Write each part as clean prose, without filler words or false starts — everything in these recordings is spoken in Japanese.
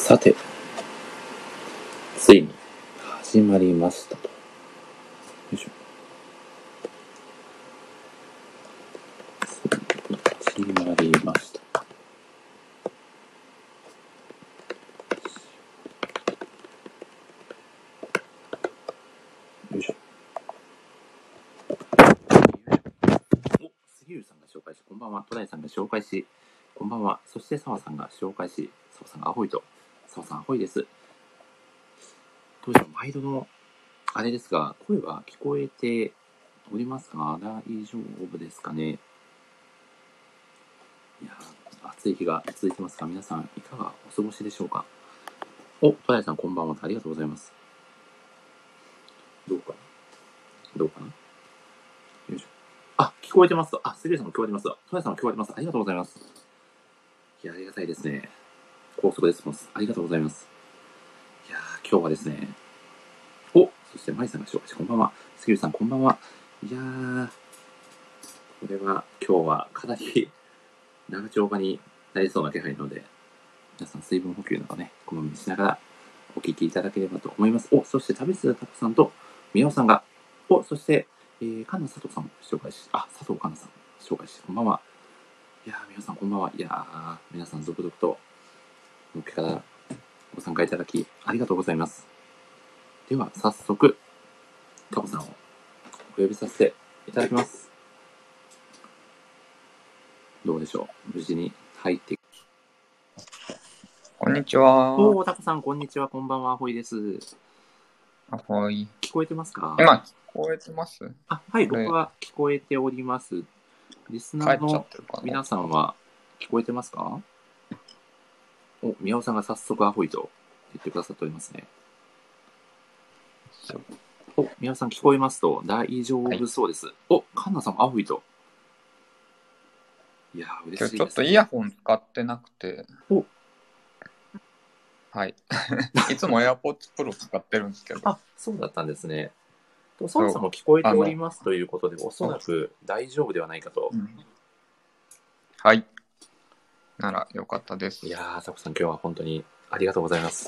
さて、ついに始まりましたと。よいしょ。始まりました。よいしょ。お、杉浦さんが紹介し、こんばんは。戸田井さんが紹介し、こんばんは。そして澤さんが紹介し、澤さんがアホイと、澤さんアホイです。どうでしょう、毎度のあれですが、声は聞こえておりますか？大丈夫ですかね？いやー、暑い日が続いてますが、皆さんいかがお過ごしでしょうか？お、戸田井さんこんばんは。ありがとうございます。どうかなよいしょ。あ、聞こえてますと。あ、杉浦さんも聞こえてますと。戸田井さんも聞こえてます。ありがとうございます。いや、ありがたいですね。高速レスポンス。ありがとうございます。いやー、今日はですね。お、そして舞さんが紹介し、こんばんは。杉浦さんこんばんは。いやー、これは今日はかなり長丁場になりそうな気配なので、皆さん水分補給などね、こまめにしながらお聞きいただければと思います。お、そして旅するタコさんと宮尾さんが、お、そして、神奈佐藤さん紹介し、あ、佐藤神奈さん紹介し、こんばんは。いやー、皆さんこんばんは。いやー、皆さん続々と、のっけからご参加いただき、ありがとうございます。では、早速、タコさんをお呼びさせていただきます。どうでしょう、無事に入って。 こんにちは。 おー、タコさん、こんにちは。こんばんは。ほいです。 はい。 聞こえてますか？ 今、聞こえてます？ あ、はい、僕は聞こえております。リスナーの皆さんは聞こえてますか？お、宮尾さんが早速アホイと言ってくださっておりますね。お、宮尾さん聞こえますと大丈夫そうです。はい、お、カンナさんもアホイと。いやー、嬉しいです、ね。 今日ちょっとイヤホン使ってなくて。 お、 はい。いつも AirPods Pro 使ってるんですけど。 あ、そうだったんですね。澤さんも聞こえておりますということで、おそらく大丈夫ではないかと。 はい。ならよかったです。 いやー、サコさん今日は本当にありがとうございます。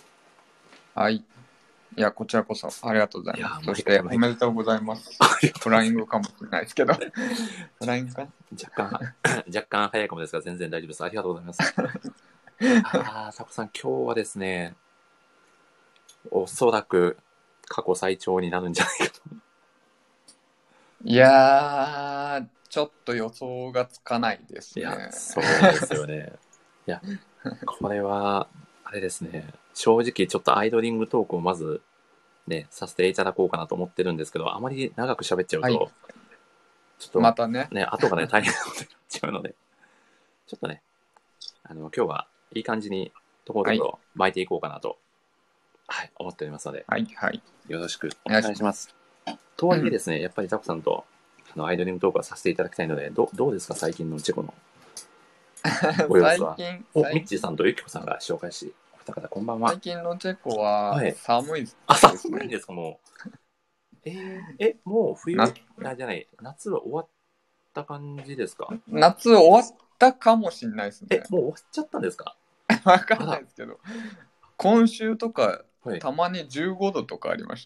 はい。いや、こちらこそありがとうございます。そしておめでとうございます。フライングかもしれないですけど。フライングか若干早いかもですが、全然大丈夫です。ありがとうございます。サコさん今日はですね、おそらく過去最長になるんじゃないかと。 いやー、ちょっと予想がつかないですね。 いや、そうですよね。いや、これは、あれですね、正直ちょっとアイドリングトークをまず、ね、させていただこうかなと思ってるんですけど、あまり長く喋っちゃうと、はい、ちょっと、 またね、 後がね、大変なことになっちゃうので、ちょっとね、今日はいい感じにところどころ巻いていこうかなと、はい、思っておりますので、 はいはい、 よろしくお願いします。とはいえですね、やっぱりタコさんとアイドリングトークはさせていただきたいので、どうですか、最近のチェコのご様子は。ミッチーさんとユキコさんが紹介し、お二方こんばんは。 最近のチェコは寒いです、ね。 あ、寒いんですか、もう。もう冬じゃない、夏は終わった感じですか？ 夏終わったかもしれないですね。 もう終わっちゃったんですか？ わかんないですけど、今週とか、たまに15度とかありました。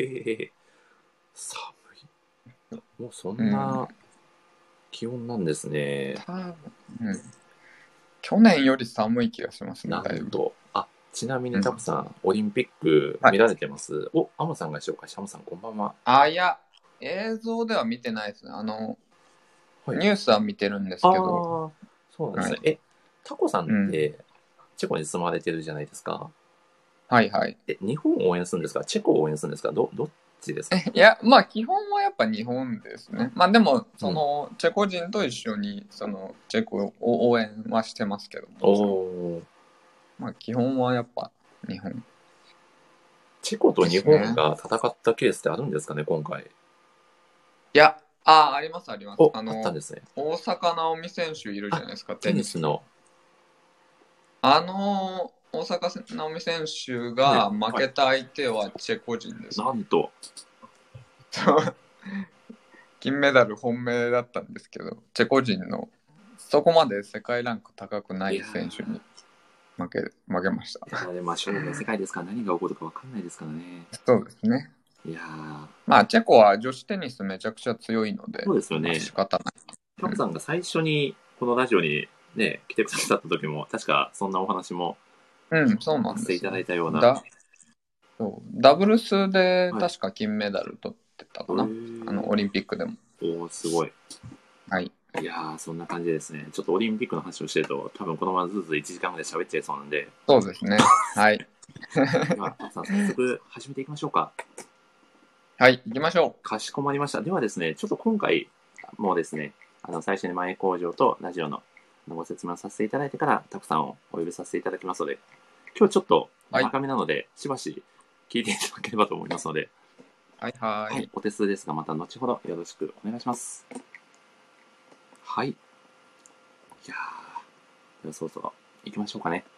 寒い。もうそんな気温なんですね。 去年より寒い気がしますね。 なんと。あ、ちなみにタコさん、オリンピック見られてます？お、アモさんが紹介し、アモさんこんばんは。 あ、いや、映像では見てないですね。ニュースは見てるんですけど。 そうなんですね。タコさんって、チェコに住まれてるじゃないですか。 はいはい。 日本を応援するんですか？チェコを応援するんですか？どっちですか？ いや、まあ基本はやっぱ日本ですね。まあでも、チェコ人と一緒に、チェコを応援はしてますけども。まあ基本はやっぱ日本。 チェコと日本が戦ったケースってあるんですかね、今回。 いや、ありますあります。 あったんですね。 大坂なおみ選手いるじゃないですか、 テニスの。 大坂なおみ選手が負けた相手はチェコ人です。 なんと。 金メダル本命だったんですけど、チェコ人のそこまで世界ランク高くない選手に負けました。 いやでもまあ勝負の世界ですから何が起こるか分かんないですからね。 そうですね。 いやまあチェコは女子テニスめちゃくちゃ強いので、 そうですよねまあ仕方ない。 タコさんが最初にこのラジオにね、来てくださった時も、確かそんなお話もそうなさせていたんですよ。 だいたような。 ダブルスではい。 確か金メダル取ってたかな。オリンピックでも。 おー、すごい。 はい。 いやー、そんな感じですね。ちょっとオリンピックの話をしてると、多分このままずっと1時間ぐらい喋っちゃいそうなんで。 そうですね。はい。 では、タコさん早速始めていきましょうか。 はい、行きましょかしこまりました。ではですね、ちょっと今回もですね、最初に前工場とラジオのご説明をさせていただいてから、タコさんをお呼びさせていただきますので、今日ちょっと長めなので、しばし聞いていただければと思いますので、 はい。 はい、お手数ですが、また後ほどよろしくお願いします。はい。いやー、ではそろそろ行きましょうかね。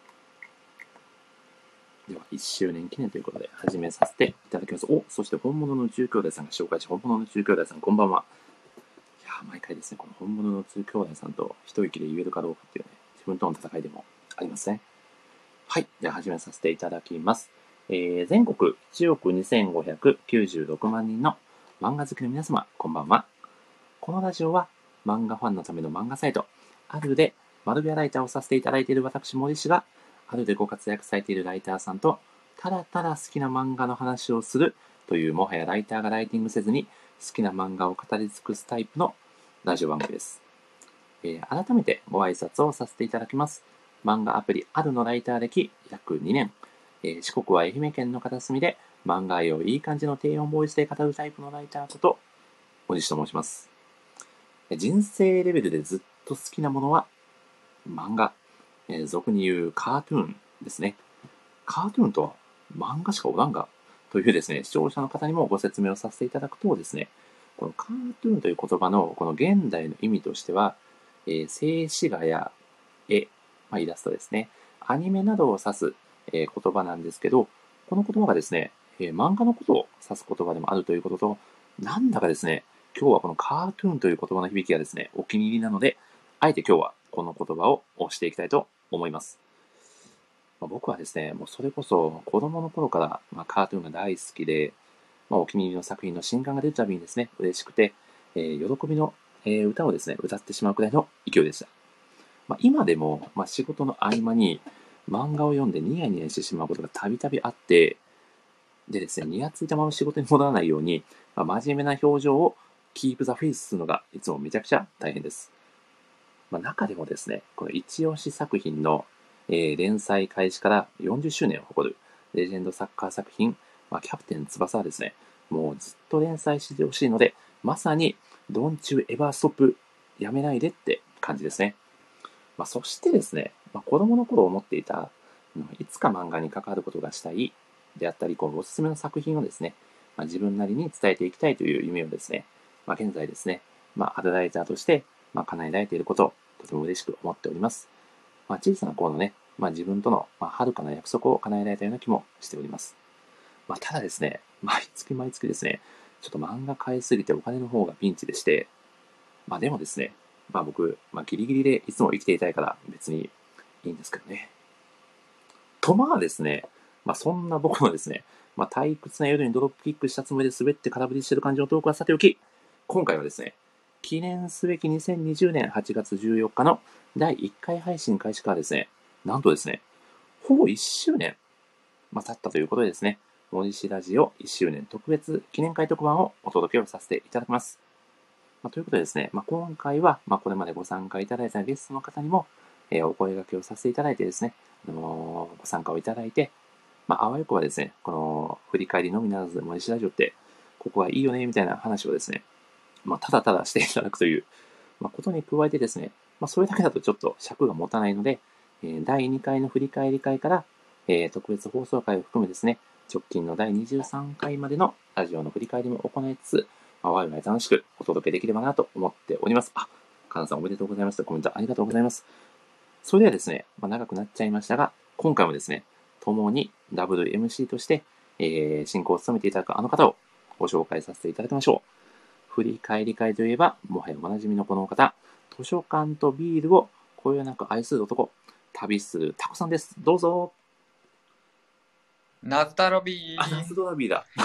では、1周年記念ということで始めさせていただきます。お、そして本物の中兄弟さんが紹介し、本物の中兄弟さん、こんばんは。いやー、毎回ですね、この本物の中兄弟さんと一息で言えるかどうかっていうね、自分との戦いでもありますね。はい。では始めさせていただきます。全国1億2596万人の漫画好きの皆様、こんばんは。このラジオは漫画ファンのための漫画サイト、あるで窓部屋ライターをさせていただいている私、森氏が、あるでご活躍されているライターさんと、ただただ好きな漫画の話をするという、もはやライターがライティングせずに好きな漫画を語り尽くすタイプのラジオ番組です。改めてご挨拶をさせていただきます。漫画アプリあるのライター歴約2年。四国は愛媛県の片隅で漫画愛をいい感じの低音ボイスで語るタイプのライターこと、おじしと申します。人生レベルでずっと好きなものは漫画。俗に言うカートゥーンですね。カートゥーンとは漫画しかおらんがというですね、視聴者の方にもご説明をさせていただくとですね、このカートゥーンという言葉のこの現代の意味としては、静止画や絵、イラストですね、アニメなどを指す、言葉なんですけど、この言葉がですね、漫画のことを指す言葉でもあるということと、なんだかですね、今日はこのカートゥーンという言葉の響きがですね、お気に入りなので、あえて今日はこの言葉を押していきたいと思います。僕はですね、もうそれこそ子供の頃から、カートゥーンが大好きで、お気に入りの作品の新刊が出るたびにですね、嬉しくて、喜びの、歌をですね、歌ってしまうくらいの勢いでした。今でも、仕事の合間に漫画を読んでニヤニヤしてしまうことがたびたびあって、でですね、ニヤついたまま仕事に戻らないように、真面目な表情をキープザフェイスするのがいつもめちゃくちゃ大変です。中でもですね、この一押し作品の、連載開始から40周年を誇るレジェンドサッカー作品、キャプテン翼はですね、もうずっと連載してほしいので、まさに Don't you ever stop やめないでって感じですね。そしてですね、子供の頃思っていた、いつか漫画に関わることがしたいであったり、おすすめの作品をですね、自分なりに伝えていきたいという夢をですね、現在ですね、アドライターとして、叶えられていることをとても嬉しく思っております。小さな頃のね、自分との、遥かな約束を叶えられたような気もしております。ただですね、毎月毎月ですね、ちょっと漫画買いすぎてお金の方がピンチでして、でもですね、僕、ギリギリでいつも生きていたいから別にいいんですけどね。とですね、そんな僕のですね、退屈な夜にドロップキックしたつもりで滑って空振りしてる感じのトークはさておき、今回はですね、記念すべき2020年8月14日の第1回配信開始からですね、なんとですね、ほぼ1周年、経ったということでですね、森氏ラジオ1周年特別記念会特番をお届けをさせていただきます。ということでですね、今回は、これまでご参加いただいたゲストの方にも、お声掛けをさせていただいてですね、ご参加をいただいて、あわよくはですね、この振り返りのみならず、森氏ラジオって、ここはいいよね、みたいな話をですね、ただただしていただくという、ことに加えてですね、それだけだとちょっと尺が持たないので、第2回の振り返り会から、特別放送回を含めですね、直近の第23回までのラジオの振り返りも行いつつ、ワイワイ楽しくお届けできればなと思っております。カナさんおめでとうございますとコメントありがとうございます。それではですね、長くなっちゃいましたが、今回もですね、共に WMC として、進行を務めていただくあの方をご紹介させていただきましょう。振り返り会といえば、もはやおなじみのこの方、図書館とビールをこよなく愛する男、 旅するタコさんです。どうぞ。 ナズタロビナー。 ズドラビーだ。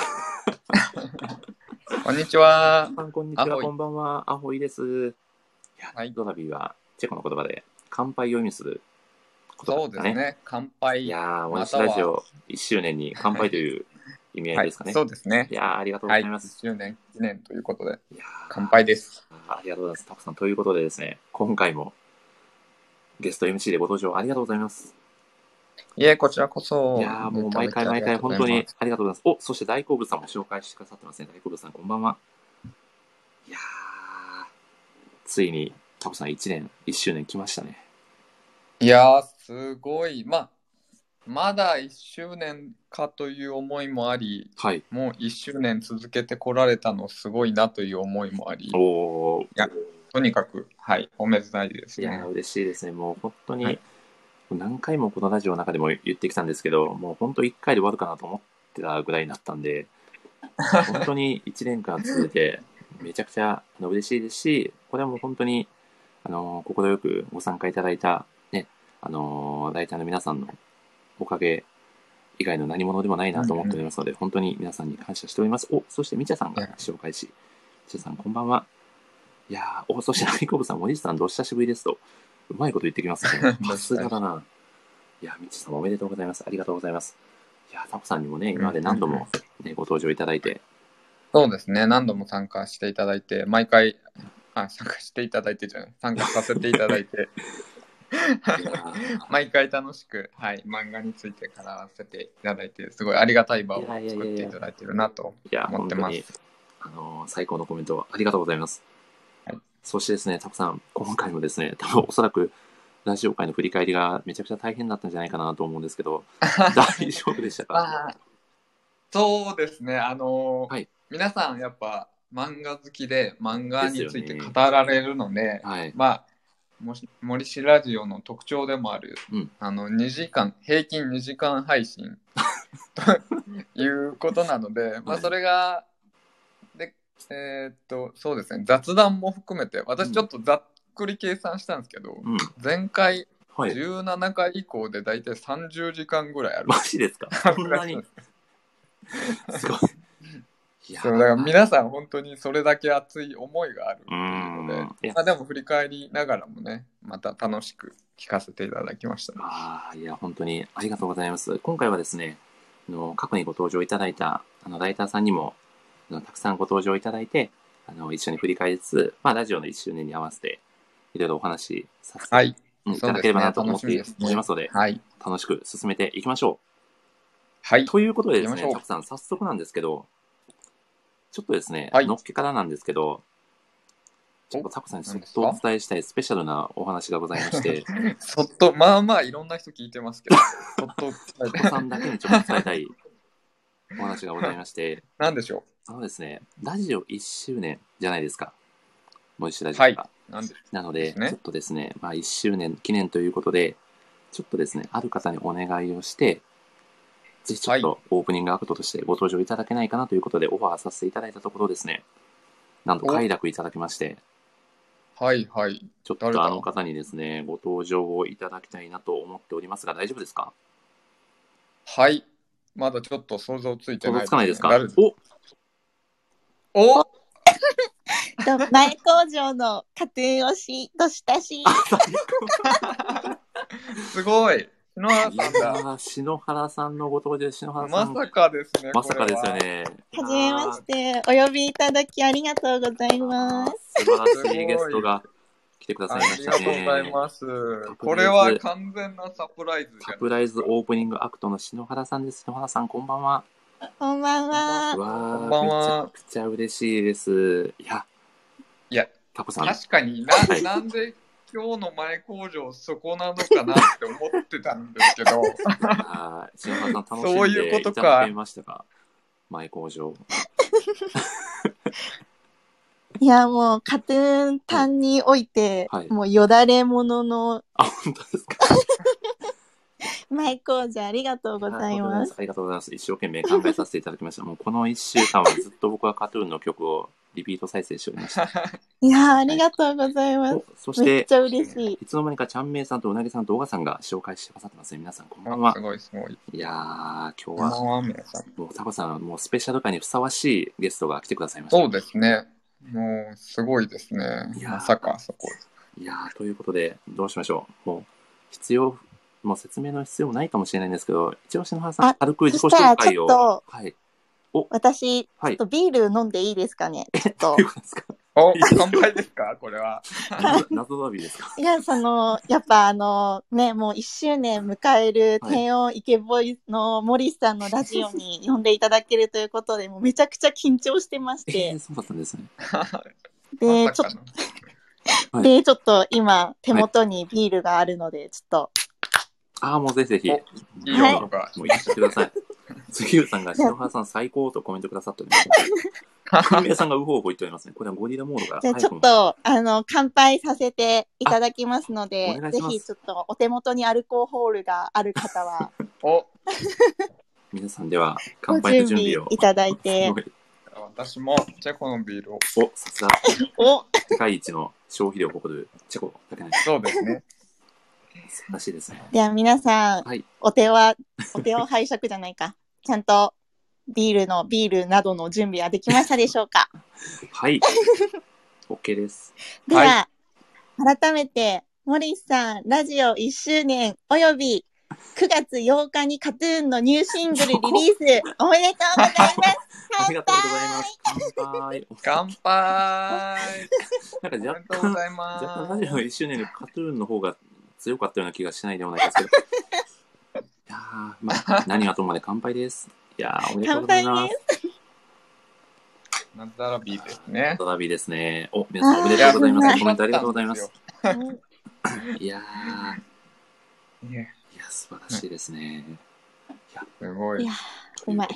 こんにちは。 こんにちは、こんばんは。アホイです。いや、 はい、 ドラビーはチェコの言葉で乾杯を意味する言葉ですかね。 そうですね。乾杯。 いやー、森下ラジオ1周年に乾杯という意味合いですかね。 はい、そうですね。 いやー、ありがとうございます。 1周年記念ということで、 いや乾杯です。 ありがとうございます。タコさん、ということでですね、今回もゲスト MC でご登場ありがとうございます。 いえ、こちらこそ。 いやー、もう毎回本当にありがとうございます。お、そして大好物さんも紹介してくださってますね。大好物さん、こんばんは。いやー、ついにタコさん1周年来ましたね。 いやー、すごい。まだ1周年かという思いもあり、 はい、 もう1周年続けてこられたのすごいなという思いもあり、いや、とにかく、はい、おめでたいですね。 いや、嬉しいですね。もう本当に、はい、何回もこのラジオの中でも言ってきたんですけど、もう本当1回で終わるかなと思ってたぐらいになったんで、本当に1年間続いて、めちゃくちゃ嬉しいですし、これはもう本当に、快くご参加いただいた、ね、ライターの皆さんのおかげ以外の何者でもないなと思っておりますので、本当に皆さんに感謝しております。お、そしてみちゃさんが紹介し、みちゃさんこんばんは。いやー、お、そしてナイコブさん、森内さん、お久しぶりですと、うまいこと言ってきますね。さすがだな。いや、みちさんおめでとうございます。ありがとうございます。いや、タコさんにもね、今まで何度も、ね、ご登場いただいて。 そうですね、何度も参加していただいて、参加していただいてじゃない、参加させていただいて、毎回楽しく、はい、漫画について語らせていただいて、すごいありがたい場を作っていただいてるなと思ってます。 最高のコメントありがとうございます。 はい、 そしてですね、タコさん、今回もですね、多分おそらくラジオ界の振り返りがめちゃくちゃ大変だったんじゃないかなと思うんですけど、大丈夫でしたか？ そうですね、 はい、 皆さんやっぱ漫画好きで漫画について語られるので、 はい、 森氏ラジオの特徴でもある、 うん、 2時間平均2時間配信ということなので、それがでそうですね、雑談も含めて私ちょっとざっくり計算したんですけど、前回17回以降でだいたい30時間ぐらいある。 マジですか？そんなにすごい。 そうだから皆さん本当にそれだけ熱い思いがあるっていうので、でも振り返りながらもね、また楽しく聞かせていただきました。 いや本当にありがとうございます。今回はですね、過去にご登場いただいたライターさんにもたくさんご登場いただいて、一緒に振り返りつつ、ラジオの1周年に合わせていろいろお話しさせて、いただければなと思っておりますので、楽しく進めていきましょう。 はい。 ということでですね、タコさん、早速なんですけど、ちょっとですね、のっけからなんですけど、ちょっとタコさんにそっとお伝えしたいスペシャルなお話がございまして。 そっと、いろんな人聞いてますけど、そっとタコさんだけにちょっと伝えたいお話がございまして。 何でしょう？ですね、ラジオ1周年じゃないですか。森氏ラジオが。なので、ちょっとですね、1周年記念ということで、ちょっとですね、ある方にお願いをして、ぜひちょっとオープニングアクトとしてご登場いただけないかなということでオファーさせていただいたところですね、なんと快諾いただきまして、 はいはい。 ちょっとあの方にですね、ご登場をいただきたいなと思っておりますが、大丈夫ですか？ はい。まだちょっと想像ついてないです、ね。 想像つかないですか？ お前工場の家庭推しと親しい。 すごい。篠原さんだ。 篠原さんのご登場、篠原さん。 まさかですね。 まさかですよね。 はじめまして。お呼びいただきありがとうございます。 素晴らしいゲストが来てくださいましたね。 ありがとうございます。これは完全なサプライズ。 サプライズオープニングアクトの篠原さんです。篠原さん、こんばんは。 こんばんは。 こんばんは。 めちゃくちゃ嬉しいです。いや、タコさん。 確かになんで今日の前工場そこなのかなって思ってたんですけど。 篠原さん楽しんでいただけましたか？前工場。 いやもう家庭単において、もうよだれものの。 本当ですか？ 前工場ありがとうございます。 ありがとうございます。一生懸命考えさせていただきました。もうこの1週間はずっと僕はカトゥーンの曲をリピート再生しておりました。 いやー、ありがとうございます。 そして、 めっちゃ嬉しい。 いつの間にかちゃんめいさんとうなぎさんと小川さんが紹介してくださってますね。皆さんこんばんは。 すごいすごい。 いやー、今日は、もうタコさん、もうスペシャル回にふさわしいゲストが来てくださいました。 そうですね。もう、すごいですね。まさか、そこ。 いやー、ということで、どうしましょう。もう説明の必要もないかもしれないんですけど、一応篠原さん、軽く自己紹介を。はい。 私、ちょっとビール飲んでいいですかね。ちょっと。 お、乾杯ですかこれは。 謎のビーですか。 いや、やっぱもう1周年迎える低音イケボイの森さんのラジオに呼んでいただけるということで、もうめちゃくちゃ緊張してまして。 そうだったんですね。 で、ちょっと今、手元にビールがあるので、ちょっと。 もうぜひぜひ。 いい音が。 もう言ってください。杉浦さんが篠原さん最高とコメントくださっております。金明さんがウホウホ言っておりますね。これはゴリラモードが。 じゃあちょっと、乾杯させていただきますので、ぜひちょっとお手元にアルコールがある方は。 皆さんでは乾杯の準備をいただいて。 私もチェコのビールを。 さすが。世界一の消費量を誇るチェコだけない。 そうですね。 素晴らしいですね。 では皆さん、お手を拝借じゃないか。ちゃんとビールなどの準備はできましたでしょうか。 はい。OK です。 では、改めて、森さん、ラジオ1周年および9月8日にKAT−TUNのニューシングルリリースおめでとうございます。 ありがとうございます。乾杯。 乾杯。 なんか若干ラジオ1周年でKAT−TUNの方が強かったような気がしないでもないですけど。いやー、何はともまで乾杯です。いやー、おめでとうございます。 ナダラビーですね。 ナダラビーですね。皆さんおめでとうございます。コメントありがとうございます。いや素晴らしいですね。 すごい。 うまい。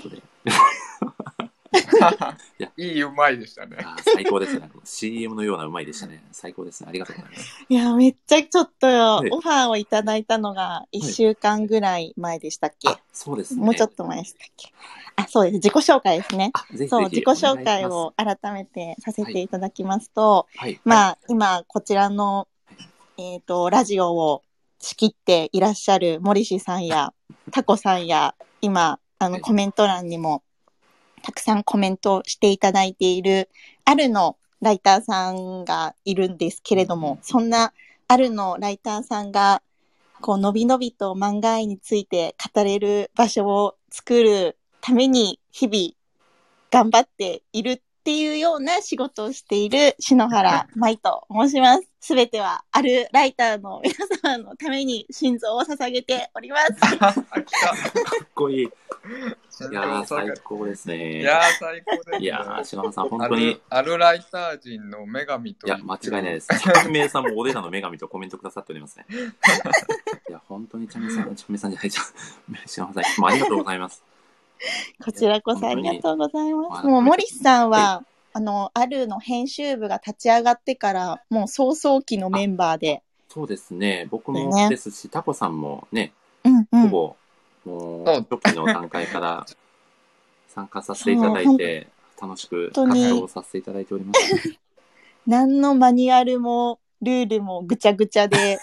いいうまいでしたね。 最高ですね。CM のようなうまいでしたね。最高ですね。ありがとうございます。 いや、めっちゃちょっとオファーをいただいたのが1週間ぐらい前でしたっけ。 そうですね。 もうちょっと前でしたっけ。そうです。自己紹介ですね。そう、自己紹介を改めてさせていただきますと、今、こちらの、ラジオを仕切っていらっしゃる森氏さんやタコさんや、今、コメント欄にもたくさんコメントしていただいている、あるのライターさんがいるんですけれども、そんなあるのライターさんが、のびのびと漫画愛について語れる場所を作るために日々頑張っているっていうような仕事をしている篠原舞と申します。すべてはあるライターの皆様のために心臓を捧げております。 かっこいい。いや最高ですね。 いや最高ですね。 いや篠原さん本当にあるライター人の女神と。 いや間違いないです。チャンメイさんもおでらの女神とコメントくださっておりますね。いや本当にチャンメイさんじゃないじゃん。篠原さんいつもありがとうございます。 こちらこそありがとうございます。もう森さんは、あるの編集部が立ち上がってから、もう早々期のメンバーで。 そうですね。僕もですし、タコさんもね、ほぼ、もう、初期の段階から参加させていただいて、楽しく活動させていただいております。 何のマニュアルも、ルールもぐちゃぐちゃで、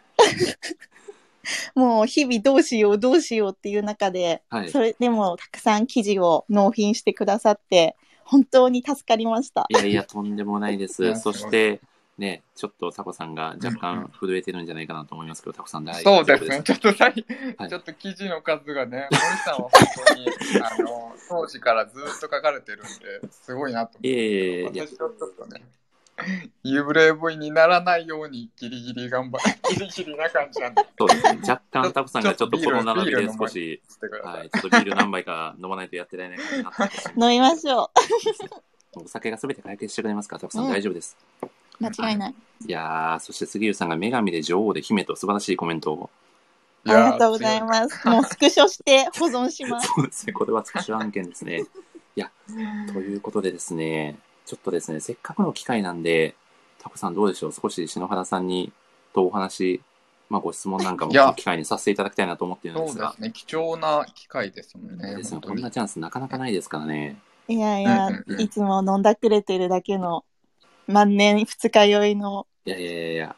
もう日々どうしようっていう中で、それでもたくさん記事を納品してくださって本当に助かりました。 いやとんでもないです。そしてね、ちょっとタコさんが若干震えてるんじゃないかなと思いますけど、タコさん大丈夫ですか？そうですね。ちょっと記事の数がね、森さんは本当に当時からずっと書かれてるんですごいなと思って。私はちょっとね。幽霊部員にならないようにギリギリな感じなんで。 そうですね。若干タコさんがちょっとこの並びで少し、ちょっとビール何杯か飲まないとやってられないかなって飲みましょう。お酒がすべて解決してくれますから、タコさん大丈夫です。 間違いない。 いやそして杉浦さんが女神で女王で姫と素晴らしいコメントを。 ありがとうございます。もうスクショして保存します。 そうですね。これはスクショ案件ですね。いや、ということでですね、ちょっとですね、せっかくの機会なんで、タコさんどうでしょう、少し篠原さんにとお話、ご質問なんかも機会にさせていただきたいなと思っているんですが。 そうですね、貴重な機会ですもんね。 ですね、こんなチャンスなかなかないですからね。 いやいや、いつも飲んだくれてるだけの万年二日酔いの。 いや。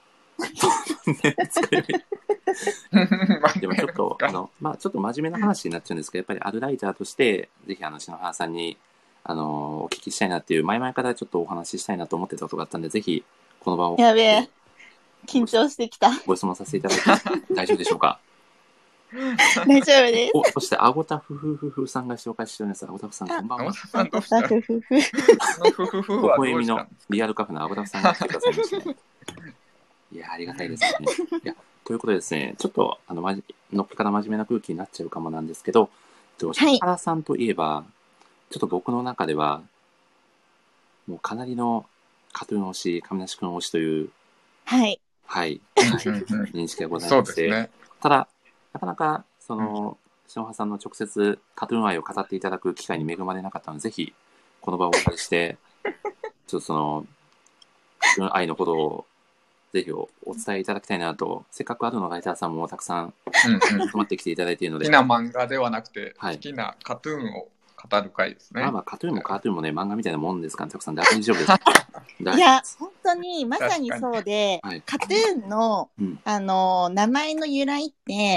でもちょっと、ちょっと真面目な話になっちゃうんですけど、やっぱりアルライターとして、ぜひ篠原さんに、お聞きしたいなっていう、前々からちょっとお話ししたいなと思ってたことがあったんで、ぜひ、この場を。 やべえ。緊張してきた。 ご質問させていただいて、大丈夫でしょうか？ 大丈夫です。 お、そして、あごたふふふふさんが紹介しております。あごたふさん、こんばんは。 あごたふふふ。 微笑みのリアルカフェのあごたふさんが来てくださいましたね。いや、ありがたいですね。いや、ということでですね、ちょっと、のっけから真面目な空気になっちゃうかもなんですけど、篠原さんといえば、ちょっと僕の中では、もうかなりのカトゥーン推し、亀梨くん推しという、 はい。 認識がございまして、ね、ただ、なかなか、篠原さんの直接カトゥーン愛を語っていただく機会に恵まれなかったので、ぜひ、この場をお借りして、ちょっとカトゥーン愛のことを、ぜひお伝えいただきたいなと、せっかくあるのライターさんもたくさん集まってきていただいているので。 好きな漫画ではなくて、好きなカトゥーンを語る回ですね。 まあカトゥーンもね、漫画みたいなもんですから、たくさん大丈夫です。 いや、本当にまさにそうで、カトゥーンの、名前の由来って、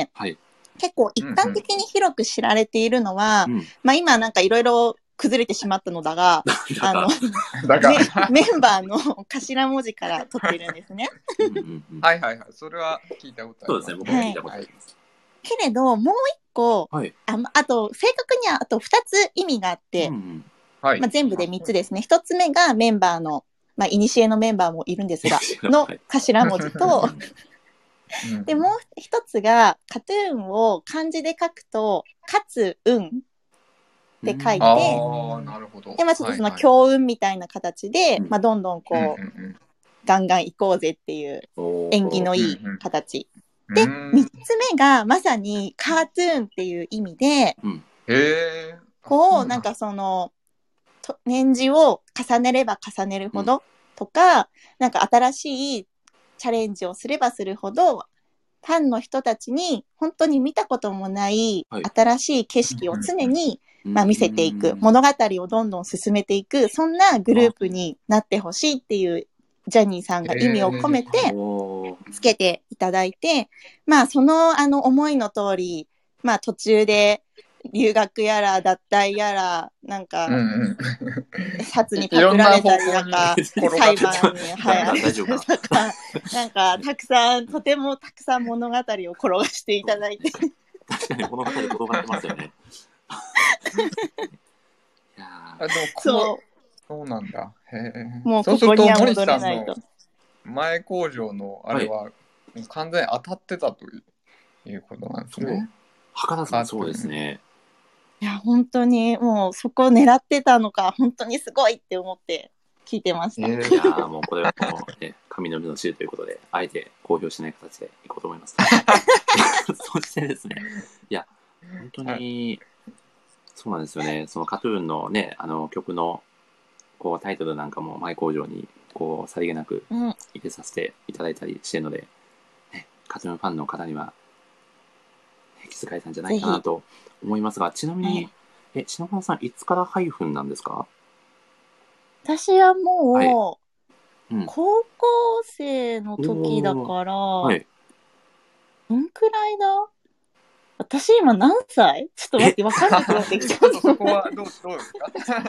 結構一般的に広く知られているのは、今なんかいろいろ崩れてしまったのだが、メンバーの頭文字から取ってるんですね。 はい。それは聞いたことあります。 そうですね、僕も聞いたことあります。 けれど、もう一個、あと、正確にはあと2つ意味があって、全部で3つですね。1つ目がメンバーの、古のメンバーもいるんですが、の頭文字と、で、もう一つが、カトゥーンを漢字で書くと、勝つ運って書いて、で、 ちょっとその強運みたいな形で、どんどんこう、ガンガン行こうぜっていう縁起のいい形。で、3つ目がまさにカートゥーンっていう意味で、こう、なんか年次を重ねれば重ねるほどとか、なんか新しいチャレンジをすればするほど、ファンの人たちに本当に見たこともない新しい景色を常に見せていく、物語をどんどん進めていく、そんなグループになってほしいっていうジャニーさんが意味を込めてつけていただいて、その思いの通り、途中で留学やら脱退やらなんか、シャツにパクられたりなんか裁判になんかとてもたくさん物語を転がしていただいて確かに物語転がってますよね。 いやでもそうなんだ。 もうここには戻れないと。 前工場のあれは完全に当たってたということなんですね。 博多さんそうですね。 いや本当にもうそこを狙ってたのか本当にすごいって思って聞いてました。 いやもうこれはもうね神のみの知ということであえて公表しない形でいこうと思います。そしてですね、いや本当に、そうなんですよね。そのカトゥーンのね曲のこうタイトルなんかも前工場にこうさりげなく入れさせていただいたりしているので、カトゥーンファンの方には気づかれたんじゃないかなと思いますが、ちなみに、篠原さんいつからハイフンなんですか？ 私はもう、高校生の時だから、どんくらいだ？私今何歳？ちょっと待って、わかんなくなってきちゃう。 そこはどうですか？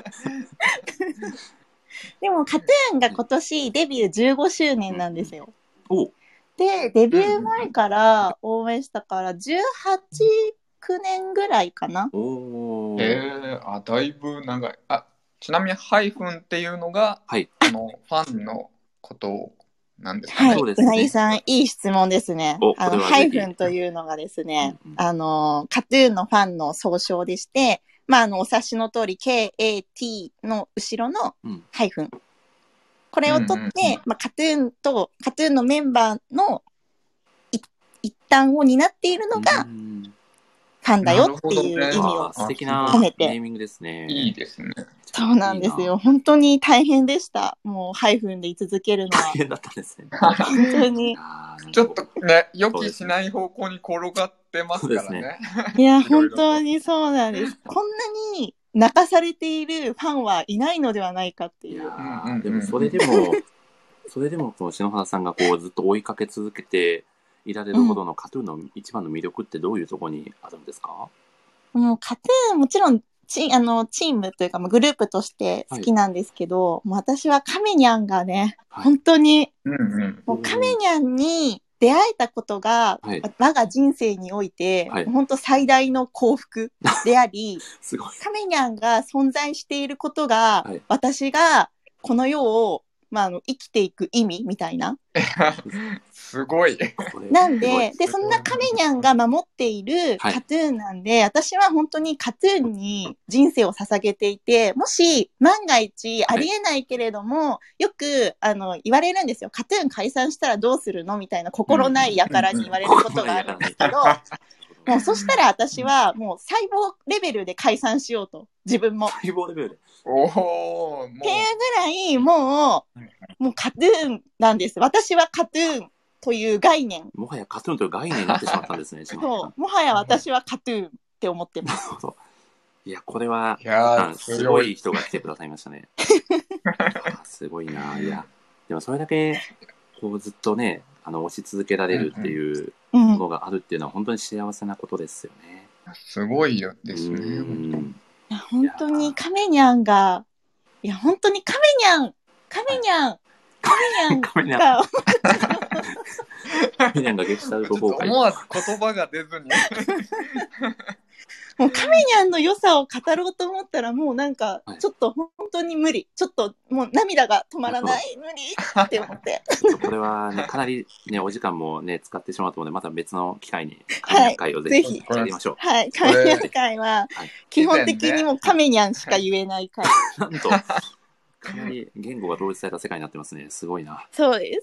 でも、カトゥーンが今年デビュー15周年なんですよ。で、デビュー前から応援したから、18、9年ぐらいかな。 だいぶ長い。ちなみにハイフンっていうのが、ファンのことなんですかね。 うなぎさん、いい質問ですね。ハイフンというのがですね、カトゥーンのファンの総称でして、お察しの通り KAT の後ろのハイフン。これを取って、カトゥーンのメンバーの一端を担っているのが、ファンだよっていう意味を込めて。 ネーミングですね。 いいですね。 そうなんですよ。本当に大変でした。もうハイフンで居続けるのは。 大変だったんですね。 本当に。 ちょっとね、予期しない方向に転がってますからね。 いや、本当にそうなんです。こんなに泣かされているファンはいないのではないかっていう。 でもそれでもこの篠原さんがこうずっと追いかけ続けていられるほどのカトゥーンの一番の魅力ってどういうところにあるんですか？ もうカトゥーンもちろんチームというかグループとして好きなんですけど、もう私はカメニャンがね、本当に、もうカメニャンに出会えたことが、我が人生において、本当最大の幸福であり、 すごい。 カメニャンが存在していることが、私がこの世を、生きていく意味みたいな。 すごい。 なんで、そんなカメニャンが守っているカトゥーンなんで、私は本当にカトゥーンに人生を捧げていて、もし万が一ありえないけれども、よく言われるんですよ。カトゥーン解散したらどうするのみたいな心ない輩に言われることがあるんですけど、もうそしたら私はもう細胞レベルで解散しようと。自分も。 細胞レベルで。 っていうぐらいもうカトゥーンなんです。私はカトゥーンという概念。 もはやカトゥーンという概念になってしまったんですね。 そう。もはや私はカトゥーンって思ってます。 なるほど。いや、これは、すごい人が来てくださいましたね。すごいな。いや、でもそれだけ、こうずっとね、押し続けられるっていうものがあるっていうのは本当に幸せなことですよね。 すごいよですね。 本当にカメニャンが、いや、本当にカメニャンが、 カメニャンがゲシュタルト崩壊。 思わず言葉が出ずに。 もうカメニャンの良さを語ろうと思ったらもうなんかちょっと本当に無理、ちょっともう涙が止まらない、無理って思ってこれは、ね、かなりねお時間もね使ってしまうと思うので、また別の機会にカメニャン会をぜひやりましょう。 はい、カメニャン会は基本的にもうカメニャンしか言えない会、 なんとかなり言語が同一された世界になってますね。すごいな。 そうです。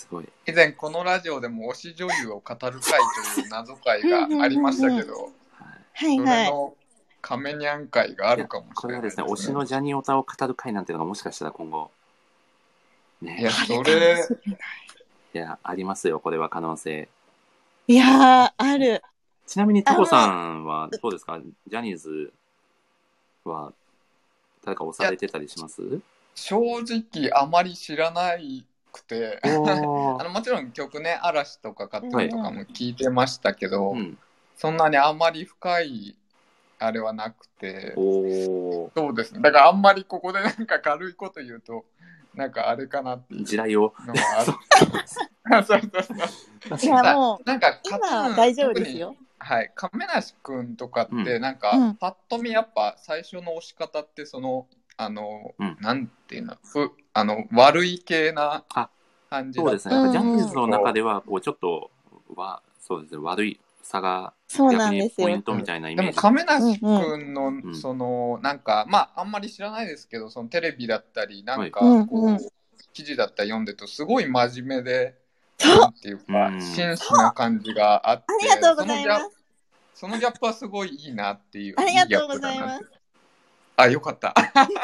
すごい。 以前このラジオでも推し女優を語る会という謎会がありましたけど、それのカメニャン会があるかもしれないですね。 これはですね、推しのジャニオタを語る会なんていうのがもしかしたら今後、 ね、いや、それ、 いや、ありますよ、これは可能性。 いやある。 ちなみに、タコさんはどうですか？ジャニーズは誰か押されてたりします？ 正直、あまり知らなくて、もちろん曲ね、嵐とかカトゥーンとかも聞いてましたけど、そんなにあまり深いあれはなくて、そうですね。だからあんまりここでなんか軽いこと言うと、なんかあれかなっていう地雷を。 そういやもうなんか今大丈夫ですよ。 はい、亀梨くんとかってなんか、パッと見やっぱ最初の押し方ってそのなんていうの、悪い系な感じだった。 そうですね。ジャニーズの中ではこうちょっとそうですね、悪い差が逆にポイントみたいなイメージ。 でも亀梨くんのそのなんかあんまり知らないですけど、そのテレビだったりなんかこう記事だったり読んでるとすごい真面目で。なんていうか真摯な感じがあって、 ありがとうございます。 そのギャップはすごいいいなっていう。 ありがとうございます。 あ、よかった。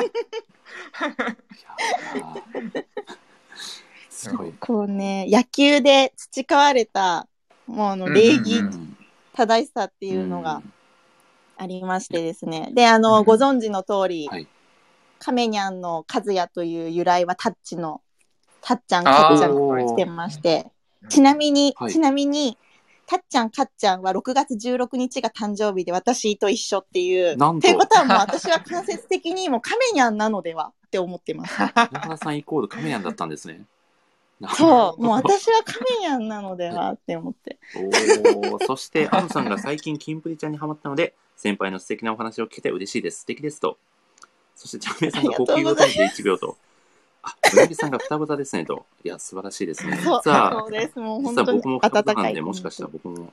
すごい。 こうね、野球で培われたもう礼儀正しさっていうのがありましてですね。で、ご存知の通り、カメニャンのカズヤという由来はタッチのたっちゃんかっちゃん来てまして、ちなみにたっちゃんかっちゃんは6月16日が誕生日で私と一緒っていうっていうことはもう私は間接的にもうカメニャンなのではって思ってます。 中田さんイコールカメニャンだったんですね。 そう、もう私はカメニャンなのではって思って。 そしてアムさんが最近キンプリちゃんにハマったので先輩の素敵なお話を聞けて嬉しいです。素敵ですと。そしてチャンメイさんが呼吸を止めて1秒と。うなぎさんが双子座ですねと。いや、素晴らしいですね。 そうです。もう本当に僕も双子座なんで、もしかしたら僕も。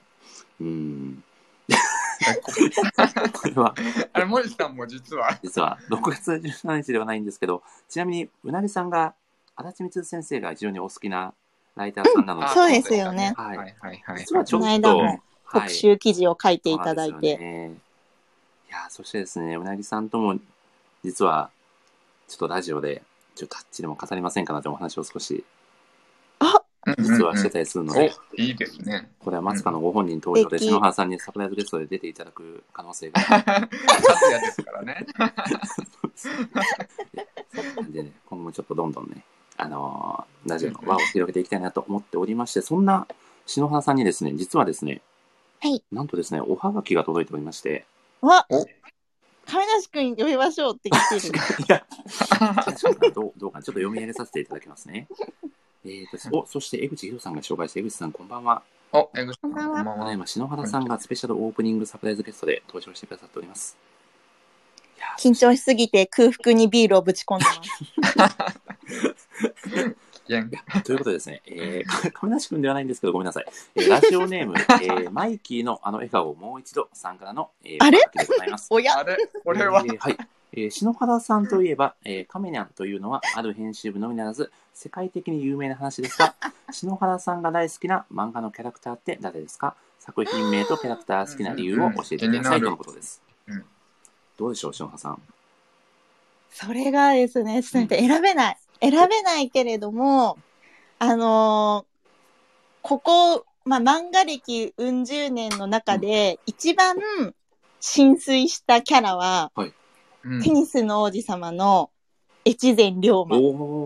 これは。 あれ、森さんも実は 6月17日ではないんですけど、ちなみに、うなぎさんが、足立光先生が非常にお好きなライターさんなので。 そうですよね。 はい。実はちょっと、 特集記事を書いていただいて。 いや、そしてですね、うなぎさんとも、実は、ちょっとラジオで、タッチでも語りませんかなというお話を少し。 実はしてたりするので、 いいですね。 これはまさかのご本人登場で、篠原さんにサプライズゲストで出ていただく可能性が。 和也ですからね。 でね、今後ちょっとどんどんね、ラジオの輪を広げていきたいなと思っておりまして、そんな篠原さんにですね、実はですね、 はい。 なんとですね、おはがきが届いておりまして。 亀梨くん呼びましょうって言ってる。 いや、どうかな、ちょっと読み上げさせていただきますね。そして江口博さんが紹介して、江口さんこんばんは。 江口さんこんばんは。 ただいま篠原さんがスペシャルオープニングサプライズゲストで登場してくださっております。 緊張しすぎて空腹にビールをぶち込んでます。 ということでですね、亀梨くんではないんですけど、ごめんなさい。ラジオネーム、マイキーの笑顔をもう一度さんからの、 あれでございます。 あれこれは、 はい。篠原さんといえば、カメニャンというのはある編集部のみならず、世界的に有名な話ですが、篠原さんが大好きな漫画のキャラクターって誰ですか？作品名とキャラクター好きな理由を教えてくださいとのことです。どうでしょう、篠原さん。 それがですね、選べないけれども、ここ、漫画歴うん十年の中で、一番浸水したキャラは、テニスの王子様の越前龍馬。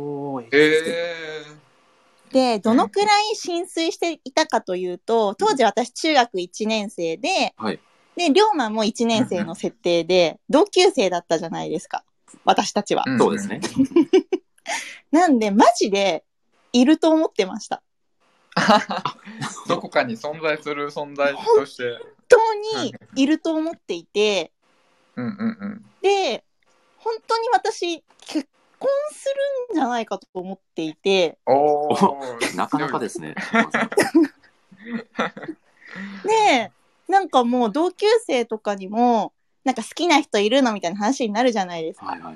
で、どのくらい浸水していたかというと、当時私中学1年生で、で、龍馬も1年生の設定で、同級生だったじゃないですか。私たちは。 そうですね。 なんで、マジで、いると思ってました。 どこかに存在する存在として。 本当にいると思っていて、で、本当に私、結婚するんじゃないかと思っていて。 なかなかですね。 で、なんかもう同級生とかにも、なんか好きな人いるのみたいな話になるじゃないですか。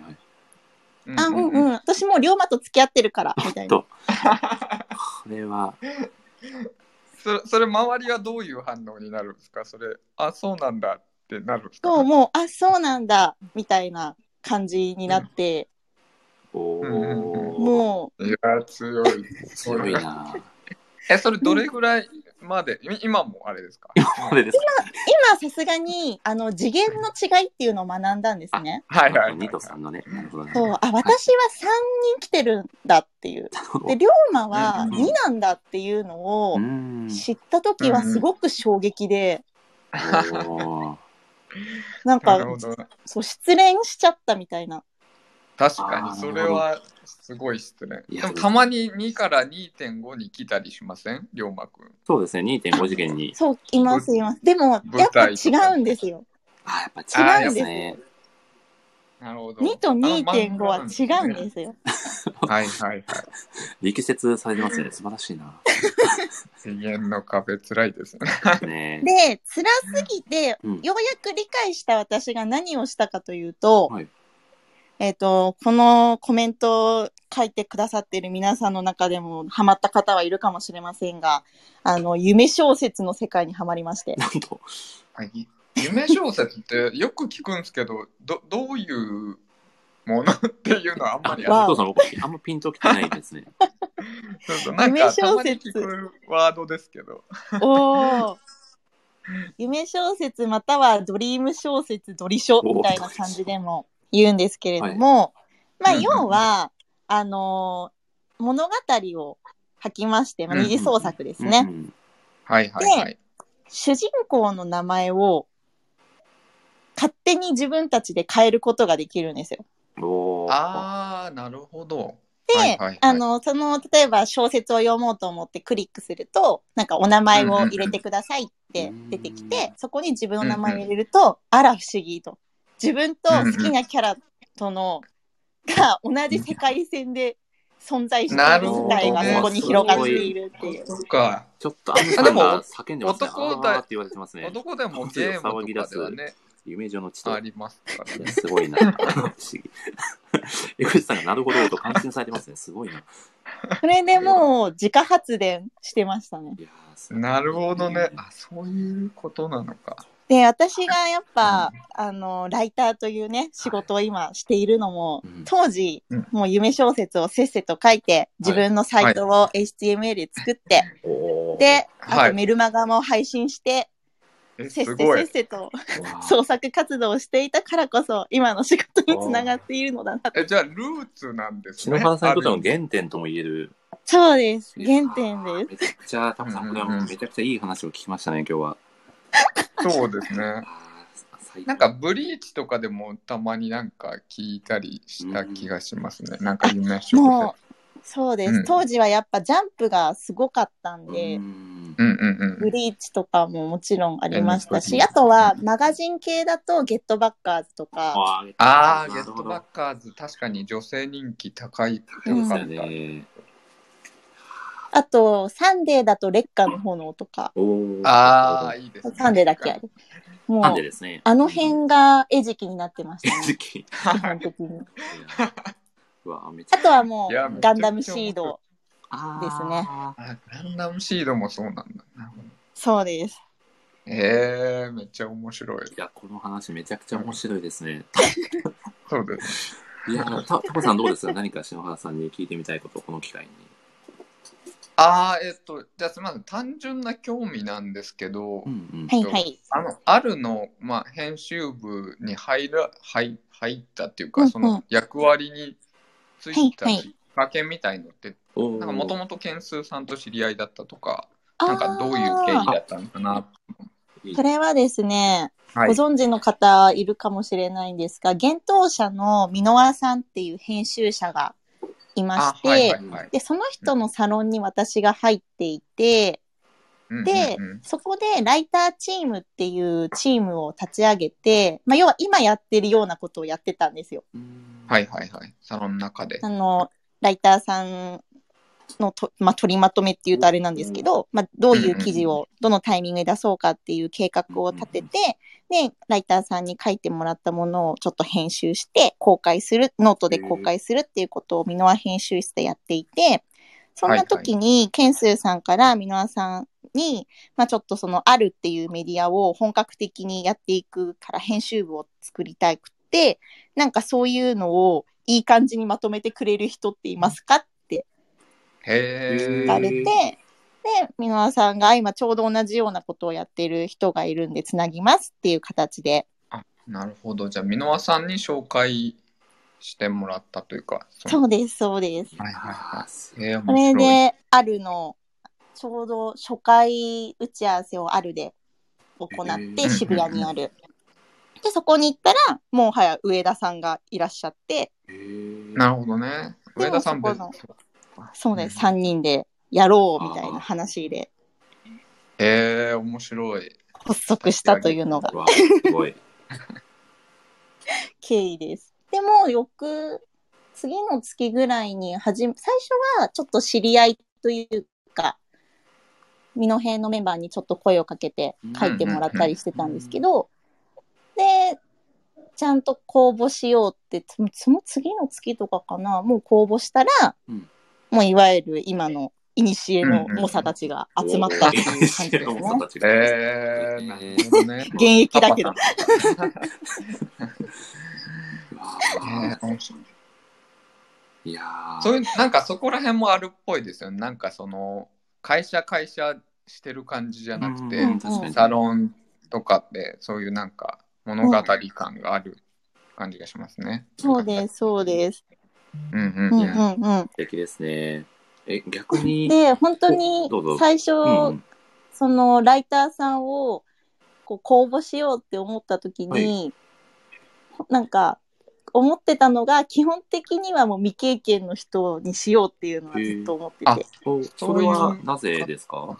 私もう龍馬と付き合ってるからみたいな。これはそれ周りはどういう反応になるんですか？それそうなんだってなるんですか？ そう、もうそうなんだみたいな感じになって、もういや強いな。 それどれぐらいまで、今もあれですか？ 今さすがに次元の違いっていうのを学んだんですね。 2と3のね。 そう、私は3人来てるんだっていう。で、龍馬は2なんだっていうのを知ったときはすごく衝撃で、なんかそう失恋しちゃったみたいな。 確かにそれはすごい失恋。でもたまに2から 2.5 に来たりしません？龍馬くん。 そうですね、2.5 次元に。 そう、います。でも、やっぱ違うんですよ。 やっぱ違うんですね。 なるほど。 2と 2.5 は違うんですよ。 力説されてますね。素晴らしいな。 次元の壁つらいですね。 で、辛すぎて、ようやく理解した私が何をしたかというと、このコメントを書いてくださっている皆さんの中でもハマった方はいるかもしれませんが、夢小説の世界にはまりまして。 なんと、 夢小説ってよく聞くんですけど、どういうものっていうのはあんまりあんまピンときてないですね。 なんかたまに聞くワードですけど。 夢小説またはドリーム小説、ドリショみたいな感じでも言うんですけれども、要は物語を書きまして、二次創作ですね。で、主人公の名前を勝手に自分たちで変えることができるんですよ。 なるほど。 で、例えば小説を読もうと思ってクリックすると、なんかお名前を入れてくださいって出てきて、そこに自分の名前を入れると、あら不思議と。自分と好きなキャラとのが同じ世界線で存在している世界がそこに広がっているっていう。 ちょっとアムさんが叫んでますね。って言われてますね。 男でもゲームとかではね。 夢上の地とありますからね。 すごいな。不思議。江口さんがなるほどと感心されてますね。すごいな。 それでもう自家発電してましたね。 なるほどね。そういうことなのか。 で、私がやっぱ、ライターというね、仕事を今しているのも、当時、もう夢小説をせっせと書いて、自分のサイトを HTML で作って、で、あとメルマガも配信して、せっせと創作活動をしていたからこそ今の仕事につながっているのだなと。 じゃあルーツなんですね。 篠原さんにとっての原点とも言える。 そうです。原点です。 めちゃくちゃ、タコさん、これはもうめちゃくちゃいい話を聞きましたね、今日は。 そうですね。なんかブリーチとかでもたまになんか聞いたりした気がしますね。なんか夢小説。 そうです、当時はやっぱジャンプがすごかったんで、ブリーチとかももちろんありましたし、あとはマガジン系だとゲットバッカーズとか。 ゲットバッカーズ確かに女性人気高いですよね。 あとサンデーだと劣化の炎とか。 いいですね。 サンデーだけある。もう、ね、あの辺が餌食になってましたね。基本的に。あとはもうガンダムシードですね。 ガンダムシードもそうなんだ。 そうです。 めっちゃ面白い。 いや、この話めちゃくちゃ面白いですね。 そうです。 いや、タコさんどうですか？何か篠原さんに聞いてみたいことをこの機会に。 じゃあすみません、単純な興味なんですけど、あるの、編集部に入ったっていうか、その役割についたきっかけみたいのって、なんかもともとケンスーさんと知り合いだったとか、なんかどういう経緯だったのかな。 それはですね、ご存知の方いるかもしれないんですが、幻冬舎の箕輪さんっていう編集者がいまして、でその人のサロンに私が入っていて、で、そこでライターチームっていうチームを立ち上げて、要は今やってるようなことをやってたんですよ。 サロンの中で。 ライターさんの取りまとめっていうとあれなんですけど、どういう記事をどのタイミングで出そうかっていう計画を立てて、で、ライターさんに書いてもらったものをちょっと編集して公開する、ノートで公開するっていうことを箕輪編集室でやっていて、そんな時にケンスーさんから箕輪さんに、ちょっとそのあるっていうメディアを本格的にやっていくから編集部を作りたくって、なんかそういうのをいい感じにまとめてくれる人っていますかって聞かれて、で、箕輪さんが今ちょうど同じようなことをやっている人がいるんでつなぎますっていう形で。 なるほど。じゃあ箕輪さんに紹介してもらったというか。 そうです、そうです。それであるのちょうど初回打ち合わせをあるで行って渋谷にある。でそこに行ったらもうはや上田さんがいらっしゃって。 なるほどね。上田さん別に。 そうです、3人でやろうみたいな話で。 面白い。 発足したというのがすごい経緯です。でも次の月ぐらいに最初はちょっと知り合いというか美濃編のメンバーにちょっと声をかけて書いてもらったりしてたんですけど、でちゃんと公募しようってその次の月とかかな、もう公募したら、もういわゆる今のいにしえの猛者たちが集まったっていう感じですね。現役だけどいやそういうなんかそこら辺もあるっぽいですよね。なんかその会社してる感じじゃなくて、サロンとかってそういうなんか物語感がある感じがしますね。 そうですそうです。 素敵ですね。逆にで本当に最初、そのライターさんをこう公募しようって思った時に、なんか思ってたのが基本的にはもう未経験の人にしようっていうのはずっと思ってて。 それはなぜですか？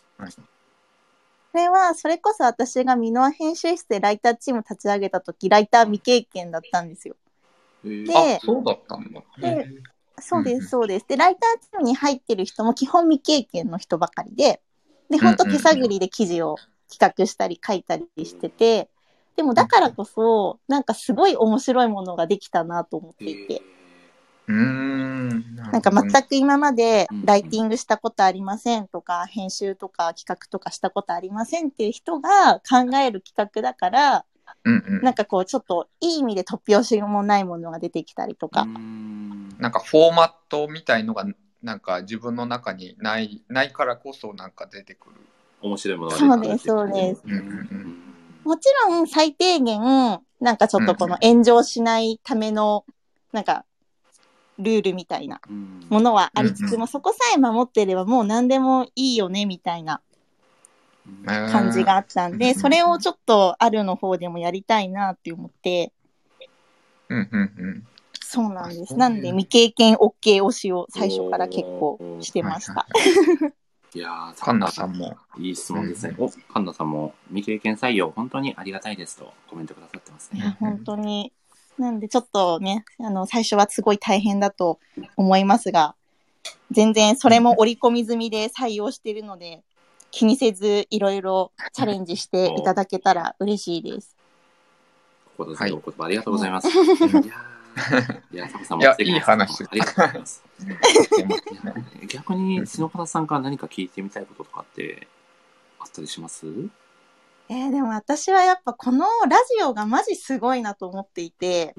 それこそ私が箕輪編集室でライターチーム立ち上げた時ライター未経験だったんですよ。 で、そうだったんだ。 そうですそうです。でライターチームに入ってる人も基本未経験の人ばかりで、本当手探りで記事を企画したり書いたりしてて、でもだからこそなんかすごい面白いものができたなと思っていて。 なんか全く今までライティングしたことありませんとか、編集とか企画とかしたことありませんっていう人が考える企画だから、なんかこうちょっといい意味で突拍子もないものが出てきたりとか。 なんかフォーマットみたいのがなんか自分の中にないからこそなんか出てくる。 面白いものが出てくる。 そうです、そうです。もちろん最低限、なんかちょっとこの炎上しないための、なんか、ルールみたいなものはありつつも、そこさえ守ってればもう何でもいいよね、みたいな感じがあったんで、それをちょっとあるの方でもやりたいなって思って、そうなんです。なんで未経験 OK 推しを最初から結構してました。 いやー、 カンナさんもいい質問ですね。カンナさんも未経験採用本当にありがたいですとコメントくださってますね。 本当に。なんでちょっとね、最初はすごい大変だと思いますが、全然それも織り込み済みで採用しているので、気にせずいろいろチャレンジしていただけたら嬉しいです。 お言葉ありがとうございます。いや、 いい話。 ありがとうございます。逆に篠原さんから何か聞いてみたいこととかってあったりします？ でも私はやっぱこのラジオがマジすごいなと思っていて、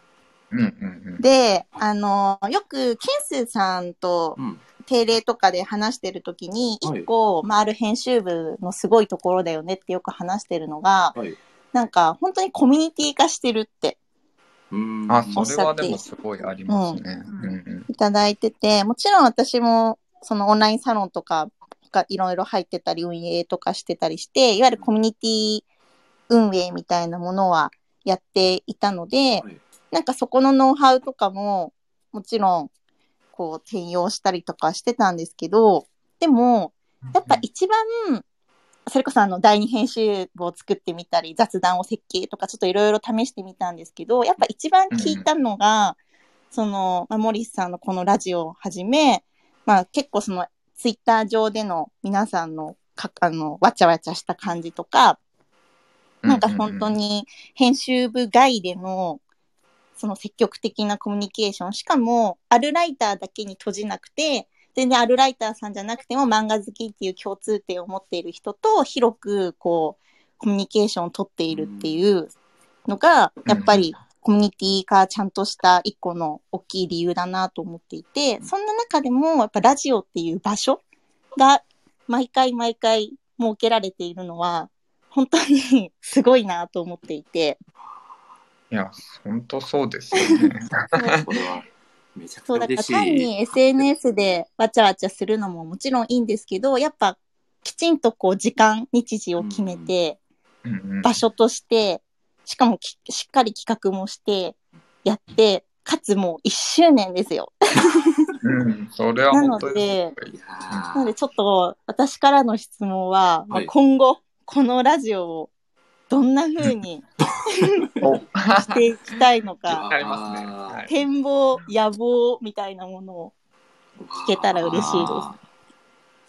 で、よくケンスーさんと定例とかで話してるときに、一個、ある編集部のすごいところだよねってよく話してるのが、なんか本当にコミュニティ化してるってそれはでもすごいありますね。 いただいてて、もちろん私もそのオンラインサロンとかがいろいろ入ってたり運営とかしてたりして、いわゆるコミュニティ運営みたいなものはやっていたので、なんかそこのノウハウとかももちろんこう転用したりとかしてたんですけど、でもやっぱ一番それこそ第二編集部を作ってみたり、雑談を設計とかちょっといろいろ試してみたんですけど、やっぱ一番聞いたのが、モリスさんのこのラジオをはじめ、結構そのツイッター上での皆さんのわちゃわちゃした感じとか、なんか本当に編集部外でのその積極的なコミュニケーション、しかもあるライターだけに閉じなくて、全然あるライターさんじゃなくても漫画好きっていう共通点を持っている人と広くこうコミュニケーションを取っているっていうのがやっぱりコミュニティがちゃんとした一個の大きい理由だなと思っていて、そんな中でもやっぱラジオっていう場所が毎回設けられているのは本当にすごいなと思っていて。 いや、本当そうですよね。 めちゃくちゃ嬉しい。 そうだから単に SNS でわちゃわちゃするのももちろんいいんですけど、やっぱきちんとこう時間日時を決めて、場所としてしかもしっかり企画もしてやってかつもう1周年ですよ。 それは本当になのでちょっと私からの質問は、今後このラジオをどんな風にしていきたいのか、展望、野望みたいなものを聞けたら嬉しいです。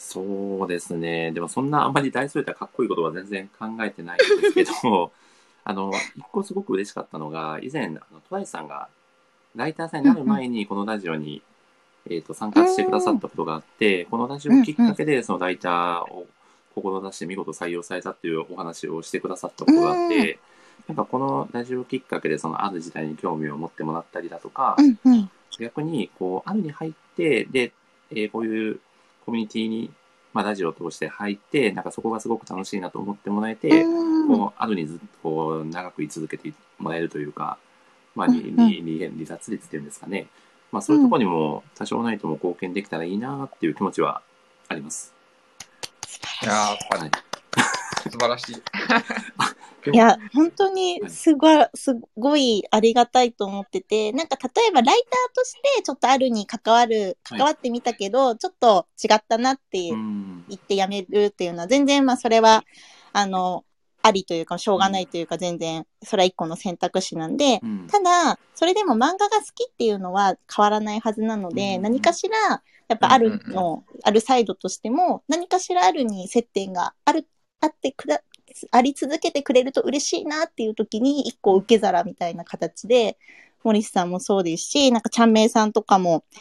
そうですね。でもそんなあんまり大それたかっこいいことは全然考えてないんですけど、一個すごく嬉しかったのが、以前、トライさんがライターさんになる前にこのラジオに、参加してくださったことがあって、このラジオきっかけでそのライターを志して見事採用されたっていうお話をしてくださったことがあって、なんかこのラジオきっかけでそのある時代に興味を持ってもらったりだとか、逆にこうあるに入ってで、こういうコミュニティに、ラジオを通して入ってなんかそこがすごく楽しいなと思ってもらえて、こうあるにずっとこう長く居続けてもらえるというか、離脱率っていうんですかね、そういうところにも多少ないとも貢献できたらいいなっていう気持ちはあります。 いややっぱり素晴らしい。 いや、本当にすごいありがたいと思ってて、なんか例えばライターとしてちょっとあるに関わってみたけど、ちょっと違ったなって言ってやめるっていうのは全然それはありというかしょうがないというか全然それは一個の選択肢なんで、ただそれでも漫画が好きっていうのは変わらないはずなので、何かしらやっぱあるサイドとしても何かしらあるに接点があり続けてくれると嬉しいなっていう時に一個受け皿みたいな形で、森さんもそうですし、なんかちゃんめいさんとかも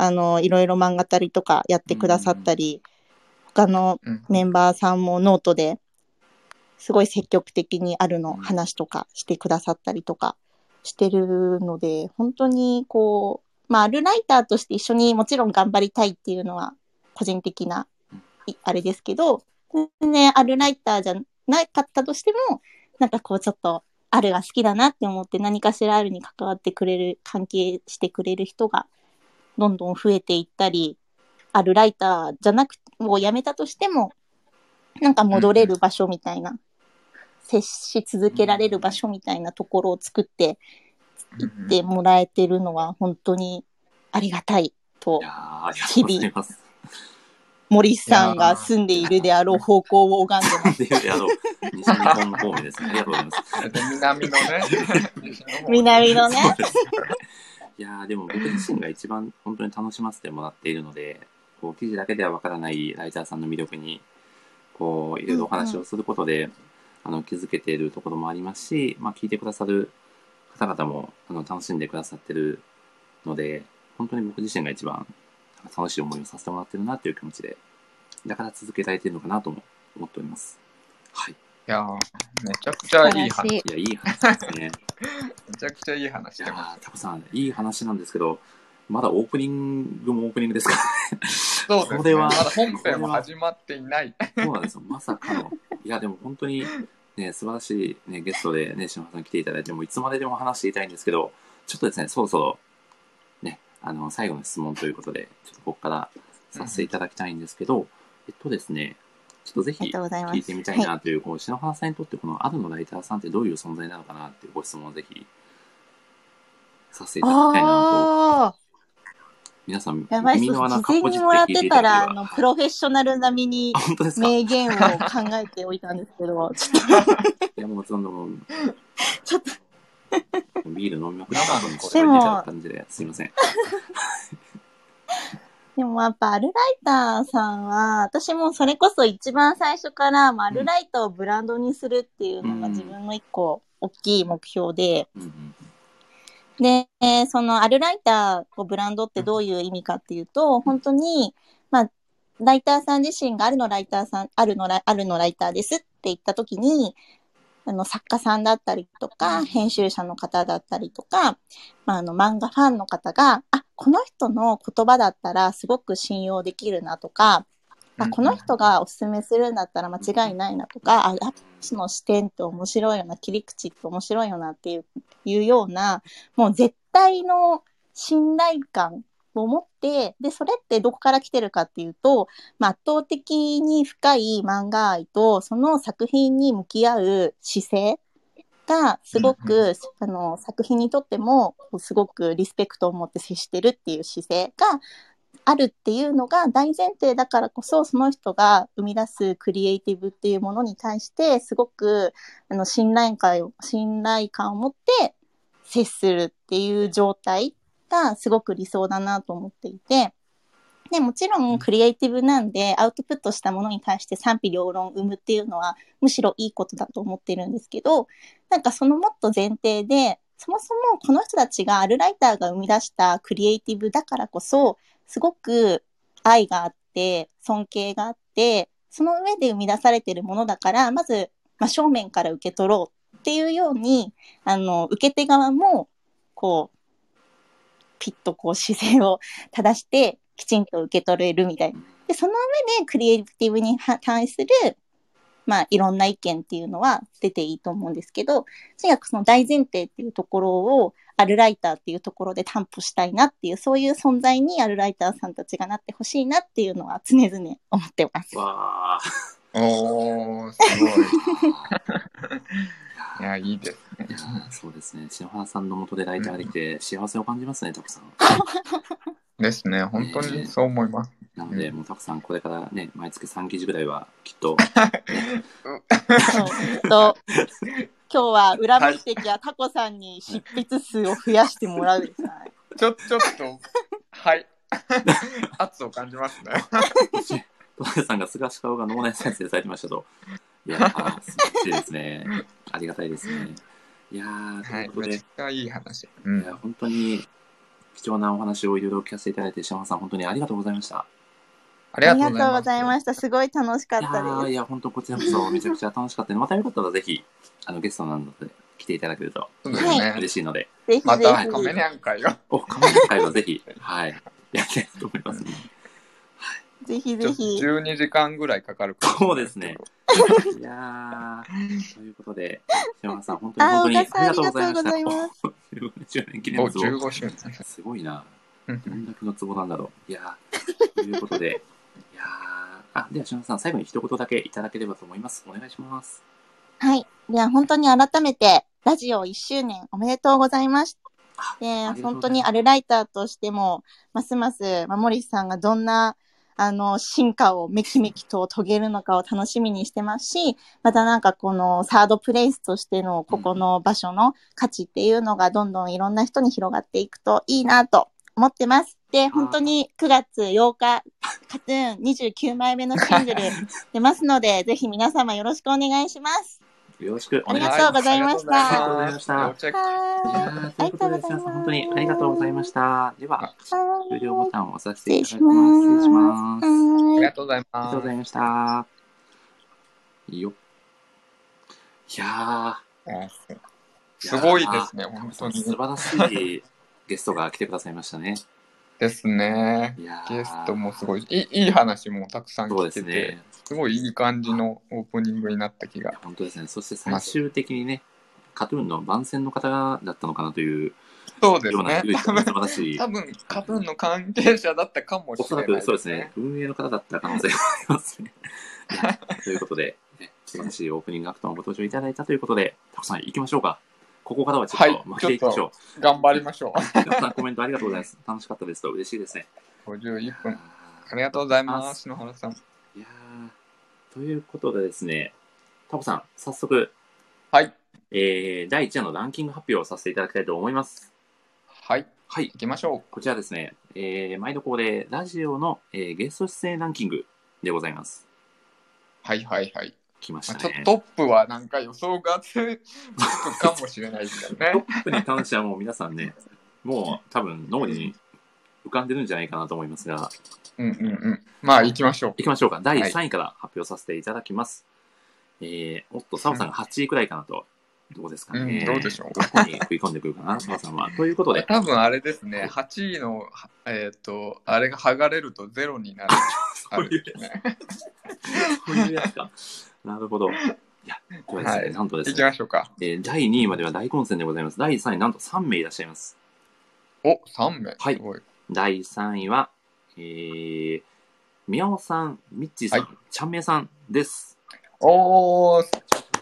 いろいろ漫画たりとかやってくださったり、他のメンバーさんもノートですごい積極的にあるの話とかしてくださったりとかしてるので、本当にこう、あるライターとして一緒にもちろん頑張りたいっていうのは個人的なあれですけど、ね、あるライターじゃなかったとしても、なんかこうちょっとあるが好きだなって思って何かしらあるに関わってくれる、関係してくれる人がどんどん増えていったり、あるライターじゃなくて、もう辞めたとしても、なんか戻れる場所みたいな、接し続けられる場所みたいなところを作っていってもらえてるのは本当にありがたいと、日々、森さんが住んでいるであろう方向を拝んでます。 西日本の方面ですね。ありがとうございます。 南のね。 南のね。 いやでも僕自身が一番本当に楽しませてもらっているので、こう記事だけではわからないライターさんの魅力にこういろいろお話をすることで、気づけているところもありますし、聞いてくださる方々も楽しんでくださってるので、本当に僕自身が一番楽しい思いをさせてもらってるなという気持ちで、だから続けられているのかなとも思っております。はい。 いやめちゃくちゃいい話。 いや、いい話ですね。 めちゃくちゃいい話してます。 タコさん、いい話なんですけど、まだオープニングもオープニングですからね。 そうですね。これはまだ本編も始まっていない。 そうなんですよ。まさかの。いや、でも本当にね、素晴らしい、ね、ゲストでね、篠原さん来ていただいて、もいつまででも話していたいんですけど、ちょっとですね、そろそろ、ね、最後の質問ということで、ちょっとここからさせていただきたいんですけど、ですね、ちょっとぜひ聞いてみたいなという、こう篠原さんにとってこのあるのライターさんってどういう存在なのかなっていうご質問をぜひさせていただきたいなと。皆さん、 耳の穴かっぽじって聞いていただければ。事前にもらってたら、プロフェッショナル並みに名言を考えておいたんですけど、ちょっと。 いや、もうその、 ちょっと。 ビール飲みまくった後にこうやっていただく感じで、すいません。 でもやっぱアルライターさんは、私もそれこそ一番最初からアルライターをブランドにするっていうのが自分の一個大きい目標で、で、そのアルライターをブランドってどういう意味かっていうと、本当に、ライターさん自身があるのライターですって言ったときに、作家さんだったりとか、編集者の方だったりとか、漫画ファンの方が、この人の言葉だったらすごく信用できるなとか、この人がおすすめするんだったら間違いないなとか、その視点って面白いよな、切り口って面白いよなっていうような、もう絶対の信頼感を持って、で、それってどこから来てるかっていうと、圧倒的に深い漫画愛と、その作品に向き合う姿勢が、すごく、作品にとっても、すごくリスペクトを持って接してるっていう姿勢があるっていうのが大前提だからこそ、その人が生み出すクリエイティブっていうものに対して、すごく、信頼感を持って接するっていう状態がすごく理想だなと思っていて、でもちろんクリエイティブなんでアウトプットしたものに対して賛否両論を生むっていうのはむしろいいことだと思ってるんですけど、なんかそのもっと前提で、そもそもこの人たちがアルライターが生み出したクリエイティブだからこそ、すごく愛があって尊敬があって、その上で生み出されているものだから、まず真正面から受け取ろうっていうように、受け手側もこうピッとこう姿勢を正してきちんと受け取れるみたいな。で、その上でクリエイティブに対するいろんな意見っていうのは出ていいと思うんですけど、とにかくその大前提っていうところをアルライターっていうところで担保したいなっていう、そういう存在にアルライターさんたちがなってほしいなっていうのは常々思ってます。 わー。おー、すごい。いや、いいですね。 そうですね。篠原さんの下でライターできて幸せを感じますね、たくさん。 ですね、本当にそう思います。 なので、もうたくさんこれからね、毎月3記事ぐらいはきっと。 今日は裏目的はタコさんに執筆数を増やしてもらうですね。 ちょっと、はい。圧を感じますね。 トラさんが菅氏顔が脳内再生されてましたと。いやー、素晴らしいですね。ありがたいですね。いやー、ということで。 めっちゃいい話。 いや、本当に、 貴重なお話をいろいろ聞かせていただいて、島さん本当にありがとうございました。 ありがとうございました。すごい楽しかったです。 いや、本当こちらこそめちゃくちゃ楽しかったので、またよかったらぜひ、ゲストなので来ていただけると嬉しいので。 ぜひぜひ。 またカメレアン会を。 カメレアン会はぜひ、はい、やりたいと思いますね。 ぜひぜひ。 12時間ぐらいかかるから。そうですね。いやー、ということで、島田さん、本当にありがとうございました。15周年記念のツボ。 15周年。 すごいな。どんだけのツボなんだろう。いやー、ということで、いやー、では島田さん、最後に一言だけいただければと思います。お願いします。 はい。では、本当に改めて、ラジオ1周年おめでとうございました。で、本当にアルライターとしても、ますます、モリスさんがどんな、進化をめきめきと遂げるのかを楽しみにしてますし、またなんかこのサードプレイスとしてのここの場所の価値っていうのがどんどんいろんな人に広がっていくといいなと思ってます。で、本当に9月8日、カトゥーン29枚目のシングル出ますので、ぜひ皆様よろしくお願いします。 よろしくお願いします。 ありがとうございました。 ありがとうございました。ということで、皆さん本当にありがとうございました。では、終了ボタンを押させていただきます。失礼します。 ありがとうございます。 ありがとうございました。いいよ。いやー。すごいですね、本当に。 素晴らしいゲストが来てくださいましたね。 ですね。ゲストもすごい、いい話もたくさん聞けて、すごいいい感じのオープニングになった気が。 本当ですね。そして最終的にね、カトゥーンの番宣の方だったのかなという。 そうですね。 素晴らしい。 多分、カトゥーンの関係者だったかもしれない、 おそらくそうですね。運営の方だった可能性がありますね。ということで、素晴らしいオープニングアクトのご登場いただいたということで、タコさん行きましょうか。ここからはちょっと負けていきましょう。 頑張りましょう。 皆さんコメントありがとうございます。楽しかったですと嬉しいですね。 51分。ありがとうございます。篠原さん。いやということでですね、タコさん、早速、 はい。 第1話のランキング発表をさせていただきたいと思います。 はい。 はい。 行きましょう。 こちらですね、毎度恒例、ラジオの、ゲスト出演ランキングでございます。 はいはいはい。 来ましたね。 ちょっとトップはなんか予想がつくかもしれないですよね。 トップに関してはもう皆さんね、もう多分脳に浮かんでるんじゃないかなと思いますが。 まあ行きましょう。 行きましょうか。第3位から発表させていただきます。おっと、澤さんが8位くらいかなと。どうですかね。 どうでしょう。 どこに食い込んでくるかな、澤さんは。ということで。 多分あれですね、8位の、あれが剥がれると0になる。 そういうやつ。そういうやつか。なるほど。いや、これですね、なんとですね。 行きましょうか。 第2位までは大混戦でございます。第3位、なんと3名いらっしゃいます。 お、3名。 はい。第3位は、宮尾さん、ミッチーさん、ちゃんめいさんです。 おー。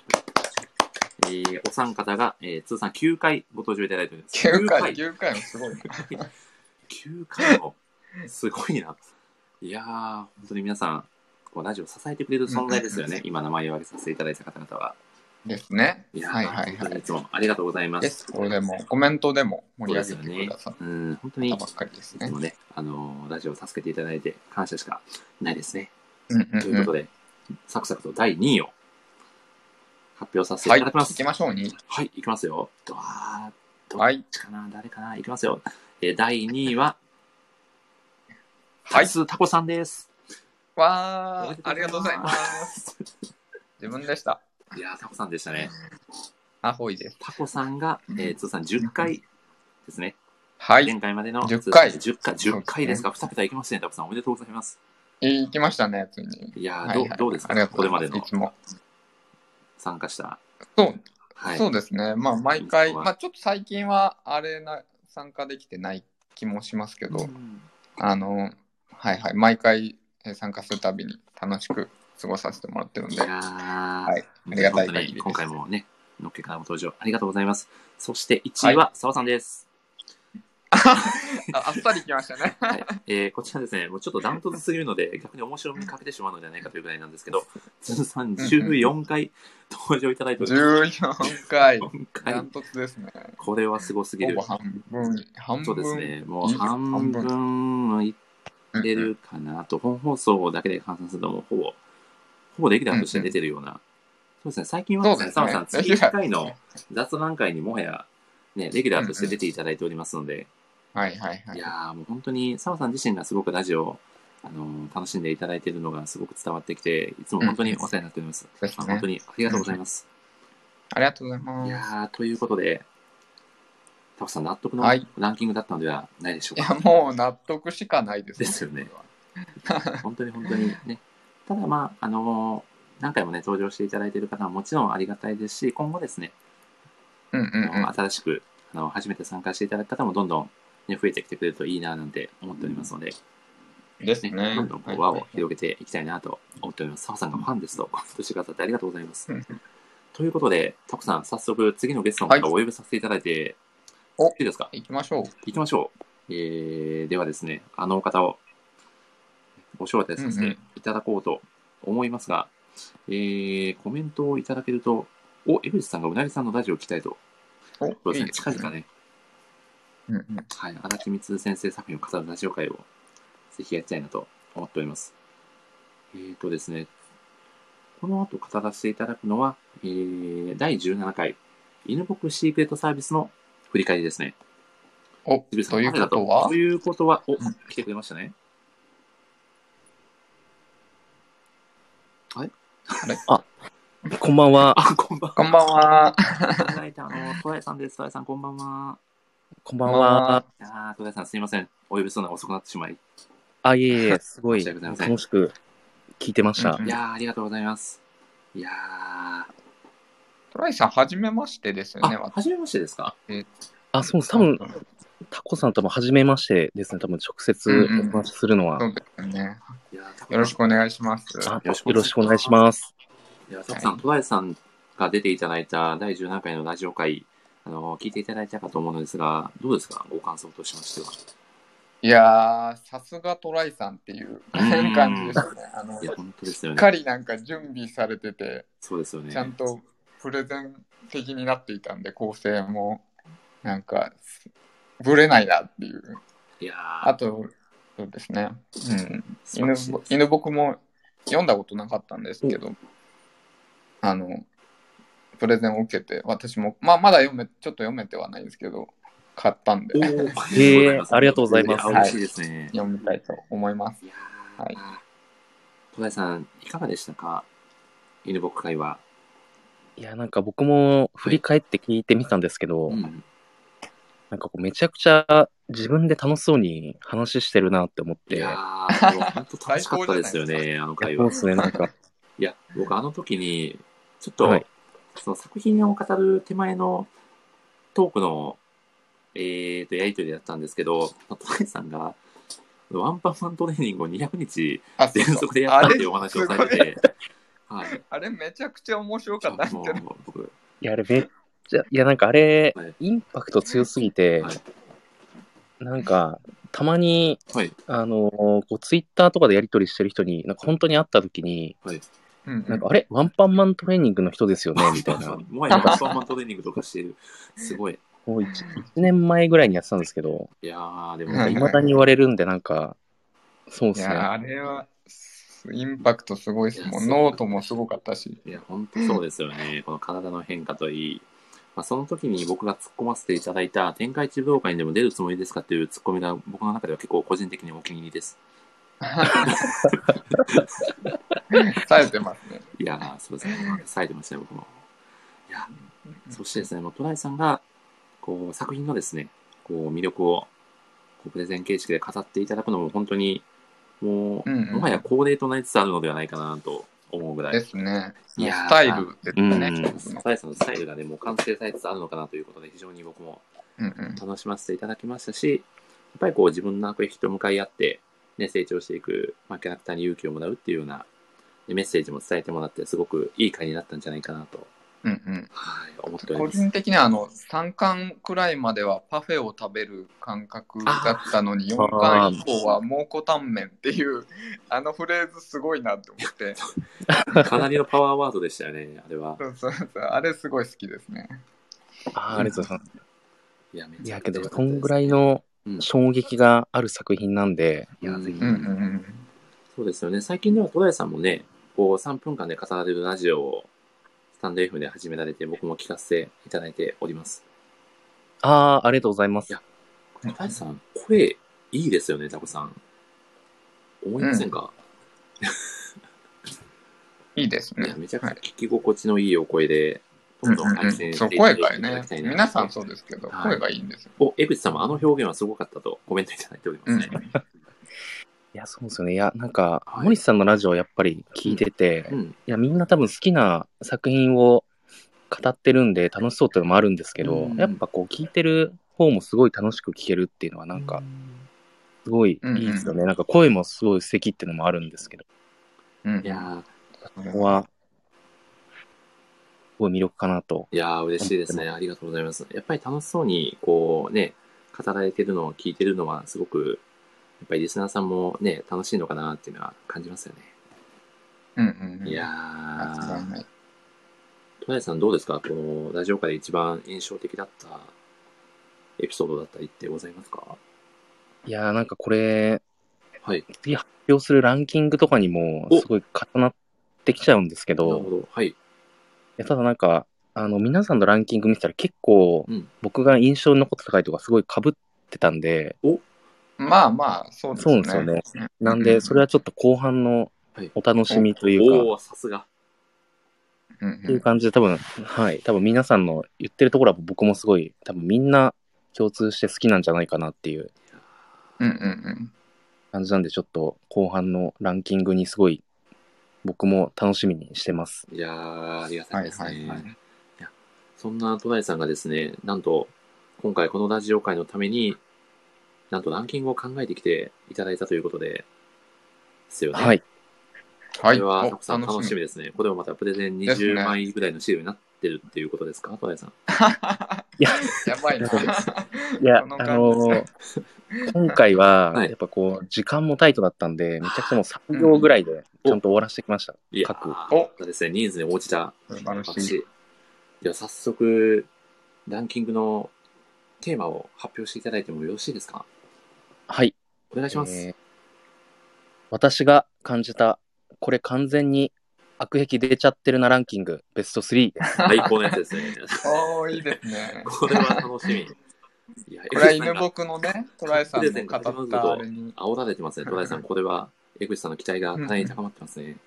お三方が、通算9回ご登場いただいております。 9回もすごい。 9回もすごいな。いやー、本当に皆さん、こうラジオを支えてくれる存在ですよね。今名前を挙げさせていただいた方々は。 ですね。 いやー、いつもありがとうございます。 これでもコメントでも盛り上げてくださって、本当にばっかりですね。 いつもね、ラジオを助けていただいて感謝しかないですね。ということで、サクサクと第2位を発表させていただきます。 行きましょうに。 はい、行きますよ。どっちかな、誰かな、行きますよ。第2位は、タコさんです。 わー、ありがとうございます。自分でした。 いやー、タコさんでしたね。 アホイです。 タコさんが、通算10回ですね。 はい。 前回までの 10回。 10回ですか。2桁いきましたね、タコさん。おめでとうございます。 行きましたね、ついに。 いやー、どうですか、これまでの。いつも。参加した。 そうですね。まあ、毎回、まあ、ちょっと最近は、参加できてない気もしますけど、毎回参加するたびに楽しく過ごさせてもらってるんで、ありがたい限りです。 今回もね、のっけからも登場ありがとうございます。そして1位は澤さんです。 あっさりきましたね。 こちらですね、もうちょっとダントツすぎるので、逆に面白みに欠けてしまうのではないかというぐらいなんですけど、通算14回登場いただいております。 14回。ダントツですね。 これはすごすぎる。 ほぼ半分。 そうですね、もう半分いってるかなと、本放送だけで換算すると、もうほぼレギュラーとして出てるような。そうですね、最近はですね、澤さん、月1回の雑談会にもはや、ね、レギュラーとして出ていただいておりますので、 はいはいはい。 いやもう本当に澤さん自身がすごくラジオ楽しんでいただいているのがすごく伝わってきて、いつも本当にお世話になっております。 ですね。 本当にありがとうございます。 ありがとうございます。 いやということで、タコさん納得のランキングだったのではないでしょうか。 いや、もう納得しかないです。 ですよね。本当に本当にね。ただまあ、何回もね、登場していただいている方はもちろんありがたいですし、今後ですね、新しく初めて参加していただく方もどんどん、ね、増えてきてくれるといいななんて思っておりますので、 ですね。 どんどんこう輪を広げていきたいなと思っております。澤さんがファンですとコメントしてくださってありがとうございます。ということで、タコさん、早速次のゲストの方をお呼びさせていただいて、いいですか？ 行きましょう。 行きましょう。ではですね、あのお方をご招待させていただこうと思いますが、コメントをいただけると、江口さんがうなぎさんのラジオを聞きたいと。そうですね、近々ね。はい、荒木光先生作品を語るラジオ会をぜひやりたいなと思っております。ですね、この後語らせていただくのは、第17回、犬僕シークレットサービスの振り返りですね。 ということはということは、来てくれましたね。あれこんばんは。 こんばんは。 こんばんは。 いただいた戸谷さんです。戸谷さん、こんばんは。 こんばんは。 戸谷さん、すいません。お呼びするのが遅くなってしまい。 いえ、すごい楽しく聞いてました。 いやありがとうございます。いや戸谷さん、はじめましてですよね。 はじめましてですか？ そうです。多分、タコさんともはじめましてですね。多分、直接お話しするのは。 そうですね。よろしくお願いします。 よろしくお願いします。 いや、タコさん、戸谷さんが出ていただいた第17回のラジオ会、聞いていただいたかと思うのですが、どうですか？ご感想としましては。 いやー、さすがトライさんっていう感じですね。 いや、本当ですよね。 しっかりなんか準備されてて、 そうですよね。 ちゃんとプレゼン的になっていたんで、構成も、なんか、ぶれないなっていう。 いやあと、そうですね。犬僕も読んだことなかったんですけど、プレゼンを受けて、私も、まだちょっと読めてはないんですけど、買ったんで。 ありがとうございます。 嬉しいですね。 読みたいと思います。 はい。戸谷さん、いかがでしたか？犬僕会は。 いや、なんか僕も振り返って聞いてみたんですけど、なんかこうめちゃくちゃ自分で楽しそうに話してるなって思って。 いやー、本当楽しかったですよね、あの回は。 そうですね、なんか。 いや、僕あの時に、ちょっと、その作品を語る手前のトークの、やりとりだったんですけど、戸谷さんが、ワンパンマントレーニングを200日連続でやったっていうお話をされてて、 あれめちゃくちゃ面白かったんですけど。 いや、あれめっちゃ、いや、なんかあれ、インパクト強すぎて、なんか、たまに、こうツイッターとかでやり取りしてる人に、なんか本当に会った時に、なんかあれワンパンマントレーニングの人ですよねみたいな。 もはやワンパンマントレーニングとかしてる。すごい。 もう 1年前ぐらいにやってたんですけど、 いやー、でも、 未だに言われるんで、なんか、そうですね。 いや、あれは、インパクトすごいですもん。ノートもすごかったし。 いや、本当そうですよね。この体の変化といい。その時に僕が突っ込ませていただいた、天下一武道会にでも出るつもりですかっていう突っ込みが僕の中では結構個人的にお気に入りです。 冴えてますね。 いやそうですね。冴えてますね、僕も。いや、そしてですね、戸谷さんが、こう、作品のですね、こう、魅力を、こう、プレゼン形式で語っていただくのも本当に、もはや恒例となりつつあるのではないかなと思うぐらい。 ですね。いや、スタイルですね。 戸谷さんのスタイルがね、もう完成されつつあるのかなということで、非常に僕も楽しませていただきましたし、やっぱりこう、自分の悪役と向かい合って、ね、成長していく、キャラクターに勇気をもらうっていうようなメッセージも伝えてもらって、すごくいい回になったんじゃないかなと。思っております。 個人的には3巻くらいまではパフェを食べる感覚だったのに、4巻以降は蒙古タンメンっていうあのフレーズすごいなって思ってかなりのパワーワードでしたよね、あれは。 そうあれすごい好きですね。 ありがとうございます。 いやけどそんぐらいの衝撃がある作品なんで、いやぜひ。 そうですよね。最近では戸谷さんもね、こう3分間で語られるラジオをスタンド F で始められて、僕も聞かせていただいております。 ありがとうございます。いや、 タイさん、声いいですよね、タコさん。思いませんか？ いいですね。 いや、めちゃくちゃ聞き心地のいいお声で、どんどん配信していただきたいな。 皆さんそうですけど、声がいいんですよ。 お、江口さんもあの表現はすごかったとコメントいただいておりますね。 いや、そうですよね。いや、なんか、森さんのラジオやっぱり聞いてて、いや、みんな多分好きな作品を語ってるんで楽しそうっていうのもあるんですけど、やっぱこう聞いてる方もすごい楽しく聞けるっていうのはなんか、すごいいいですよね。なんか声もすごい素敵っていうのもあるんですけど。 いやー、ここは、すごい魅力かなと。 いやー、嬉しいですね。ありがとうございます。やっぱり楽しそうに、こうね、語られてるのを聞いてるのはすごく、やっぱりリスナーさんもね、楽しいのかなっていうのは感じますよね。いやー、戸谷さんどうですか？このラジオ界で一番印象的だったエピソードだったりってございますか？ いやー、なんかこれ、 はい。 次発表するランキングとかにもすごい重なってきちゃうんですけど、 なるほど。はい。 ただなんか、皆さんのランキング見てたら結構、僕が印象に残った回とかすごい被ってたんで、 まあまあ、そうですね。 そうですよね。なんで、それはちょっと後半のお楽しみというか、 おー、さすが。 っていう感じで多分皆さんの言ってるところは僕もすごい、多分みんな共通して好きなんじゃないかなっていう感じなんで、ちょっと後半のランキングにすごい僕も楽しみにしてます。 いやー、ありがたいですね。いや、そんな戸谷さんがですね、なんと今回このラジオ会のためになんとランキングを考えてきていただいたということですよね。 はい。 これはたくさん楽しみですね。これもまたプレゼン20枚ぐらいの資料になってるっていうことですか、戸谷さん。 いや、やばいな。 いや、今回は、やっぱこう、時間もタイトだったんで、めちゃくちゃもう3秒ぐらいでちゃんと終わらせてきました。 各ですね、ニーズに応じた話。では早速、ランキングのテーマを発表していただいてもよろしいですか？ はい。 お願いします。 私が感じた、これ完全に悪癖出ちゃってるなランキング、ベスト3です。 最高のやつですね。 おー、いいですね。 これは楽しみ。 いや、これは犬僕のね、トライさんの語ったあれに。 煽られてますね、トライさん。これは、江口さんの期待がかなり高まってますね。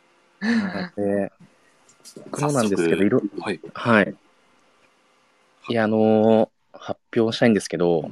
そうなんですけど、はい。いや、発表したいんですけど、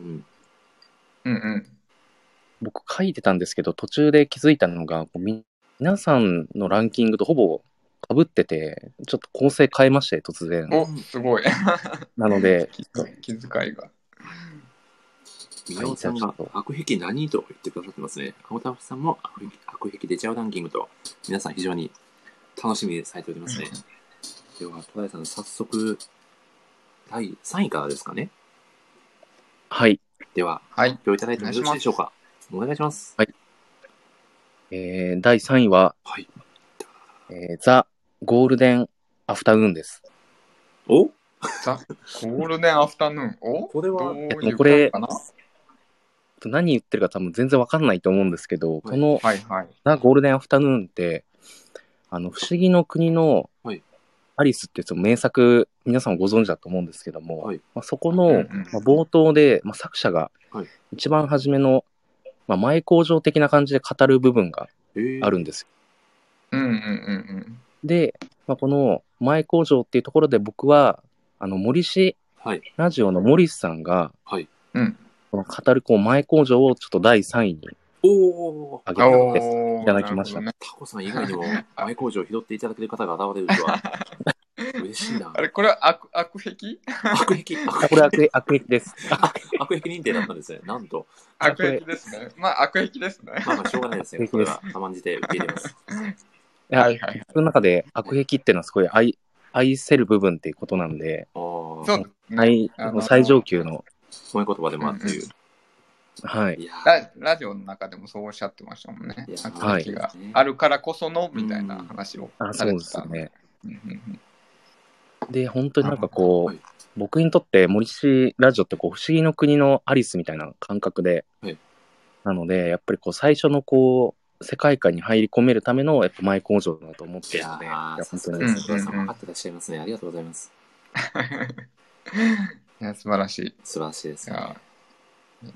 僕書いてたんですけど、途中で気づいたのが、皆さんのランキングとほぼ被ってて、ちょっと構成変えまして、突然。 お、すごい。 なので、 気遣いが。 宮尾さんが悪癖何と言ってくださってますね。青田さんも悪癖出ちゃうランキングと、皆さん非常に楽しみにされておりますね。では、戸谷さん、早速、第3位からですかね。 はい。 では、発表いただいてもよろしいでしょうか。お願いします。 はい。第3位は、ザ・ゴールデン・アフタヌーンです。 おザ・ゴールデン・アフタヌーン。おこれは、 これ、何言ってるか多分全然わかんないと思うんですけど、この、ザ・ゴールデン・アフタヌーンって、不思議の国のアリスっていう名作、皆さんご存知だと思うんですけども、そこの、冒頭で、作者が一番初めの、前工場的な感じで語る部分があるんですよ。で、この前工場っていうところで僕は、森氏ラジオの森氏さんが、この語る前工場をちょっと第3位に上げていただきました。 タコさん以外にも前工場を拾っていただける方が現れるとは嬉しいな。 あれ、これは悪癖？ 悪癖。 これ悪癖です。 悪癖認定だったんですね。なんと。 悪癖ですね。まあ悪癖ですね。 まあしょうがないですね。これは甘んじて受け入れます。 その中で悪癖っていうのはすごい愛せる部分っていうことなんで、最上級のそういう言葉でもあるという。 はい。 ラジオの中でもそうおっしゃってましたもんね。悪癖があるからこそのみたいな話をされてた。 そうですね。で、本当になんかこう、僕にとって森氏ラジオって不思議の国のアリスみたいな感覚で、なので、やっぱり最初の世界観に入り込めるためのやっぱ前工場だと思ってるので、 本当に分かってらっしゃいますね。ありがとうございます。 いや、素晴らしい。 素晴らしいですね。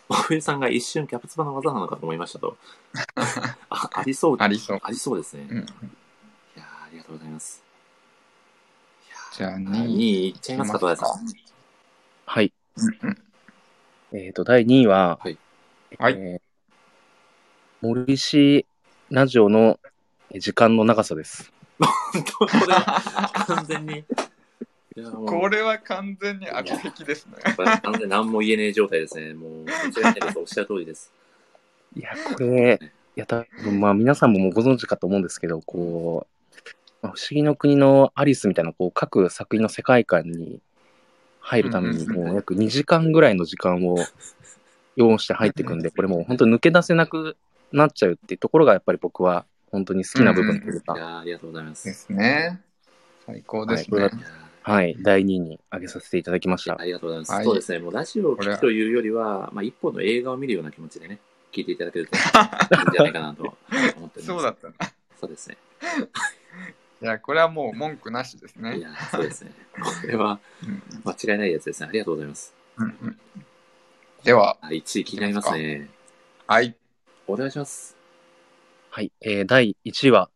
小冬さんが一瞬キャプツバの技なのかと思いましたと。ありそう。 ありそう。 ありそうですね。 うん、いやありがとうございます。 じゃあ 2位いっちゃいますか、戸田さん。 はい。 うん第2位は、 はい。 森氏ラジオの時間の長さです。 本当これは完全に。 これは完全に悪癖ですね。 これは完全に何も言えねえ状態ですね。もう間違いないです。おっしゃる通りです。 いや、これ、多分まあ皆さんももうご存知かと思うんですけど、こう、不思議の国のアリスみたいな、こう、各作品の世界観に入るために、もう約2時間ぐらいの時間を要して入っていくんで、これもう本当に抜け出せなくなっちゃうっていうところが、やっぱり僕は本当に好きな部分というか。 ありがとうございます。 ですね。最高ですね。 はい、第2位に挙げさせていただきました。 ありがとうございます。そうですね、もうラジオを聴くというよりは、まあ、一本の映画を見るような気持ちでね、聞いていただけるといいんじゃないかなと思っております。 そうだったな。 そうですね。 いや、これはもう文句なしですね。 いや、そうですね。これは間違いないやつですね。ありがとうございます。 では、 1位気になりますね。 はい。 お願いします。 はい、第1位は、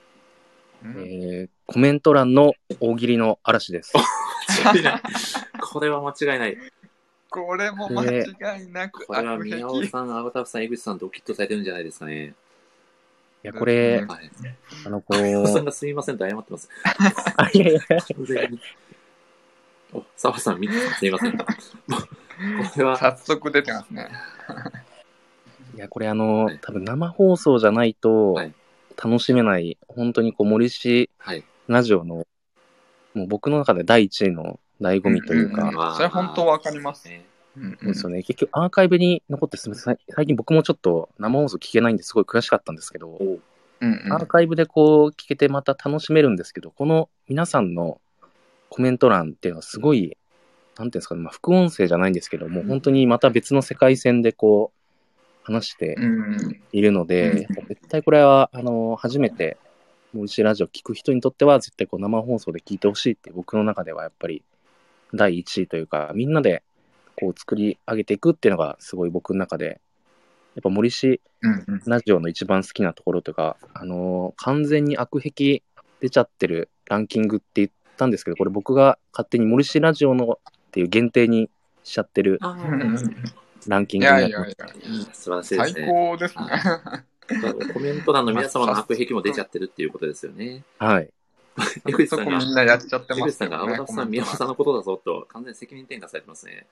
コメント欄の大喜利の嵐です。 間違いない。これは間違いない。 これも間違いなくこれは宮尾さん、青田さん、江口さん、ドキッとされてるんじゃないですかね。 いや、これ、 宮尾さんがすみませんと謝ってます。 いやいや。 お、澤さん、みすみません。これは。 早速出てますね。 いや、これ多分生放送じゃないと楽しめない、本当にこう森氏ラジオの、もう僕の中で第1位の醍醐味というか。 それ本当わかりますね。 ですよね。結局アーカイブに残って最近僕もちょっと生放送聞けないんですごい悔しかったんですけど、アーカイブでこう聞けてまた楽しめるんですけど、この皆さんのコメント欄っていうのはすごい、なんていうんですかね、まあ、副音声じゃないんですけども、本当にまた別の世界線でこう話しているので、絶対これは初めて森氏ラジオ聞く人にとっては絶対こう生放送で聞いてほしいって僕の中ではやっぱり第1位というか、みんなでこう作り上げていくっていうのがすごい僕の中で、やっぱ森氏ラジオの一番好きなところというか、完全に悪癖出ちゃってるランキングって言ったんですけど、これ僕が勝手に森氏ラジオのっていう限定にしちゃってるランキングになってます。 素晴らしいですね。 最高ですね。 コメント欄の皆様の悪癖も出ちゃってるっていうことですよね。 はい。 江口さんが、 みんなやっちゃってます、 江口さんが、青田さん、宮尾さんのことだぞと、完全に責任転嫁されてますね。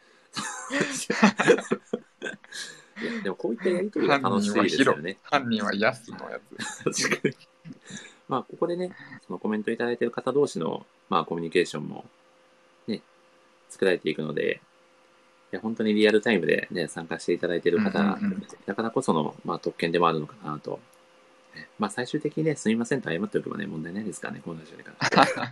いや、でもこういったやりとりが楽しいですよね。 犯人はヤスのやつ。 確かに。まあ、ここでね、そのコメントいただいている方同士の、まあ、コミュニケーションも、ね、作られていくので、いや、本当にリアルタイムでね、参加していただいている方、だからこその、まあ、特権でもあるのかなと。まあ、最終的にね、すみませんと謝っておけばね、問題ないですからね、このラジオでから。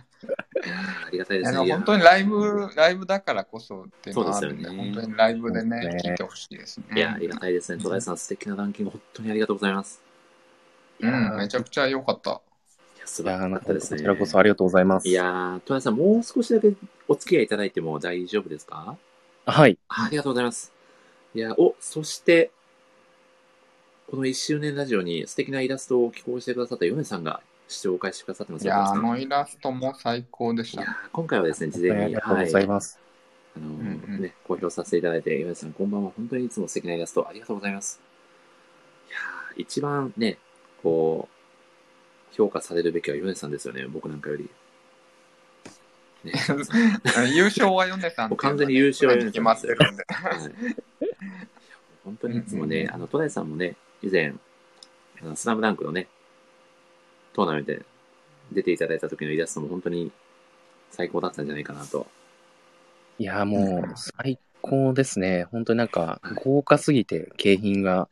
ありがたいですね。 本当にライブだからこそっていうのはあるんで、本当にライブでね、聞いてほしいですね。 いや、ありがたいですね。戸田さん、素敵なランキング、本当にありがとうございます。 めちゃくちゃ良かった。いや、素晴らしかったですね。 こちらこそありがとうございます。 いや、戸田さん、もう少しだけお付き合いいただいても大丈夫ですか？ はい。 ありがとうございます。いや、そして、この1周年ラジオに素敵なイラストを寄稿してくださったヨネさんが紹介してくださってます。 いや、イラストも最高でした。 いや、今回はですね、事前に、 ありがとうございます。 ね、公表させていただいて、ヨネさん、こんばんは。本当にいつも素敵なイラストありがとうございます。いや、一番ね、こう、評価されるべきはヨネさんですよね、僕なんかより。 ね、優勝はヨネさん、 ね、完全に優勝はヨネさん決まってるんで。 はい、本当にいつもね、戸田さんもね、以前、スラムダンクのね、トーナメントで出ていただいた時のイラストも本当に最高だったんじゃないかなと。 いや、もう最高ですね。本当になんか豪華すぎて景品が、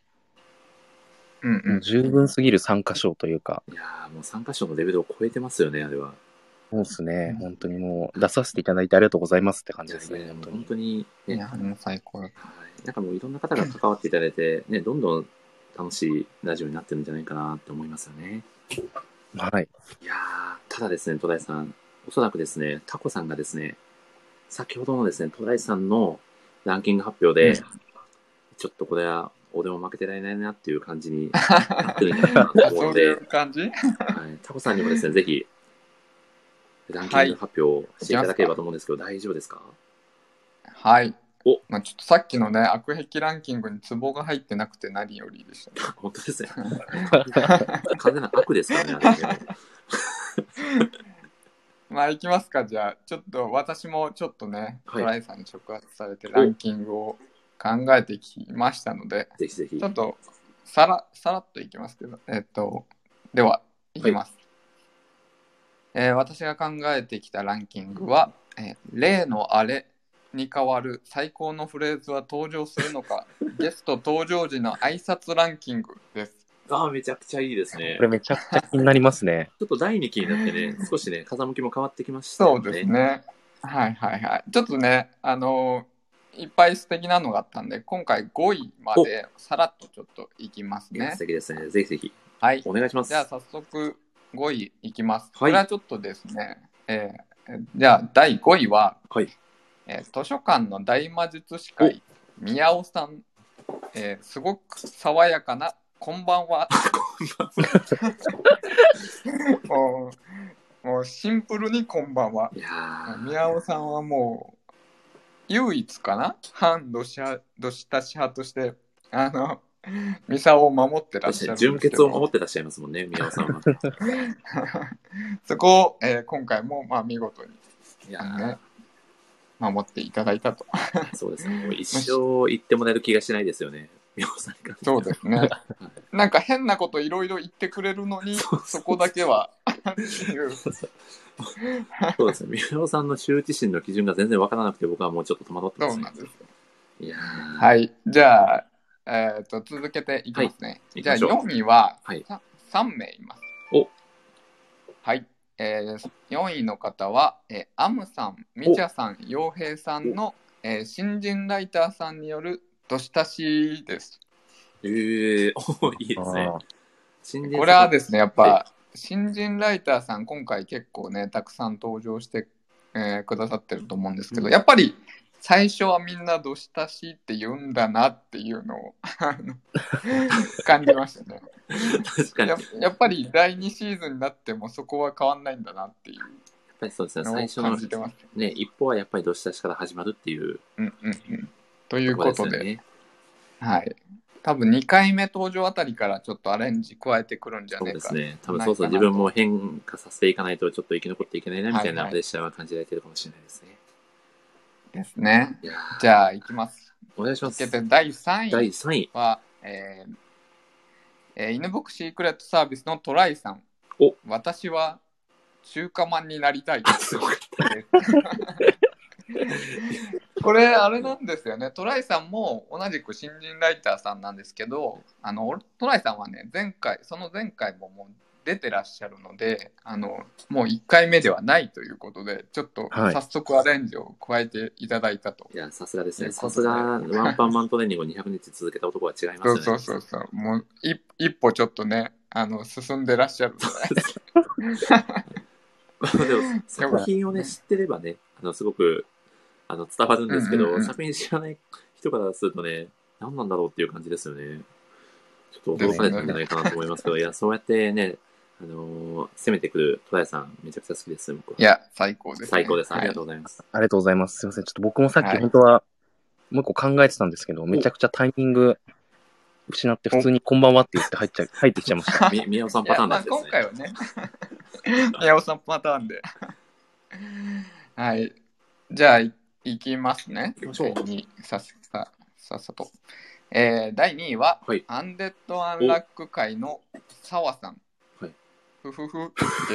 十分すぎる参加賞というか。 いやもう参加賞のレベルを超えてますよね、あれは。 そうですね。本当にもう出させていただいてありがとうございますって感じですね。 本当に、ね。 いや、もう最高だ。 なんかもういろんな方が関わっていただいて、ね、どんどん楽しいラジオになってるんじゃないかなって思いますよね。 はい。 いやただですね、戸田さん、おそらくですね、タコさんがですね、先ほどのですね、戸田さんのランキング発表で、 ちょっとこれは俺も負けてられないなっていう感じになってるんじゃないかなと思うので、 そういう感じ？はい、 タコさんにもですね、ぜひ、ランキング発表していただければと思うんですけど、大丈夫ですか？ はい。まあ、ちょっとさっきのね、悪癖ランキングにツボが入ってなくて何よりでした、ね。 本当ですね。完全な悪ですからね、あれね。 まあ、いきますか、じゃあ。ちょっと、私もちょっとね、トライさんに触発されてランキングを考えてきましたので、 ぜひぜひ。 ちょっと、さらっといきますけど、では、いきます。私が考えてきたランキングは、例のあれに代わる最高のフレーズは登場するのか、ゲスト登場時の挨拶ランキングです。 めちゃくちゃいいですね。 これめちゃくちゃ気になりますね。 ちょっと第2期になってね、少しね、風向きも変わってきましたね。 そうですね。はいはいはい。ちょっとね、いっぱい素敵なのがあったんで、今回5位までさらっとちょっといきますね。 素敵ですね。ぜひぜひ。 はい。 お願いします。 じゃあ早速5位いきます。これはちょっとですね、じゃあ第5位は、図書館の大魔術師会、宮尾さん、すごく爽やかなこんばんは。もうシンプルにこんばんは。宮尾さんはもう唯一かな、反どしたし派としてミサオを守ってらっしゃるんですけど、 純潔を守ってらっしゃいますもんね、宮尾さんは。 そこを、今回もまあ見事に、ね、守っていただいたと。 そうですね。もう一生言ってもらえる気がしないですよね。 そうですね。なんか変なこといろいろ言ってくれるのに、そこだけはそうですね。宮尾さんの羞恥心の基準が全然わからなくて、僕はもうちょっと戸惑ってます。 そうなんです。 いやはい。じゃあ、続けていきますね。じゃあ4位は、3名います。はい。4位の方は、アムさん、みちゃさん、洋平さんの、新人ライターさんによるどしたしです。 いいですね。 これはですね、やっぱ、新人ライターさん、今回結構ね、たくさん登場して、くださってると思うんですけど、やっぱり最初はみんなどしたしって言うんだなっていうのを感じましたね。 確かにやっぱり第2シーズンになってもそこは変わんないんだなっていう。やっぱりそうですね、最初の、ね、一歩はやっぱりどしたしから始まるっていう。 ということで、はい。多分2回目登場あたりからちょっとアレンジ加えてくるんじゃないか。 そうですね。多分そうそう、自分も変化させていかないとちょっと生き残っていけないなみたいなプレッシャーは感じられてるかもしれないですね。 ですね。じゃあ、いきます。 お願いします。 第3位は、犬牧シークレットサービスのトライさん。私は中華マンになりたい。これあれなんですよね。トライさんも同じく新人ライターさんなんですけど、トライさんはね、その前回ももう出てらっしゃるので、もう1回目ではないということで、ちょっと早速アレンジを加えていただいたと。 いや、さすがですね。さすがワンパンマントレーニングを200日続けた男は違いますよね。 そう。もう一歩ちょっとね、進んでらっしゃるので。 でも作品をね、知ってればね、すごく伝わるんですけど、作品知らない人からするとね、何なんだろうっていう感じですよね。ちょっと驚かれたんじゃないかなと思いますけど、いや、そうやってね、攻めてくるトライさん、めちゃくちゃ好きです、僕は。 いや、最高です、ね。 最高です。ありがとうございます。 ありがとうございます。すいません。ちょっと僕もさっき本当は、もう一個考えてたんですけど、めちゃくちゃタイミング失って普通にこんばんはって言って入ってきちゃいました。 宮尾さんパターンなんですね。 今回はね、宮尾さんパターンで。はい。じゃあ、いきますね。さっさと。第2位は、アンデッド・アンラック界の澤さん。ふふふです。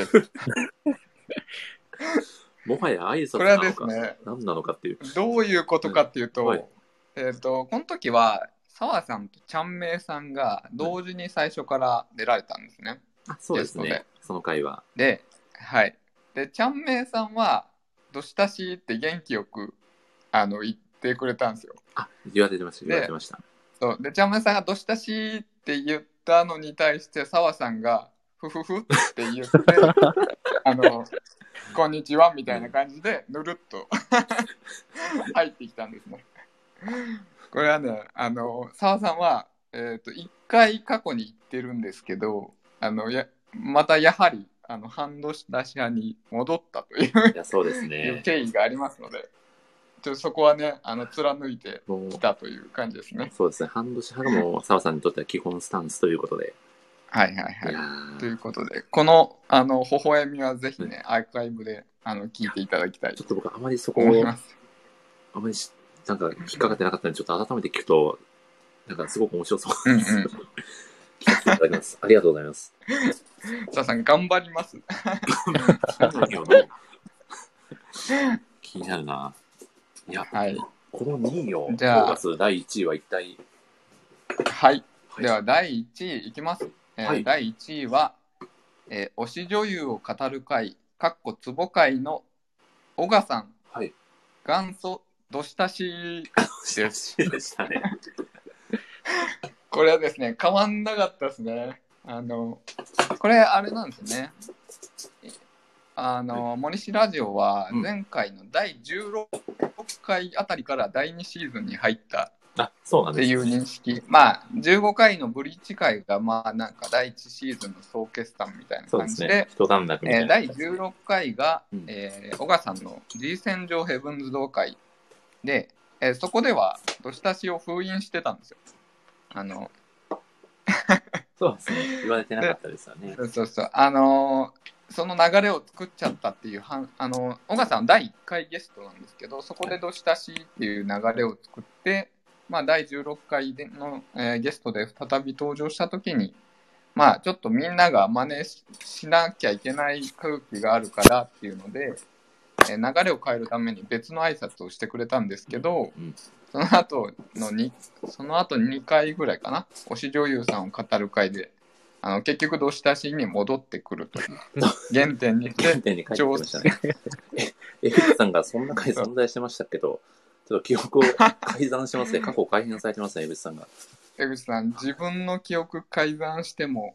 もはや挨拶これはですね、 何なのかっていう。 どういうことかっていうと、この時は、澤さんとちゃんめいさんが同時に最初から出られたんですね。 そうですね。その回は。 で、ちゃんめいさんは、どしたしって元気よく言ってくれたんですよ。 言われてました。 そうで、ちゃんめいさんがどしたしって言ったのに対して、澤さんがふふふって言って、こんにちはみたいな感じでぬるっと入ってきたんですね。 これはね、澤さんは、一回過去に行ってるんですけど、またやはり、半年出し派に戻ったといういや、そうですね。 いう経緯がありますので、そこはね、貫いてきたという感じですね。 そうですね。半年派がもう、澤さんにとっては基本スタンスということで。 はいはいはい。ということで、この、微笑みはぜひね、アーカイブで、聞いていただきたい。 ちょっと僕、あまりそこを、あまりなんか引っかかってなかったので、ちょっと改めて聞くと、なんかすごく面白そうです。聞かせていただきます。ありがとうございます。 澤さん、頑張ります。 気になるな。いや、 はい、 この2位をじゃあ第1位は一体。 はい。では、第1位いきます。第1位は、推し女優を語る会、ツボ会の小賀さん。 はい。 元祖どしたしです。 でしたね。 これはですね、変わんなかったですね。これ、あれなんですね。森氏ラジオは前回の第16回あたりから第2シーズンに入ったっていう認識。まあ、15回のブリッジ会が、まあ、なんか第1シーズンの総決算みたいな感じで、第16回が、小賀さんの G 戦場ヘブンズ同会で、そこでは、どしたしを封印してたんですよ。 そうですね。言われてなかったですよね。 そうそう。その流れを作っちゃったっていう、小賀さんは第1回ゲストなんですけど、そこでどしたしっていう流れを作って、まあ、第16回での、ゲストで再び登場したときに、まあ、ちょっとみんなが真似 しなきゃいけない空気があるからっていうので、流れを変えるために別の挨拶をしてくれたんですけど、その後2回ぐらいかな、推し女優さんを語る回で、結局どしたしに戻ってくるという原点に帰ってきましたね。江口さんがそんな回存在してましたけど、ちょっと記憶を改ざんしてますね。過去を改変されてますね、江口さんが。 江口さん、自分の記憶改ざんしても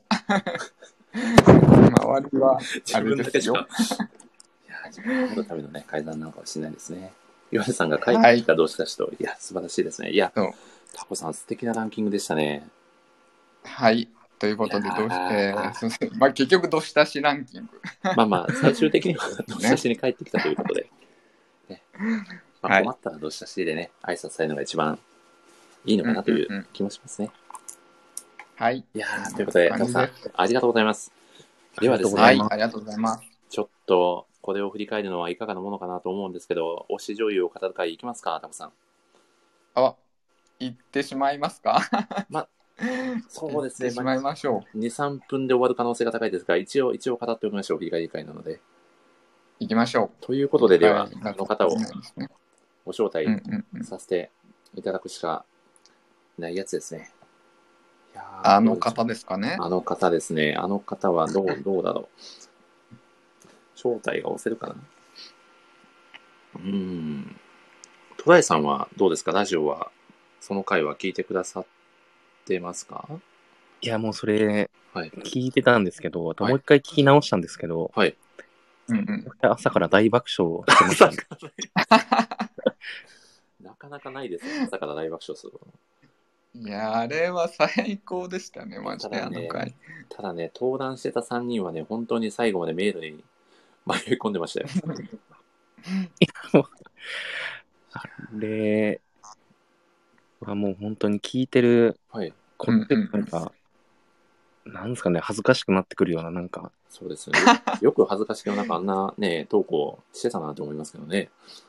周りはあれですよ。いや、 自分のためのね、改ざんなのかもしれないですね。岩井さんが書いてきた同志たちと、いや、素晴らしいですね。いや、タコさん素敵なランキングでしたね。 はい。ということで、まあ、結局、どしたしランキング。 まあまあ、最終的にはどしたしに帰ってきたということで。ね、まあ、困ったらどしたしでね、挨拶されるのが一番いいのかなという気もしますね。 はい。 いやー、ということで、タコさん、ありがとうございます。ではですね、 はい、ありがとうございます。 ちょっと、これを振り返るのはいかがなものかなと思うんですけど、推し女優を語る会いきますか、タコさん。 行ってしまいますかまあ、そうですね。 行ってしまいましょう。2、3分で終わる可能性が高いですが、一応語っておきましょう。振り返り会なので。 行きましょう。 ということで、では、方をご招待させていただくしかないやつですね。 いやあの方ですかね。 あの方ですね。あの方はどうだろう。招待が押せるかな。戸田井さんはどうですか？ラジオは、その回は聞いてくださってますか？ いや、もうそれ、聞いてたんですけど、もう一回聞き直したんですけど、 はい。 朝から大爆笑してましたね。 なかなかないですよ、朝から大爆笑する。 いや、あれは最高でしたね、マジで、あの回。 ただね、登壇してた3人はね、本当に最後までメールに迷い込んでましたよ。 あれはもう本当に聞いてるこってなんか、なんですかね、恥ずかしくなってくるような、なんか。 そうですよね。よく恥ずかしげもなくあんなね、投稿してたなと思いますけどね。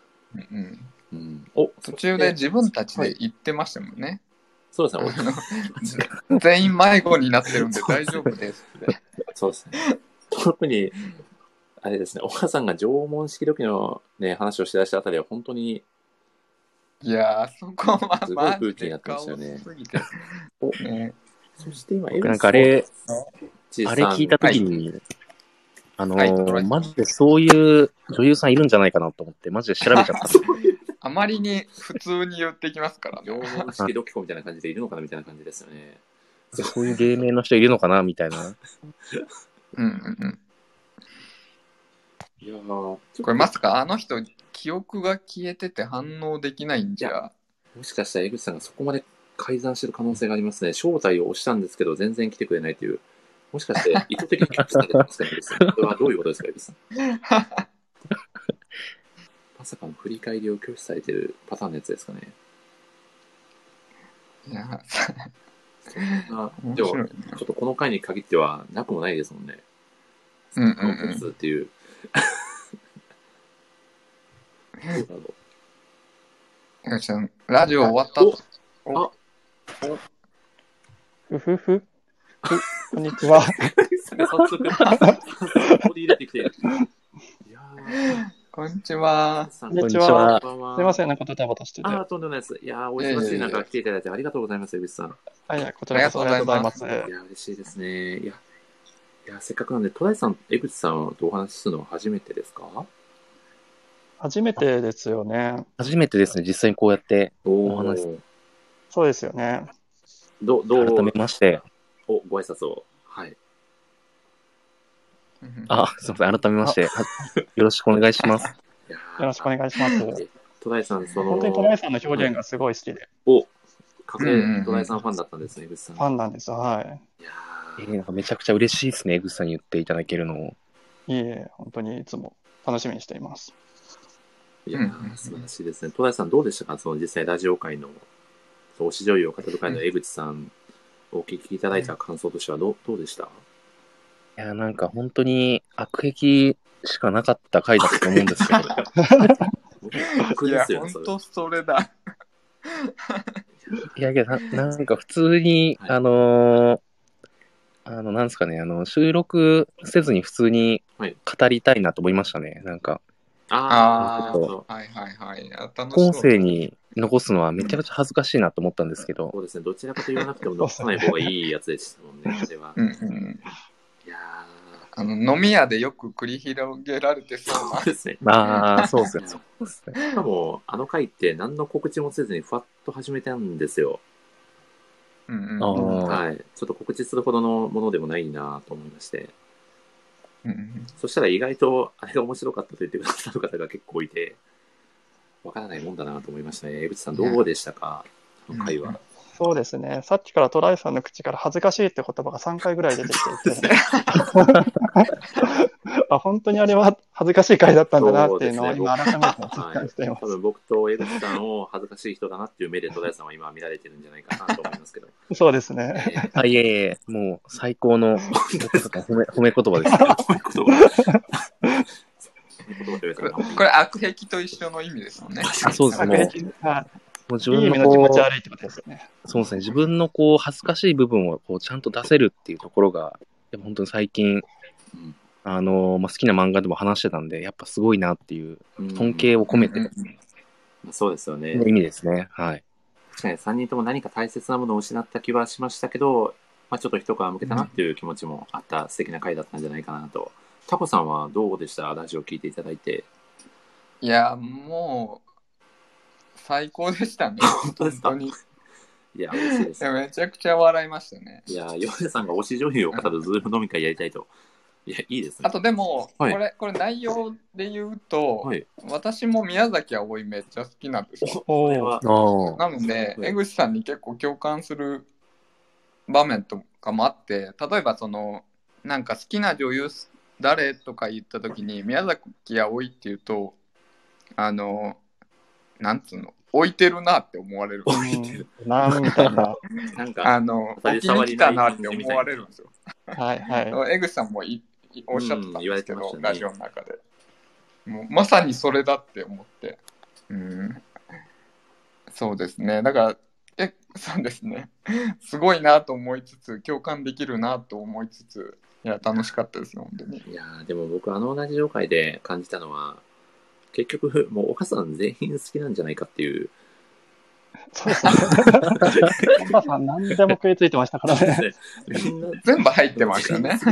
途中で自分たちで言ってましたもんね。 そうですね。 全員迷子になってるんで大丈夫ですって。 そうですね。特に、あれですね、お母さんが縄文式時のね、話をしだしたあたりは本当に、 いやー、そこはすごい空気になってましたよね。そして今、 なんかあれ聞いたときに、マジでそういう女優さんいるんじゃないかなと思って、マジで調べちゃった。 あまりに普通に言ってきますから、 縄文式ドキコみたいな感じでいるのかなみたいな感じですよね。 そういう芸名の人いるのかなみたいな。 いやこれまさかあの人記憶が消えてて反応できないんじゃもしかしたら江口さんがそこまで改ざんしてる可能性がありますね。招待を押したんですけど、全然来てくれないという。もしかして意図的に拒否されてますかね、江口さん。これはどういうことですか、江口さん。まさかの振り返りを拒否されてるパターンのやつですかね。 いや、 でも、ちょっとこの回に限ってはなくもないですもんね。 うんうんうん。 っていう。どうだろう。 江口さん、ラジオ終わったと。 ふふふ。こんにちは。 早速、取り入れてきて。いやこんにちは。 こんにちは。すみません、なんかドタバタしてて。 とんでもないです。いやお忙しい中来ていただいてありがとうございます、江口さん。 はい、こちらこそありがとうございます。 いや嬉しいですね。いや、せっかくなんで、戸田さん、江口さんとお話しするのは初めてですか？ 初めてですよね。 初めてですね、実際にこうやってお話。 そうですよね。 改めまして。 ご挨拶を。はい。 すみません、改めまして、よろしくお願いします。 よろしくお願いします。 戸田さん、 本当に戸田さんの表現がすごい好きで。 隠れ戸田さんファンだったんですね、江口さん。 ファンなんです、はい。 なんかめちゃくちゃ嬉しいですね、江口さんに言っていただけるのを。 いえ、本当にいつも楽しみにしています。 いや素晴らしいですね。戸田さん、どうでしたか？実際ラジオ界の、推し女優を語る会の江口さん、お聞きいただいた感想としてはどうでした？ いや、なんか本当に悪癖しかなかった回だったと思うんですけど。 いや、本当それだ。 いや、なんか普通に、なんですかね、収録せずに普通に語りたいなと思いましたね、なんか。 はいはいはい。 後世に残すのはめちゃくちゃ恥ずかしいなと思ったんですけど。 そうですね、どちらかと言わなくても残さない方がいいやつでしたもんね、あれは。いや飲み屋でよく繰り広げられてそうな。 そうですね。 そうですね。しかも、あの回って何の告知もせずにふわっと始めたんですよ。はい。ちょっと告知するほどのものでもないなと思いまして。そしたら意外とあれが面白かったと言ってくださる方が結構いて、わからないもんだなと思いましたね。江口さん、どうでしたか、この回は。 そうですね。さっきからトライさんの口から恥ずかしいって言葉が3回ぐらい出てきていて、本当にあれは恥ずかしい回だったんだなっていうのを今改めて実感しています。 多分僕と江口さんを恥ずかしい人だなっていう目でトライさんは今見られてるんじゃないかなと思いますけど。 そうですね。 いえ、もう最高の褒め言葉です。 これ悪癖と一緒の意味ですもんね。 そうですね。 もう自分の気持ち悪いってことですよね。 そうですね。自分の恥ずかしい部分をちゃんと出せるっていうところが、やっぱ本当に最近、好きな漫画でも話してたんで、やっぱすごいなっていう尊敬を込めて、 そうですよね。 意味ですね。はい。 確かに3人とも何か大切なものを失った気はしましたけど、ちょっと一皮向けたなっていう気持ちもあった素敵な回だったんじゃないかなと。タコさんはどうでした？ラジオ聞いていただいて。 いや、もう、最高でしたね。 本当ですか？いや、嬉しいです。 めちゃくちゃ笑いましたね。 いや、ヨネさんが推し女優を語るズーム飲み会やりたいと。いや、いいですね。 あとでも、これ内容で言うと、私も宮崎あおいめっちゃ好きなんですよ。なので、江口さんに結構共感する場面とかもあって、例えばなんか好きな女優誰とか言った時に宮崎あおいって言うと、なんつうの、置いてるなって思われる。 なんみたいな。 なんか、置きに来たなって思われるんですよ。 はいはい。 江口さんもおっしゃってたんですけど、ラジオの中で。もうまさにそれだって思って。そうですね。だから、そうですね。すごいなと思いつつ、共感できるなと思いつつ、いや、楽しかったですね、本当に。 いやでも僕、ラジオ会で感じたのは、結局、もう岡さん全員好きなんじゃないかっていう。 そうですね。岡さん何でも食いついてましたからね。 全部入ってましたね。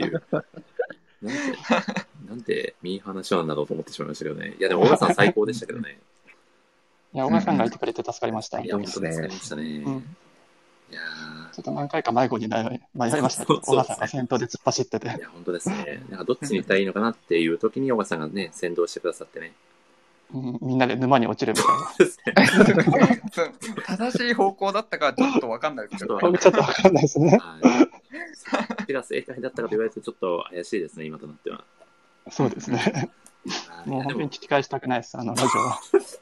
なんていい話なんだろうと思ってしまいましたけどね。いや、でも岡さん最高でしたけどね。 いや、岡さんがいてくれて助かりました。 いや、本当に助かりましたね。いやちょっと何回か迷子になりましたけど、岡さんが先頭で突っ走ってて。 いや、本当ですね。なんかどっちに行ったらいいのかなっていう時に岡さんがね、先導してくださってね。 みんなで沼に落ちるみたいな。正しい方向だったかちょっと分かんないですけど。 僕ちょっと分かんないですね。 そっちが正解だったかと言われるとちょっと怪しいですね、今となっては。 そうですね。もう本当に聞き返したくないです、ラジオは。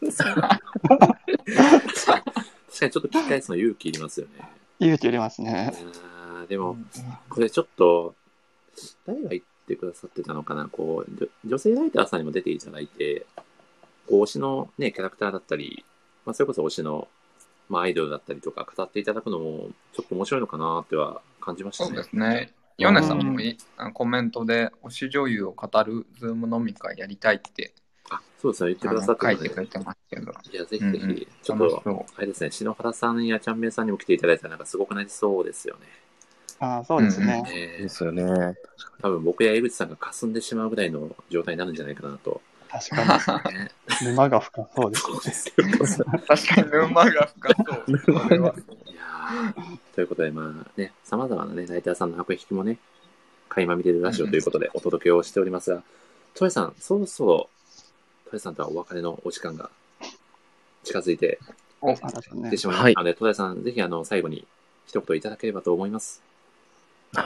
確かにちょっと聞き返すの勇気いりますよね。 勇気いりますね。 でも、これちょっと、誰が言ってくださってたのかな、こう、女性ライターさんにも出ていただいて、こう推しのね、キャラクターだったり、まあ、それこそ推しの、まあ、アイドルだったりとか語っていただくのも、ちょっと面白いのかなっては感じましたね。 そうですね。ヨネさんもコメントで推し女優を語るズーム飲み会やりたいって、 そうですね、言ってくださって書いてくれてますけど。 いや、ぜひぜひ、ちょっと、あれですね、篠原さんやちゃんめいさんにも来ていただいたら、なんかすごくなりそうですよね。 そうですね。 ですよね。 多分僕や江口さんが霞んでしまうぐらいの状態になるんじゃないかなと。 確かに。沼が深そうですね。 確かに沼が深そう。いやということで、まあね、様々なね、ライターさんの白引もね、垣間見てるラジオということでお届けをしておりますが、トエさん、そろそろ、トエさんとはお別れのお時間が近づいてきてしまいましたので、トエさん、ぜひ最後に一言いただければと思います。 はい。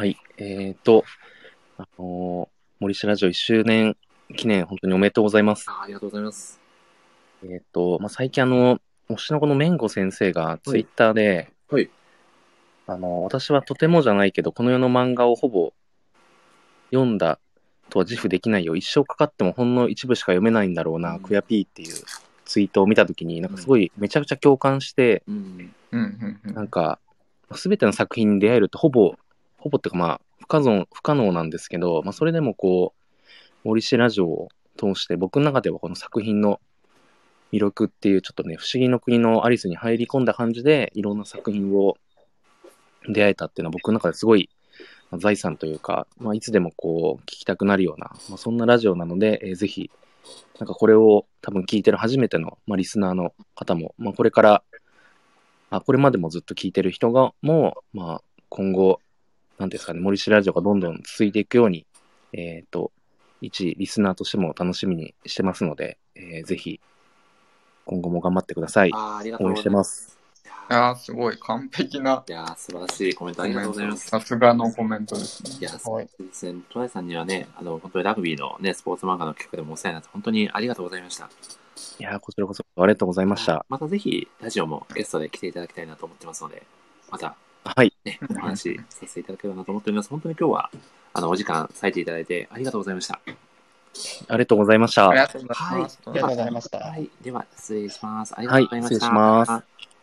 森下ラジオ1周年記念、本当におめでとうございます。 ありがとうございます。 まあ、最近推しの子のめんご先生がツイッターで、私はとてもじゃないけど、この世の漫画をほぼ読んだとは自負できないよ。一生かかってもほんの一部しか読めないんだろうな、クヤピーっていうツイートを見たときに、なんかすごいめちゃくちゃ共感して、なんか、すべての作品に出会えるとほぼっていうかまあ、不可能なんですけど、まあそれでもこう、森氏ラジオを通して僕の中ではこの作品の魅力っていうちょっとね、不思議の国のアリスに入り込んだ感じでいろんな作品を出会えたっていうのは僕の中ですごい財産というか、まあ、いつでもこう聞きたくなるような、まあ、そんなラジオなので、ぜひなんかこれを多分聞いてる初めての、まあ、リスナーの方も、まあ、これからこれまでもずっと聞いてる人がもう、まあ、今後なんですかね、森氏ラジオがどんどん続いていくように一リスナーとしても楽しみにしてますので、ぜひ今後も頑張ってください。応援してます。 いやー、すごい完璧な。 いやー、素晴らしいコメントありがとうございます。 さすがのコメントですね。 いや、そうですね。トライさんにはね、本当にラグビーのね、スポーツ漫画の企画でもお世話になって本当にありがとうございました。 いやー、こちらこそありがとうございました。 またぜひラジオもゲストで来ていただきたいなと思ってますので、またね、お話しさせていただければなと思っております。本当に今日はお時間割いていただいてありがとうございました。 ありがとうございました。 ありがとうございます。 ありがとうございました。 はい、では失礼します。ありがとうございました。 失礼します。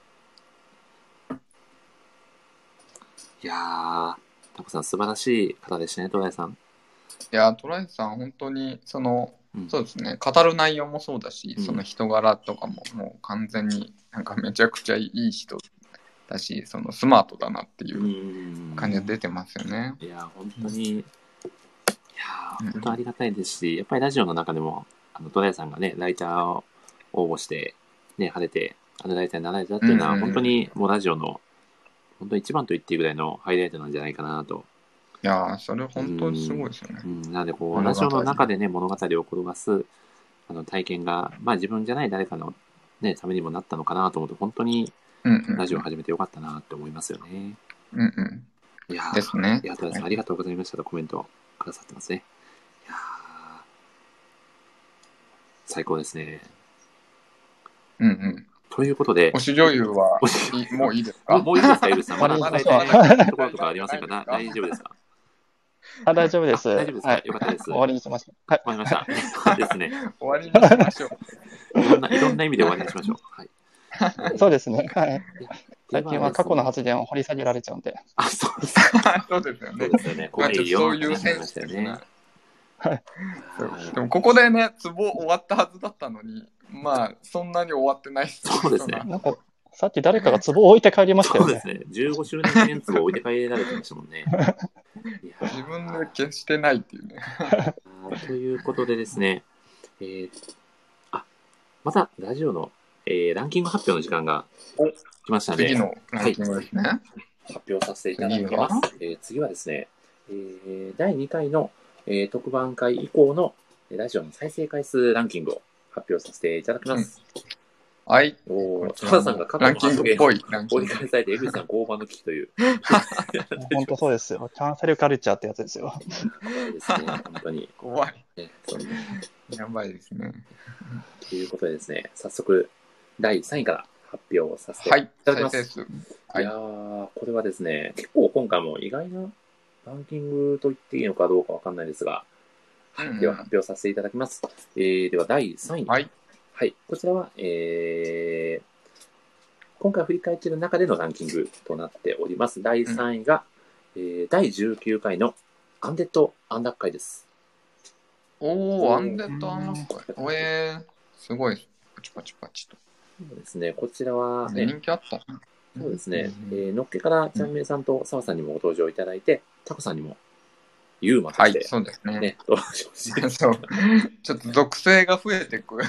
いやー、タコさん素晴らしい方でしたね、トライさん。 いやー、トライさん本当にそうですね、語る内容もそうだし、その人柄とかももう完全になんかめちゃくちゃいい人だし、そのスマートだなっていう感じが出てますよね。 いや本当に、本当ありがたいですし、やっぱりラジオの中でもトライさんがねライターを応募してね晴れてライターになられたっていうのは、本当にもうラジオの本当に一番と言っていいぐらいのハイライトなんじゃないかなと。 いやー、それ本当にすごいですよね。 なのでこうラジオの中でね物語を転がす体験が、まあ自分じゃない誰かのねためにもなったのかなと思って、本当にラジオを始めてよかったなって思いますよね。いやですね。 いや、トライさんありがとうございましたとコメントくださってますね。いや最高ですね。ということで、 推し女優はもういいですか？ もういいですか、江口さん。まだ伝えたいところとかありませんか？大丈夫ですか？ 大丈夫です。 大丈夫ですか？よかったです。 終わりにしましょう。 終わりました。そうですね。 終わりにしましょう。 いろんな意味で終わりにしましょう。はい。 そうですね。はい。最近は過去の発言を掘り下げられちゃうんで。 そうです。 そうですよね。 そうですよね。 そういうセンスですね。 はい。 でもここでね、ツボ終わったはずだったのに、まあそんなに終わってないですね。そうですね。 なんかさっき誰かが壺を置いて帰りましたよね。 そうですね。15周年記念壺を置いて帰られてましたもんね。 自分で消してないっていうね。 ということでですね、またラジオの、ランキング発表の時間が来ましたので、 次のランキングですね。 発表させていただきます。次はですね、第2回の、特番会以降のラジオの再生回数ランキングを発表させていただきます。 はい。 澤田さんが過去の発言を折り返されて、江口さん交番の危機という。 本当そうですよ。キャンセルカルチャーってやつですよ。 怖いですね、本当に。 怖い。やばいですね。 ということでですね、早速、第3位から発表させていただきます。いやー、これはですね、結構今回も意外なランキングと言っていいのかどうかわかんないですが、では発表させていただきます。では第3位。はい。こちらは、今回振り返っている中でのランキングとなっております。第3位が、第19回のアンデッド・アンラック会です。 アンデッド・アンラック会。すごい。パチパチパチと。 そうですね、こちらは、 人気あった。 そうですね、のっけからちゃんめいさんと澤さんにもご登場いただいて、タコさんにもユーマとして、 そうですね。 登場してそう。ちょっと属性が増えてくる。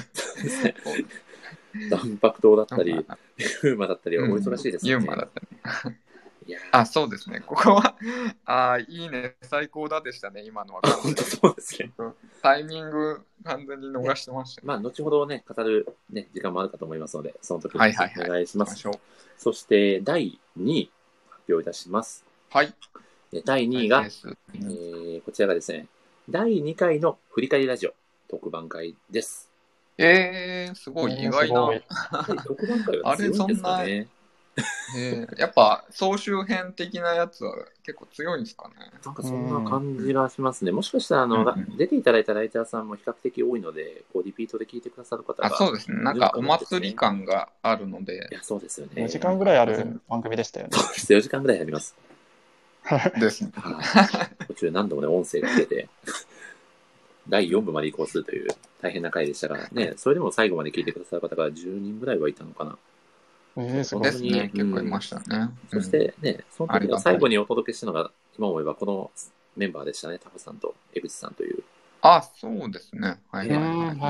断白刀だったり、ユーマだったりはお忙しいですね。 ユーマだったり。そうですね。ここは、いいね、最高だでしたね、今のは。 本当そうですね。 タイミング、完全に逃してました。 後ほどね、語る、ね、時間もあるかと思いますので、その時にお願いします。そして、第2位、発表いたします。 はい。 第2位が、こちらがですね、第2回の振り返りラジオ特番会です。 すごい意外な。 特番会は強いんですかね。 やっぱ総集編的なやつは結構強いんですかね。 なんかそんな感じがしますね。もしかしたら出ていただいたライターさんも比較的多いので、リピートで聞いてくださる方が、 そうですね。なんかお祭り感があるので。 いや、そうですよね。 4時間ぐらいある番組でしたよね。 そうです。4時間ぐらいあります。 ですね。 途中何度もね、音声が出て、第4部まで移行するという大変な回でしたが、ね、それでも最後まで聞いてくださる方が10人ぐらいはいたのかな。 そうですね。結構いましたね。 そしてね、その時の最後にお届けしたのが、今思えばこのメンバーでしたね。タコさんと江口さんという。 そうですね。 はい。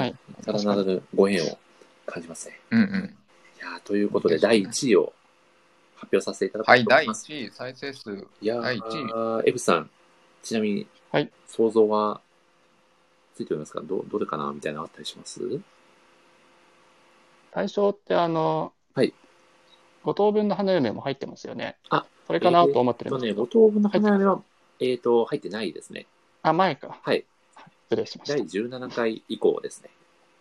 さらなるご縁を感じますね。 いやということで、第1位を発表させていただきます。第1位、再生数。 第1位。江口さん、ちなみに、想像はついておりますか？どれかなみたいなのあったりします？ 対象って5等分の花嫁も入ってますよね。それかなと思ってるんですけど。 5等分の花嫁は、入ってないですね。 前か。 はい。 失礼しました。 第17回以降ですね。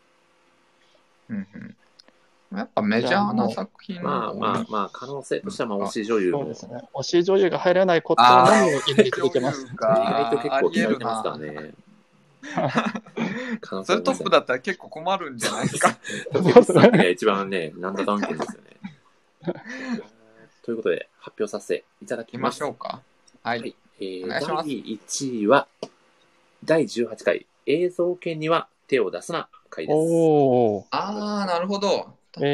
やっぱメジャーな作品可能性としては、推し女優も。 そうですね。推し女優が入らないことのみを入れてます。 意外と結構期待してますからね。 それトップだったら結構困るんじゃないですか。 一番ね、なんだかんけんですよね。ということで、発表させていただきます。 行きましょうか。はい。 第1位は、第18回、映像権には手を出すな回です。 なるほど。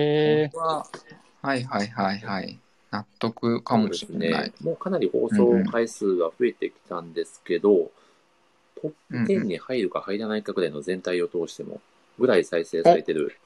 はい。納得かもしれない。 もうかなり放送回数が増えてきたんですけど、トップ10に入るか入らないかぐらいの全体を通しても、ぐらい再生されてる。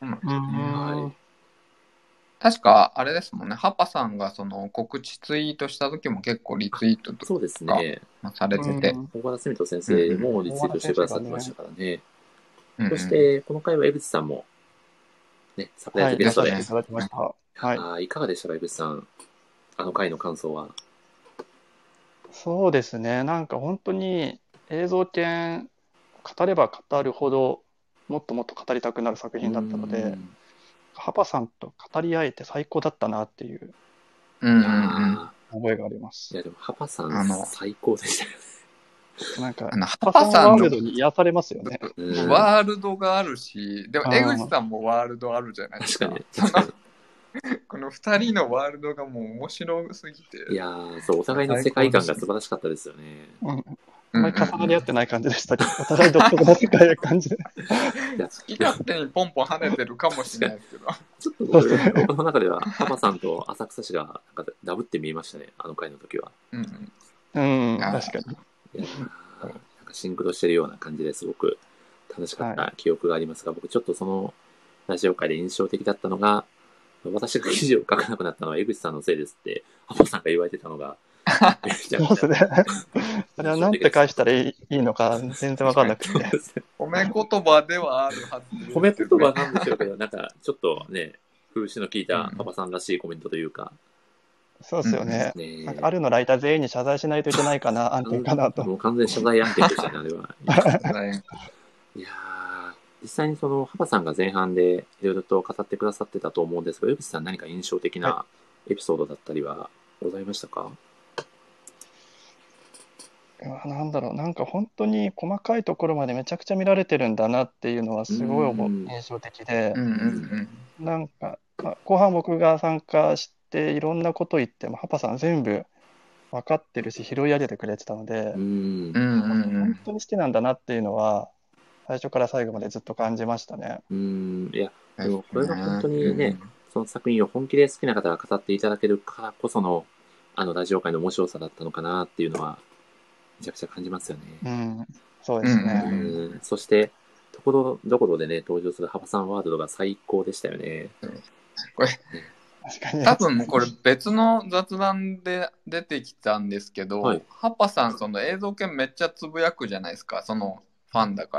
確か、あれですもんね、ハパさんがその告知ツイートした時も結構リツイートとかそうですね。 されてて。 小原澄人先生もリツイートしてくださってましたからね。そして、この回は江口さんも、ね、サプライズゲストで。いかがでしたか、江口さん。あの回の感想は。 そうですね。なんか本当に映像権語れば語るほど、もっともっと語りたくなる作品だったので、ハパさんと語り合えて最高だったなっていう覚えがあります。 いやでもハパさん最高でしたよね。 なんかハパさんワールドに癒されますよね。 ワールドがあるし、でも江口さんもワールドあるじゃないですか。確かにこの2人のワールドがもう面白すぎて。 いやそう、お互いの世界観が素晴らしかったですよね。 あんまり重なり合ってない感じでしたけど、お互い独特な世界な感じで。 好き勝手にポンポン跳ねてるかもしれないですけど。 ちょっと僕の中では、ハパさんと浅草氏がなんかダブって見えましたね、あの回の時は。 確かに。 なんかシンクロしてるような感じですごく楽しかった記憶がありますが、僕ちょっとそのラジオ界で印象的だったのが、私が記事を書かなくなったのは江口さんのせいですって、ハパさんが言われてたのが、 そうですね。あれはなんて返したらいいのか全然わかんなくて。 褒め言葉ではあるはずです。 褒め言葉なんでしょうけど、なんかちょっとね、風刺の効いたパパさんらしいコメントというか。 そうですよね。なんかあるのライター全員に謝罪しないといけないかな、案件かなと。 もう完全に謝罪案件でしたね、あれは。いや実際にそのハパさんが前半でいろいろと語ってくださってたと思うんですが、江口さん何か印象的なエピソードだったりはございましたか？ なんだろう、なんか本当に細かいところまでめちゃくちゃ見られてるんだなっていうのはすごい印象的で、なんか、後半僕が参加していろんなこと言っても、ハパさん全部分かってるし、拾い上げてくれてたので、本当に好きなんだなっていうのは、最初から最後までずっと感じましたね。 いや、でもこれが本当にね、その作品を本気で好きな方が語っていただけるからこその、ラジオ界の面白さだったのかなっていうのは、めちゃくちゃ感じますよね。 そうですね。 そして、ところどころでね、登場するハパさんワールドが最高でしたよね。 これ、多分これ別の雑談で出てきたんですけど、ハパさんその映像系めっちゃつぶやくじゃないですか、そのファンだから。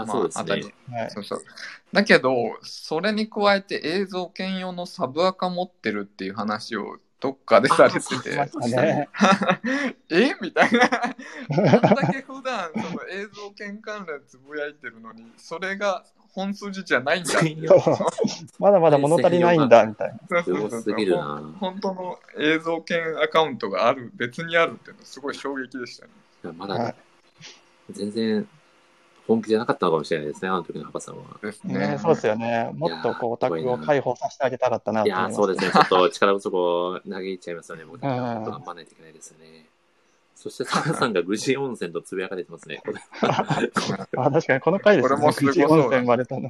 そうですね。 だけど、それに加えて映像系用のサブアカ持ってるっていう話をどっかでされてて、みたいな。こんだけ普段その映像系関連つぶやいてるのに、それが本筋じゃないんだって。 まだまだ物足りないんだみたいな。 すごすぎるな。 本当の映像系アカウントが別にあるっていうのはすごい衝撃でしたね。 まだ、全然本気じゃなかったのかもしれないですね、あの時のハパさんは。 そうですよね。もっとこうオタクを解放させてあげたかったなと思います。 そうですね。ちょっと力不足を嘆いちゃいますよね。僕は頑張らないといけないですよね。そしてサラさんが愚痴温泉とつぶやかれてますね。 確かにこの回ですね。愚痴温泉生まれたの。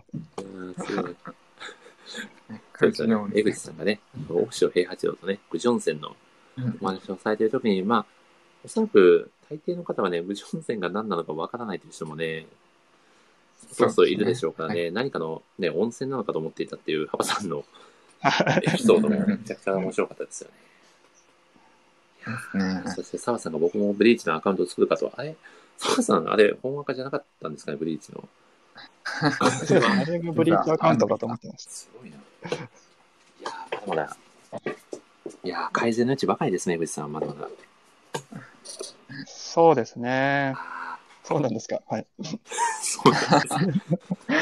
江口さんがね、大塩平八郎とね、愚痴温泉のお話をされているときに、おそらく大抵の方はね、愚痴温泉が何なのかわからないという人もね、そういるでしょうからね、何かのね、温泉なのかと思っていたっていうハパさんのエピソードもめちゃくちゃ面白かったですよね。そして澤さんが僕もブリーチのアカウントを作るかと、澤さん、あれ、本赤じゃなかったんですかね、ブリーチの。 あれがブリーチアカウントかと思ってました。 すごいな。まだまだ。いや改善のうちばかりですね、江口さん、まだまだ。 そうですね。そうなんですか。はい。 そうなんです。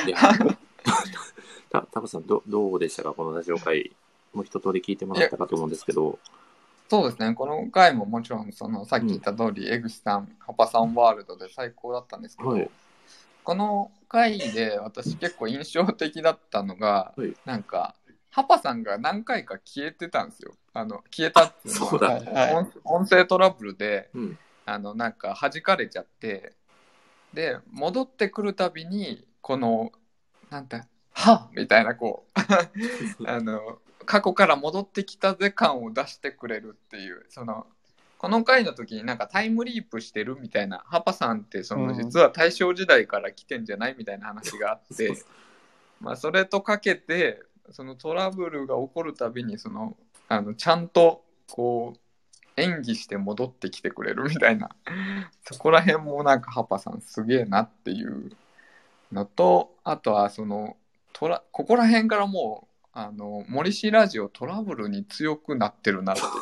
いや、タコさんどうでしたか、このラジオ会。もう一通り聞いてもらったかと思うんですけど。 そうですね、この回ももちろんさっき言った通り、江口さん、ハパさんワールドで最高だったんですけど、この回で私結構印象的だったのが、なんか、ハパさんが何回か消えてたんですよ。消えたっていうのは、音声トラブルで、なんか弾かれちゃって、で、戻ってくるたびに、この、はっみたいな、こう、過去から戻ってきたぜ感を出してくれるっていう、この回の時になんかタイムリープしてるみたいな、ハパさんって実は大正時代から来てんじゃないみたいな話があって、それとかけて、そのトラブルが起こるたびにちゃんとこう演技して戻ってきてくれるみたいなそこら辺もなんかハパさんすげえなっていうのと、あとはここら辺からもう森氏ラジオトラブルに強くなってるなっていう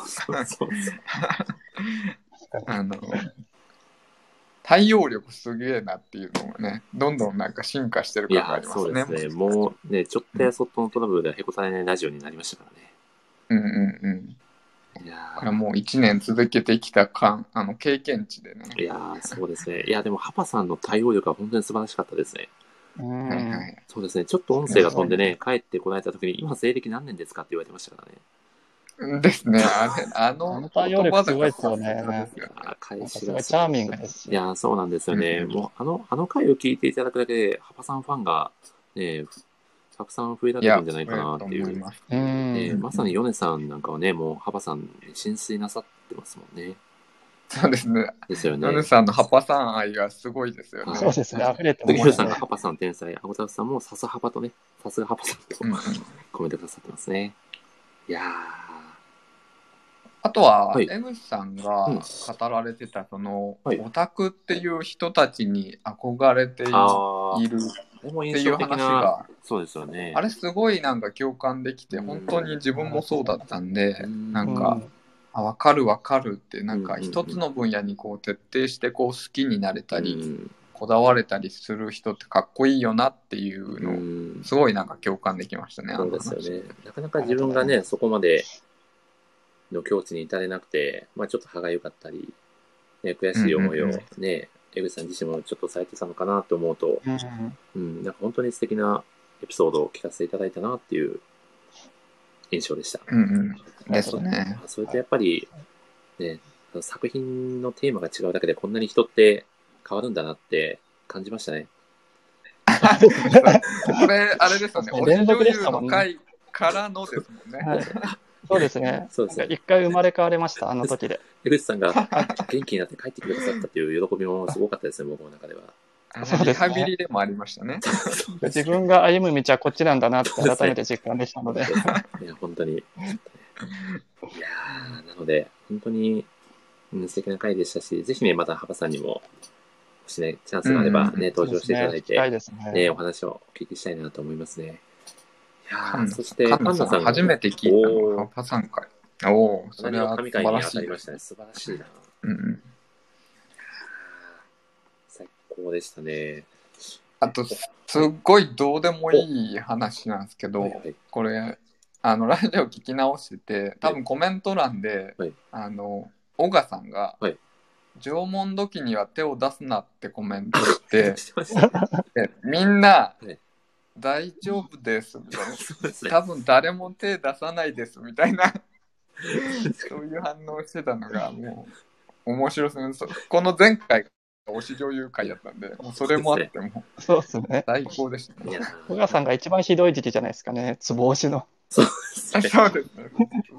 対応力すげえなっていうのがね、どんどんなんか進化してる感がありますね。 そうですね。もうね、ちょっとやそっとのトラブルではへこたれないラジオになりましたからね。 いやこれもう1年続けてきた経験値でね。 いやそうですね。いやでもハパさんの対応力は本当に素晴らしかったですね。そうですね。ちょっと音声が飛んでね、帰ってこられた時に今西暦何年ですかって言われてましたからね。 ですね。 対応力すごいですよね。 返しがチャーミングですし。 いや、そうなんですよね。もうあの回を聞いていただくだけで、ハパさんファンがね、たくさん増えられるんじゃないかなっていう。まさにヨネさんなんかはね、もうハパさん浸水なさってますもんね。 そうですね。 ですよね。 ヨネさんのハパさん愛がすごいですよね。 そうですね。溢れてます。 ヨネさんがハパさん天才、アゴタフさんもさすハパとね、さすがハパさんとコメントくださってますね。いやあとは、 はい江口さんがうん語られてた、 はいオタクっていう人たちに憧れていああ、 る。 あれも印象的っていう話なが、 そうですよね。 あれすごいなんか共感できて、 うん本当に自分もそうだったんで、 うんなんか、 うんわかるわかるって、なんかうん一つの分野にこう徹底してこう好きになれたり、 うんこだわれたりする人ってかっこいいよなっていううのを、 んすごいなんか共感できましたね、あのそうですよ話。 ね。なかなか自分がね、そこまでの境地に至れなくて、まあちょっと歯がゆかったり、ね、悔しい思いをうんうんね、江口さん自身もちょっとされてたのかなと思うと、なんか本当に素敵なエピソードを聞かせていただいたなっていう印象でした。 うんうん。ですね。 それとやっぱり、ね、作品のテーマが違うだけでこんなに人って変わるんだなって感じましたね。 これ、あれですよね、推し連続女優でしたもんねの回からのですもんね。 はい、そうですね。 そうですね一回生まれ変われました、あの時で。 江口さんが元気になって帰ってきてくださったっていう喜びもすごかったですね、僕の中では。 リそうですねハビリでもありましたね。 自分が歩む道はこっちなんだなって改めて実感でしたので。 いや、本当に。いやー、なので、本当に、素敵な回でしたし、ぜひね、またハパさんにも、もしね、チャンスがあればね、登場していただいて、 そうですね。 お話をお聞きしたいなと思いますね。いやカンナそして、 カンナさん初めて聞いたのはハパさん会。おお、それは素神回に晴らしいです当たりましたね。素晴らしいな。 うん。 最高でしたね。 あと、すっごいどうでもいい話なんですけど、 はいはいこれ、ラジオ聞き直してて、多分コメント欄で、 はいオガさんが、 はい縄文時には手を出すなってコメントして、 してましたね。 でみんな、 はい大丈夫ですみたいな。 そうですね。 多分誰も手出さないですみたいなそういう反応してたのがもう面白すぎる。この前回が推し女優会やったんで、もうそれもあってもそうですね。 最高でしたね。 いや小川さんが一番ひどい時期じゃないですかね。つぼ押しの。 そうですね。 そうですね。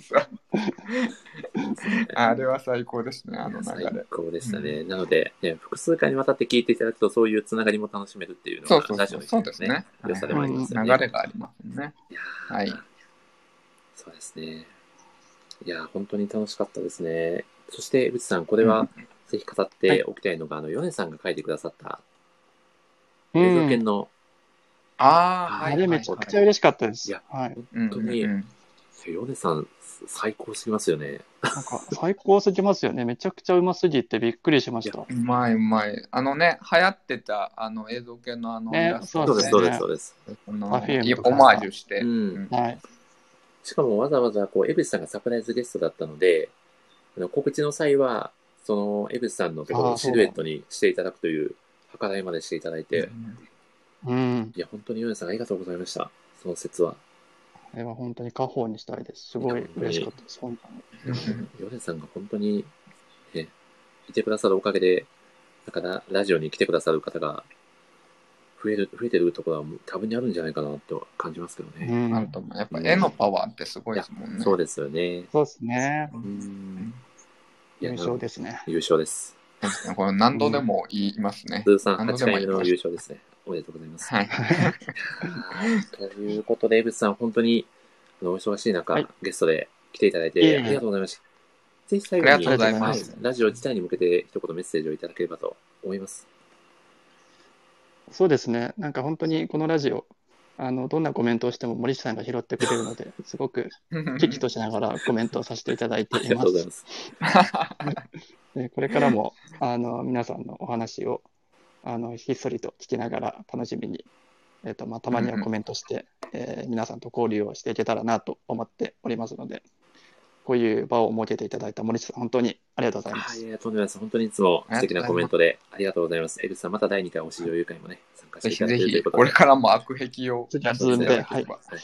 あれは最高ですね、あの流最れ。 高でしたね。なので、複数回にわたって聞いていただくと、そういうつながりも楽しめるっていうのが、ラジオのそうですね。 良さでもありますよね。 流れがありますね。 いやーはい。 そうですね。いやー本当に楽しかったですね。そして、江口さん、これは、ぜひ語っておきたいのが、米さんが書いてくださった、映像犬の、 あれめちゃくちゃ嬉しかったです。 いや、 はい。 本当に、米さん、最高すぎますよね。 なんか、最高すぎますよね。めちゃくちゃうますぎてびっくりしました。 うまい。流行ってた、映像系のイラスト、 そうです、そうです。 オマージュして。 はい。 しかもわざわざ、江口さんがサプライズゲストだったので、告知の際は、その、江口さんのところをシルエットにしていただくという、計らいまでしていただいて、いや、本当に米さんありがとうございました。その説は。 あれは本当に家宝にしたいです。すごい嬉しかったです。本当に。 米さんが本当に、いてくださるおかげで、だからラジオに来てくださる方が増えてるところは多分にあるんじゃないかなと感じますけどね。 あると思う。やっぱ絵のパワーってすごいですもんね。 そうですよね。 そうですね。優勝ですね。 優勝です。 これ何度でも言いますね。 通算8回目の優勝ですね。おめでとうございます。 はい。 ということで、江口さん、本当にお忙しい中、ゲストで来ていただいてありがとうございました。ぜひ最後にありがとうございます。 ラジオ自体に向けて一言メッセージをいただければと思います。 そうですね。なんか本当にこのラジオ、どんなコメントをしても森下さんが拾ってくれるので、すごく危機としながらコメントをさせていただいています。 ありがとうございます。 でこれからも皆さんのお話をひっそりと聞きながら楽しみに、たまにはコメントして、皆さんと交流をしていけたらなと思っておりますので、こういう場を設けていただいた森下さん、本当にありがとうございます。 とんでもないです。本当にいつも素敵なコメントでありがとうございます。江口さん、また第2回推し女優会もね、参加していただけるということで。 これからも悪癖を積んで、はい。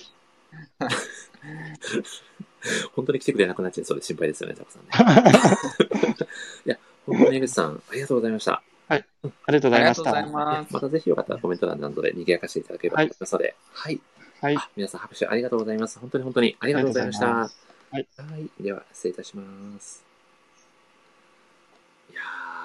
本当に来てくれなくなっちゃいそうで心配ですよね、ザコさんね。いや、本当に江口さん、ありがとうございました。 はい。ありがとうございました。 またぜひよかったらコメント欄などで賑やかしていただければと思いますので、はい。 はい。 皆さん拍手ありがとうございます。本当にありがとうございました。 はい。 では、失礼いたします。いや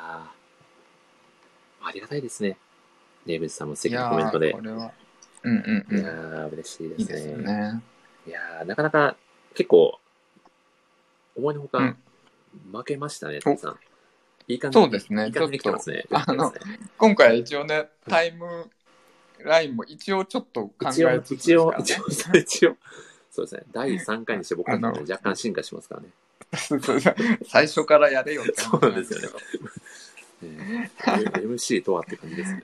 ー、ありがたいですね。江口さんも素敵なコメントで。 これは。 いやー、嬉しいですね。 いいですね。 いやー、なかなか結構、 思いのほか、負けましたね、タコさん。いい感じそうですね。 いい感じに来てますね。 今回一応ね、タイムラインも一応ちょっと考えつつですからね。 一応、そうですね。第3回にして僕たちも若干進化しますからね。 最初からやれよって話なんですよね。MC とはって感じですね。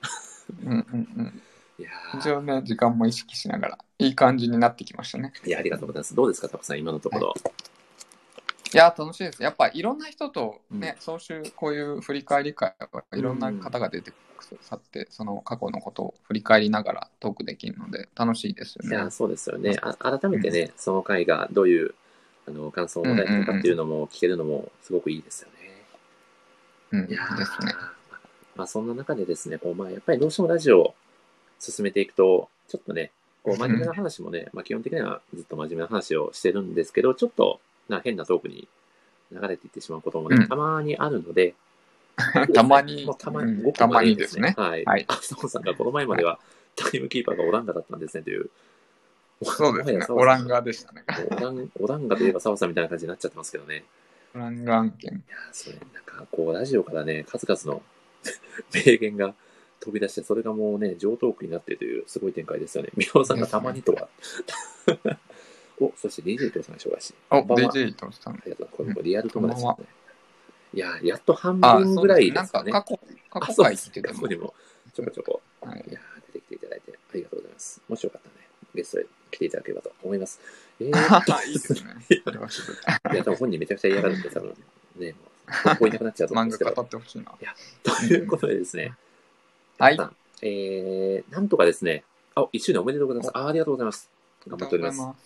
いや一応ね、時間も意識しながら、いい感じになってきましたね。 いや、ありがとうございます。どうですか、タコさん、今のところ。 いや、楽しいです。やっぱいろんな人とね、総集、こういう振り返り会はいろんな方が出てくさって、その過去のことを振り返りながらトークできるので、楽しいですよね。 いや、そうですよね。改めてね、その回がどういう感想を持たれたのかっていうのも聞けるのもすごくいいですよね。いやですね。 まあそんな中でですね、やっぱりどうしてもラジオを進めていくと、ちょっとね、真面目な話もね、基本的にはずっと真面目な話をしてるんですけど、ちょっと変なトークに流れていってしまうこともね、たまにあるので、 たまに、 たまにですね。 はい。朝子さんがこの前まではタイムキーパーがオランダだったんですねという。 そうですね。オランガでしたね。 オランガといえば澤さんみたいな感じになっちゃってますけどね。 オランガ案件。 いや、それ、ラジオからね、数々の名言が飛び出して、それがもうね、上トークになっているというすごい展開ですよね。宮尾さんがたまにとは。そして DJ 伊藤さんが紹介し。 DJ 伊藤さん。 ありがとうございます。これリアル友達ですね。いや、やっと半分ぐらいですかね。 なんか過去回って過去にもちょこちょこ、いや、出てきていただいてありがとうございます。もしよかったらね、ゲストへ来ていただければと思います。 いいですね。 いや、多分本人めちゃくちゃ嫌がるんで、多分ね、もう、ここいなくなっちゃうと思うんですけど。 漫画語ってほしいな。 いや、ということでですね。 はい。 なんとかですね、1周年おめでとうございます。ありがとうございます。頑張っております。はい。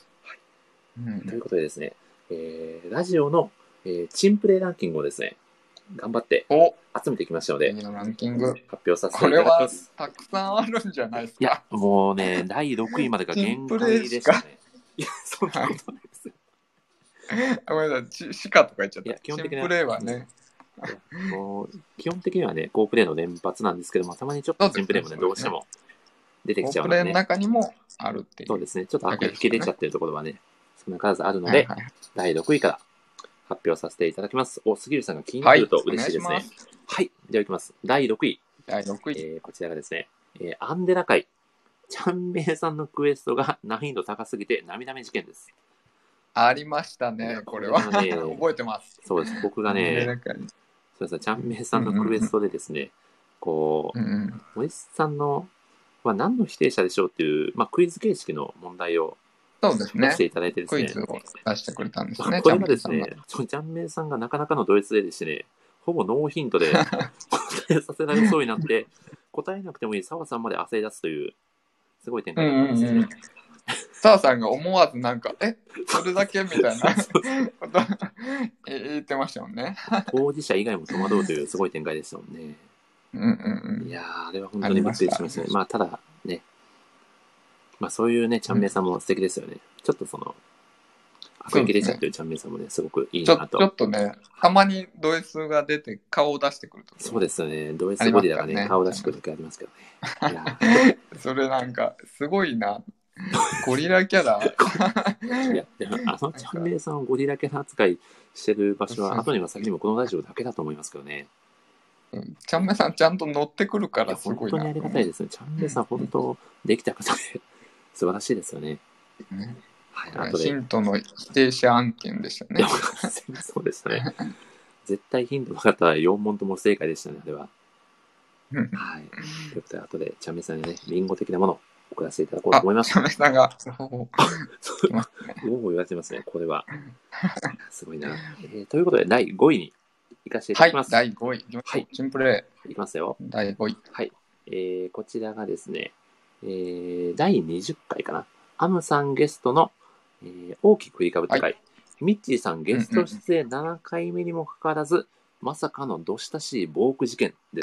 ということでですね、ラジオの、チンプレイランキングをですね、頑張って集めてきましたので、 ランキング発表させていただきます。 これはたくさんあるんじゃないですか。 いや、もうね、第6位までが限界でしたね。いや、そんなことないですよ。 ごめんなさい、シカとか言っちゃった。 いや、基本的にチンプレイはね。 もう基本的にはね、好プレイの連発なんですけども、たまにちょっとチンプレイもね、どうしても出てきちゃうので、ね。 好プレイの中にもあるっていう。 そうですね、ちょっと引き出ちゃってるところはね、少なからずあるので、第6位から発表させていただきます。杉浦さんが気になると嬉しいですね。はい、ではいきます。第6位。こちらがですね、アンデラ会、チャンメイさんのクエストが難易度高すぎて涙目事件です。 ありましたね、これは。ね、覚えてます。 そうです。僕がね、そうですね、チャンメイさんのクエストでですね、森さんの、何の否定者でしょうっていう、クイズ形式の問題をそうですね。 出していただいてですね。 クイズを出してくれたんですね。 これがですね、チャンメイさんがなかなかのド S でですね、ほぼノーヒントで答えさせられそうになって、答えなくてもいい澤さんまで焦り出すという、すごい展開だったんですね。 澤さんが思わずそれだけみたいなこと言ってましたもんね。 当事者以外も戸惑うというすごい展開でしたもんね。いやー、あれは本当にびっくりしましたね。ただね、そういうね、チャンメイさんも素敵ですよね。ちょっと悪意出ちゃってるチャンメイさんもね、すごくいいなと。 ちょっとね、たまにド S が出て顔を出してくると。 そうですよね。ド S ゴリラがね、顔を出してくるときありますけどね。 それすごいな。ゴリラキャラいや、でもチャンメイさんをゴリラキャラ扱いしてる場所は、後にも先にもこのラジオだけだと思いますけどね。 チャンメイさんちゃんと乗ってくるからすごいな。 本当にありがたいですね。チャンメイさん本当できた方で素晴らしいですよね。 はい、ヒントの否定者案件でしたね。 そうでしたね。絶対ヒントなかったら4問とも不正解でしたね、あれは。はい。ということで、後でチャンメイさんにね、リンゴ的なものを送らせていただこうと思います。 チャンメイさんが。 もう言われてますね、これは。すごいな。ということで、第5位に行かせていただきます。 はい、第5位。はい、チンプレイ。 いきますよ。 第5位。 はい。こちらがですね、第20回かな。アムさんゲストの、大きく振りかぶった回。ミッチーさんゲスト出演7回目にもかかわらず、まさかのどしたしい暴力事件です。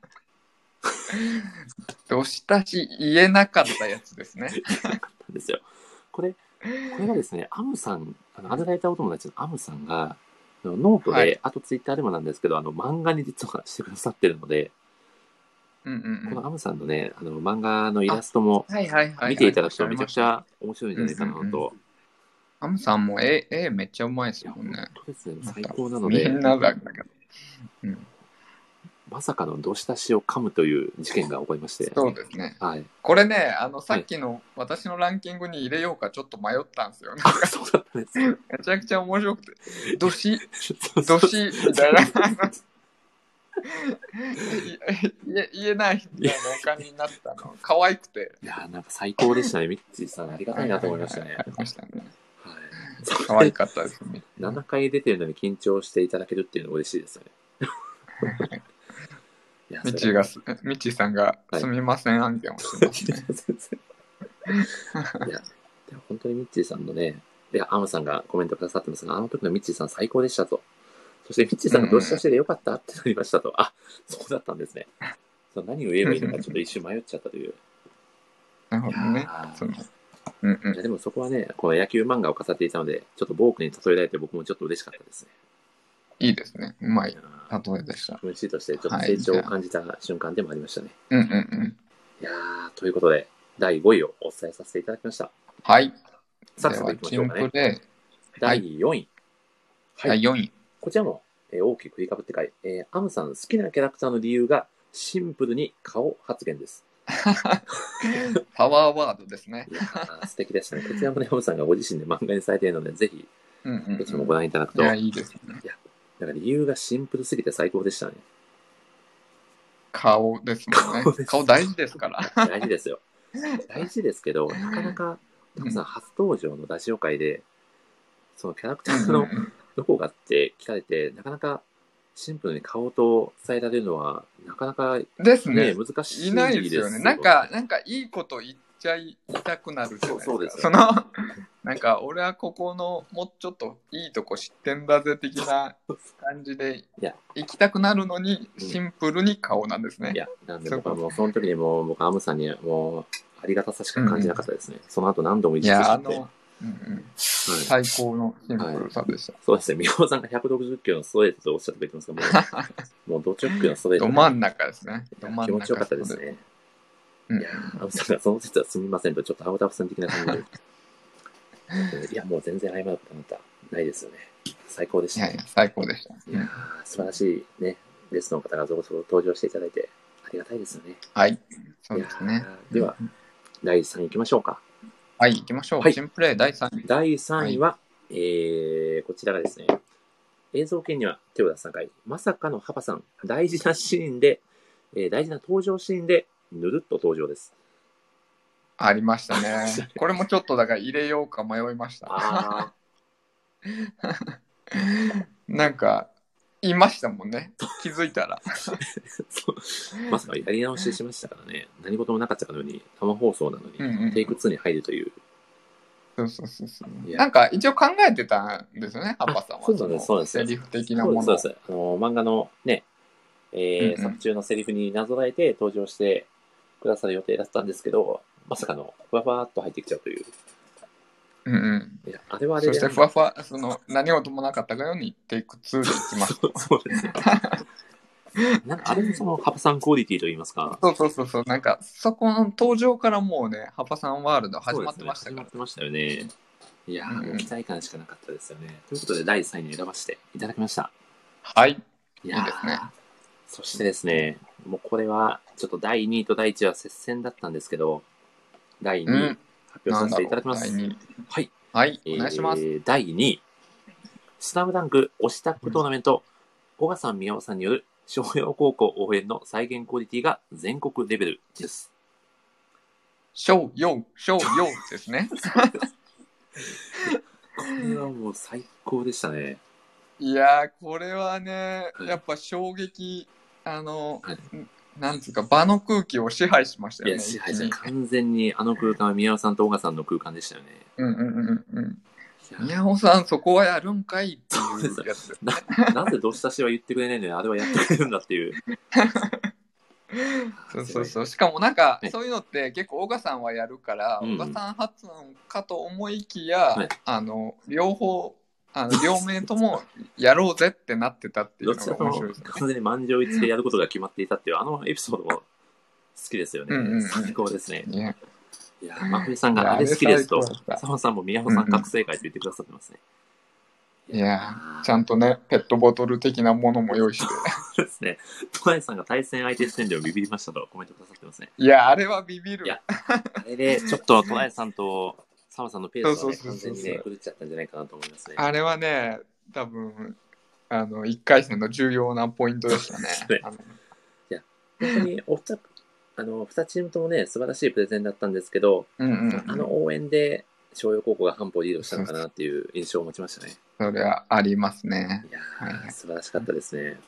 どしたし言えなかったやつですね。 言えなかったんですよ。これがですね、アムさん、アドライターお友達のアムさんが、ノートで、あとツイッターでもなんですけど、漫画に実はしてくださってるので、このアムさんのね、漫画のイラストも見ていただくとめちゃくちゃ面白いんじゃないかなとアムさんも絵めっちゃうまいですもんね。 本当ですね。最高なので。 みんなだけど。うん。 まさかのどしたしを噛むという事件が起こりまして。 そうですね。 はい。 これね、さっきの私のランキングに入れようかちょっと迷ったんですよね。 そうだったんです。めちゃくちゃ面白くて、どしみたいな。言えないみたいな感じになったの。可愛くて。 いやなんか最高でしたね。ミッチーさんありがたいなと思いましたね。 ありましたね。 はい。 可愛かったですね。 7回出てるのに緊張していただけるっていうのは嬉しいですよね。 ミッチーさんがすみません案件をしてますね。 いや、でも本当にミッチーさんのね、アムさんがコメントくださってますが、あの時のミッチーさん最高でしたと。そしてミッチーさんがどうしたしてでよかったってなりましたと。あ、そうだったんですね。何を言えばいいのかちょっと一瞬迷っちゃったという。 なるほどね。 いやでもそこはね、この野球漫画を飾っていたので、ちょっとボークに例えられて僕もちょっと嬉しかったですね。 いいですね。うまい例えでした。 MC としてちょっと成長を感じた瞬間でもありましたね。いやということで、第5位をお伝えさせていただきました。 はい。 さあ、続いていきましょうかね。第4位。 第4位。 こちらも、大きく振りかぶってかい、アムさん好きなキャラクターの理由がシンプルに顔発言です。 パワーワードですね。 いや素敵ですね。こちらもね、アムさんがご自身で漫画にされているので、ぜひ、こちらもご覧いただくと。 いや、いいですね。 いや、だから理由がシンプルすぎて最高でしたね。 顔ですもんね。顔大事ですから。 大事ですよ。大事ですけど、なかなか、タムさん初登場のラジオ会で、そのキャラクターのどこがって聞かれて、なかなかシンプルに顔と伝えられるのは、なかなか、 ですね。 難しいです。 いないですよね。なんかいいこと言いたくなるじゃないですか。 そうです。 なんか俺はここのもうちょっといいとこ知ってんだぜ的な感じで行きたくなるのにシンプルに顔なんですね。 いや、なんで僕はもうその時に僕アムさんにもうありがたさしか感じなかったですね。その後何度も意識して。最高のシンプルさでした。 そうですね。宮尾さんが160キロのストレートとおっしゃってくれてますが、もうド直球のストレート。 ど真ん中ですね。 気持ちよかったですね。いやアムさんがその説はすみませんと、ちょっとアウターフさん的な感じで。いや、もう全然謝ることなんかないですよね。最高でした。 いや最高でした。 いや素晴らしいね、ゲストの方が続々登場していただいて、ありがたいですよね。 はい。そうですね。 では、第3位いきましょうか。 はい、行きましょう。はい、新プレイ第3位。 第3位は、こちらがですね、映像系には手を出す3回、まさかのハパさん、大事なシーンで、大事な登場シーンで、ぬるっと登場です。 ありましたね。これもちょっとだから入れようか迷いました。なんか、いましたもんね。気づいたら。 まさかやり直ししましたからね。何事もなかったかのように、生放送なのに、テイク2に入るという。 そう。なんか一応考えてたんですよね、ハッパさんは。 そうです。 セリフ的なもの。 そうです。漫画のね、作中のセリフになぞらえて登場してくださる予定だったんですけど、まさかのふわふわっと入ってきちゃうという。いや、あれはあれで。 そしてふわふわ、何事もなかったかようにテイク2でいきます。 そうですね。なんかあれもそのハパさんクオリティといいますか。 そう。なんかそこの登場からもうね、ハパさんワールド始まってましたから。 始まってましたよね。いやもう期待感しかなかったですよね。ということで第3位に選ばせていただきました。 はい。 いいですね。そしてですね、もうこれはちょっと第2位と第1位は接戦だったんですけど、第2位発表させていただきます。 はい、お願いします。 第2位、スラムダンク推しタップトーナメント、小賀さん、宮尾さんによる商陽高校応援の再現クオリティが全国レベルです。 商陽ですね。 これはもう最高でしたね。 いやー、これはね、やっぱ衝撃、なんつうか、場の空気を支配しましたよね。 支配して完全にあの空間は宮尾さんと小賀さんの空間でしたよね。 宮尾さん、そこはやるんかいっていうやつ。 なぜどしたしは言ってくれないのに、あれはやってくれるんだっていう。 そう。しかもなんか、そういうのって結構小賀さんはやるから、小賀さん発案かと思いきや、両名ともやろうぜってなってたっていうのが面白いですね。 完全に満場一致でやることが決まっていたっていうあのエピソードも好きですよね。最高ですね。 いや、真冬さんがあれ好きですと、澤さんも宮本さん覚醒会と言ってくださってますね。 いやちゃんとね、ペットボトル的なものも用意して。 そうですね。トライさんが対戦相手視点でもビビりましたとコメントくださってますね。 いや、あれはビビる。 いや、あれでちょっとトライさんと澤さんのペースがね、完全にね、狂っちゃったんじゃないかなと思いますね。 あれはね、多分、1回戦の重要なポイントでしたね。 いや、本当に2チームともね、素晴らしいプレゼンだったんですけど、応援で、商陽高校が半歩リードしたのかなっていう印象を持ちましたね。 それはありますね。 いやー、素晴らしかったですね。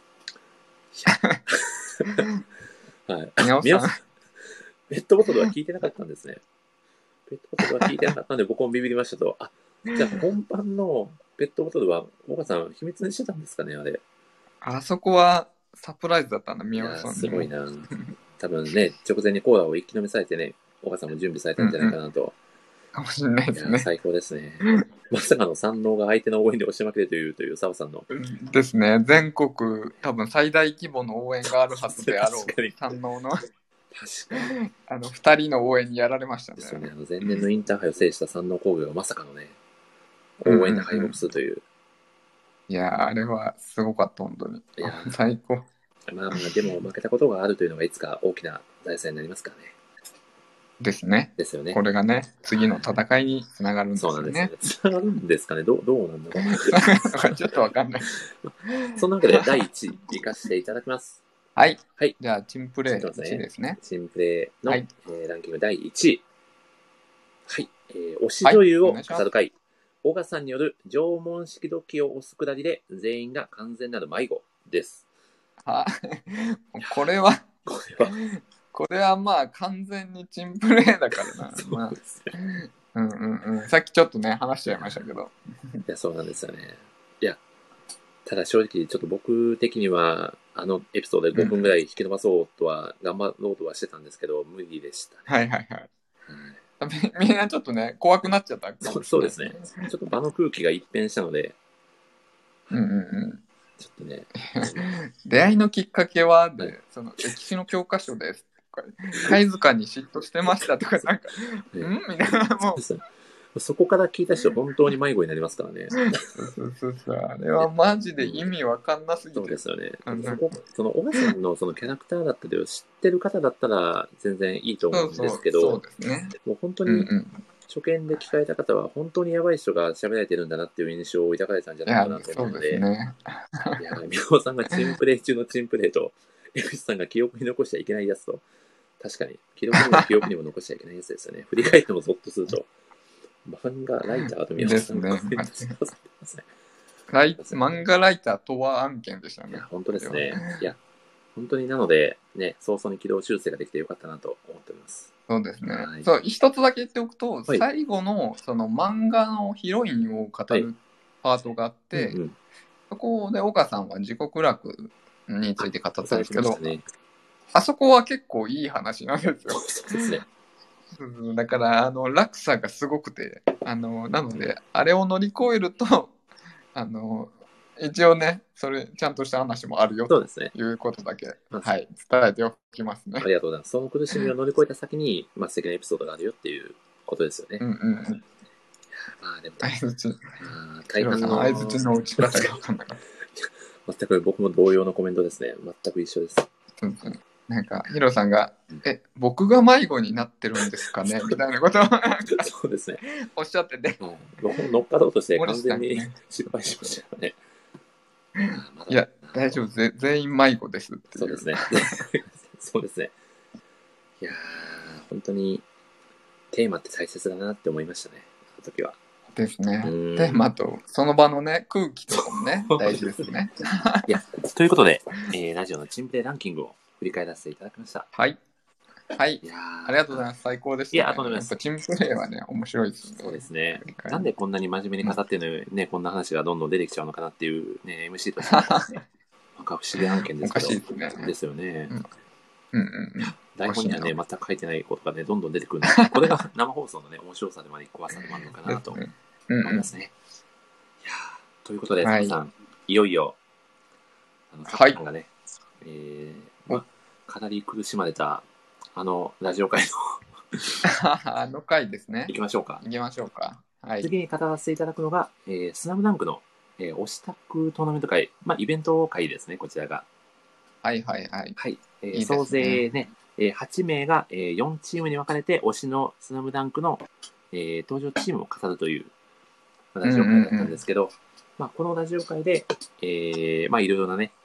はい。皆さん、ペットボトルは聞いてなかったんですね。ペットボトルは聞いてなかったんで、僕もビビりましたと。あ、じゃあ本番のペットボトルは、岡さん、秘密にしてたんですかね、あれ。 あそこはサプライズだったんだ、宮本さん。 すごいな。多分ね、直前にコーラを一気飲みされてね、岡さんも準備されたんじゃないかなと。 かもしれないですね。 最高ですね。まさかの山王が相手の応援で押しまくれという澤さんの。 ですね。全国多分最大規模の応援があるはずであろう山王の確かに 2人の応援にやられましたね。 ですよね。前年のインターハイを制した山王工業がまさかのね、応援で敗北するという。 いやあれはすごかった、本当に。いや最高。 まあでも負けたことがあるというのがいつか大きな財産になりますからね。 ですね。 ですよね。 これがね、次の戦いにつながるんですよね。 そうなんですね。つながるんですかね。どうなんだろう。ちょっとわかんない。 そんなわけで第1位行かせていただきます。 はい。 はい。 じゃあ、チンプレイ1位ですね。 チンプレイの、ランキング第1位。はい。推し女優を語る会。小賀さんによる縄文式土器を押すくだりで全員が完全なる迷子です。 これはまあ完全にチンプレーだからな。そうですね。さっきちょっとね、話しちゃいましたけど。 いや、そうなんですよね。いや、ただ正直ちょっと僕的には、エピソードで5分ぐらい引き伸ばそうとは、頑張ろうとはしてたんですけど、無理でしたね。 はいはいはい。みんなちょっとね、怖くなっちゃった。 そうですね。ちょっと場の空気が一変したので、ちょっとね。 出会いのきっかけは、その歴史の教科書です。貝塚に嫉妬してましたとか、なんか、みたいな、もう。そこから聞いた人、本当に迷子になりますからね。 そう。あれはマジで意味わかんなすぎて。 そうですよね。その、小川さんのそのキャラクターだったりを知ってる方だったら、全然いいと思うんですけど、 そうですね。 もう本当に、初見で聞かれた方は、本当にやばい人が喋られてるんだなっていう印象を抱かれたんじゃないかなと思うので、いや、宮尾さんがチンプレイ中のチンプレイと、江口さんが記憶に残しちゃいけないやつと、確かに、記憶にも残しちゃいけないやつですよね。振り返ってもゾッとすると、漫画ライターと宮尾さんがコメントしてくださってますね。 漫画ライターとは案件でしたね。 いや、本当ですね。いや、本当になので、ね、早々に軌道修正ができてよかったなと思っております。 そうですね。そう、一つだけ言っておくと、最後のその漫画のヒロインを語るパートがあって、そこで岡さんは自己苦楽について語ったんですけど、あそこは結構いい話なんですよ。 そうですね。 だから落差がすごくて、なのであれを乗り越えると一応ね、それちゃんとした話もあるよということだけ、はい、伝えておきますね。 ありがとうございます。その苦しみを乗り越えた先に、素敵なエピソードがあるよっていうことですよね。まあでも相づち。 大半の相づちの打ち方が分かんなかった。 全く僕も同様のコメントですね。全く一緒です。 なんかヒロさんが僕が迷子になってるんですかねみたいなことをそうですね。 おっしゃってて、 僕も乗っかろうとして完全に失敗しましたね。 いや大丈夫、全員迷子ですっていう。 そうですね。そうですね。いやー、本当にテーマって大切だなって思いましたね。あの時は。 ですね。テーマとその場のね空気とかもね大事ですね。 いや、ということで、ラジオのチンプレイランキングを振り返らせていただきました。 はい。はい。ありがとうございます。最高でした、ね。 いや、とんでもないです。 チンプレイはね、面白いですね。 そうですね。なんでこんなに真面目に語ってるのにね、こんな話がどんどん出てきちゃうのかなっていうね、MC としてなんか不思議案件ですけど。 おかしいですね。 ですよね。台本にはね、全く書いてないことがね、どんどん出てくるんで、これが生放送のね、面白さでもあり、怖さでもあるのかなと思いますね。いやということで、皆さん、いよいよ、さんがね、かなり苦しまれた、ラジオ界のあの回ですね。 行きましょうか。 はい。 次に語らせていただくのが、スラムダンクの、推しタクトーナメント会、イベント会ですね、こちらが。 はい。 総勢ね、8名が、4チームに分かれて、推しのスラムダンクの、登場チームを語るという、ラジオ会だったんですけど、このラジオ会で、いろいろなね、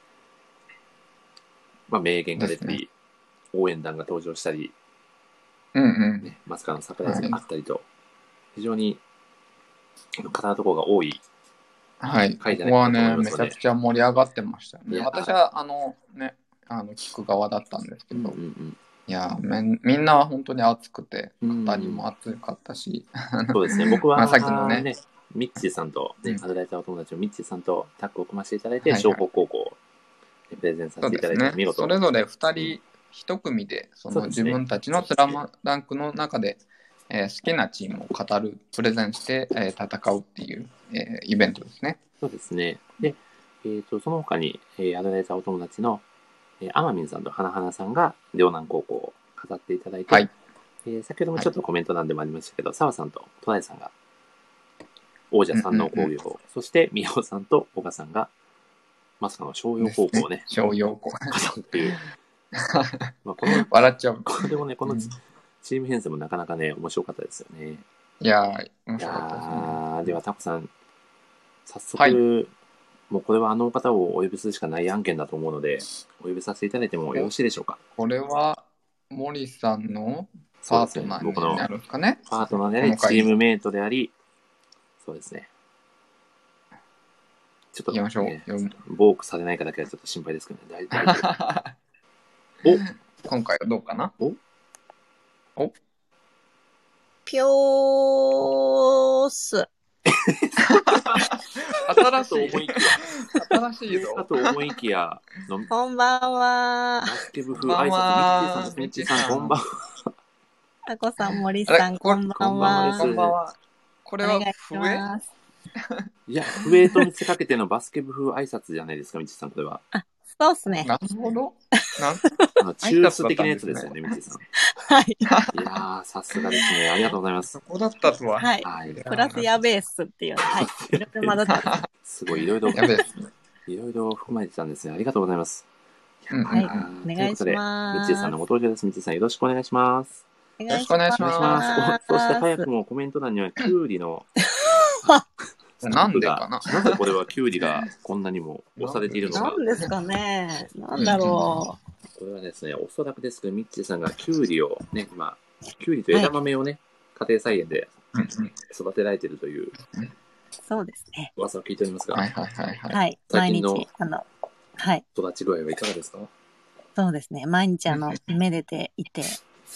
名言が出たり、応援団が登場したり、まさかのサプライズがあったりと、非常に語るところが多い回じゃないかと思います。ここはね、めちゃくちゃ盛り上がってましたね。私は聞く側だったんですけど、いやみんなは本当に熱くて、語りも熱かったし、 そうですね、僕はさっきのね、ミッチーさんと、アドライターお友達のミッチーさんとタッグを組ませていただいて、湘北高校をプレゼンさせていただいて、見事。 それぞれ2人1組で、自分たちのスラムダンクの中で、好きなチームを語る、プレゼンして、戦うっていう、イベントですね。 そうですね。で、その他に、アドライターお友達のアマミンさんと花々さんが両南高校を語っていただいて、先ほどもちょっとコメント欄でもありましたけど、澤さんと戸田さんが王者山王工業、そして宮尾さんと小賀さんがまさかの商陽高校をね、 商陽高校っていう笑っちゃう。 これでもね、このチーム編成もなかなかね、面白かったですよね。 いやー、面白かったですね。 ではタコさん、早速、もうこれはあの方をお呼びするしかない案件だと思うので、お呼びさせていただいてもよろしいでしょうか。 これは森さんのパートナーになるんですかね。 パートナーであり、チームメイトであり、そうですね。ちょっと、ボークされないかだけはちょっと心配ですけどね。大丈夫。今回はどうかな。 ぴょーす。 新しいぞ。 かと思いきや、 こんばんは。 バスケ部風挨拶、ミッチーさん、こんばんは。 タコさん、森さん、こんばんは。 こんばんは。これは笛？ いや、笛と見せかけてのバスケ部風挨拶じゃないですか、ミッチーさん、これは。 そうっすね。 なるほど。 中枢的なやつですよね、ミッチーさん。 はい。 いやー、さすがですね。ありがとうございます。 そこだったとは。 はい。プラスやべえっすっていう。はい。いろいろ混ざってます。 すごい、いろいろ。 やべえっすね。 いろいろ含まれてたんですね。ありがとうございます。 はい。お願いします。 ということで、ミッチーさんのご登場です。ミッチーさん、よろしくお願いします。 よろしくお願いします。そして早くもコメント欄には、キュウリの。 なんでかな。 なぜこれはキュウリがこんなにも押されているのか。 なんですかね。なんだろう。これはですね、おそらくですけど、ミッチーさんがキュウリをね、今、キュウリと枝豆をね、家庭菜園で育てられているという。 そうですね。 噂を聞いておりますが。 はい。毎日、はい。 育ち具合はいかがですか？ そうですね。毎日めでていて。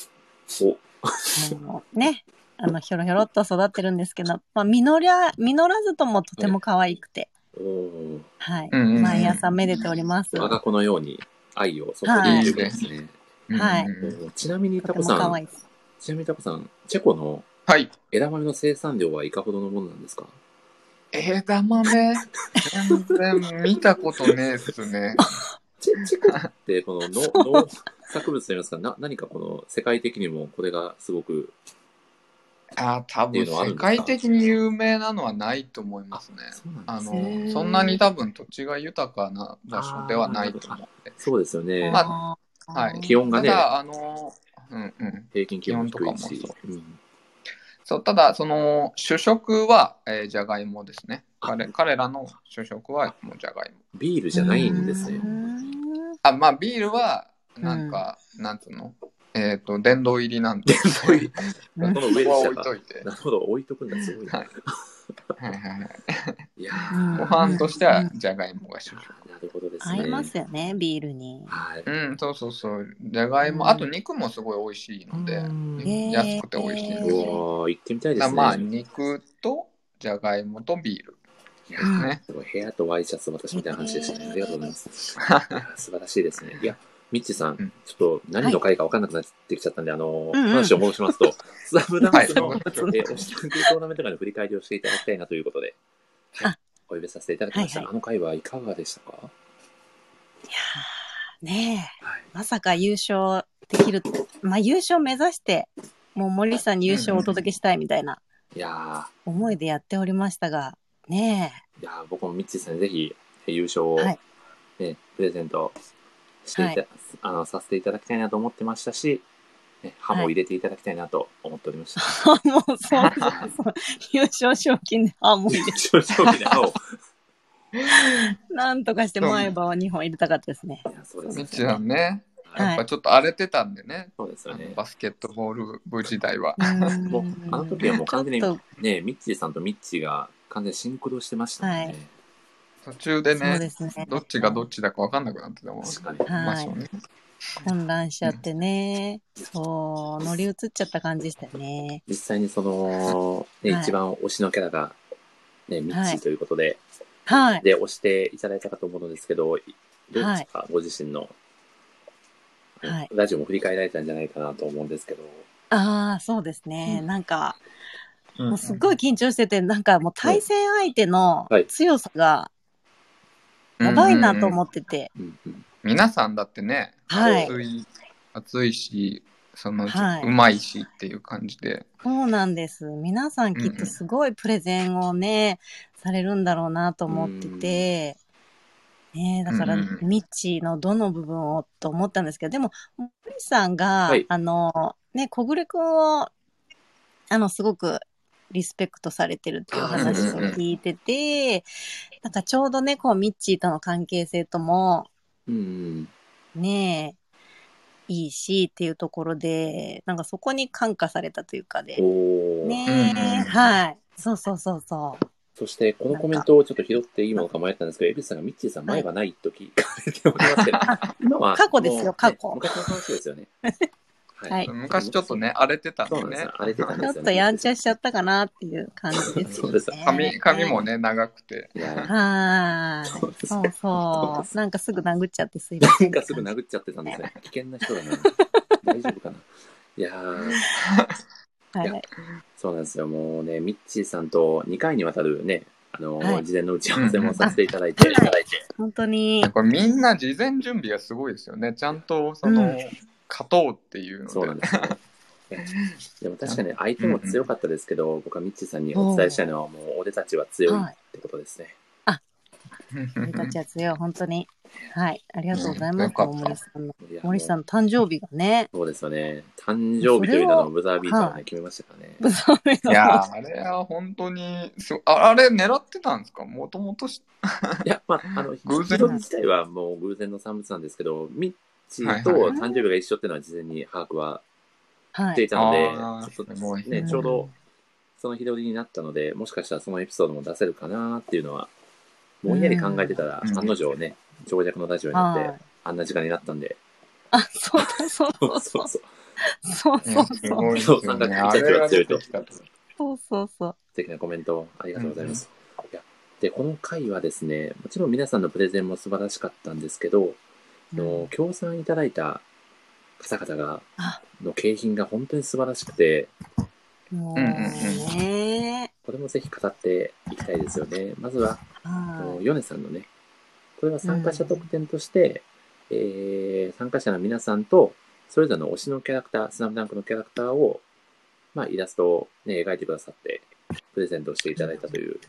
ね。ひょろひょろっと育ってるんですけど、実らずともとても可愛くて。はい。毎朝めでております。 我が子のように愛を注いでいるんですね。 はい。 ちなみにタコさん、チェコの枝豆の生産量はいかほどのものなんですか？ 枝豆全然見たことねえっすね。 チェコってこの農作物といいますか、何かこの世界的にもこれがすごく多分世界的に有名なのはないと思いますね。そんなに多分土地が豊かな場所ではないと思って。 そうですよね。 はい。 気温がね、 ただ平均気温とかもそう、ただ主食はじゃがいもですね。彼らの主食はもうじゃがいも。 ビールじゃないんですね。 ビールはなんつうの。殿堂入りなんで。 殿堂入り。この上に置いといて。なるほど、置いとくんだ、すごいな。いやご飯としてはじゃがいもが主食。 なるほどですね。 合いますよね、ビールに。 そう。じゃがいも、あと肉もすごい美味しいので、安くて美味しいです。 行ってみたいですね。 肉とじゃがいもとビール。ですね。 すごい、部屋とワイシャツ私みたいな話でしたね。ありがとうございます。素晴らしいですね。いや、ミッチーさん、ちょっと何の回か分かんなくなってきちゃったんで、話を戻しますと、スラムダンクの推しタンクトーナメント会の振り返りをしていただきたいなということで、お呼びさせていただきました。あの回はいかがでしたか？ いやー、ねえ、まさか優勝できる、優勝目指して、 もう森さんに優勝をお届けしたいみたいな、 いや思いでやっておりましたが、ねえ。いや僕もミッチーさんにぜひ優勝を、 はいね、プレゼントしてさせていただきたいなと思ってましたし、ね、歯も入れていただきたいなと思っておりました。 もうそう優勝賞金で歯も入れて。 優勝賞金で歯を。 なんとかして前歯を2本入れたかったですね。 いや、そうですね。 みちさんね。やっぱちょっと荒れてたんでね。 そうですよね。 バスケットボール部時代は。 もう、あの時はもう完全にね、ミッチーさんとミッチーが完全にシンクロしてましたもんね。はい、 途中でね、 ね、 どっちがどっちだか分かんなくなってたもん。 確かに。 はい。混乱しちゃってね、そう、乗り移っちゃった感じでしたよね。 実際にその、ね、一番推しのキャラが、ね、ミッチーということで、 はい。 で、推していただいたかと思うのですけど、どうですか、ご自身の、はい、ラジオも振り返られたんじゃないかなと思うんですけど。 ああ、そうですね。なんか、もうすっごい緊張してて、なんかもう対戦相手の強さが、やばいなと思ってて。 皆さんだってね、 はい、 熱いし、その、はい、うまいしっていう感じで。 そうなんです。皆さんきっとすごいプレゼンをね、されるんだろうなと思ってて、ね、だから、ミッチーのどの部分をと思ったんですけど、でも、森さんが、はい、ね、小暮くんを、すごくリスペクトされてるっていう話を聞いてて、なんかちょうどね、こう、ミッチーとの関係性とも、ねえ、いいしっていうところで、なんかそこに感化されたというかで、ねえ、はい。そう。 そして、このコメントをちょっと拾っていいものか迷ったんですけど、エビスさんがミッチーさん前はないと聞かれておりますけど、今は過去ですよ、過去。 昔の話ですよね。 はい、昔ちょっとね、荒れてたんでね。 荒れてたんですよね。 ちょっとやんちゃしちゃったかなっていう感じですよね。 そうです。 髪もね、長くて。 はい。そう。なんかすぐ殴っちゃってすいません。 なんかすぐ殴っちゃってたんですね。危険な人だな。大丈夫かな。いやー。はい、そうなんですよ。もうね、ミッチーさんと2回にわたるね、はい、事前の打ち合わせもさせていただいて。 本当に。 これみんな事前準備がすごいですよね。ちゃんと、勝とうっていうので。 そうなんですよ。でも確かに相手も強かったですけど、僕はミッチーさんにお伝えしたいのは、もう俺たちは強いってことですね。 俺たちは強い、本当に。はい。ありがとうございます。森さんの誕生日がね。 そうですよね。誕生日というのをブザービーターで決めましたからね。 ブザービーター。 いやあれは本当に、あれ狙ってたんですかもともといや、まあ、偶然自体はもう偶然の産物なんですけど、ミッチーと誕生日が一緒っていうのは事前に把握はしていたので、ちょっとね、ちょうどその日取りになったので、もしかしたらそのエピソードも出せるかなっていうのは、ぼんやり考えてたら、案の定ね、長尺のラジオになって、あんな時間になったんで。 あ、そう。そう。 そう、参加者たちは強いと。 そう。 素敵なコメントありがとうございます。で、この回はですね、もちろん皆さんのプレゼンも素晴らしかったんですけど、協賛いただいた方々が、の景品が本当に素晴らしくて、これもぜひ語っていきたいですよね。まずは、ヨネさんのね、これは参加者特典として、参加者の皆さんと、それぞれの推しのキャラクター、スナムダンクのキャラクターを、まあ、イラストをね、描いてくださって、プレゼントしていただいたという。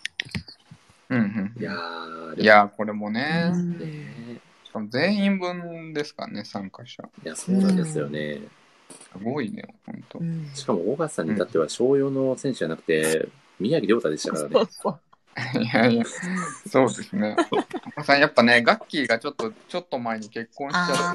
いやー、これもね、しかも全員分ですかね、参加者。 いや、そうなんですよね。 すごいね、本当。 しかも、大勝さんに至っては、商用の選手じゃなくて、宮城亮太でしたからね。 いや、そうですね。やっぱね、ガッキーがちょっと前に結婚しちゃって、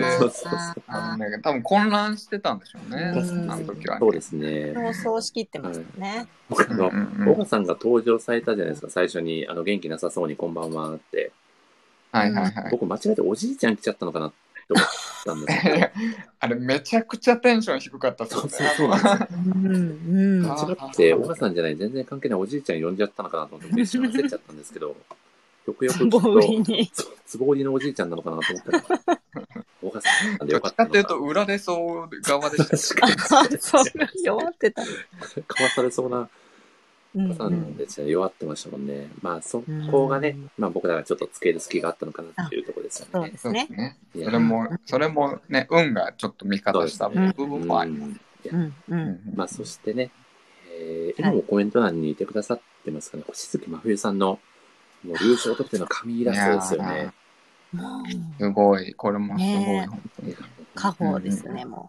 多分混乱してたんでしょうね、あの時は。 そうですね。 そう仕切ってましたね。 大川さんが登場されたじゃないですか、最初に、元気なさそうにこんばんはって。僕、間違えておじいちゃん来ちゃったのかなって思ったんですけど。 あれ、めちゃくちゃテンション低かったっすね。 そうなんですよ。間違って、大川さんじゃない、全然関係ないおじいちゃん呼んじゃったのかなと思って、一瞬焦っちゃったんですけど、よくよくちょっと、つぼ売りのおじいちゃんなのかなと思ったら、大川さんなんでよかったのか。 っていうと、裏でそう側でした。 そう、弱ってた。 かわされそうな。なんですよ、弱ってましたもんね。まあそこがね、まあ僕らがちょっとつける隙があったのかなっていうところですよね。 そうですね。 それもね、運がちょっと味方した部分もあります。 まあ、そしてね、今もコメント欄にいてくださってますかね、星月真冬さんの、もう優勝得点の紙イラストですよね。 すごい、これもすごい、本当に。 家宝ですね、も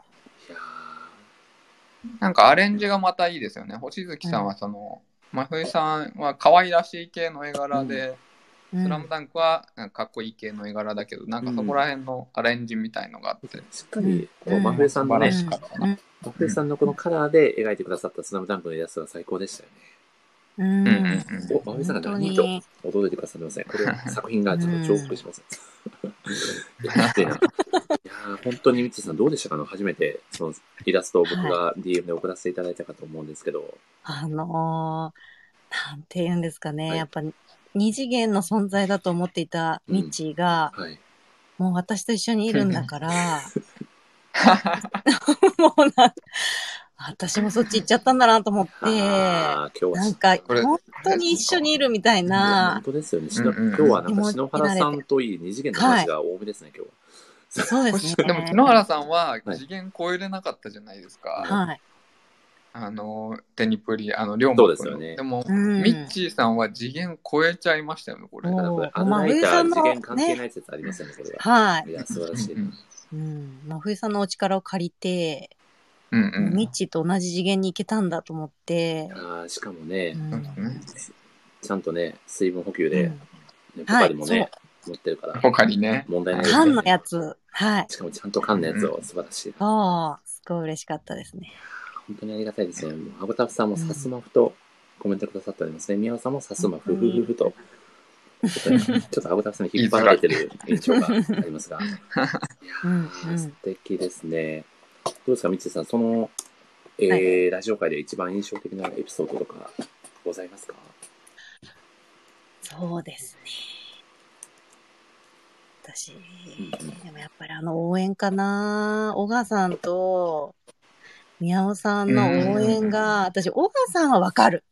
う。なんかアレンジがまたいいですよね。星月さんは真冬さんは可愛らしい系の絵柄で、スラムダンクはかっこいい系の絵柄だけど、なんかそこら辺のアレンジみたいのがあって、 しっかり真冬さんのね、真冬さんのこのカラーで描いてくださったスラムダンクのイラストが最高でしたよね。真冬さんが何と驚いてくださってますね。これ作品がちょっと重複します。いや本当にミッチーさんどうでしたか？初めてそのイラストを僕が DM で送らせていただいたかと思うんですけど。 なんて言うんですかね。やっぱ二次元の存在だと思っていたミッチーが、もう私と一緒にいるんだから、もう私もそっち行っちゃったんだなと思って、なんか本当に一緒にいるみたいな。 本当ですよね。今日はなんか篠原さんといい二次元の話が多めですね、今日は。 そうですね。 でも篠原さんは次元超えれなかったじゃないですか。 はい。 テニプリ、龍馬そうですよね。 でも、ミッチーさんは次元超えちゃいましたよね、これ。 アナイター次元関係ない説ありますよね、これは。 はい。 いや、素晴らしい。 真冬さんのお力を借りて、ミッチーと同じ次元に行けたんだと思って。 しかもね、ちゃんとね、水分補給で、ポカリもね、持ってるから。 ポカリね。 問題ないですね。 缶のやつ。はい。 しかもちゃんと缶のやつを素晴らしい。 すごい嬉しかったですね。 本当にありがたいですね。アブタフさんもサスマフとコメントくださっておりますね。宮尾さんもサスマフフフフと。ちょっとアブタフさんに引っ張られてる印象がありますが。いや素敵ですね。どうですか、ミッチーさん、その、ラジオ界で一番印象的なエピソードとかございますか？ そうですね。私、でもやっぱり応援かな。小川さんと、宮尾さんの応援が、私、小川さんはわかる。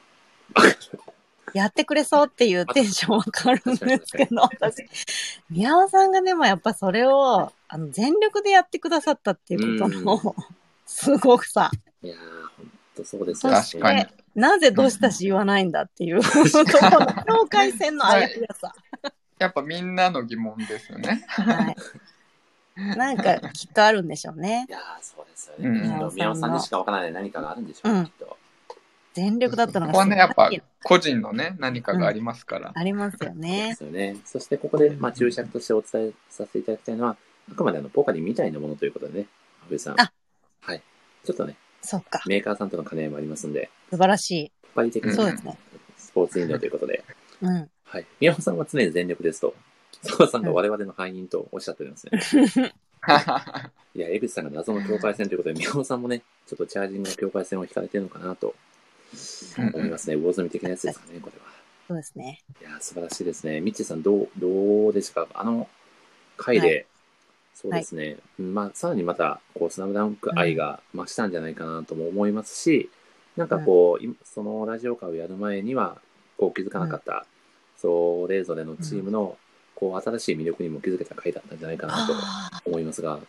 やってくれそうっていうテンションわかるんですけど、私、宮尾さんがね、もやっぱそれを、全力でやってくださったっていうことの、すごくさ。 いやー、ほんとそうですよね。確かに。 なぜどうしたし言わないんだっていう、ところの境界線のあやふやさ。 やっぱみんなの疑問ですよね。 はい。なんかきっとあるんでしょうね。 いやー、そうですよね。宮尾さんにしかわからない何かがあるんでしょうね、きっと。 全力だったのがここはね、やっぱ個人のね、何かがありますから。 ありますよね。 そうですよね。そしてここで、注釈としてお伝えさせていただきたいのは、あくまでポカリみたいなものということでね、阿部さん。はい。ちょっとね、 そっか。 メーカーさんとの兼ね合いもありますんで。 素晴らしい。 ポカリ的な、 そうですね。 スポーツ飲料ということで。はい。宮尾さんは常に全力ですと。澤さんが我々の敗因とおっしゃっておりますね。いや、江口さんが謎の境界線ということで、宮尾さんもね、ちょっとチャージングの境界線を引かれてるのかなと思いますね。魚住的なやつですかね、これは。 そうですね。 いや、素晴らしいですね。ミッチーさん、どうですか？回で、そうですね。さらにまた、スラムダンク愛が増したんじゃないかなとも思いますし、なんかそのラジオ会をやる前には、気づかなかった、それぞれのチームの、新しい魅力にも気づけた回だったんじゃないかなと思いますが。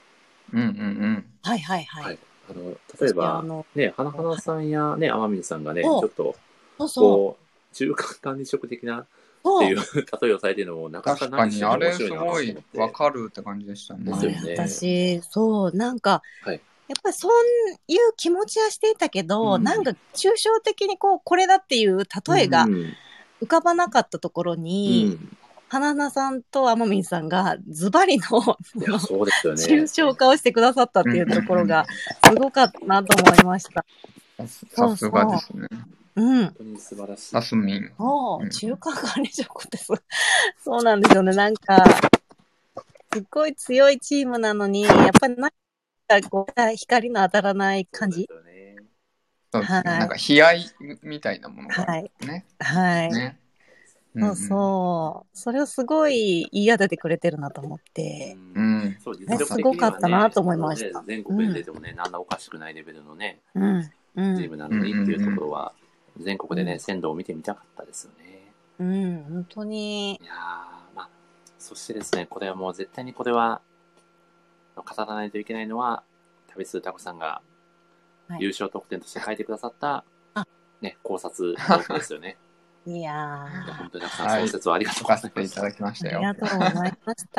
はいはいはい。 例えば、ね、花々さんやね、天海さんがね、ちょっと、中間管理職的なっていう例えをされてるのも、なかなか確かに、あれすごいわかるって感じでしたね。 私、なんか、やっぱりそういう気持ちはしていたけど、なんか抽象的にこれだっていう例えが浮かばなかったところに、花々さんと天海さんがズバリの抽象化をしてくださったっていうところがすごかったなと思いました。 さすがですね。 本当に素晴らしい。 サスミン。 中華管理職ってそうなんですよね。なんか、すっごい強いチームなのに、やっぱりなんか光の当たらない感じ。 そうですね。なんか悲哀みたいなものがね。 はい。それをすごい言い当ててくれてるなと思って、すごかったなと思いました。 全国に出てもね、なんだおかしくないレベルのね、チームなのにっていうところは、全国でね、鮮度を見てみたかったですよね。 本当に。 いやそしてですね、これはもう絶対にこれは語らないといけないのは、旅するタコさんが優勝特典として書いてくださった、ね、考察ですよね。 いやー。本当にたくさん創設をありがとうございました。いただきましたよ。 ありがとうございました。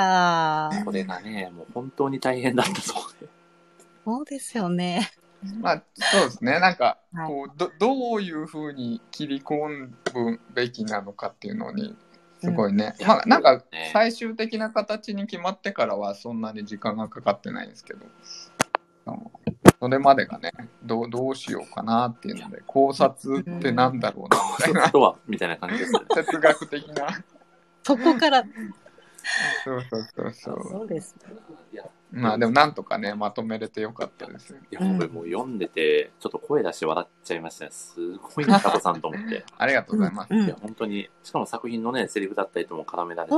これがね、もう本当に大変だったそうで。 そうですよね。 まあ、そうですね。なんか、こう、どういうふうに切り込むべきなのかっていうのに、すごいね。まあ、なんか、最終的な形に決まってからはそんなに時間がかかってないんですけど、それまでがね、どうしようかなっていうので、考察ってなんだろうな、みたいな。 とはみたいな感じですね。 哲学的な。 そこから。 そうですね。まあでもなんとかね、まとめれてよかったですよ。 いや、もう読んでて、ちょっと声出して笑っちゃいましたね。すごいタコさんと思って。 ありがとうございます。 いや、本当に、しかも作品のね、セリフだったりとも絡められて。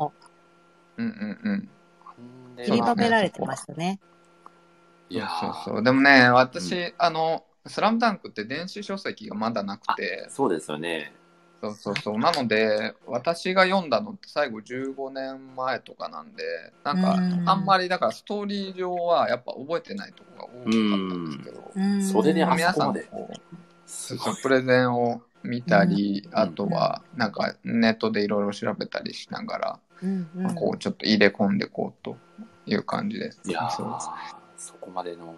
切り止められてましたね。 いやそう。でもね、私、スラムダンクって電子書籍がまだなくて。 そうですよね。 そう。なので、私が読んだのって最後15年前とかなんで、なんか、あんまりだからストーリー上はやっぱ覚えてないところが多かったんですけど、 それで皆さんこう、プレゼンを見たり、あとは、なんかネットでいろいろ調べたりしながら、こう、ちょっと入れ込んでいこうという感じです。 いやそこまでの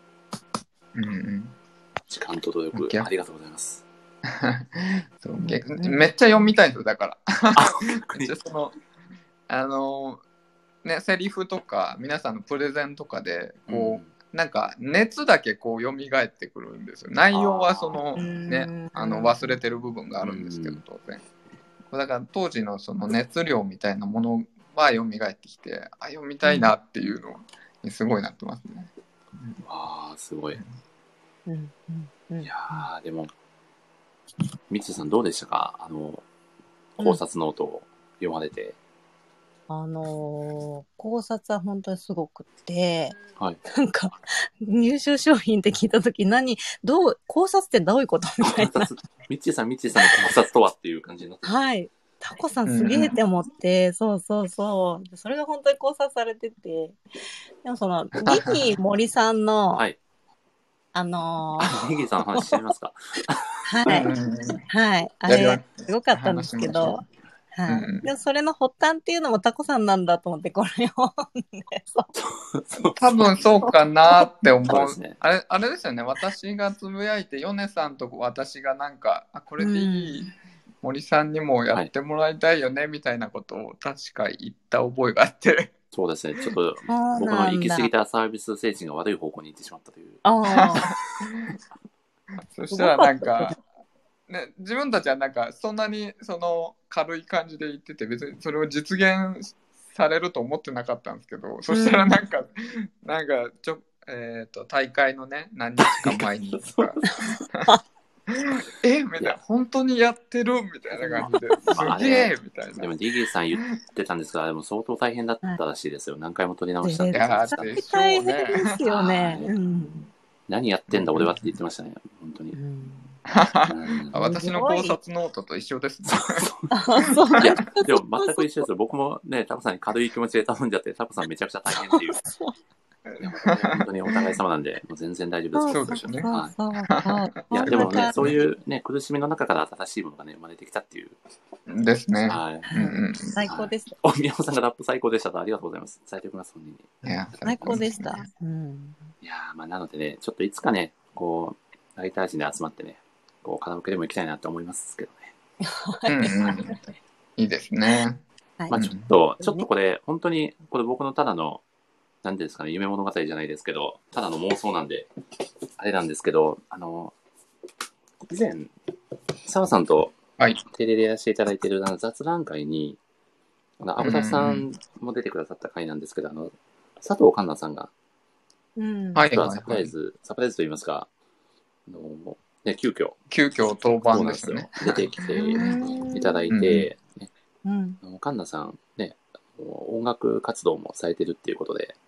時間と努力、ありがとうございます。 そうめっちゃ読みたいんですよ、だから。ね、セリフとか皆さんのプレゼンとかでこう、なんか熱だけこう蘇ってくるんですよ。内容はそのね、忘れてる部分があるんですけど、当然だから当時のその熱量みたいなものは蘇ってきて、読みたいなっていうのにすごいなってますね。 わあ、すごい。いやでもみつさんどうでしたか？考察ノートを読まれて。 考察は本当にすごくて、なんか入手商品って聞いたとき考察ってどういうことみたいな。 みっちーさんの考察とはっていう感じになって。 はい。タコさんすげえって思って、そう。それが本当に考察されてて、でもその、リギー森さんの、 リギーさんの話知りますか？ はい。あれ、すごかったんですけど、でもそれの発端っていうのもタコさんなんだと思って、これを多分そうかなって思う。あれですよね。私がつぶやいて、ヨネさんと私がなんか、これでいい、森さんにもやってもらいたいよね、みたいなことを確か言った覚えがあって。 そうですね。ちょっと僕の行き過ぎたサービス精神が悪い方向に行ってしまったという。 そしたらなんか、ね、自分たちはなんかそんなにその軽い感じで言ってて、別にそれを実現されると思ってなかったんですけど、そしたらなんか大会のね、何日か前にみたいな、本当にやってるみたいな感じで、すげえみたいな。 でもディギーさん言ってたんですが、でも相当大変だったらしいですよ。何回も撮り直したんで。 大変ですよね。 何やってんだ俺はって言ってましたね、本当に。 私の考察ノートと一緒ですね。 いや、でも全く一緒ですよ。僕もね、タコさんに軽い気持ちで頼んじゃって、タコさんめちゃくちゃ大変っていう。本当にお互い様なんで、もう全然大丈夫です。 そうですよね。 いや、でもね、そういうね、苦しみの中から新しいものがね、生まれてきたっていう。 ですね。 最高でした。 宮本さんがラップ最高でしたと、ありがとうございます。伝えておきます、本人に。 最高でした。 いやまあなのでね、ちょっといつかね、こう、ライター陣で集まってね、こう、カラオケでも行きたいなと思いますけどね。いいですね。 まあちょっとこれ、本当に、これ僕のただの、なんていうんですかね、夢物語じゃないですけど、ただの妄想なんで、あれなんですけど、以前、澤さんとテレでやらせていただいている雑談会に、アブタさんも出てくださった回なんですけど、佐藤環奈さんが、サプライズと言いますか、ね、急遽当番ですね。 出てきていただいて、環奈さん、ね、音楽活動もされてるっていうことで、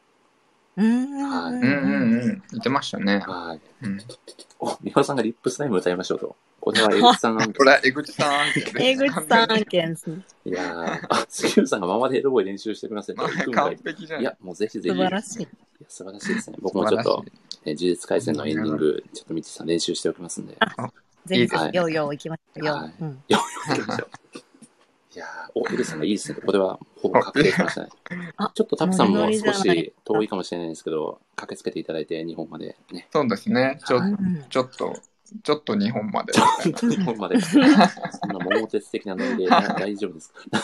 言ってましたね。 美輪さんがリップスライム歌いましょうと。これは江口さん案件。 これは江口さん案件。 江口さん案件ですね。 いや杉浦さんがママでヘッドボーイ練習してください。 完璧じゃん。 いや、もうぜひぜひ。 素晴らしい。 素晴らしいですね。僕もちょっと呪術廻戦のエンディング、ちょっとみちさん練習しておきますんで。 ぜひぜひ、ヨーヨー行きましょうよ。ヨーヨー行きましょう。いやー、エルさんがいいですね。これはほぼ確定しましたね。ちょっとタクさんも少し遠いかもしれないんですけど、駆けつけていただいて、日本までね。 そうですね。ちょっと日本まで。 ちょっと日本まで。そんな桃鉄的なノリで大丈夫ですか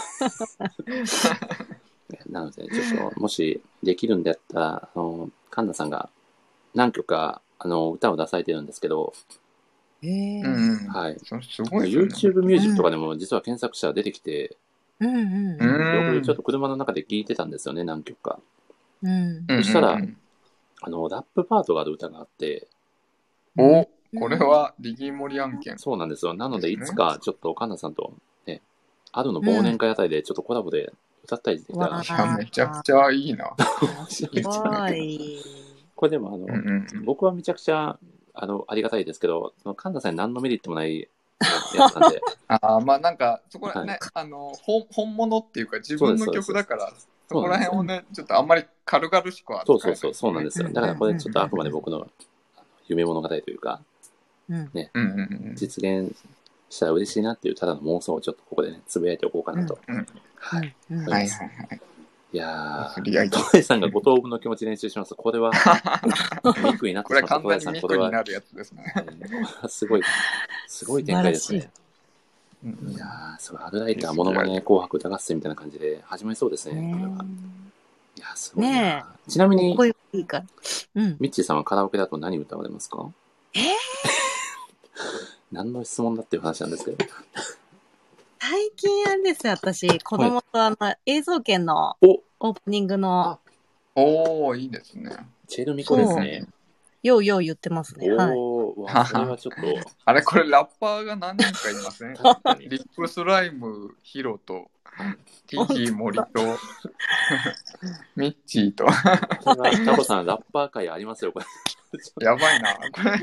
なので、ちょっと、もしできるんだったら、神田さんが何曲か、歌を出されてるんですけど、はい。 すごい、ね。 YouTube ミュージックとかでも実は検索したら出てきて、僕ちょっと車の中で聴いてたんですよね、何曲か。そしたら、ラップパートがある歌があって、 これはリギモリ案件。 そうなんですよ。なので、いつかちょっと神田さんと、ね、アドの忘年会あたりでちょっとコラボで歌ったりできたら、 いや、めちゃくちゃいいな。 これでも僕はめちゃくちゃ、ありがたいですけど、その神田さんに何のメリットもないやつなんで。 まあなんか、そこらね、本物っていうか自分の曲だから、そこら辺をね、ちょっとあんまり軽々しくは扱えない。そうなんですよ。だからこれちょっとあくまで僕の夢物語というか、ね、実現したら嬉しいなっていうただの妄想をちょっとここでね、つぶやいておこうかなと。はい。いやー、トエさんが5等分の気持ち練習します。これは、ミクになってしまった。 これは簡単にミクになるやつですね。 すごい展開ですね。いやー、すごい、アルライター、モノマネ、紅白歌合戦みたいな感じで始まりそうですね、これは。いやー、すごいな。ちなみに、ミッチーさんはカラオケだと何歌われますか？何の質問だっていう話なんですけど。 最近あれですよ、私、子供と映像研のオープニングの。 いいですね。 チェルミコですね。 ようよう言ってますね。 それはちょっと。 あれ、これラッパーが何人かいません？リップスライム、ヒロと、ティヒ森と、ミッチーと。 タコさん、ラッパー界ありますよ、これ。 やばいな、これ。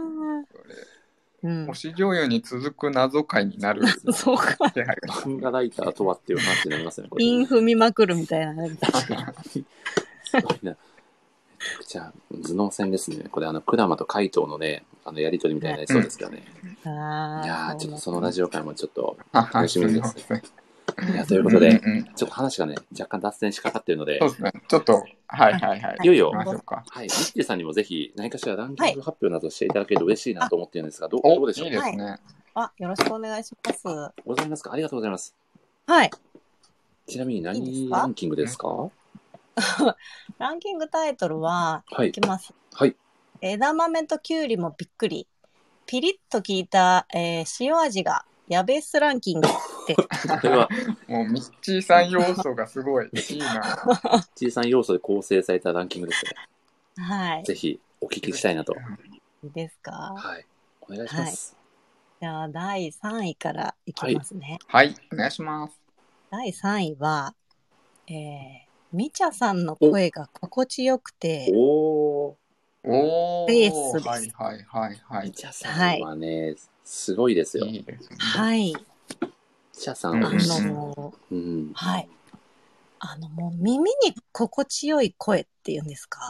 星女優に続く謎解になる。 そうか。 漫画ライターとはっていう話になりますね、これ。 イン踏みまくるみたいな。 すごいな。めちゃくちゃ頭脳戦ですね。これ、クラマとカイトウのね、やりとりみたいになりそうですけどね。いやー、ちょっとそのラジオ会もちょっと楽しみですね。いや、ということで、ちょっと話がね、若干脱線しかかっているので、 そうですね。ちょっと、 いよいよ、ミッチーさんにもぜひ何かしらランキング発表などしていただけると嬉しいなと思っているんですが、どうでしょうか？ いいですね。 よろしくお願いします。 ございますか？ありがとうございます。 はい。 ちなみに何ランキングですか？ ランキングタイトルは、いきます。 はい。 枝豆ときゅうりもびっくり。ピリッと効いた、塩味がやべっすランキングって。 これはもうミッチーさん要素がすごいいいな。 ミッチーさん要素で構成されたランキングですね。 はい。 ぜひお聞きしたいなと。 いいですか？ はい。お願いします。 じゃあ第3位からいきますね。 はい、お願いします。 第3位は、みちゃさんの声が心地よくて、ベースです。 みちゃさんはね、すごいですよ。 いいですね。 はい。 みちゃさんははい。もう耳に心地よい声っていうんですか？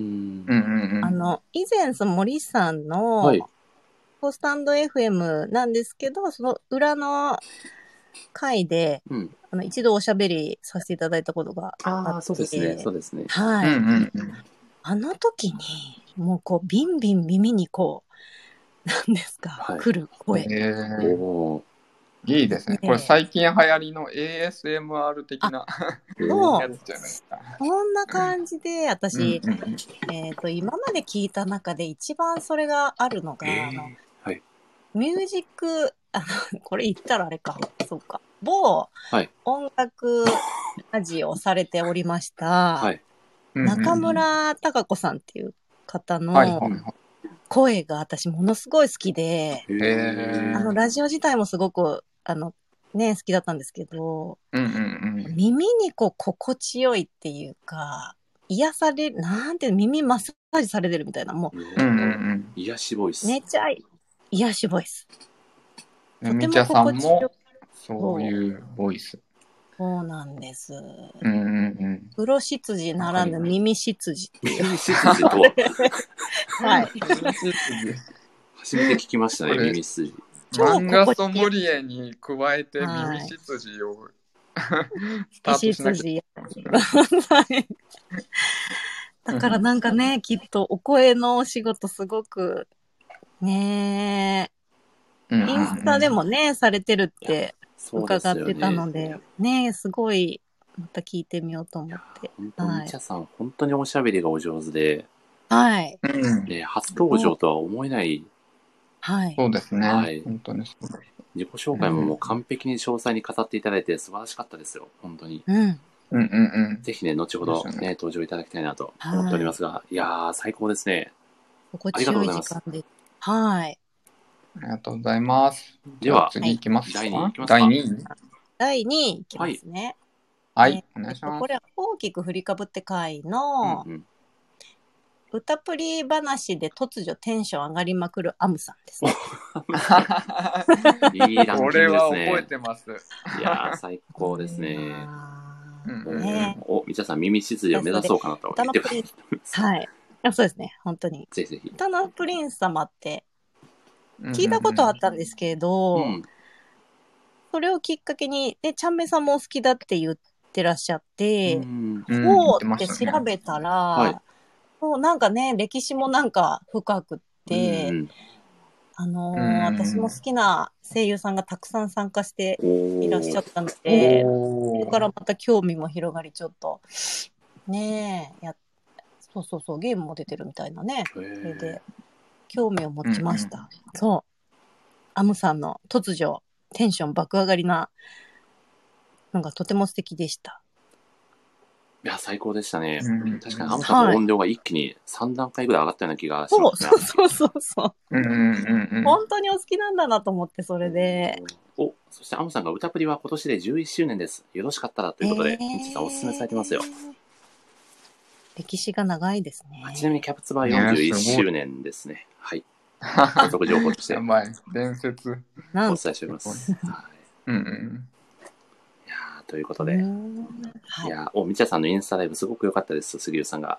以前、森さんの、スタンド FM なんですけど、その裏の回で、一度おしゃべりさせていただいたことがあって。 そうですね、そうですね。 はい。あの時に、もうこう、ビンビン耳にこう、なんですか、来る声。 いいですね。これ最近流行りの ASMR 的なやつじゃないですか。 こんな感じで、私、今まで聞いた中で一番それがあるのが、ミュージック、これ言ったらあれか、そうか。某音楽ラジオをされておりました、中村貴子さんっていう方の声が私ものすごい好きで、ラジオ自体もすごく、好きだったんですけど、耳にこう心地よいっていうか、癒される、なんて耳マッサージされてるみたいな、もう、 癒しボイス。 めちゃ癒しボイス。 みちゃさんもそういうボイス。 そうなんです。黒羊ならぬ耳羊。 耳羊とははい。 初めて聞きましたね、耳羊。 漫画ソムリエに加えて耳羊をスタートしなきゃいけない。 だからなんかね、きっとお声のお仕事すごく、ねインスタでもね、されてるって伺ってたので、ね、すごい、また聞いてみようと思って。 本当に、みちゃさん、本当におしゃべりがお上手で、 はい。 初登場とは思えない、 はい。 そうですね。はい。本当にそうです。 自己紹介ももう完璧に詳細に語っていただいて素晴らしかったですよ、本当に。ぜひね、後ほどね、登場いただきたいなと思っておりますが、いやー、最高ですね。 ありがとうございます。はい。 ありがとうございます。 では、 次行きますか。 第2位いきますか。 第2位いきますね。 はい、お願いします。 これは大きく振りかぶって会の、歌プリ話で突如テンション上がりまくるアムさんですね。 いいランキングですね。これは覚えてます。 いやー、最高ですね。みちゃさん、耳羊を目指そうかなと言ってくれます。はい。そうですね、本当に。 ぜひぜひ。 歌のプリンス様って聞いたことはあったんですけど、それをきっかけに、ちゃんめさんも好きだって言ってらっしゃって、おーって調べたら、もうなんかね、歴史もなんか深くって、私も好きな声優さんがたくさん参加していらっしゃったので、そこからまた興味も広がり、ちょっと、ねえ、そう、ゲームも出てるみたいなね。それで、興味を持ちました。そう。アムさんの突如、テンション爆上がりなのがとても素敵でした。 いや、最高でしたね。確かに、アムさんの音量が一気に3段階ぐらい上がったような気がしますね。 そう。本当にお好きなんだなと思って、それで。 そしてアムさんが歌プリは今年で11周年です。よろしかったらということで、みちさんおすすめされてますよ。 歴史が長いですね。 ちなみにキャプツバー41周年ですね。はい。補足情報として。 やばい。伝説。 お伝えしております。ということで。いや、みちゃさんのインスタライブすごく良かったです、杉浦さんが。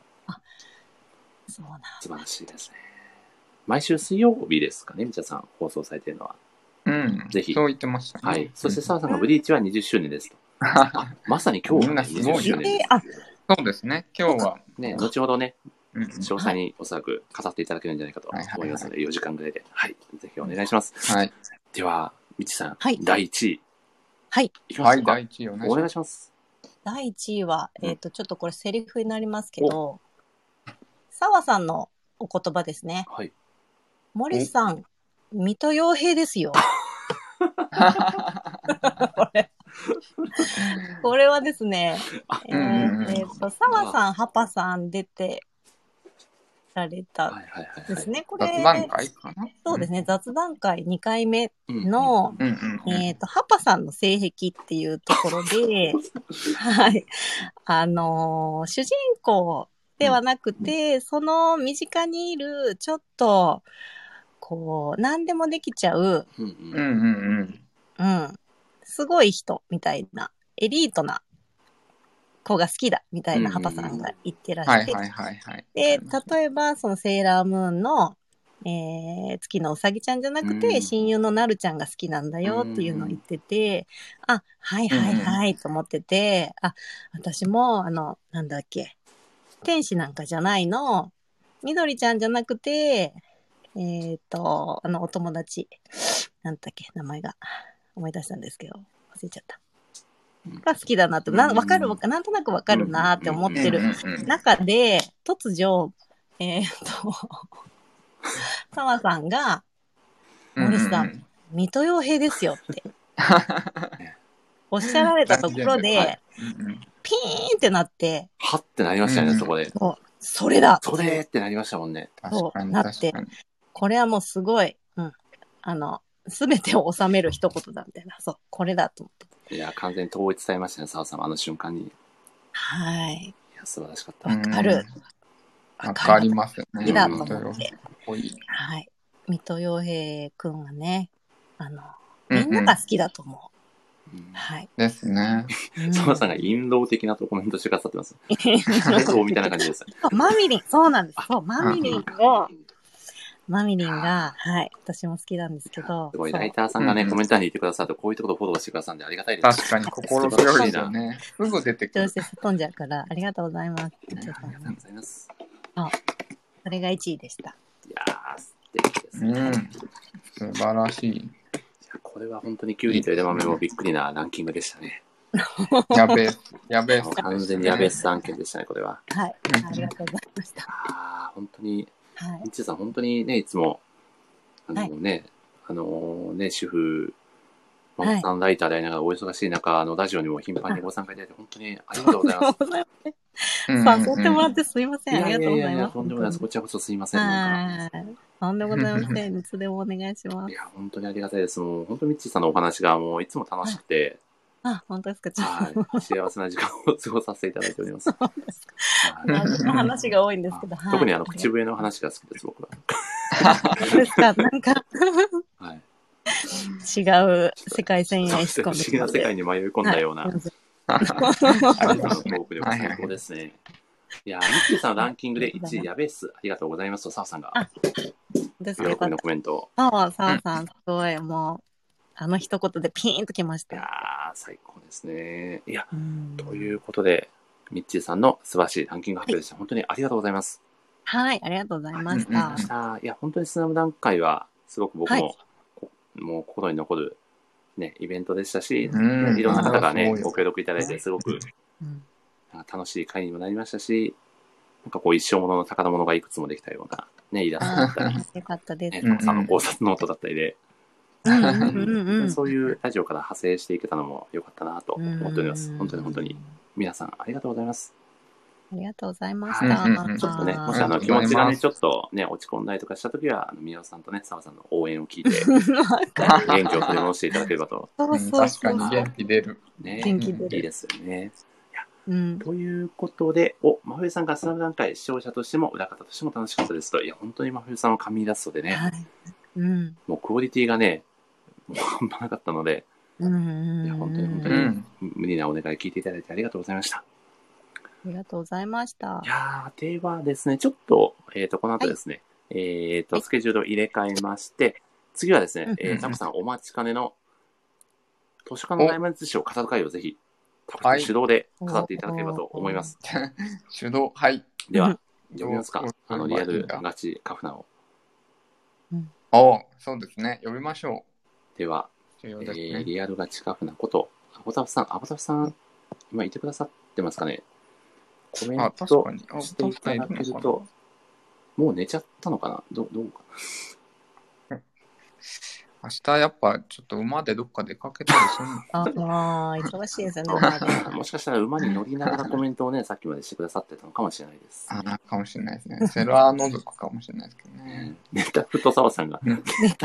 そうなん素晴らしいですね。毎週水曜日ですかね、みちゃさん、放送されているのは。ぜひ。 そう言ってましたね。 はい。そして澤さんがブリーチは20周年ですと。まさに今日が20周年です。 そうですね、今日は。 ね、後ほどね、詳細におそらく語っていただけるんじゃないかと思いますので、4時間ぐらいで。はい。ぜひお願いします。 はい。 では、みちさん、第1位。 はい。 いきましょうか。 第1位お願いします。 第1位は、ちょっとこれセリフになりますけど、澤さんのお言葉ですね。 はい。 森さん、水戸洋平ですよ。これはですね、澤さん、ハパさん出てられたですね。これ、 雑談会かな？ そうですね、雑談会2回目の、ハパさんの性癖っていうところで、はい、主人公ではなくて、その身近にいる、ちょっと、こう、何でもできちゃう、すごい人みたいな、エリートな子が好きだみたいなハパさんが言ってらして、で、例えばそのセーラームーンの、月のうさぎちゃんじゃなくて、親友のなるちゃんが好きなんだよっていうのを言ってて、はいと思ってて、私もなんだっけ、天使なんかじゃないの、みどりちゃんじゃなくて、お友達、なんだっけ、名前が思い出したんですけど、忘れちゃった。が好きだなって、なんとなくわかるなって思ってる中で、突如、澤さんが、森さん、水戸洋平ですよって、おっしゃられたところで、ピーンってなって、 はってなりましたね、そこで。 それだそれってなりましたもんね。 そうなって、これはもうすごい、すべてを収める一言だみたいな、そう、これだと思って。 いや、完全に統一されましたね、澤さん、あの瞬間に。 はい。 いや、素晴らしかった。 わかる。 わかりますね。 好きだと思って。はい。水戸洋平くんはね、みんなが好きだと思う。 はい。 ですね。 澤さんが陰謀的なとコメントしてくださってます。そうみたいな感じです。 マミリン、そうなんです。そう、マミリンが、はい、私も好きなんですけど。 すごい、ライターさんがね、コメント欄にいてくださると、こういうところをフォローしてくださるんでありがたいです。 確かに、心強いですよね。すぐ出てくる。 調子飛んじゃうから、ありがとうございます。ありがとうございます。 それが1位でした。 いやー、素敵ですね。 素晴らしい。 これは本当にキュウリと枝豆もびっくりなランキングでしたね。 やべえ。 完全にやべえ案件でしたね、これは。 はい。ありがとうございました。 本当に、みちさん、本当にね、いつも、主婦、ママさんライターでありながらお忙しい中、ラジオにも頻繁にご参加いただいて、本当にありがとうございます。 誘ってもらってすいません。ありがとうございます。 とんでもないです。こちらこそすいません。 とんでもございません。いつでもお願いします。 いや、本当にありがたいです。もう、本当ミッチーさんのお話がもういつも楽しくて、 本当ですか。 幸せな時間を過ごさせていただいております。 話が多いんですけど、 特に口笛の話が好きです、僕は。 そうですか、なんか、違う世界線へ不思議な世界に迷い込んだような。そうですね。いや、ミッキーさんのランキングで1位やべえっす。ありがとうございますと、澤さんが。喜びのコメントを。 澤さん、すごい、もう。一言でピーンときました。 いやー、最高ですね。いや、ということで、ミッチーさんの素晴らしいランキング発表でした。本当にありがとうございます。 はい、ありがとうございました。 いや、本当にスラムダンク会は、すごく僕も、もう心に残る、ね、イベントでしたし、いろんな方がね、ご協力いただいて、すごく楽しい会にもなりましたし、なんかこう、一生ものの宝物がいくつもできたような、ね、イラストだったり、 よかったです。 たくさんの考察ノートだったりで、そういうラジオから派生していけたのも良かったなと思っております。本当に皆さんありがとうございます。 ありがとうございました。 ちょっとね、もし気持ちがね、ちょっとね、落ち込んだりとかしたときは、宮尾さんとね、澤さんの応援を聞いて、元気を取り戻していただければと。 確かに元気出る。 ね、元気出る。いいですよね。ということで、真冬さんがスラムダンク会視聴者としても裏方としても楽しかったですと。いや、本当に真冬さんは神イラストでね、もうクオリティがね、もう半端なかったので、いや本当に無理なお願い聞いていただいてありがとうございました。 ありがとうございました。 いやー、ではですね、ちょっと、この後ですね、スケジュールを入れ替えまして、次はですね、タコさんお待ちかねの図書館の内面寿司を語る会をぜひ、タコさん主導で語っていただければと思います。 主導、はい。 では、読みますか。リアルガチカフナを。 そうですね。呼びましょう。では、リアルガチカフナこと、アボタフさん、今いてくださってますかね。コメントしていただけると、もう寝ちゃったのかなどうかな明日やっぱちょっと馬でどっか出かけたりするの忙しいですよね、 馬で。もしかしたら馬に乗りながらコメントをね、さっきまでしてくださってたのかもしれないです。 かもしれないですね。セラーノ族かもしれないですけどね。 ネタフと澤さんが。ネ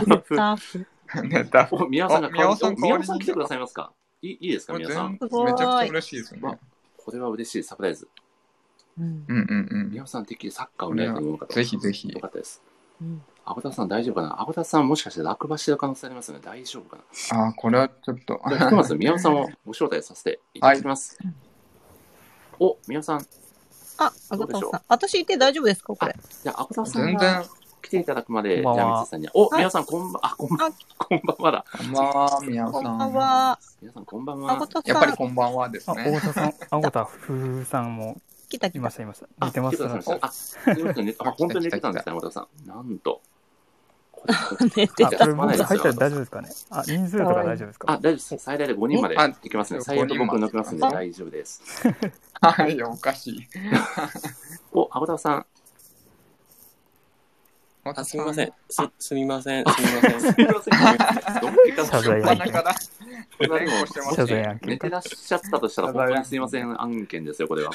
タフ。宮尾さんが宮尾さん来てくださいますか？いいですか、皆さん。 めちゃくちゃ嬉しいですね。 これは嬉しいサプライズ。宮尾さん、てっきりサッカーを見られてるものかと。 ぜひぜひ。 よかったです。アボタフさん大丈夫かな？アボタフさんもしかして落馬してる可能性ありますよね。大丈夫かな？これはちょっと。 ひとまず宮尾さんをご招待させていただきます。宮尾さん。 アボタフさん。私いて大丈夫ですかこれ。 じゃあ、アボタフさんが来ていただくまで、じゃあ、みつさんに。宮尾さん、こんばんはだ。 こんばんは、宮尾さん。 こんばんは。 皆さん、こんばんは。 やっぱりこんばんはですね。 アボタフさんも。いました。寝てます。 本当に寝てたんですね、アボタフさん。なんと。 寝てた。これ僕入ったら大丈夫ですかね？人数とか大丈夫ですか？ 大丈夫です。最大で5人まで行きますね。最悪僕抜きますんで大丈夫です。 はい、おかしい。 アボタフさん。 すみません。すみません。 謝罪案件。 寝てらっしゃったとしたら本当にすみません案件ですよ、これは。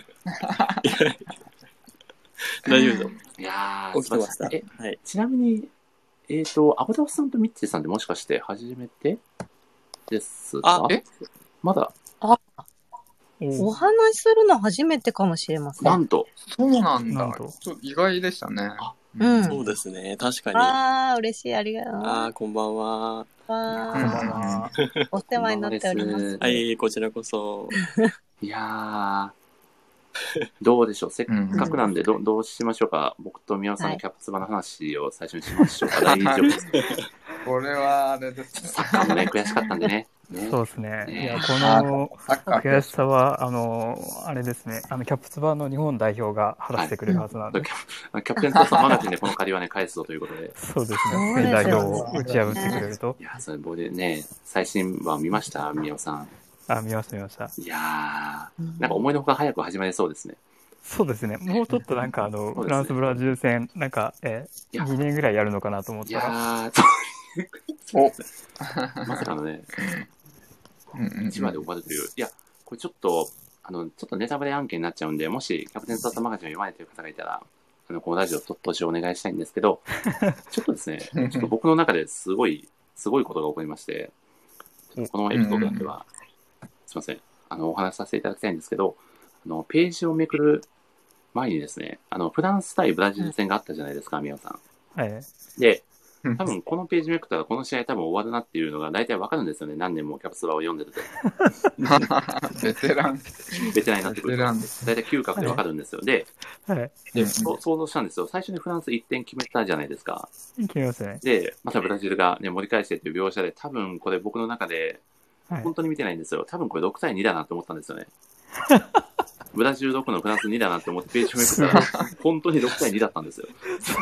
大丈夫です。 いや起きてました。 ちなみに、アボタフさんとミッチーさんってもしかして初めてですか？まだ。 お話しするの初めてかもしれません。 なんと。 そうなんだ。ちょっと意外でしたね。 そうですね。確かに。 嬉しい。ありがとう。 こんばんは。 は。お世話になっております。 はい、こちらこそ。 いやー、どうでしょう。せっかくなんでどうしましょうか。僕と宮尾さんのキャプツバの話を最初にしましょうか。大丈夫ですか。 これはあれですね。 サッカーもね、悔しかったんでね。 そうですね。いや、この悔しさは、あれですね、キャプツバの日本代表が晴らしてくれるはずなんで。 キャプテン翼マガジンでこの借りはね、返すぞということで。 そうですね。スペイン代表を打ち破ってくれると。 いや、それ僕でね、最新話見ました、宮尾さん。 見ました。 いやー、なんか思いのほか早く始まりそうですね。 そうですね。もうちょっとなんかフランスブラジル戦、なんか、2年ぐらいやるのかなと思ったら。 いやー、まさかのね、1話で終わるという。いや、これちょっとネタバレ案件になっちゃうんで、もしキャプテン翼マガジンを読まれている方がいたら、このラジオ途中お願いしたいんですけど、ちょっとですね、ちょっと僕の中ですごいことが起こりまして、このエピソードだけは、すいません、お話しさせていただきたいんですけど、ページをめくる前にですね、フランス対ブラジル戦があったじゃないですか、宮尾さん。 はい。 で、多分このページめくったらこの試合多分終わるなっていうのが大体わかるんですよね。何年もキャプツバを読んでると。 ベテランになってくると。大体嗅覚でわかるんですよ。で、想像したんですよ。最初にフランス1点決めたじゃないですか。 決めましたね。 で、またブラジルがね、盛り返してっていう描写で、多分これ僕の中で、本当に見てないんですよ。多分これ6対2だなって思ったんですよね。ブラジル6のフランス2だなって思ってページをめくったら、本当に6対2だったんですよ。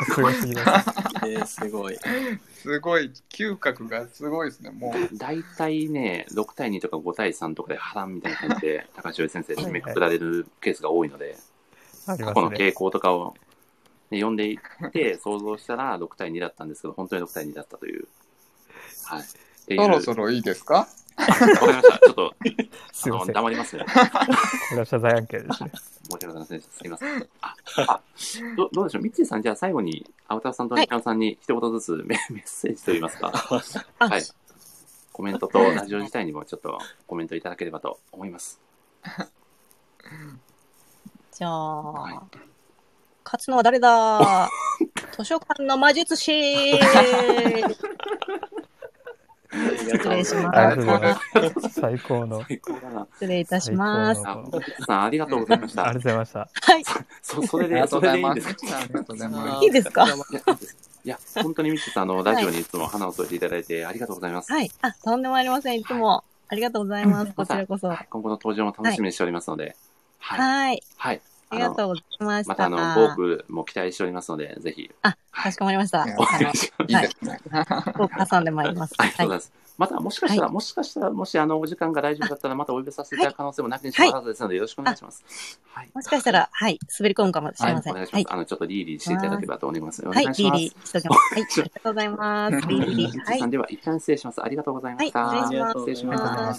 すごい。 すごい、嗅覚がすごいですね、もう。大体ね、6対2とか5対3とかで波乱みたいな感じで、高橋先生締めくくられるケースが多いので、過去の傾向とかを、ね、読んでいって想像したら6対2だったんですけど、本当に6対2だったという。はい。 そろそろいいですか？ わかりました。ちょっと、黙りますね。 これは謝罪案件ですね。 申し訳ございませんでした。すみません。どうでしょう。ミッチーさん、じゃあ最後に、アウターさんとニカンさんに一言ずつメッセージといいますか、はい。コメントとラジオ自体にもちょっとコメントいただければと思います。 じゃあ、勝つのは誰だ？図書館の魔術師失礼します。 最高の。 失礼いたします。 ありがとうございました。 ありがとうございました。 はい。 それでいいんですか？ ありがとうございます。 いいですか？ いや、本当にミッチーさん、ラジオにいつも花を添えていただいてありがとうございます。 はい。とんでもありません。いつもありがとうございます。こちらこそ。 今後の登場も楽しみにしておりますので。 はい。 はい。 ありがとうございました。 また、ボークも期待しておりますので、ぜひ。 かしこまりました。 いいですね。 ボーク挟んでまいります。 ありがとうございます。また、もしかしたら、もしお時間が大丈夫だったら、またお呼びさせていただく可能性もなくにしもあらずですので、よろしくお願いします。 もしかしたら、滑り込むかもしれません。 お願いします。ちょっとリーリーしていただければと思います。 はい、リーリーしときます。はい、ありがとうございます。リーリー。 さんでは、一旦失礼します。ありがとうございました。 失礼します。 ありがとうございました。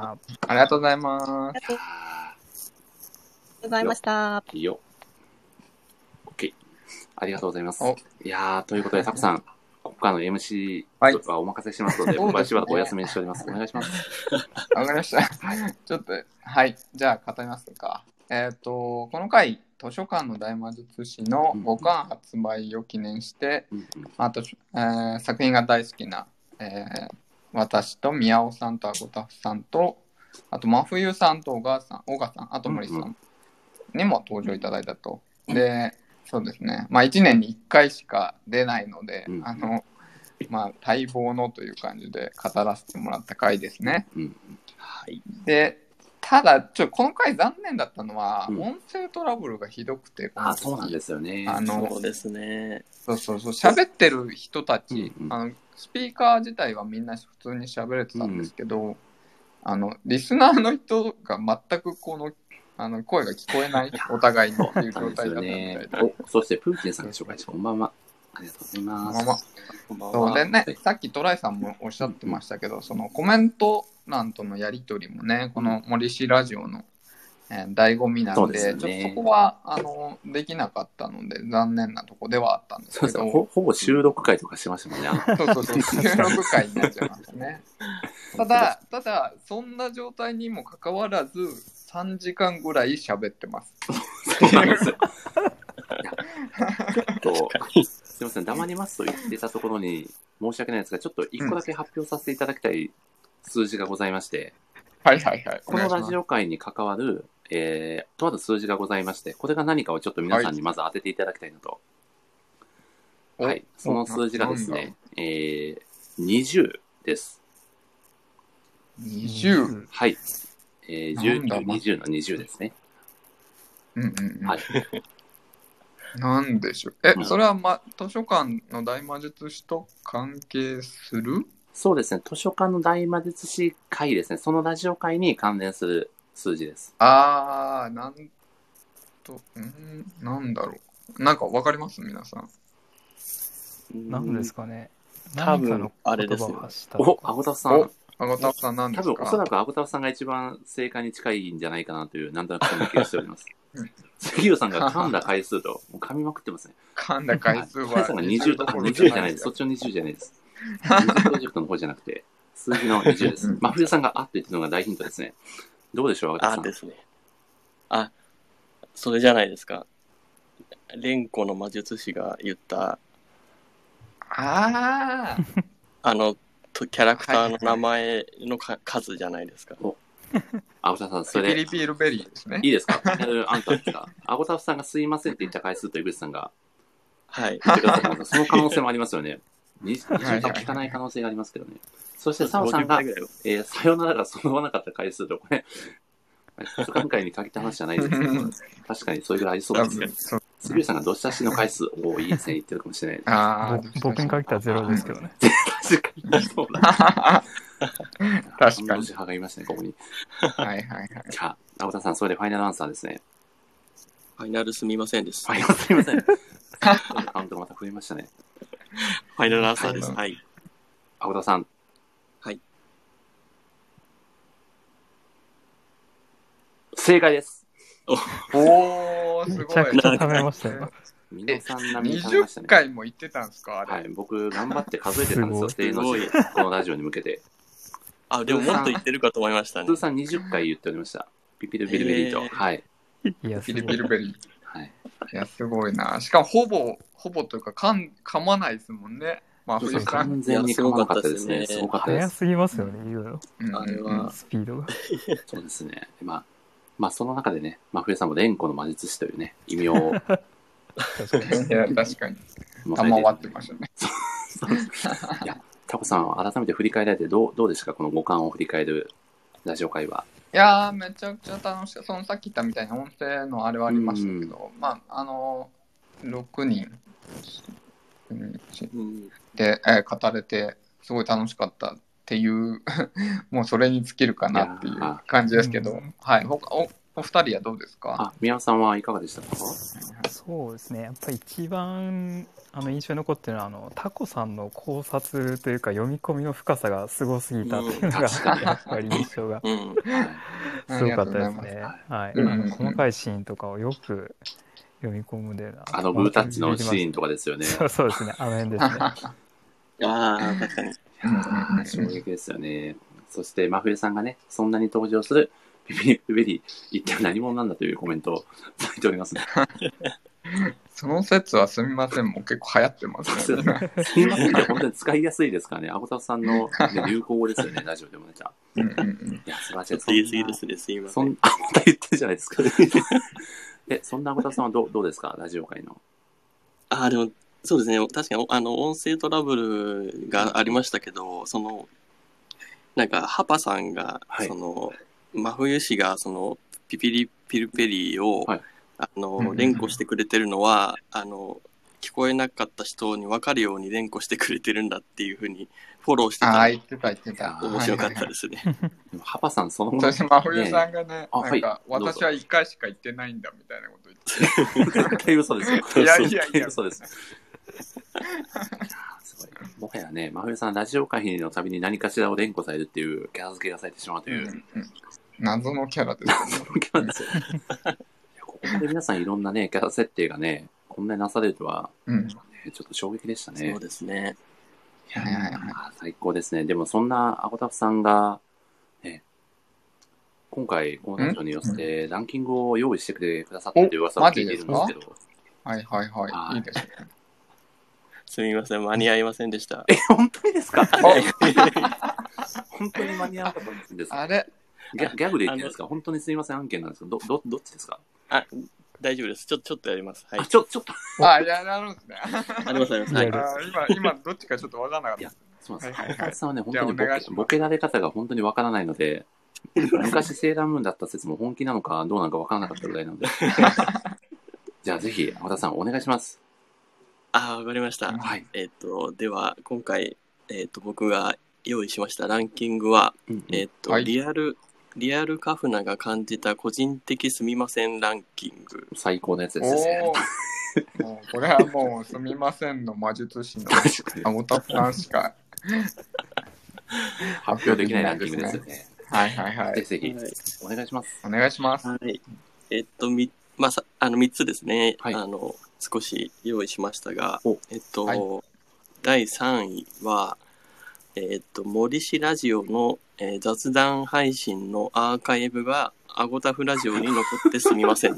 ありがとうございます。 ありがとうございました。 いいよ。OK。ありがとうございます。いやー、ということで、タクさん。ここからの MC はお任せしますので、僕はしばらくお休みにしております。お願いします。 わかりました。ちょっと、はい。じゃあ、語りますか。この回、図書館の大魔術師の5巻発売を記念して、作品が大好きな、私と宮尾さんとアゴタフさんと、あと真冬さんと小川さん、あと森さんにも登場いただいたと。で、そうですね。1年に1回しか出ないので、待望のという感じで語らせてもらった回ですね。 はい。 で、ただ、この回残念だったのは、音声トラブルがひどくて、 そうなんですよね。 そうですね。 そう、喋ってる人たち、スピーカー自体はみんな普通に喋れてたんですけど、リスナーの人が全く声が聞こえない、お互いにっていう状態だったみたいで。 そして、プーチンさんが紹介して、こんばんは。ありがとうございます。 そうでね、さっきトライさんもおっしゃってましたけど、そのコメント欄とのやりとりもね、この森氏ラジオの、醍醐味なので、ちょっとそこはできなかったので、残念なとこではあったんですけど。 ほぼ収録会とかしましたもんね。 そう、収録会になっちゃいますね。ただ、そんな状態にもかかわらず、3時間ぐらい喋ってます。 そうなんですよ。ちょっと、 すみません、黙りますと言ってたところに申し訳ないですが、ちょっと1個だけ発表させていただきたい数字がございまして、 はいはいはい。 このラジオ界に関わる、とある数字がございまして、これが何かをちょっと皆さんにまず当てていただきたいなと。はい、その数字がですね、20です。 20? はい。19、20の20ですね。はい。 なんでしょう。それは、図書館の大魔術師と関係する？ そうですね。図書館の大魔術師会ですね。そのラジオ会に関連する数字です。 なんだろう。なんかわかります皆さん。 何ですかね。 多分、あれですよ。 アゴタフさん。 アゴタフさんなんですか？ 多分、おそらくアゴタフさんが一番正解に近いんじゃないかなという、なんとなくそんな気がしております。杉浦さんが噛んだ回数と、もう噛みまくってますね。 噛んだ回数は。 さんが20じゃないです。そっちの20じゃないです。20プロジェクトの方じゃなくて、数字の20です。真冬さんがあって言ってるのが大ヒントですね。どうでしょう、アゴタフさん。 ですね。それじゃないですか。蓮子の魔術師が言った、キャラクターの名前の数じゃないですか。 アゴタフさん、それで。 ピリピリベリーですね。 いいですか？あんたですか？アゴタフさんがすいませんって言った回数と井口さんが。 はい。 その可能性もありますよね。20多聞かない可能性がありますけどね。そして、サオさんが、さよならがそのまなかった回数と、これ、図書館会に限った話じゃないですけど、確かにそれぐらいありそうですね。杉浦さんがどっしゃしの回数をいい線言ってるかもしれないです。 僕に限ったらゼロですけどね。 確かに。そうだ。 確かに。 派がいましたね、ここに。 はいはいはい。 じゃあ、青田さん、それでファイナルアンサーですね。 ファイナルすみませんです。 ファイナルすみません。カウントまた増えましたね。 ファイナルアンサーです。はい。 青田さん。 はい。 正解です。 おー、すごい。 めちゃくちゃ食べましたよ。 皆さん並みに食べましたね。 20回も言ってたんですか？あれ。 はい、僕頑張って数えてたんですよ。すごい。このラジオに向けて。 でももっと言ってるかと思いましたね。 通算20回言っておりました。ピピルビルベリーと。はい。 ピピルビルベリー。 はい。 いや、すごいな。しかもほぼというか噛まないですもんね。 完全に噛まなかったですね。すごかったです。 早すぎますよね、言うの。 あれは。 スピードが。 そうですね。まあ、その中でね、真冬さんも蓮子の魔術師というね、異名を。 いや、確かに。賜ってましたね。 いや、タコさん、改めて振り返られてどうですか、この五感を振り返るラジオ会は。 いやー、めちゃくちゃ楽しかった。さっき言ったみたいな音声のあれはありましたけど、6人で、語れて、すごい楽しかったっていう、もうそれに尽きるかなっていう感じですけど、はい。お二人はどうですか？ 宮尾さんはいかがでしたか？ そうですね。やっぱり一番印象に残ってるのはタコさんの考察というか読み込みの深さがすごすぎたっていうのが、やっぱり印象がすごかったですね。はい。細かいシーンとかをよく読み込むでブータッチのシーンとかですよね。 そうですね。辺ですね。 確かに。 衝撃ですよね。そして真冬さんがね、そんなに登場するピピリベリー、一体何者なんだというコメントをされておりますね。 その説はすみませんも結構流行ってますね。 すみませんって本当に使いやすいですからね。アゴタフさんの流行語ですよね、ラジオでもね。じゃあ。いや、素晴らしい。 言い過ぎですね、すみません。 また言ってるじゃないですか。そんなアゴタフさんはどうですか、ラジオ界の。 でも、そうですね、確かに音声トラブルがありましたけど、なんか、ハパさんが、真冬氏が、ピピリピルペリーを、連呼してくれてるのは、聞こえなかった人に分かるように連呼してくれてるんだっていうふうにフォローしてた。 言ってた。 面白かったですね。 でもハパさんそのもの。 そして真冬さんがね、なんか、私は1回しか言ってないんだみたいなこと言って。 絶対嘘ですよ。 いや、 嘘です。すごい。もはやね、真冬さんラジオ会のたびに何かしらを連呼されるっていうキャラ付けがされてしまうという。 謎のキャラですよね。 謎のキャラですよね。ここで皆さんいろんなね、キャラ設定がね、こんなになされるとは、ちょっと衝撃でしたね。 そうですね。 いや最高ですね。でもそんなアゴタフさんが、ね、今回このラジオに寄せてランキングを用意してくださったという噂を聞いているんですけど。 はい。いいですね。 すみません、間に合いませんでした。 本当にですか？本当に間に合わなかったんですか？ あれギャグで言ってんですか？本当にすみません案件なんですけど、どっちですか？ 大丈夫です。ちょっとやります。はい。 ちょっと。 やるんですね。 あります。はい。 今どっちかちょっとわからなかった。いや、 そうなんです。青田さんはね、本当にボケられ方が本当にわからないので、昔セーラームーンだった説も本気なのかどうなのかわからなかったぐらいなので。じゃあぜひ、青田さんお願いします。 わかりました。 はい。 では、今回、僕が用意しましたランキングは、リアルカフナが感じた個人的すみませんランキング。 最高のやつですね。 これはもうすみませんの魔術師の青田さんしか発表できないランキングですよね。 はい。 ぜひ、お願いします。 お願いします。 はい。3つですね。少し用意しましたが、第3位は、森氏ラジオの、雑談配信のアーカイブがアゴタフラジオに残ってすみませんって。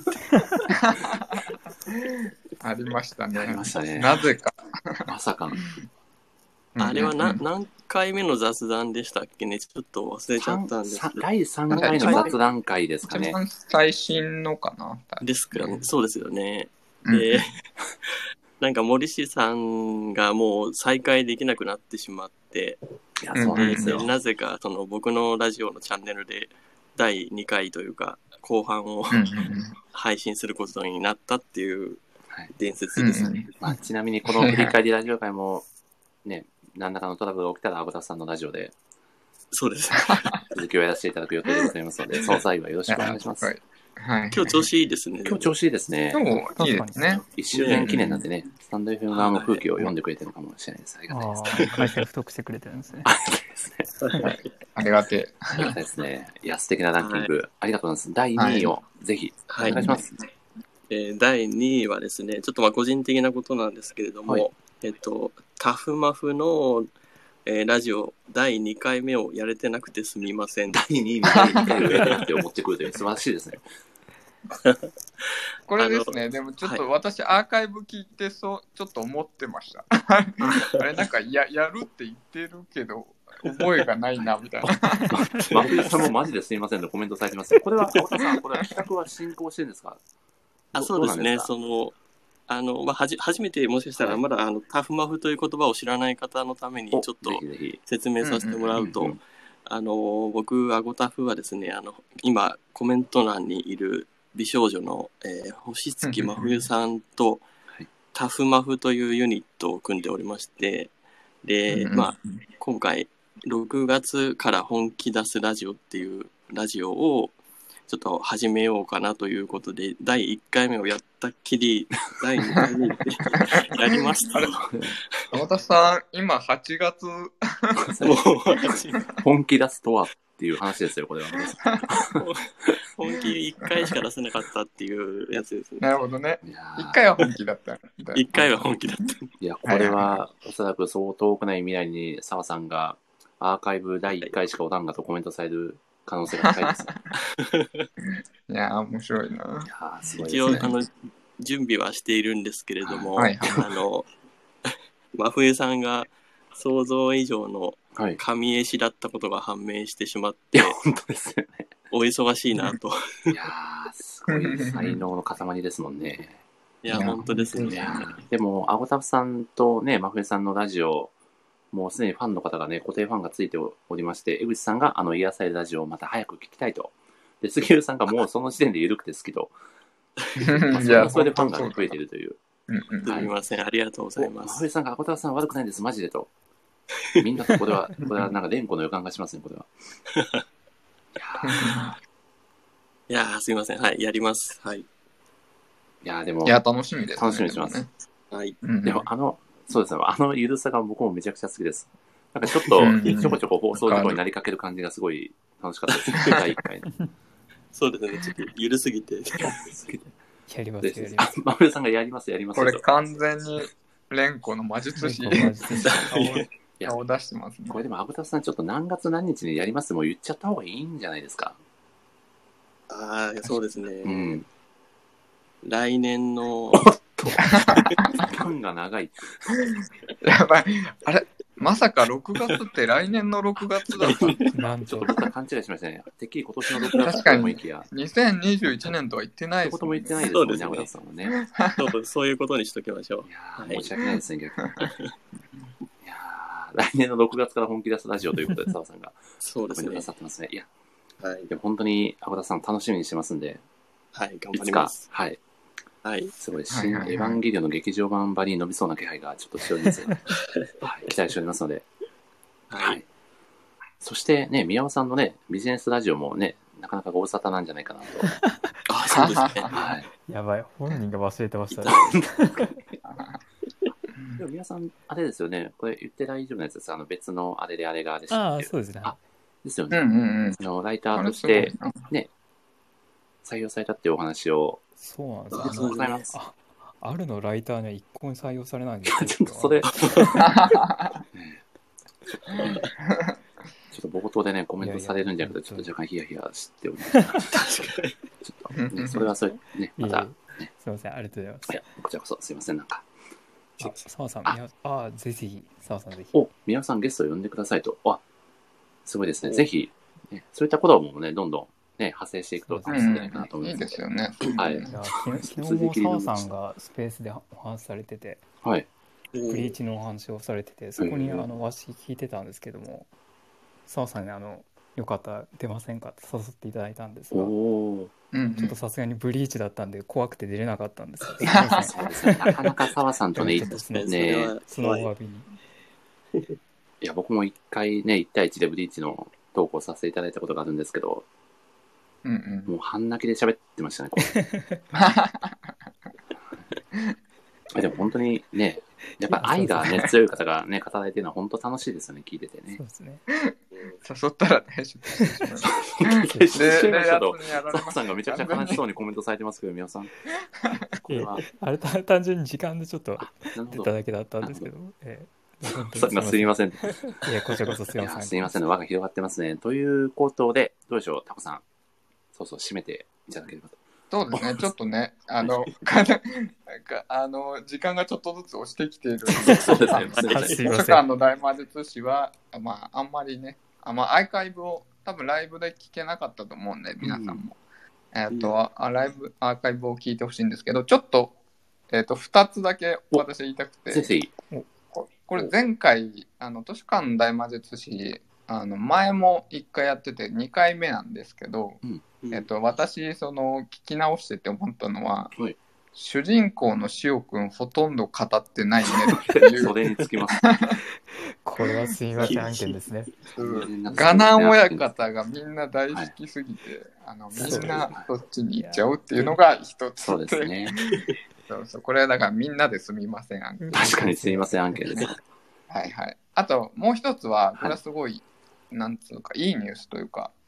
ありましたね。 なぜか。 まさかの。 あれは何回目の雑談でしたっけね、ちょっと忘れちゃったんですけど。 第3回の雑談会ですかね。 一番最新のかな。 ですからね、そうですよね。で、なんか森氏さんがもう再開できなくなってしまって、 そうなんですよ。 なぜかその僕のラジオのチャンネルで第2回というか後半を配信することになったっていう伝説ですね。 ちなみにこの振り返りラジオ会もね、何らかのトラブルが起きたらアゴタフさんのラジオでそうです続きをやらせていただく予定でございますので、その際はよろしくお願いします。 今日調子いいですね。 今日調子いいですね。 いいですね。 1周年記念なんでね、スタンド FM 側の空気を読んでくれてるのかもしれないです。ありがたいですね。 回線太くしてくれてるんですね。 ありがてえ。 ありがたいですね。いや、素敵なランキング、ありがとうございます。第2位をぜひお願いします。 第2位はですね、ちょっと個人的なことなんですけれども、タフマフのラジオ第2回目をやれてなくてすみません。 第2位に第2回をやれなくて思ってくるという素晴らしいですね。 これですね、でもちょっと私アーカイブ聞いてちょっと思ってました。あれなんかやるって言ってるけど、覚えがないなみたいな。 マフィさんもマジですみませんのコメントされてます。これは青田さん、これは企画は進行してるんですか？ そうですね。初めてもしかしたらまだタフマフという言葉を知らない方のためにちょっと説明させてもらうと、僕アゴタフはですね、今コメント欄にいる美少女の、星月真冬さんとタフマフというユニットを組んでおりまして、で、今回6月から本気出すラジオっていうラジオをちょっと始めようかなということで、第1回目をやったっきり、第2回目やりました。 青田さん、今8月。 本気出すとはっていう話ですよ、これは。 本気1回しか出せなかったっていうやつですね。 なるほどね。1回は本気だった。 1回は本気だった。 いや、これはおそらくそう遠くない未来に澤さんがアーカイブ第1回しかおらんがとコメントされる可能性が高いです。 いや、面白いな。 いや、すごいですね。一応準備はしているんですけれども、真冬さんが想像以上の神絵師だったことが判明してしまって、 本当ですよね。 お忙しいなと。 いやー、すごい才能の塊ですもんね。 いや、本当ですね。 でも、アゴタフさんとね、真冬さんのラジオ、もうすでにファンの方がね、固定ファンがついておりまして、江口さんが癒されるラジオをまた早く聞きたいと。で、杉浦さんがもうその時点で緩くて好きと。それでファンが、増えているという。 すみませせん、ありがとうございます。 真冬さんが、アゴタフさん悪くないんです、マジでと。みんなとこれはなんか連呼の予感がしますね、これは。 いやー、すみません。はい、やります。はい。いやでも、 楽しみです。 楽しみにします。 はい。 でも、そうですね、ゆるさが僕もめちゃくちゃ好きです。なんかちょっと、ちょこちょこ放送事故になりかける感じがすごい楽しかったです。第1回の。 そうですね、ちょっとゆるすぎて。 やります。 真冬さんがやります。 これ完全に連呼の魔術師を出してますね。 これでも、アゴタフさんちょっと何月何日にやりますもう言っちゃった方がいいんじゃないですか。 そうですね。来年のと期間が長い。 やばい。あれまさか6月って来年の6月だった。 なんちょっと僕は勘違いしましたね。てっきり今年の6月と思いきや。 2021年とは言ってないです、ね。 ことも言ってないですもんね、山田さんもね。 そういうことにしときましょう。 いや申し訳ないですね、逆に。いや来年の6月から本気出すラジオということで、澤さんが。 そうですね。 くださってますね。いや、 はい。 でも本当に、山田さん楽しみにしてますんで。 はい、頑張ります。 はい。はい。すごい、新エはいはいはいヴァンゲリオンの劇場版ばりに伸びそうな気配がちょっとしておりますが、はい、期待しておりますので。はい。そしてね、宮尾さんのね、ビジネスラジオもね、なかなかご無沙汰なんじゃないかなと。 あ、そうですね。 はい。 やばい、本人が忘れてましたね。 でも皆さん、あれですよね、これ言って大丈夫なやつです。別のあれであれがでしたああ、そうですね。 ですよね。 うんうんうん。ライターとして、ね、採用されたっていうお話を。 そうなんですありがとうございます。 あるのライターには一向に採用されないんですよ。 ちょっとそれ。ちょっと冒頭でね、コメントされるんじゃなくて、ちょっと若干ヒヤヒヤしております。確かに。ちょっと、ね、それはそれ、ね、また、ね。 すみません、ありがとうございます。 いや、こちらこそすいません、なんか。 澤さん、ぜひ、澤さんぜひ。 宮尾さんゲストを呼んでくださいと。すごいですね。ぜひ、ね、そういったこともね、どんどん、ね、派生していくといいんじゃないかなと思います。 いいですよね。 はい。 昨日も澤さんがスペースでお話しされてて、 はい。 ブリーチのお話をされてて、そこにわし聞いてたんですけども、澤さんによかったら出ませんかって誘っていただいたんですが、ちょっとさすがにブリーチだったんで怖くて出れなかったんですけど、 そうですね。なかなか澤さんとね、 そのお詫びに。 いや、僕も一回ね、1対1でブリーチの投稿させていただいたことがあるんですけど、もう半泣きで喋ってましたね、これ。でも本当にね、やっぱ愛がね、強い方がね、語られてるのは本当楽しいですよね、聞いててね。 そうですね。 誘ったら大丈夫です。 澤さんがめちゃくちゃ悲しそうにコメントされてますけど、宮尾さん。これは。 あれ単純に時間でちょっと出ただけだったんですけど。 すみません。 いや、こちらこそすみません。 すみません、輪が広がってますね。ということで、どうでしょう、タコさん。そう締めていただければと。 そうですね、ちょっとね、時間がちょっとずつ押してきているので、 そうですね、 図書館の大魔術師は、まあ、あんまりね、アーカイブを、多分ライブで聞けなかったと思うんで、皆さんも。アーカイブを聞いてほしいんですけど、ちょっと、2つだけ私言いたくて、これ前回、図書館の大魔術師、前も1回やってて2回目なんですけど、私聞き直してて思ったのは、主人公のしおくんほとんど語ってないねっていうそれにつきますこれはすみません案件ですね。 ガナン親方がみんな大好きすぎて、みんなそっちに行っちゃうっていうのが一つ。 そうですね。 そうこれはだからみんなですみません案件。 確かにすみません案件です。 はいはい。あともう一つは、これはすごい、なんつうかいいニュースというか、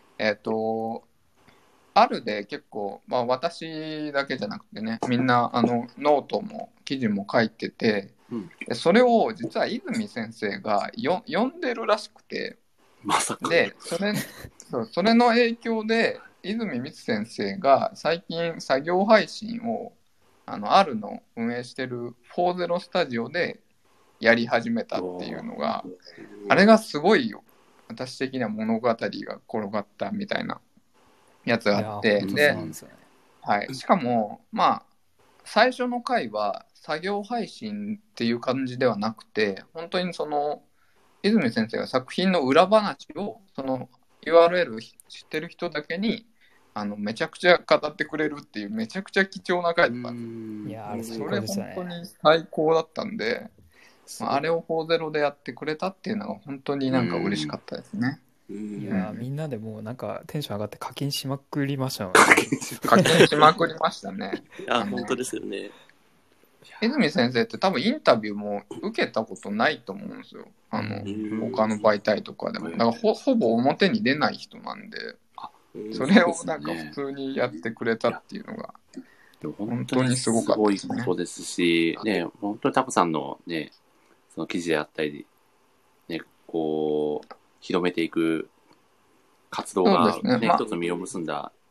あるで結構、まあ、私だけじゃなくてね、みんなノートも記事も書いてて、それを実は泉先生が読んでるらしくて、 まさか。 でそれの影響で泉光先生が最近作業配信をR の運営してる40スタジオでやり始めたっていうのが、あれがすごいよ、私的な物語が転がったみたいなやつがあって、で、はい、しかもまあ最初の回は作業配信っていう感じではなくて、本当に泉先生が作品の裏話をURL 知ってる人だけにめちゃくちゃ語ってくれるっていうめちゃくちゃ貴重な回だったんです。 いやそれ本当に最高だったんで、あれを40でやってくれたっていうのが本当になんか嬉しかったですね。 いやみんなでもうなんかテンション上がって課金しまくりましたね。 課金しまくりましたね。 本当ですよね。 泉先生って多分インタビューも受けたことないと思うんですよ。他の媒体とかでも。だからほぼ表に出ない人なんで、それをなんか普通にやってくれたっていうのが本当にすごかったですね。 すごいことですし、ね、本当にタコさんのね、その記事であったり、ね、こう、広めていく活動が、ね、一つ実を結んだ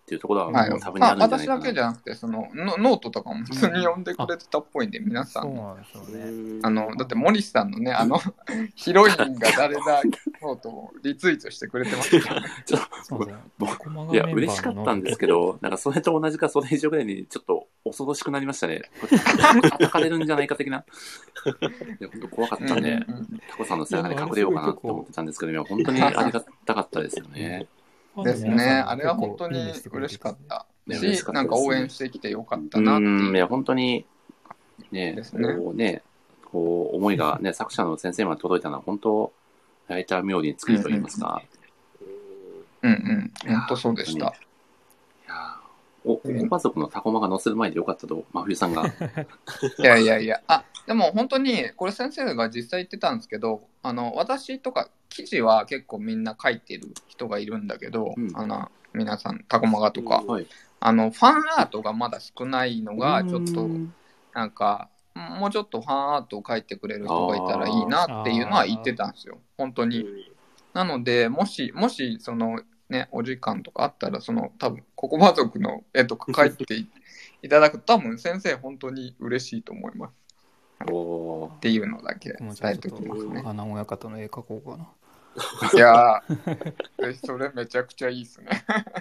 っていうところはもう多分にあるんじゃないかな。 私だけじゃなくて、そのノートとかも普通に読んでくれてたっぽいんで、皆さん。 そうなんですよね。 だって森さんのね、ヒロインが誰だノートをリツイートしてくれてますからね。 いや、嬉しかったんですけど、なんかそれと同じかそれ以上ぐらいにちょっと恐ろしくなりましたね。叩かれるんじゃないか的な。いや、本当怖かったんで、タコさんの背中に隠れようかなと思ってたんですけど、いや、本当にありがたかったですよね。 ですね。あれは本当に嬉しかったし、なんか応援してきてよかったなっていう。 いや、本当に、ね、こうね、こう、思いがね、作者の先生まで届いたのは、本当、ライター冥利に尽きると言いますか。 本当そうでした。 ご家族のタコマが載せる前でよかったと、真冬さんが。 いや。でも本当に、これ先生が実際言ってたんですけど、私とか記事は結構みんな書いてる人がいるんだけど、皆さん、タコマガとか、ファンアートがまだ少ないのが、ちょっと、なんか、もうちょっとファンアートを書いてくれる人がいたらいいなっていうのは言ってたんですよ。本当に。なので、もし、その、ね、お時間とかあったら、多分、ココバ族の絵とか描いていただくと、多分先生本当に嬉しいと思います。っていうのだけ伝えておきますね。 花親方の絵描こうかな。 いやー、それめちゃくちゃいいですね。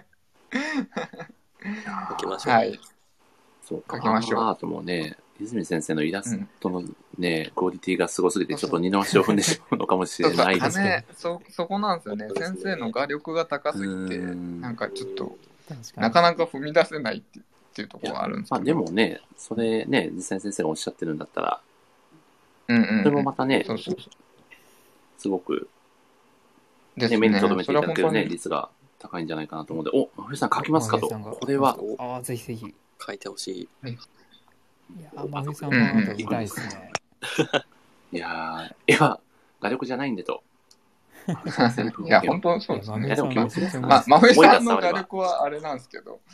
描きましょう。 はい。 そう、描きましょう。アートもね、泉先生のイラストのね、クオリティがすごすぎて、ちょっと二の足を踏んでしまうのかもしれないですね。 そこなんですよね。先生の画力が高すぎて、なんかちょっと、なかなか踏み出せないっていうところがあるんですけど。 でもね、それね、実際先生がおっしゃってるんだったら、それもまたね、すごく、目に留めていただけるね、率が高いんじゃないかなと思うので、真冬さん書きますかと。これは。 ぜひぜひ。 書いてほしい。 いや、真冬さんは見たいですね。 いや絵は画力じゃないんでと。 いや、本当そうですね。真冬さんの画力はあれなんですけど、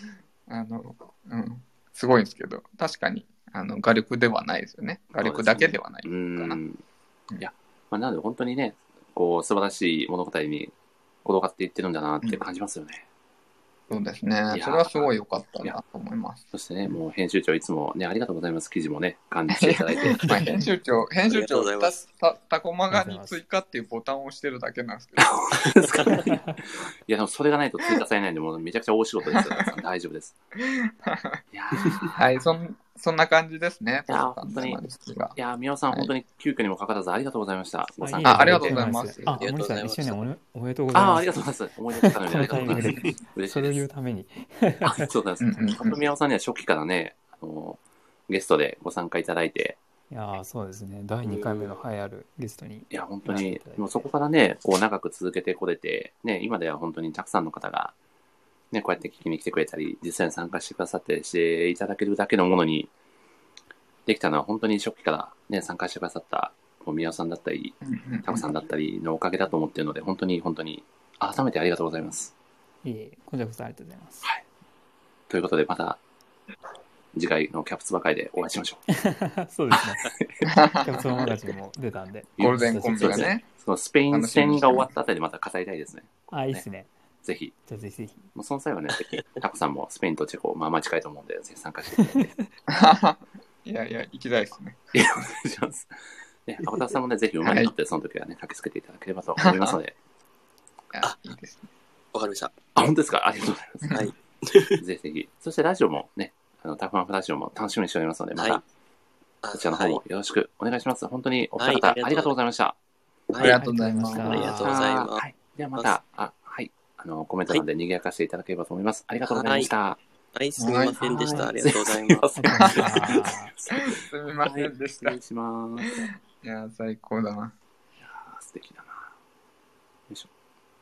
すごいんですけど、確かに、画力ではないですよね。画力だけではないかな。 いや、なので本当にね、こう、素晴らしい物語に転がっていってるんだなって感じますよね。 そうですね。それはすごい良かったなと思います。 そしてね、もう編集長いつもね、ありがとうございます。記事もね、管理していただいて。 編集長、タコマガに追加っていうボタンを押してるだけなんですけど。 いや、でもそれがないと追加されないんで、もうめちゃくちゃ大仕事ですよ。大丈夫です。 はい、そんな感じですね。 いや、本当に。いや、宮尾さん、本当に急遽にもかかわらずありがとうございました。 ありがとうございます。 森さん、一緒におめでとうございます。 ありがとうございます。思い出したのでありがとうございます。嬉しいです。 それを言うために。 そうなんです。本当宮尾さんには初期からね、ゲストでご参加いただいて。 いやそうですね。第2回目の栄えあるゲストに。 いや、本当に、もうそこからね、こう長く続けてこれて、ね、今では本当にたくさんの方が、ね、こうやって聞きに来てくれたり、実際に参加してくださってしていただけるだけのものにできたのは、本当に初期からね、参加してくださった、宮尾さんだったり、タコさんだったりのおかげだと思っているので、本当に、改めてありがとうございます。 いえ、こちらこそありがとうございます。 はい。ということで、また、次回のキャプツバ会でお会いしましょう。 そうですね。キャプツバマガジンも出たんで。 ゴールデンコンビがね。 そのスペイン戦が終わったあたりでまた語りたいですね。 いいですね。 ぜひ。 じゃあぜひ。 もうその際はね、ぜひ、タコさんもスペインとチェコ、まあまあ近いと思うんで、ぜひ参加していただいて。 いや、行きたいですね。 いや、お願いします。ね、アバターさんもね、ぜひ馬に乗って、その時はね、駆けつけていただければと思いますので。 いいですね。 わかりました。 本当ですか？ありがとうございます。はい。ぜひぜひ。そしてラジオもね、タフマンフラジオも楽しみにしておりますので、また、こちらの方もよろしくお願いします。本当にお二方、ありがとうございました。 ありがとうございました。 ありがとうございます。 ではまた、はい、コメント欄で賑やかしていただければと思います。ありがとうございました。 はい、すみませんでした。ありがとうございます。 すみませんでした。 失礼します。 いや、最高だな。 いや素敵だな。よいしょ。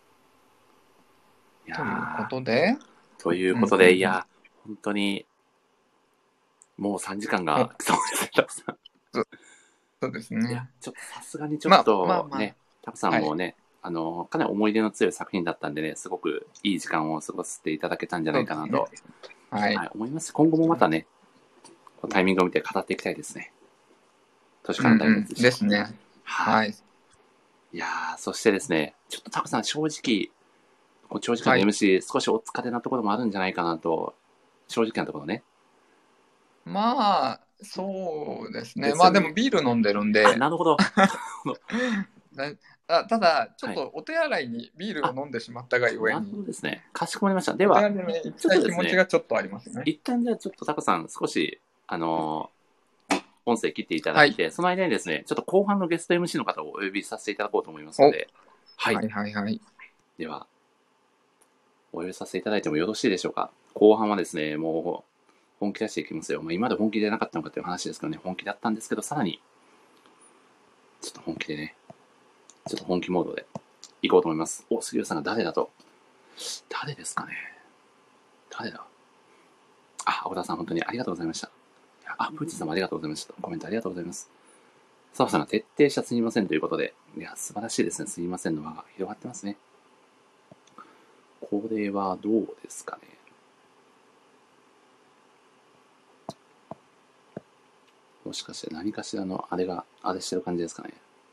ということで、 いや、本当に、もう3時間が来たんですね、タコさん。 そうですね。 いや、ちょっとさすがにちょっとね、タコさんもね、かなり思い出の強い作品だったんでね、すごくいい時間を過ごしていただけたんじゃないかなと、思います。今後もまたね、タイミングを見て語っていきたいですね。年間大別ですね。はい。 いやそしてですね、ちょっとタコさん正直、 長時間の MC、少しお疲れなところもあるんじゃないかなと、正直なところね。 まあ、そうですね。まあでもビール飲んでるんで。 なるほど。 ただ、ちょっとお手洗いにビールを飲んでしまったがゆえに。 なるほどですね。かしこまりました。では、 行きたい気持ちがちょっとありますね。 一旦じゃあちょっとタコさん、少し、音声切っていただいて、その間にですね、ちょっと後半のゲスト MC の方をお呼びさせていただこうと思いますので、 はい。 では、お呼びさせていただいてもよろしいでしょうか。後半はですね、もう、本気出していきますよ。今まで本気でなかったのかという話ですけどね、本気だったんですけど、さらに、ちょっと本気でね、ちょっと本気モードで行こうと思います。杉浦さんが誰だと。誰ですかね。誰だ。青田さん本当にありがとうございました。プーチンさんもありがとうございました。コメントありがとうございます。澤さんが徹底したすみませんということで、いや、素晴らしいですね。すみませんの輪が広がってますね。これはどうですかね。もしかして何かしらのあれしてる感じですかね。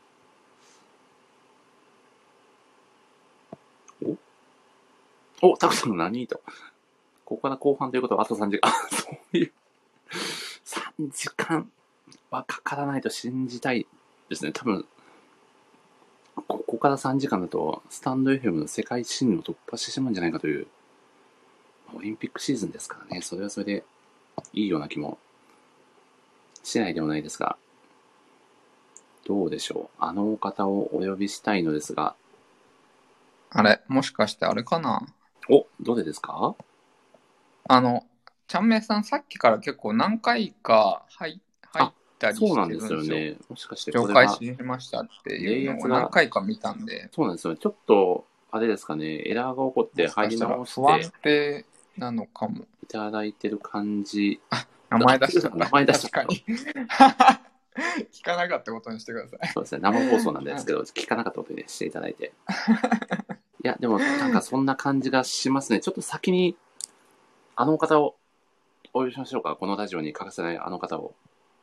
タコさんの何と。ここから後半ということはあと3時間。そういう。3時間はかからないと信じたいですね。多分、ここから3時間だと、スタンド FM の世界新を突破してしまうんじゃないかという、オリンピックシーズンですからね。それはそれでいいような気もしないでもないですが、どうでしょう。あのお方をお呼びしたいのですが。 あれ、もしかしてあれかな。 どれですか？ ちゃんめいさん、さっきから結構何回か入ったりしてるんですよ。 そうなんですよね。もしかしてこれが紹介しましたっていうのを何回か見たんで。 そうなんですよね。ちょっと、あれですかね、エラーが起こって入り直して。 不安定なのかも。 いただいてる感じ。 名前出した。 名前出した。 確かに。聞かなかったことにしてください。 そうですね。生放送なんですけど、聞かなかったことにしていただいて。いや、でもなんかそんな感じがしますね。ちょっと先に、あの方をお呼びしましょうか。このラジオに欠かせないあの方を。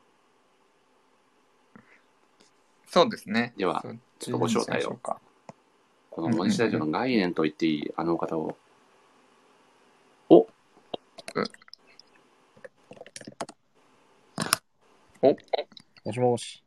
そうですね。 では、ちょっとご招待を。このモニシラジオの概念と言っていいあの方を。 もしもし。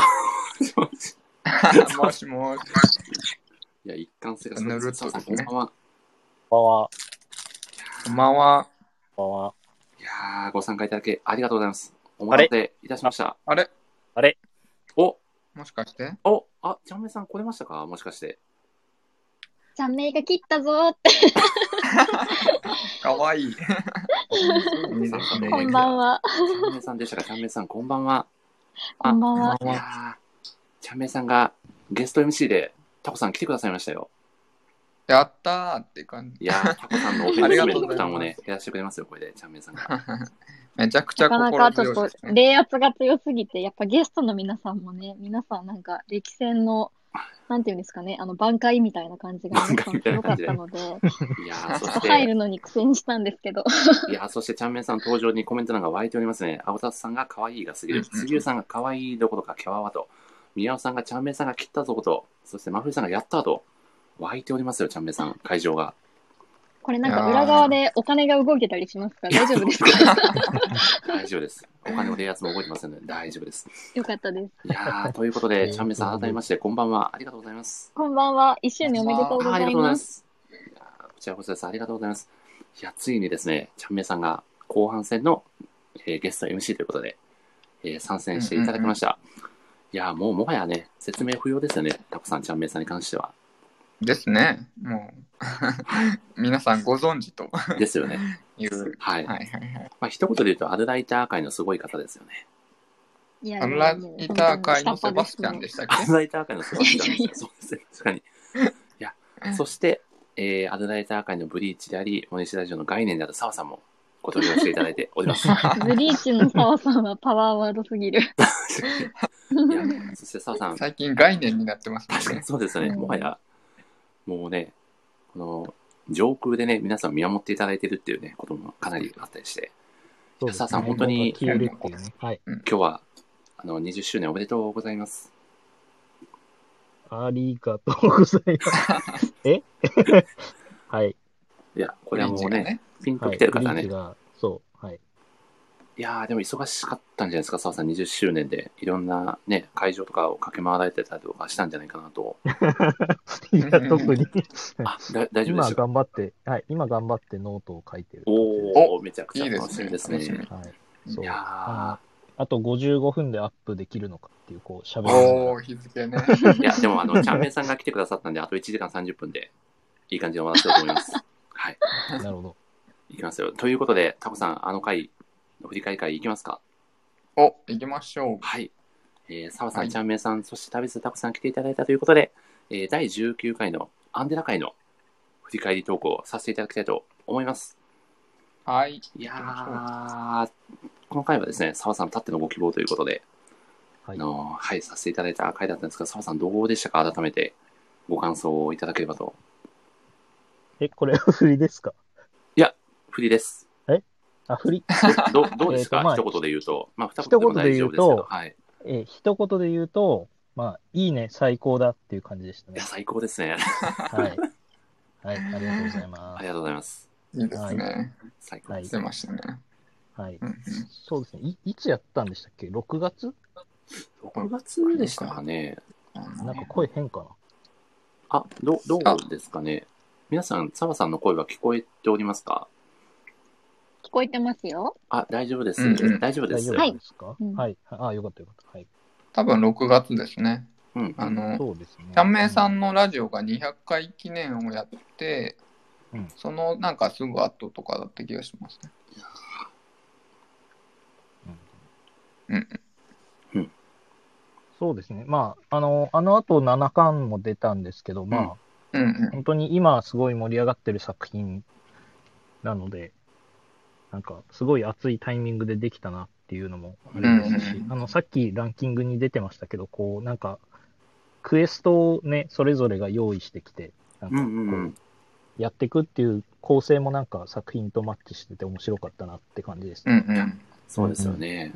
もしもし。 いや、一貫性がぬるっとですね。 こんばんは。 こんばんは。 いやー、ご参加いただきありがとうございます。お待たせいたしました。 あれもしかしてちゃんめいさん来れましたか？もしかして。 ちゃんめいが切ったぞーって。 かわいい。 こんばんは。 ちゃんめいさんでしたか？ちゃんめいさん、こんばんは。 こんばんは。 いやー、ちゃんめいさんがゲスト MC でタコさん来てくださいましたよ。 やったーって感じ。 いやー、タコさんのオフィス面の負担をね、減らしてくれますよ、これで、ちゃんめいさんが。 めちゃくちゃ心強いですね。 なかなかちょっと、冷圧が強すぎて、やっぱゲストの皆さんもね、皆さんなんか、歴戦の、なんていうんですかね、挽回みたいな感じが皆さんすごかったので、 いやー、そして入るのに苦戦したんですけど。 いやー、そしてちゃんめいさん登場にコメント欄が湧いておりますね。青田さんが可愛いが過ぎる。杉浦さんが可愛いどころかキャワワと。宮尾さんがちゃんめいさんが切ったぞと。そして真冬さんがやったと。湧いておりますよ、ちゃんめいさん、会場が。 これなんか裏側でお金が動いてたりしますか？大丈夫ですか？ 大丈夫です。お金の冷圧も動いてませんので大丈夫です。 よかったです。 いやー、ということで、ちゃんめいさん改めまして、こんばんは。ありがとうございます。 こんばんは。1周年おめでとうございます。 ありがとうございます。いやこちらこそです。ありがとうございます。いや、ついにですね、ちゃんめいさんが後半戦の、ゲスト MC ということで、参戦していただきました。いや、もはやね、説明不要ですよね。タコさん、ちゃんめいさんに関しては。 ですね。もう、皆さんご存知と。 ですよね。はい。まあ、一言で言うと、アルライター界のすごい方ですよね。 アルライター界のセバスチャンでしたっけ？ アルライター界のセバスチャンです。そうですね。確かに。いや、そして、アルライター界のブリーチであり、モニシラジオの概念である澤さんもご登場していただいております。 ブリーチの澤さんはパワーワードすぎる。いや、 そして澤さん。 最近概念になってますね。 そうですね。もはや、もうね、この上空でね、皆さん見守っていただいてるっていうね、こともかなりあったりして、澤さん、本当に、今日は20周年おめでとうございます。 ありがとうございます。 はい。 いや、これはもうね、ピンと来てる方ね。 そう。はい。 いやー、でも忙しかったんじゃないですか、澤さん20周年で。いろんなね、会場とかを駆け回られてたりとかしたんじゃないかなと。 いや、特に。 大丈夫ですか？ 今頑張ってノートを書いてる。 おー、めちゃくちゃ楽しみですね。 はい。そう。 いやあと55分でアップできるのかっていう、こう、喋る。 おー、日付ね。 いや、でもチャンメイさんが来てくださったんで、あと1時間30分で、いい感じのお話だと思います。はい。 なるほど。 いきますよ。ということで、タコさん、回、振り返り会いきますか？ 行きましょう。 はい。澤さん、チャンメイさん、そして旅するタコさん来ていただいたということで、第19回のアンデラ会の振り返り投稿をさせていただきたいと思います。 はい。 いやー、この回はですね、澤さんたってのご希望ということで、はい、させていただいた回だったんですが、澤さんどうでしたか？改めてご感想をいただければと。 これは振りですか？ いや、振りです。 振りどうですか？一言で言うと。まあ、二言でも大丈夫ですけど。はい。 一言で言うと、いいね、最高だっていう感じでしたね。 いや、最高ですね。 はい。はい、ありがとうございます。 ありがとうございます。 いいですね。 最高してましたね。 はい。そうですね。いつやったんでしたっけ？6月 ？6月でしたかね。 なんか声変かな。どうですかね。皆さん、澤さんの声は聞こえておりますか？ 聞こえてますよ。 大丈夫です。大丈夫です。 はい。はい。よかったよかった。はい。 多分6月ですね。 そうですね。 キャンメイさんのラジオが200回記念をやって、そのなんかすぐ後とかだった気がしますね。 そうですね。あの後7巻も出たんですけど、本当に今すごい盛り上がってる作品なので、なんかすごい熱いタイミングでできたなっていうのもありますし、さっきランキングに出てましたけど、こうなんかクエストをね、それぞれが用意してきて、なんかこうやっていくっていう構成もなんか作品とマッチしてて面白かったなって感じですね。そうですよね。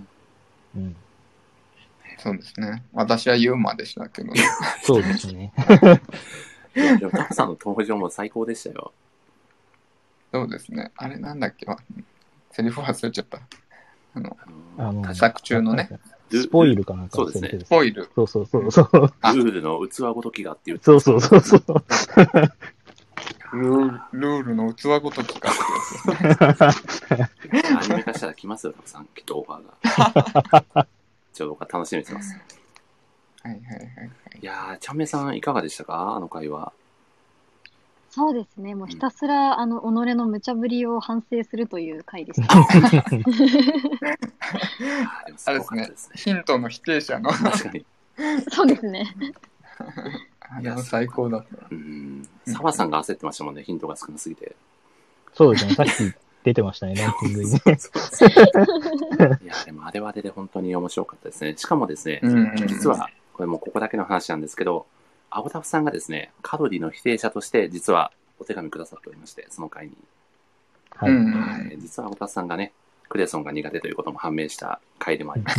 そうですね。私はユーマでしたけど。 そうですね。 でもタコさんの登場も最高でしたよ。 そうですね。あれなんだっけ？セリフ忘れちゃった。作中のね。 スポイルかなんか。 そうですね。 スポイル。 そう。ルールの器ごときがっていう。 そう。 ルールの器ごときかってやつですね。 アニメ化したら来ますよ、たくさん。きっとオファーが。ちょうど楽しみにしてます。 はい。 いやー、ちゃんめいさんいかがでしたか？あの回は。 そうですね。もうひたすら、己の無茶ぶりを反省するという回でした。 あれですね。ヒントの否定者の。 確かに。 そうですね。 いや、最高だった。 澤さんが焦ってましたもんね、ヒントが少なすぎて。 そうですね。さっき出てましたね、ランキングに。いや、でもあれはあれで本当に面白かったですね。しかもですね、実は、これもうここだけの話なんですけど、アゴタフさんがですね、カロリーの否定者として実はお手紙くださっておりまして、その回に。はい。実はアゴタフさんがね、クレソンが苦手ということも判明した回でもあります。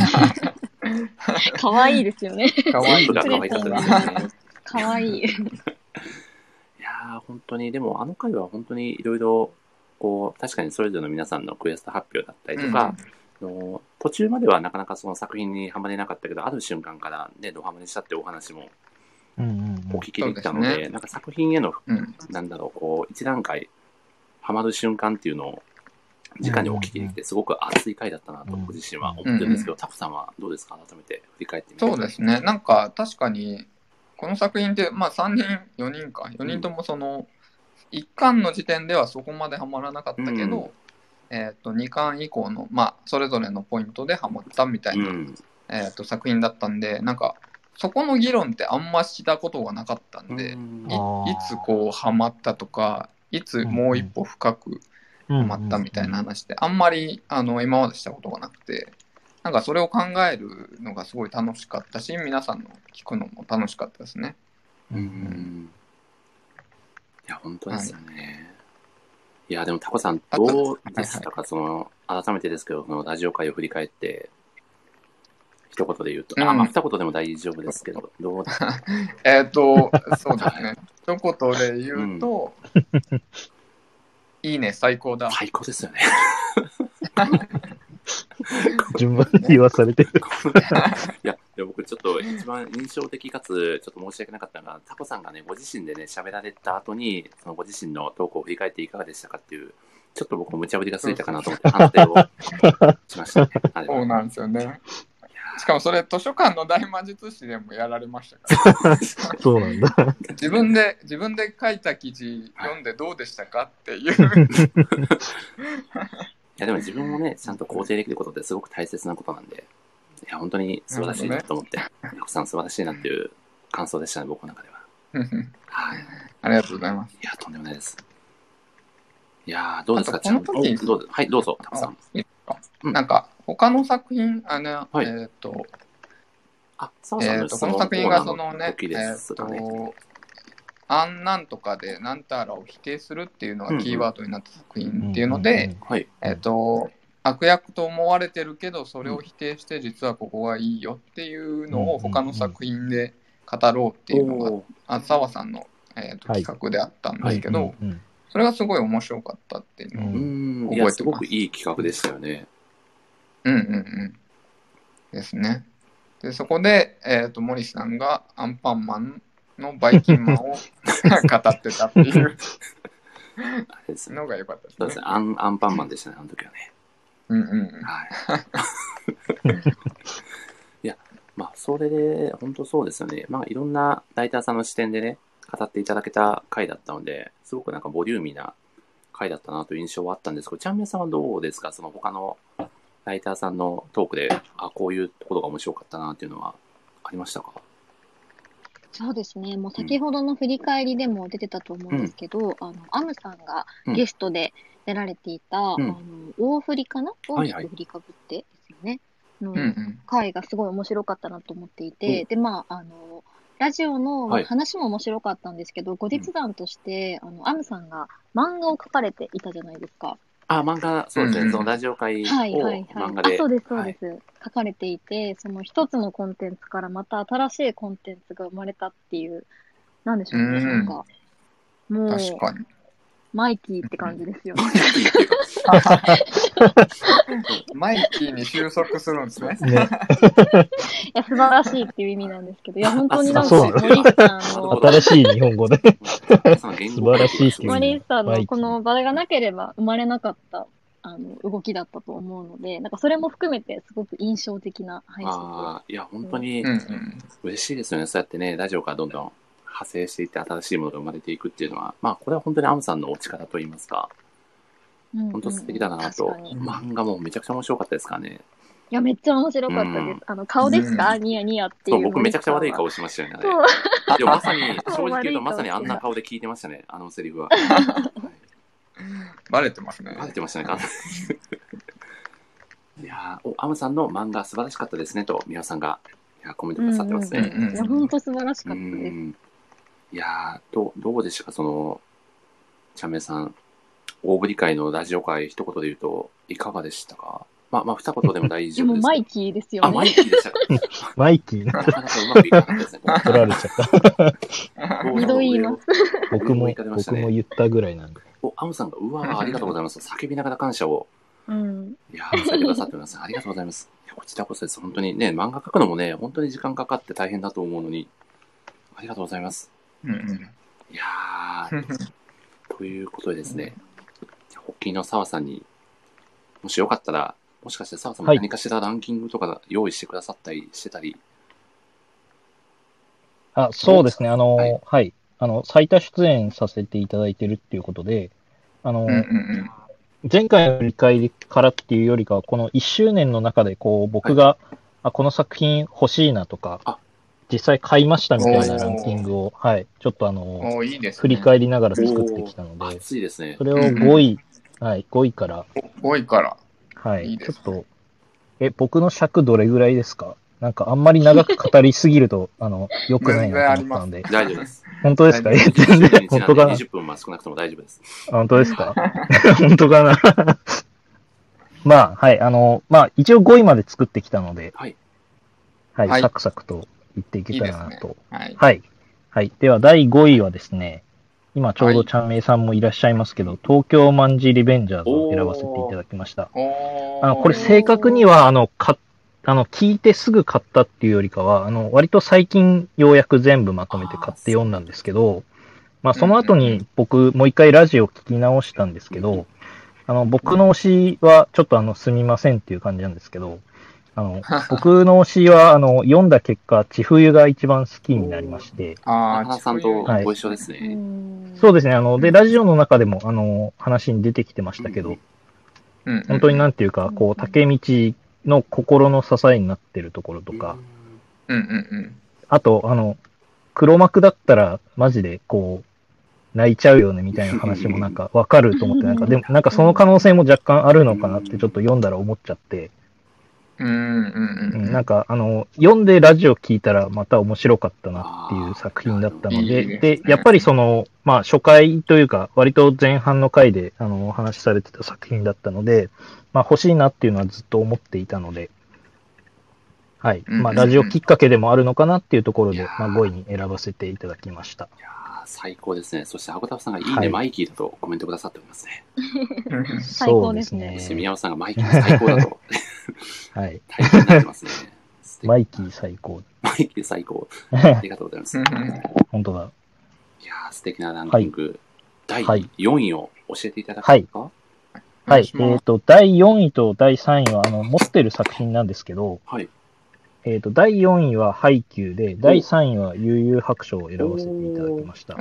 かわいいですよね。 かわいい。 が可愛かったですね。 かわいい。いやー、本当に、でもあの回は本当にいろいろ、こう、確かにそれぞれの皆さんのクエスト発表だったりとか、途中まではなかなかその作品にはまれなかったけど、ある瞬間からね、ドハマりしたってお話もお聞きできたので、なんか作品への、なんだろう、こう、一段階ハマる瞬間っていうのを直にお聞きできて、すごく熱い回だったなと僕自身は思ってるんですけど、タコさんはどうですか？改めて振り返ってみて。 そうですね。なんか確かに、この作品って、3人、4人か。4人ともその、1巻の時点ではそこまでハマらなかったけど、2巻以降の、それぞれのポイントでハマったみたいな、作品だったんで、なんか、そこの議論ってあんましたことがなかったんで、いつこうハマったとか、いつもう一歩深くハマったみたいな話ってあんまり今までしたことがなくて、なんかそれを考えるのがすごい楽しかったし、皆さんの聞くのも楽しかったですね。 いや、本当ですよね。いや、でもタコさんどうでしたか？その、改めてですけど、そのラジオ会を振り返って、 一言で言うと。まあ、二言でも大丈夫ですけど、どうですか？ そうですね。一言で言うと、いいね、最高だ。 最高ですよね。 順番に言わされてる。 いや、で僕ちょっと一番印象的かつ、ちょっと申し訳なかったのが、タコさんがね、ご自身でね、喋られた後に、そのご自身のトークを振り返っていかがでしたかっていう、ちょっと僕も無茶ぶりが過ぎたかなと思って反省をしましたね。 そうなんですよね。しかもそれ図書館の大魔術師でもやられましたから、ね、 そうなんだ。 自分で書いた記事読んでどうでしたかっていう。 いやでも自分もね、ちゃんと肯定できることってすごく大切なことなんで、いや本当に素晴らしいなと思って、タコさん素晴らしいなっていう感想でしたね、僕の中では。 はい。ありがとうございます。 いや、とんでもないです。いやどうですか、 この時にはい、どうぞ、タコさん。 なんか、他の作品、この作品がそのね、アンなんとかでなんたらを否定するっていうのがキーワードになった作品っていうので、悪役と思われてるけど、それを否定して実はここがいいよっていうのを他の作品で語ろうっていうのが、澤さんの、企画であったんですけど、それがすごい面白かったっていうのを覚えてます。 いや、すごくいい企画でしたよね。 ですね。で、そこで、森さんがアンパンマンのバイキンマンを語ってたっていうのが良かったですね。 そうですね。アンパンマンでしたね、あの時はね。いや、まあ、それで、本当そうですよね。まあ、いろんなライターさんの視点でね、語っていただけた回だったので、すごくなんかボリューミーな回だったなという印象はあったんですけど、ちゃんめいさんはどうですか？その他のライターさんのトークで、こういうところが面白かったなっていうのはありましたか？ そうですね。もう先ほどの振り返りでも出てたと思うんですけど、アムさんがゲストで出られていた、大振りかな？大きく振りかぶってですよね。の回がすごい面白かったなと思っていて、で、まあ、ラジオの話も面白かったんですけど、後日談として、アムさんが漫画を描かれていたじゃないですか。 漫画、そうですね。そのラジオ会を漫画で。 そうです、そうです。書かれていて、その一つのコンテンツからまた新しいコンテンツが生まれたっていう、なんでしょうね、なんか。もう、 確かに。 マイティって感じですよね。 マイティに収束するんですね。 いや、素晴らしいっていう意味なんですけど、いや、本当になんか、森さんの。 新しい日本語で。素晴らしいっていう。 森さんのこの場がなければ生まれなかった、動きだったと思うので、なんかそれも含めてすごく印象的な配信で。いや、本当に嬉しいですよね。そうやってね、ラジオからどんどん派生していって新しいものが生まれていくっていうのは、まあこれは本当にアムさんのお力といいますか、本当素敵だなと。漫画もめちゃくちゃ面白かったですからね。 いや、めっちゃ面白かったです。顔ですか？ニヤニヤっていう。 そう、僕めちゃくちゃ悪い顔しましたよね。でもまさに、正直言うとまさにあんな顔で聞いてましたね、あのセリフは。 バレてますね。 バレてましたね、完全に。いやアムさんの漫画素晴らしかったですねと、皆さんがコメントくださってますね。 いや、本当素晴らしかったです。 いやどうでしたか、その、ちゃんめいさん、大振り会のラジオ会、一言で言うと、いかがでしたか？まあ、二言でも大丈夫です。 でも、マイキーですよね。 マイキーでしたか？ マイキーなかなかうまくいかなかったですね。 取られちゃった。 二度言います。 僕も言ったぐらいなんで。 アムさんが、うわありがとうございます。叫びながら感謝を。いや伝えてくださってます。ありがとうございます。いや、こちらこそです。本当にね、漫画描くのもね、本当に時間かかって大変だと思うのに、ありがとうございます。いやということでですね、発起の澤さんに、もしよかったら、もしかして澤さんも何かしらランキングとか用意してくださったりしてたり。 そうですね。最多出演させていただいてるっていうことで、前回の振り返りからっていうよりかは、この1周年の中で、僕が、この作品欲しいなとか、実際買いましたみたいなランキングを、ちょっと振り返りながら作ってきたので、 熱いですね。 それを5位、5位から。 5位から。 ちょっと、僕の尺どれぐらいですか？なんかあんまり長く語りすぎると、良くないなと思ったので。 大丈夫です。 本当ですか？全然、本当かな。 20分は少なくとも大丈夫です。 本当ですか？本当かな。まあ、一応5位まで作ってきたので、 はい、サクサクと言っていけたらなと。はい。はい。では、第5位はですね、今ちょうどちゃんめいさんもいらっしゃいますけど、東京マンジリベンジャーズを選ばせていただきました。これ正確には、聞いてすぐ買ったっていうよりかは、割と最近ようやく全部まとめて買って読んだんですけど、まあその後に僕もう一回ラジオ聞き直したんですけど、僕の推しはちょっとすみませんっていう感じなんですけど、僕の推しは読んだ結果、千冬が一番好きになりまして。 花さんとご一緒ですね。 そうですね。で、ラジオの中でも話に出てきてましたけど、本当になんていうか、こう、竹道の心の支えになってるところとか、あと、黒幕だったらマジでこう、泣いちゃうよねみたいな話もなんかわかると思って、でもなんかその可能性も若干あるのかなってちょっと読んだら思っちゃって、なんか読んでラジオ聞いたらまた面白かったなっていう作品だったので、で、やっぱりまあ初回というか割と前半の回でお話しされてた作品だったので、まあ欲しいなっていうのはずっと思っていたので、はい。まあラジオきっかけでもあるのかなっていうところで、まあ5位に選ばせていただきました。 最高ですね。そして、アゴタフさんがいいね、マイキーだとコメントくださっておりますね。 最高ですね。 そして、宮尾さんがマイキー最高だと。 はい。 大変になってますね。 マイキー最高。 マイキー最高。ありがとうございます。 本当だ。 いやー、素敵なランキング。第4位を教えていただけますか？ はい。第4位と第3位は、持ってる作品なんですけど、 はい。 第4位はハイキューで、第3位は悠々白書を選ばせていただきました。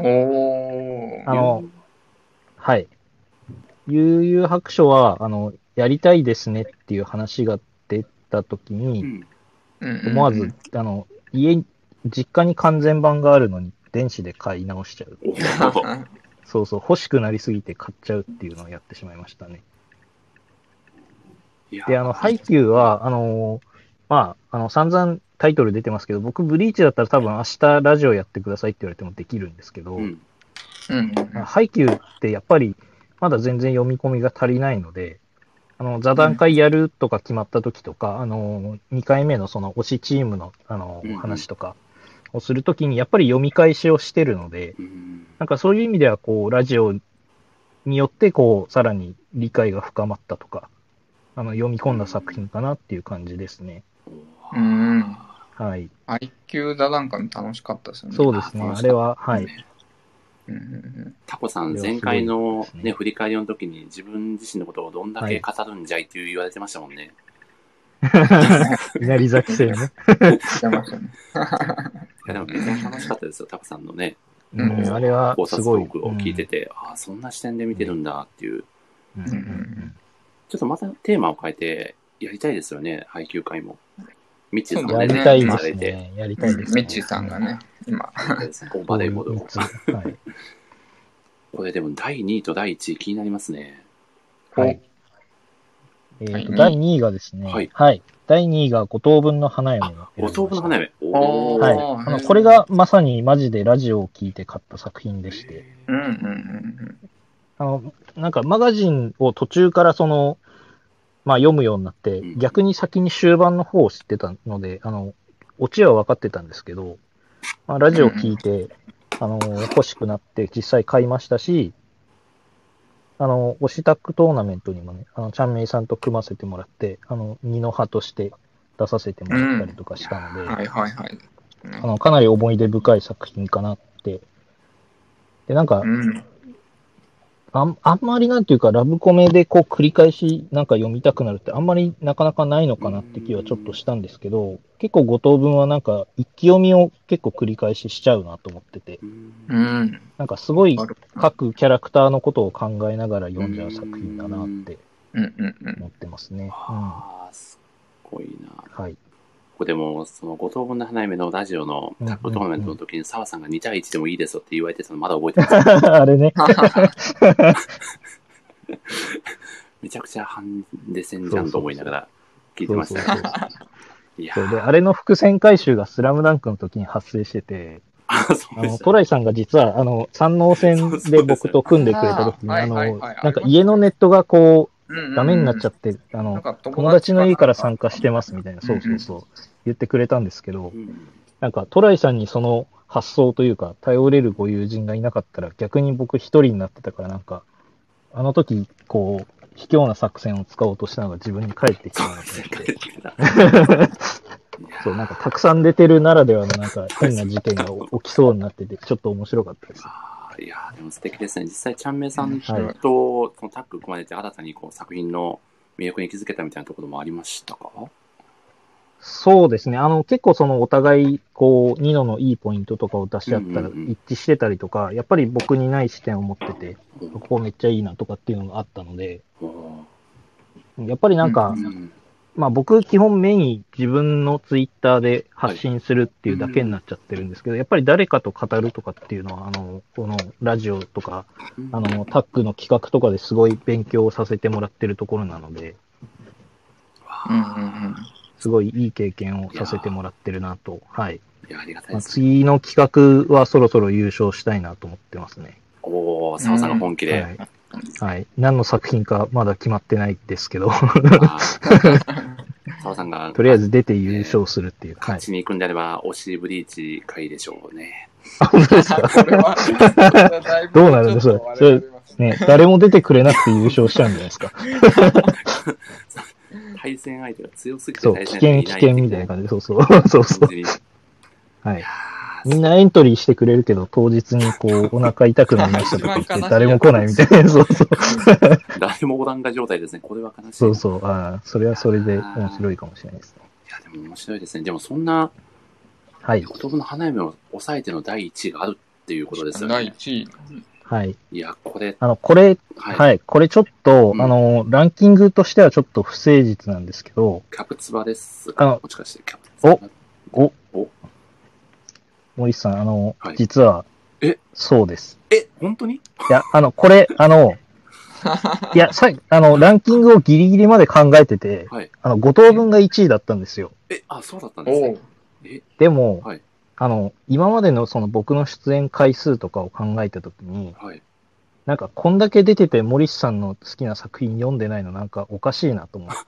はい。悠々白書は、やりたいですねっていう話が出たときに、思わず、実家に完全版があるのに、電子で買い直しちゃう。そうそう、欲しくなりすぎて買っちゃうっていうのをやってしまいましたね。で、ハイキューは、まあ、散々タイトル出てますけど、僕、ブリーチだったら多分明日ラジオやってくださいって言われてもできるんですけど、ハイキューってやっぱりまだ全然読み込みが足りないので、座談会やるとか決まった時とか、2回目のその推しチームの、話とかをするときに、やっぱり読み返しをしてるので、なんかそういう意味では、こう、ラジオによって、こう、さらに理解が深まったとか、読み込んだ作品かなっていう感じですね。はい。 IQ 座談会も楽しかったですね。 そうですね。あれは、はい。 タコさん、前回のね、振り返りの時に自分自身のことをどんだけ語るんじゃいって言われてましたもんね。 稲荷崎戦ね。 してましたね。 いや、でもめちゃ楽しかったですよ、タコさんのね。 あれはすごい。 考察トークを聞いてて、ああ、そんな視点で見てるんだっていう。ちょっとまたテーマを変えてやりたいですよね、配給会も。ミッチーさんがね、やりたいですね。やりたいですね。 ミッチーさんがね、今。 バレーボールを。これでも第2位と第1位気になりますね。 はい。第2位がですね、はい。第2位が五等分の花嫁。 五等分の花嫁。 はい。これがまさにマジでラジオを聞いて買った作品でして。なんかマガジンを途中からまあ読むようになって、逆に先に終盤の方を知ってたので、オチは分かってたんですけど、まあ、ラジオ聞いて、欲しくなって実際買いましたし、推しタックトーナメントにもね、ちゃんめいさんと組ませてもらって、二の葉として出させてもらったりとかしたので、かなり思い出深い作品かなって。で、なんか、あんまりなんていうか、ラブコメでこう繰り返しなんか読みたくなるってあんまりなかなかないのかなって気はちょっとしたんですけど、結構五等分はなんか一気読みを結構繰り返ししちゃうなと思ってて、なんかすごい各キャラクターのことを考えながら読んじゃう作品だなって思ってますね。 すごいな。 はい。 ここでも、その五等分の花嫁のラジオのタッグトーナメントの時に澤さんが2対1でもいいですよって言われてたのまだ覚えてますあれね。 めちゃくちゃハンデ戦じゃんと思いながら聞いてました。 で、あれの伏線回収がスラムダンクの時に発生してて、トライさんが実は、山王戦で僕と組んでくれた時に、なんか家のネットがこう、 ダメになっちゃって、友達の家から参加してますみたいな、そうそうそう、言ってくれたんですけど、なんかトライさんにその発想というか、頼れるご友人がいなかったら、逆に僕一人になってたから、なんか、あの時、こう、卑怯な作戦を使おうとしたのが自分に返ってきたなと思って。そう、なんかたくさん出てるならではのなんか変な事件が起きそうになってて、ちょっと面白かったです。 いやー、でも素敵ですね。実際、ちゃんめいさんとそのタッグ組まれて、新たにこう作品の魅力に気づけたみたいなところもありましたか？ そうですね。結構そのお互い、こう、ニノのいいポイントとかを出し合ったら一致してたりとか、やっぱり僕にない視点を持ってて、ここめっちゃいいなとかっていうのがあったので、やっぱりなんか、まあ僕基本メイン自分のツイッターで発信するっていうだけになっちゃってるんですけど、やっぱり誰かと語るとかっていうのは、このラジオとか、タッグの企画とかですごい勉強させてもらってるところなので、すごいいい経験をさせてもらってるなと。はい。 いや、ありがたいです、ね。 次の企画はそろそろ優勝したいなと思ってますね。 おー、澤さんが本気で。 はい。何の作品かまだ決まってないですけど。 澤さんが。 とりあえず出て優勝するっていう。 勝ちに行くんであれば、推しブリーチ会でしょうね。 あ、本当ですか？どうなるんですか？それ、ね、誰も出てくれなくて優勝しちゃうんじゃないですか。 対戦相手が強すぎてそう、危険みたいな感じで、そうそう。そうそう。はい。みんなエントリーしてくれるけど、当日にこう、お腹痛くなりましたとか言って、誰も来ないみたいな。そうそう。 誰もおらんが状態ですね。これは悲しい。 そうそう。ああ、それはそれで面白いかもしれないですね。 いや、でも面白いですね。でもそんな、 はい。 言葉の花嫁を抑えての第1位があるっていうことですよね。 第1位。 はい。 いや、これ。 これ、はい。これちょっと、ランキングとしてはちょっと不誠実なんですけど。 キャプツバですか？もしかしてキャプツバ。 お森さん、実は、そうです。 本当に？いや、これ、いや、ランキングをギリギリまで考えてて、5等分が1位だったんですよ。 そうだったんですね。 でも、今までのその僕の出演回数とかを考えたときに、なんかこんだけ出てて森さんの好きな作品読んでないのなんかおかしいなと思って、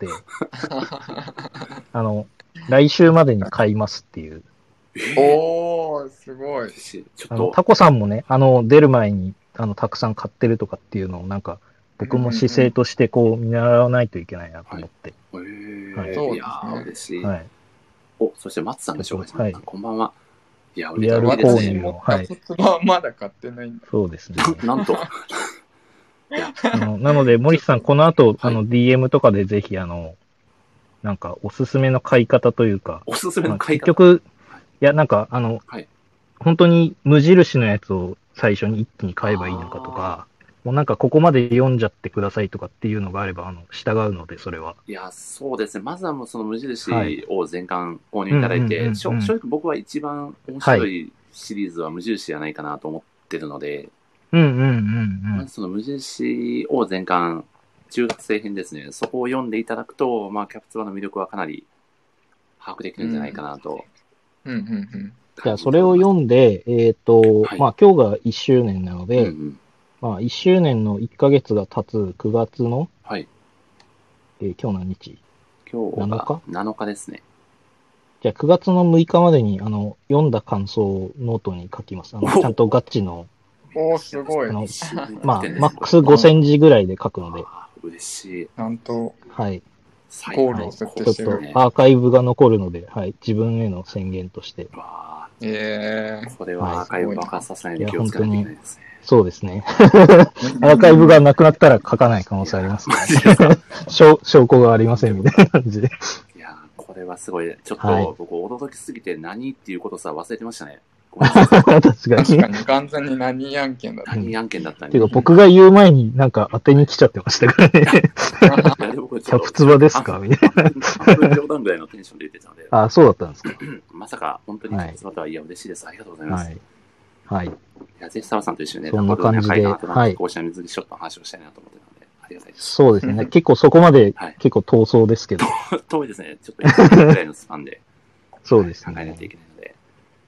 来週までに買いますっていう。 おー、すごい。 タコさんもね、出る前に、たくさん買ってるとかっていうのをなんか、僕も姿勢としてこう見習わないといけないなと思って。 いやー、嬉しい。そして松さんでしょうか。こんばんは。いや、 リアル購入の、 はい。まだ買ってないんだ。 そうですね。 なんと。 なので、森さん、この後、DM とかでぜひ、なんか、おすすめの買い方というか、 おすすめの買い方、 結局、いや、なんか、本当に無印のやつを最初に一気に買えばいいのかとか、もうなんかここまで読んじゃってくださいとかっていうのがあれば、従うので、それは。 いや、そうですね。まずはもうその無印を全巻購入いただいて、正直僕は一番面白いシリーズは無印じゃないかなと思ってるので、まずその無印を全巻、10月製編ですね。そこを読んでいただくと、まあ、キャプツバの魅力はかなり把握できるんじゃないかなと。 じゃあ、それを読んで、まあ、今日が1周年なので、まあ、1周年の1ヶ月が経つ9月の、今日何日？ 今日が7日ですね。 じゃあ、9月の6日までに、読んだ感想をノートに書きます。ちゃんとガッチの、 すごい。 まあ、マックス5000字ぐらいで書くので。 嬉しい。 ちゃんと、 はい。 ゴールを設定してる、 ね。ちょっとアーカイブが残るので、はい。自分への宣言として。 これはアーカイブ爆発させないように気をつけないといけないですね。 そうですね。アーカイブがなくなったら書かない可能性ありますね。証拠がありませんみたいな感じで。 いや、これはすごい。ちょっと僕驚きすぎて何っていうことさ忘れてましたね。確かに。 完全に何案件だった。 何案件だったね。てか僕が言う前になんか当てに来ちゃってましたからね。キャプツバですかみたいな。 半分冗談ぐらいのテンションで言ってたので。 あ、そうだったんですか。 まさか本当にキャプツバとは、いや、嬉しいです。ありがとうございます。 はい。 いや、ぜひ澤さんと一緒にね、 そんな感じで、 はい。こうした水着ショットの話をしたいなと思ってたので、ありがたいです。 そうですね。結構そこまで、結構闘争ですけど。 遠いですね。ちょっと1年ぐらいのスパンで。 そうですね。考えないといけないので。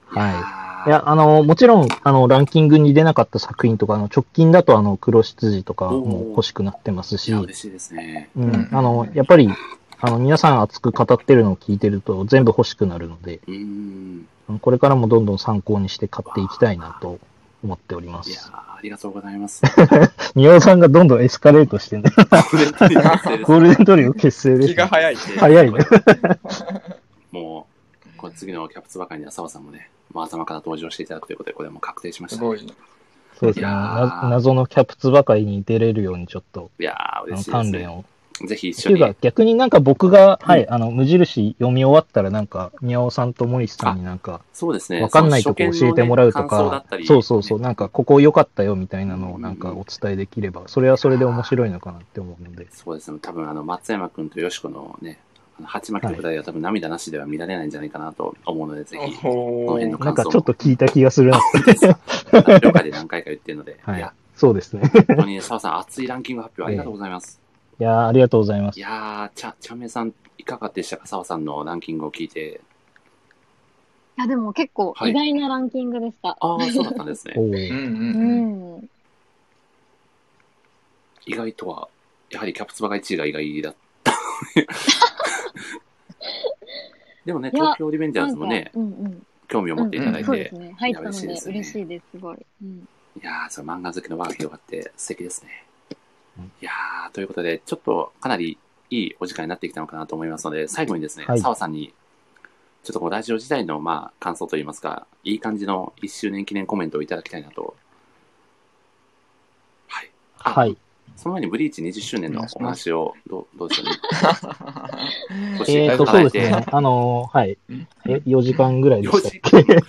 はい。いや、もちろん、ランキングに出なかった作品とか、直近だと、黒羊とかも欲しくなってますし、 嬉しいですね。 うん、やっぱり、皆さん熱く語ってるのを聞いてると全部欲しくなるので、これからもどんどん参考にして買っていきたいなと思っております。 いやありがとうございます。 宮尾さんがどんどんエスカレートしてね。ゴールデントリオ結成です。 気が早い。 早いね。 もう、これ次のキャプツバ会には澤さんもね、頭から登場していただくということで、これも確定しました、ね。 すごい。 そうですね。謎のキャプツバ会に出れるようにちょっと、 いや嬉しいですね。 鍛錬を。 ぜひ一緒に。 っていうか、逆になんか僕が、はい、無印読み終わったらなんか、宮尾さんと森さんになんか、 そうですね。 わかんないとこ教えてもらうとか、そう、なんか、ここ良かったよみたいなのをなんかお伝えできれば、それはそれで面白いのかなって思うので。 そうですね。多分松山くんとよしこのね、鉢巻きの舞台は多分涙なしでは見られないんじゃないかなと思うので、ぜひ、この辺の感想も。 なんかちょっと聞いた気がするな。 了解で何回か言ってるので。 はい。そうですね。 本当に澤さん、熱いランキング発表ありがとうございます。 いやー、ありがとうございます。 いやー、ちゃめさん、いかがでしたか、澤さんのランキングを聞いて。 いや、でも結構意外なランキングでした。 ああ、そうだったんですね。意外とは、やはりキャプツバが1位が意外だった。でもね、東京リベンジャーズもね、興味を持っていただいて、 そうですね。入ったので嬉しいです、すごい。 いやー、それ漫画好きの輪が広がって素敵ですね。いやー、ということで、ちょっとかなりいいお時間になってきたのかなと思いますので、最後にですね、澤さんに、ちょっとこのラジオ時代の感想といいますか、いい感じの1周年記念コメントをいただきたいなと。はい。 はい。 その前にブリーチ20周年のお話をどうでしょうね。 そうですね。はい。4時間ぐらいでしたっけ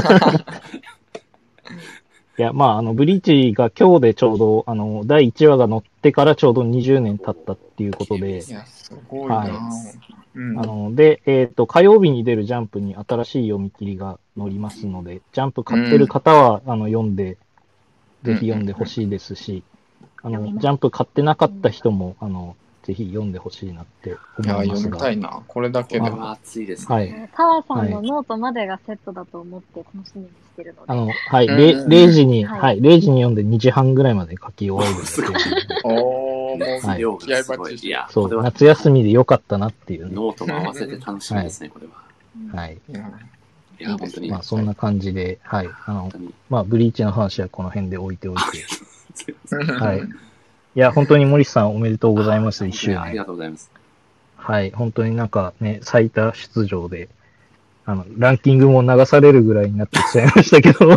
いや、ブリーチが今日でちょうど、第1話が載ってからちょうど20年経ったっていうことで、 いや、すごいな、 はい。で、火曜日に出るジャンプに新しい読み切りが載りますので、ジャンプ買ってる方は、読んで、ぜひ読んでほしいですし、ジャンプ買ってなかった人も、ぜひ読んでほしいなって思いますが。 いや、読みたいな。これだけでも。熱いですね。 はい。 澤さんのノートまでがセットだと思って楽しみにしてるので。 はい。0時に、はい。0時に読んで2時半ぐらいまで書き終えるんですけど。 もう、気合バッチリ。 そう、夏休みでよかったなっていう、 ね。ノートも合わせて楽しみですね、これは。 はい。 いや、本当に。 そんな感じで、はい。ブリーチの話はこの辺で置いておいて。はい。いや、本当に森さんおめでとうございます、1周年。 ありがとうございます。 はい。本当になんかね、最多出場で、ランキングも流されるぐらいになってきちゃいましたけど。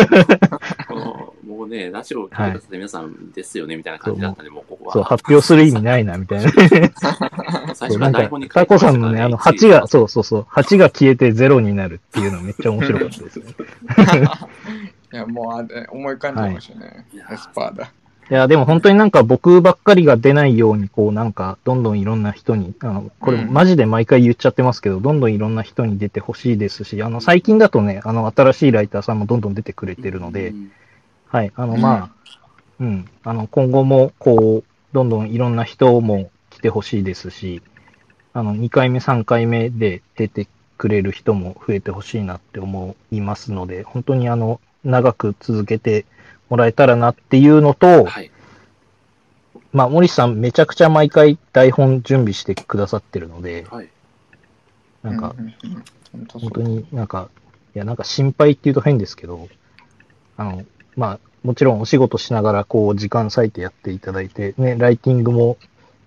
もうね、ラジオを聞いてくださって皆さんですよね、みたいな感じだったんで、もうここは。 そう、発表する意味ないな、みたいな。 最初から台本にタコさんのね、8が、8が消えて0になるっていうのめっちゃ面白かったですね。 いや、もう思い浮かんじゃいましたね。エスパーだ。 いや、でも本当になんか僕ばっかりが出ないように、なんか、どんどんいろんな人に、これマジで毎回言っちゃってますけど、どんどんいろんな人に出てほしいですし、最近だとね、新しいライターさんもどんどん出てくれてるので、はい、今後も、どんどんいろんな人も来てほしいですし、2回目、3回目で出てくれる人も増えてほしいなって思いますので、本当に長く続けて、もらえたらなっていうのと、はい、森さんめちゃくちゃ毎回台本準備してくださってるので、はい、なんか、本当になんか心配って言うと変ですけど、もちろんお仕事しながら時間割いてやっていただいて、ね、ライティングも、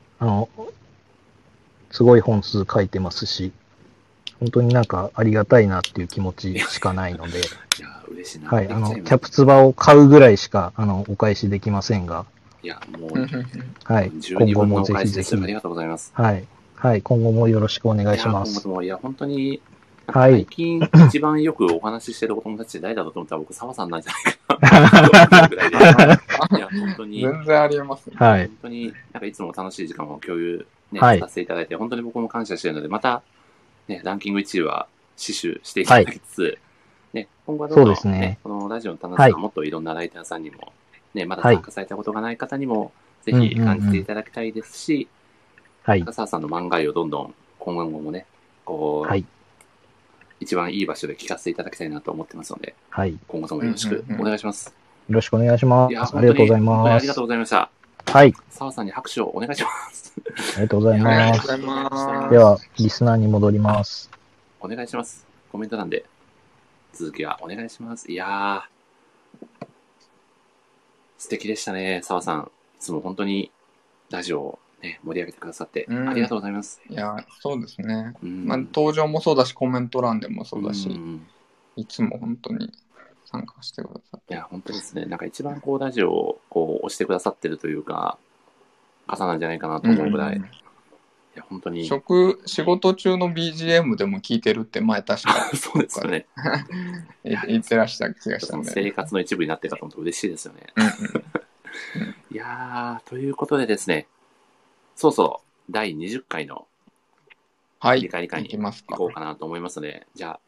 すごい本数書いてますし、本当になんかありがたいなっていう気持ちしかないので、 いや嬉しいな。 はい、キャプツバを買うぐらいしか、お返しできませんが。 いや、もう、 はい、今後もぜひぜひ。 ありがとうございます。 はい。はい、今後もよろしくお願いします。 今後も、いや、本当に、最近一番よくお話ししてるお友達って誰だと思ったら僕、澤さんなんじゃないかな。ぐらいで。いや、本当に。 全然ありえますね。 はい。 本当に、なんかいつも楽しい時間を共有ね、させていただいて、本当に僕も感謝しているので、また、ね、ランキング1位は死守していただきつつ、ね、今後はどんどん、ね、このラジオの楽しさをもっといろんなライターさんにも、ね、まだ参加されたことがない方にも、ぜひ感じていただきたいですし、 はい。 高澤さんの漫画をどんどん今後もね、 一番いい場所で聞かせていただきたいなと思ってますので、 はい。 今後ともよろしくお願いします。 よろしくお願いします。 いや、 ありがとうございます。 ありがとうございました。 はい。 澤さんに拍手をお願いします。 ありがとうございます。では、リスナーに戻ります。 お願いします。コメント欄で続きはお願いします。いやー、素敵でしたね、澤さん。いつも本当にラジオを、ね、盛り上げてくださってありがとうございます。 いや、そうですね。まあ、登場もそうだし、コメント欄でもそうだし、いつも本当に参加してくださって。 いや、本当ですね。なんか一番こう、ラジオをこう、押してくださってるというか、方なんじゃないかなと思うぐらい。いや、本当に。 仕事中の BGM でも聞いてるって前確か。 そうですよね。 言ってらした気がしたんで。 生活の一部になってるかと思うと嬉しいですよね。いやー、ということでですね、そうそう、第20回の振り返り会に行こうかなと思いますので、じゃあ、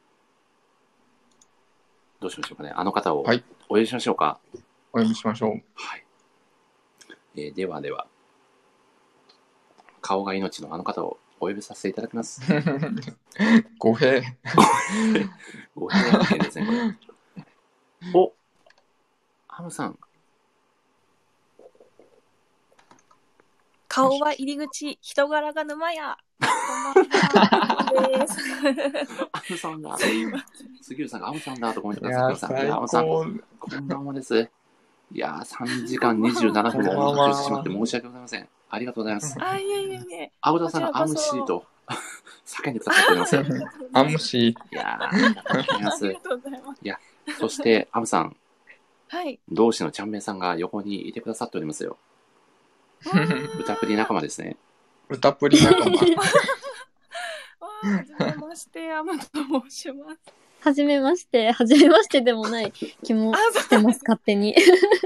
どうしましょうかね。あの方をお呼びしましょうか。 お呼びしましょう。 はい。ではでは、顔が命のあの方をお呼びさせていただきます。 語弊。 語弊案件ですね、これ。お、ハムさん。 顔は入り口、人柄が沼や。こんばんは。です。 アムさんだ。杉浦さんがアムさんだとコメントくださってました。いや、アムさん、こんばんはです。いやー、3時間27分もお待ちしてしまって申し訳ございます。ありがとうございます。 あ、いえいえいえ。 青田さんがアムシーと叫んでくださっております。 アムシー。 いやー、ありがとうございます。いや、そしてアムさん、 はい。 同志のちゃんめいさんが横にいてくださっておりますよ。歌プリ仲間ですね。 歌プリ仲間。 はじめまして、アムと申します。 はじめまして、はじめましてでもない気もしてます、勝手に。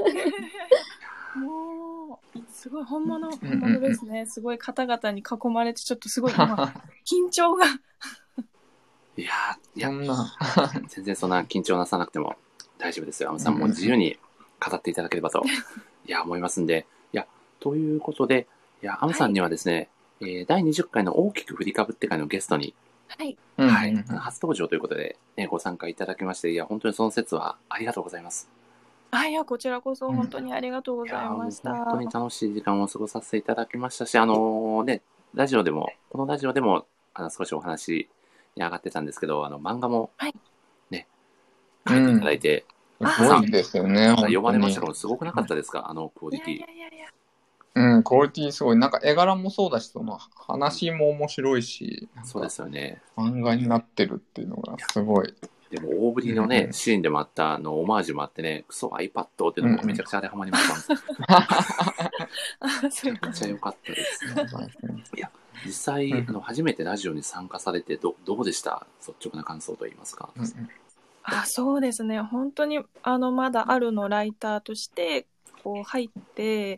もう、すごい本物ですね。すごい方々に囲まれて、ちょっとすごい今、緊張が。 いや全然そんな緊張なさなくても大丈夫ですよ。アムさんも自由に語っていただければと、思いますんで。ということで、アムさんにはですね、第20回の大きく振りかぶって会のゲストに、初登場ということで、ね、ご参加いただきまして、本当にその説はありがとうございます。 いや、こちらこそ本当にありがとうございました。 本当に楽しい時間を過ごさせていただきましたし、ね、ラジオでも、このラジオでも、少しお話に上がってたんですけど、漫画も、ね、書いていただいて、 すごいですよね。 読まれましたけど、すごくなかったですか、クオリティ。 クオリティすごい。なんか絵柄もそうだし、その話も面白いし、 そうですよね。 漫画になってるっていうのがすごい。 でも大振りのね、シーンでもあったオマージュもあってね、クソ iPad っていうのもめちゃくちゃ当てはまりました。めちゃくちゃ良かったです。いや、実際、初めてラジオに参加されてどうでした？率直な感想といいますか。 そうですね。本当にまだあるのライターとしてこう入って。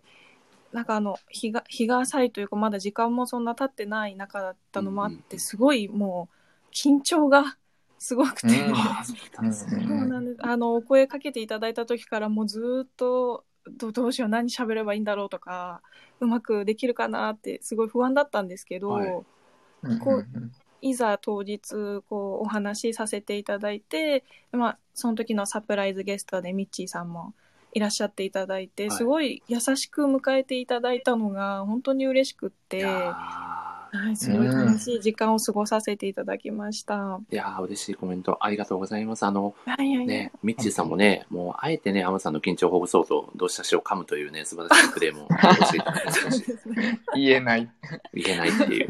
なんか日が浅いというか、まだ時間もそんな経ってない中だったのもあって、すごいもう緊張がすごくて、そうなんです。お声かけていただいた時からもうずっとどうしよう、何喋ればいいんだろうとか、うまくできるかなってすごい不安だったんですけど、いざ当日お話しさせていただいて、その時のサプライズゲストでミッチーさんもいらっしゃっていただいて、すごい優しく迎えていただいたのが本当に嬉しくって、すごい楽しい時間を過ごさせていただきました。 いやー、嬉しいコメントありがとうございます。ね、ミッチーさんもね、もうあえてね、アムさんの緊張をほぐそうと、同志社を噛むというね、素晴らしいプレーもしていただきましたし。 言えないっていう。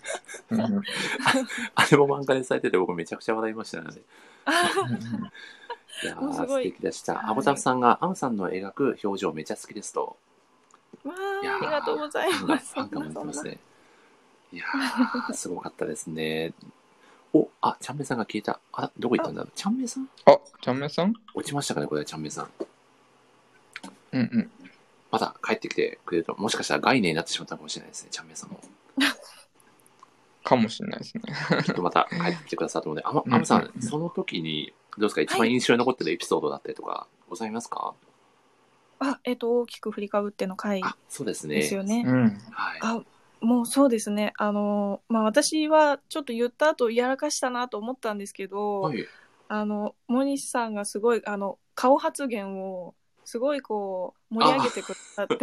あれも漫画でされてて、僕めちゃくちゃ笑いましたね。いやー、素敵でした。アボタフさんがアムさんの描く表情めちゃ好きですと。 ありがとうございます。 ファンがもってますね。いやー、すごかったですね。ちゃんめいさんが消えた。どこ行ったんだろう。ちゃんめいさん？ ちゃんめいさん？ 落ちましたかね、これ、ちゃんめいさん。 うん。 まだ帰ってきてくれると、もしかしたら概念になってしまったかもしれないですね、ちゃんめいさんも。 かもしれないですね。 きっとまた帰ってきてくださったので、アムさん、その時に、どうですか、一番印象に残ってるエピソードだったりとかございますか？ 大きく振りかぶっての回ですよね。 もうそうですね。私はちょっと言った後やらかしたなと思ったんですけど、 はい。 モニシさんがすごい、顔発言をすごいこう、盛り上げてくださって。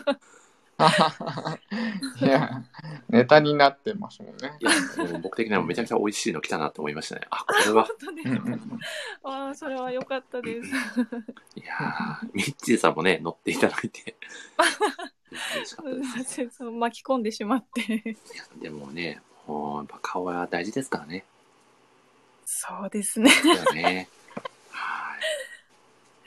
いや、ネタになってますもんね。 いや、もう僕的にはめちゃくちゃ美味しいの来たなと思いましたね。あ、これは。 本当ですか。それは良かったです。 いやー、ミッチーさんもね、乗っていただいて。嬉しかったです。 そう巻き込んでしまって。いや、でもね、もうやっぱ顔は大事ですからね。 そうですね。 そうだね。はい。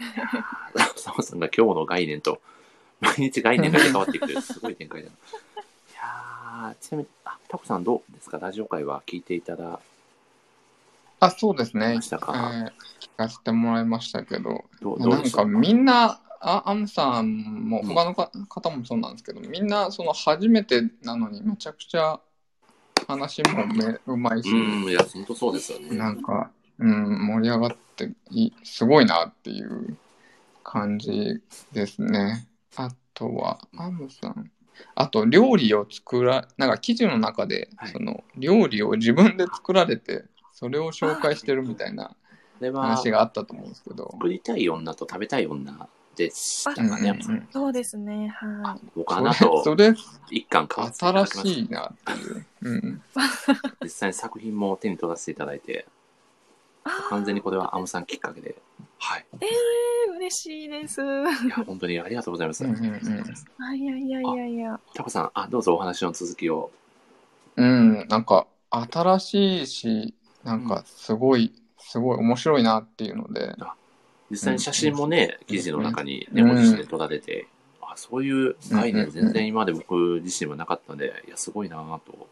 いやー、サモさんが今日の概念と、毎日概念が変わっていくというすごい展開だな。いやー、ちなみに、タコさんどうですか？ラジオ会は聞いていただそうですね。 ましたか？ 聞かせてもらいましたけど、なんかみんな、アムさんも他の方もそうなんですけど、みんなその初めてなのにめちゃくちゃ話もうまいし、 いや、本当そうですよね。 なんか、盛り上がってすごいなっていう感じですね。あとは、アムさん。あと、料理をなんか記事の中で、その料理を自分で作られて、それを紹介してるみたいな話があったと思うんですけど。 作りたい女と食べたい女でしたかね、 そうですね、はい。 僕、あなたと一巻変わって新しいなっていう。 実際に作品も手に取らせていただいて、完全にこれはアムさんきっかけで。はい。 嬉しいです。 いや、本当にありがとうございます。 いや。 タコさん、どうぞお話の続きを。 なんか、新しいし、なんか、すごい面白いなっていうので。 実際に写真もね、記事の中にね、ご自身で撮られて、そういう概念全然今まで僕自身はなかったんで、いや、すごいなぁと。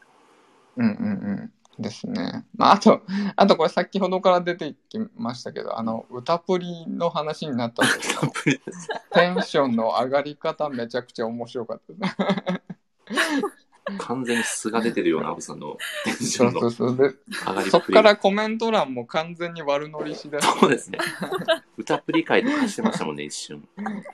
ですね。あとこれ先ほどから出てきましたけど、歌プリの話になったんですけど、テンションの上がり方めちゃくちゃ面白かったです。 完全に素が出てるようなアブさんのテンションの上がりっぷり。 そっからコメント欄も完全に悪乗りしだして。 そうですね。歌プリ会とかしてましたもんね、一瞬。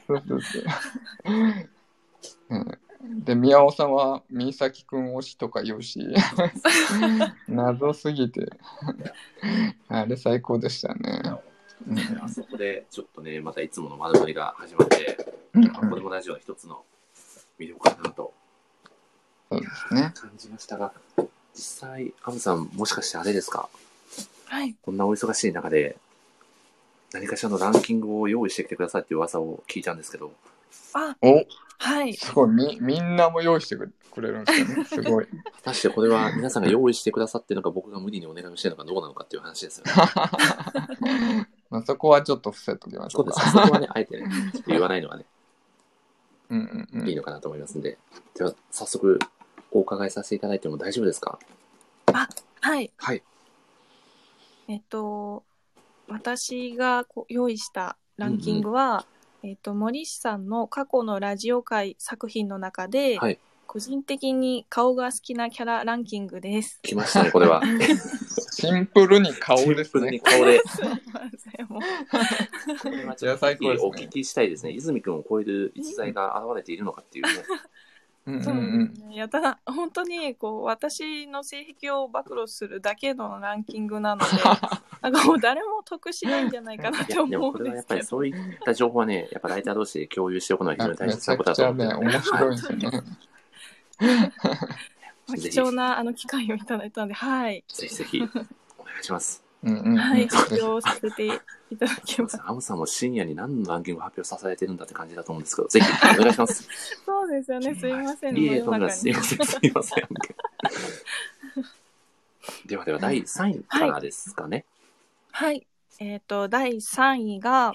で、宮尾さんは、三崎くん推しとか言うし、謎すぎて、あれ最高でしたね。 あそこで、ちょっとね、またいつもの丸乗りが始まって、これもラジオは一つの魅力かなと、 そうですね。 感じましたが、実際、アムさん、もしかしてあれですか？ はい。 こんなお忙しい中で、何かしらのランキングを用意してきてくださいっていう噂を聞いたんですけど。 はい。 すごい、みんなも用意してくれるんですよね。すごい。 果たしてこれは皆さんが用意してくださってるのか、僕が無理にお願いをしてるのかどうなのかっていう話ですよね。 そこはちょっと伏せときましょうか。 そうです。そこはね、あえてね、ちょっと言わないのはね、いいのかなと思いますんで。では、早速、お伺いさせていただいても大丈夫ですか？ はい。 はい。 私が用意したランキングは、森氏さんの過去のラジオ会作品の中で、個人的に顔が好きなキャラランキングです。 来ましたね、これは。 シンプルに顔ですね。 シンプルに顔で。 これはちょっとお聞きしたいですね。泉くんを超える逸材が現れているのかっていうね。 そうですね。いや、ただ、本当に、私の性癖を暴露するだけのランキングなので、なんかもう誰も得しないんじゃないかなって思うんですけど。でもこれはやっぱりそういった情報はね、やっぱライター同士で共有しておくのは非常に大切なことだと思ってます。 面白いですね。 貴重な機会をいただいたので、はい。 ぜひぜひ、お願いします。 はい、発表させていただきます。 アムさんも深夜に何のランキングを発表させてるんだって感じだと思うんですけど、ぜひお願いします。 そうですよね、すいません。 いえ、とんでもないです。すいません、すいません。では、第3位からですかね。 はい。第3位が、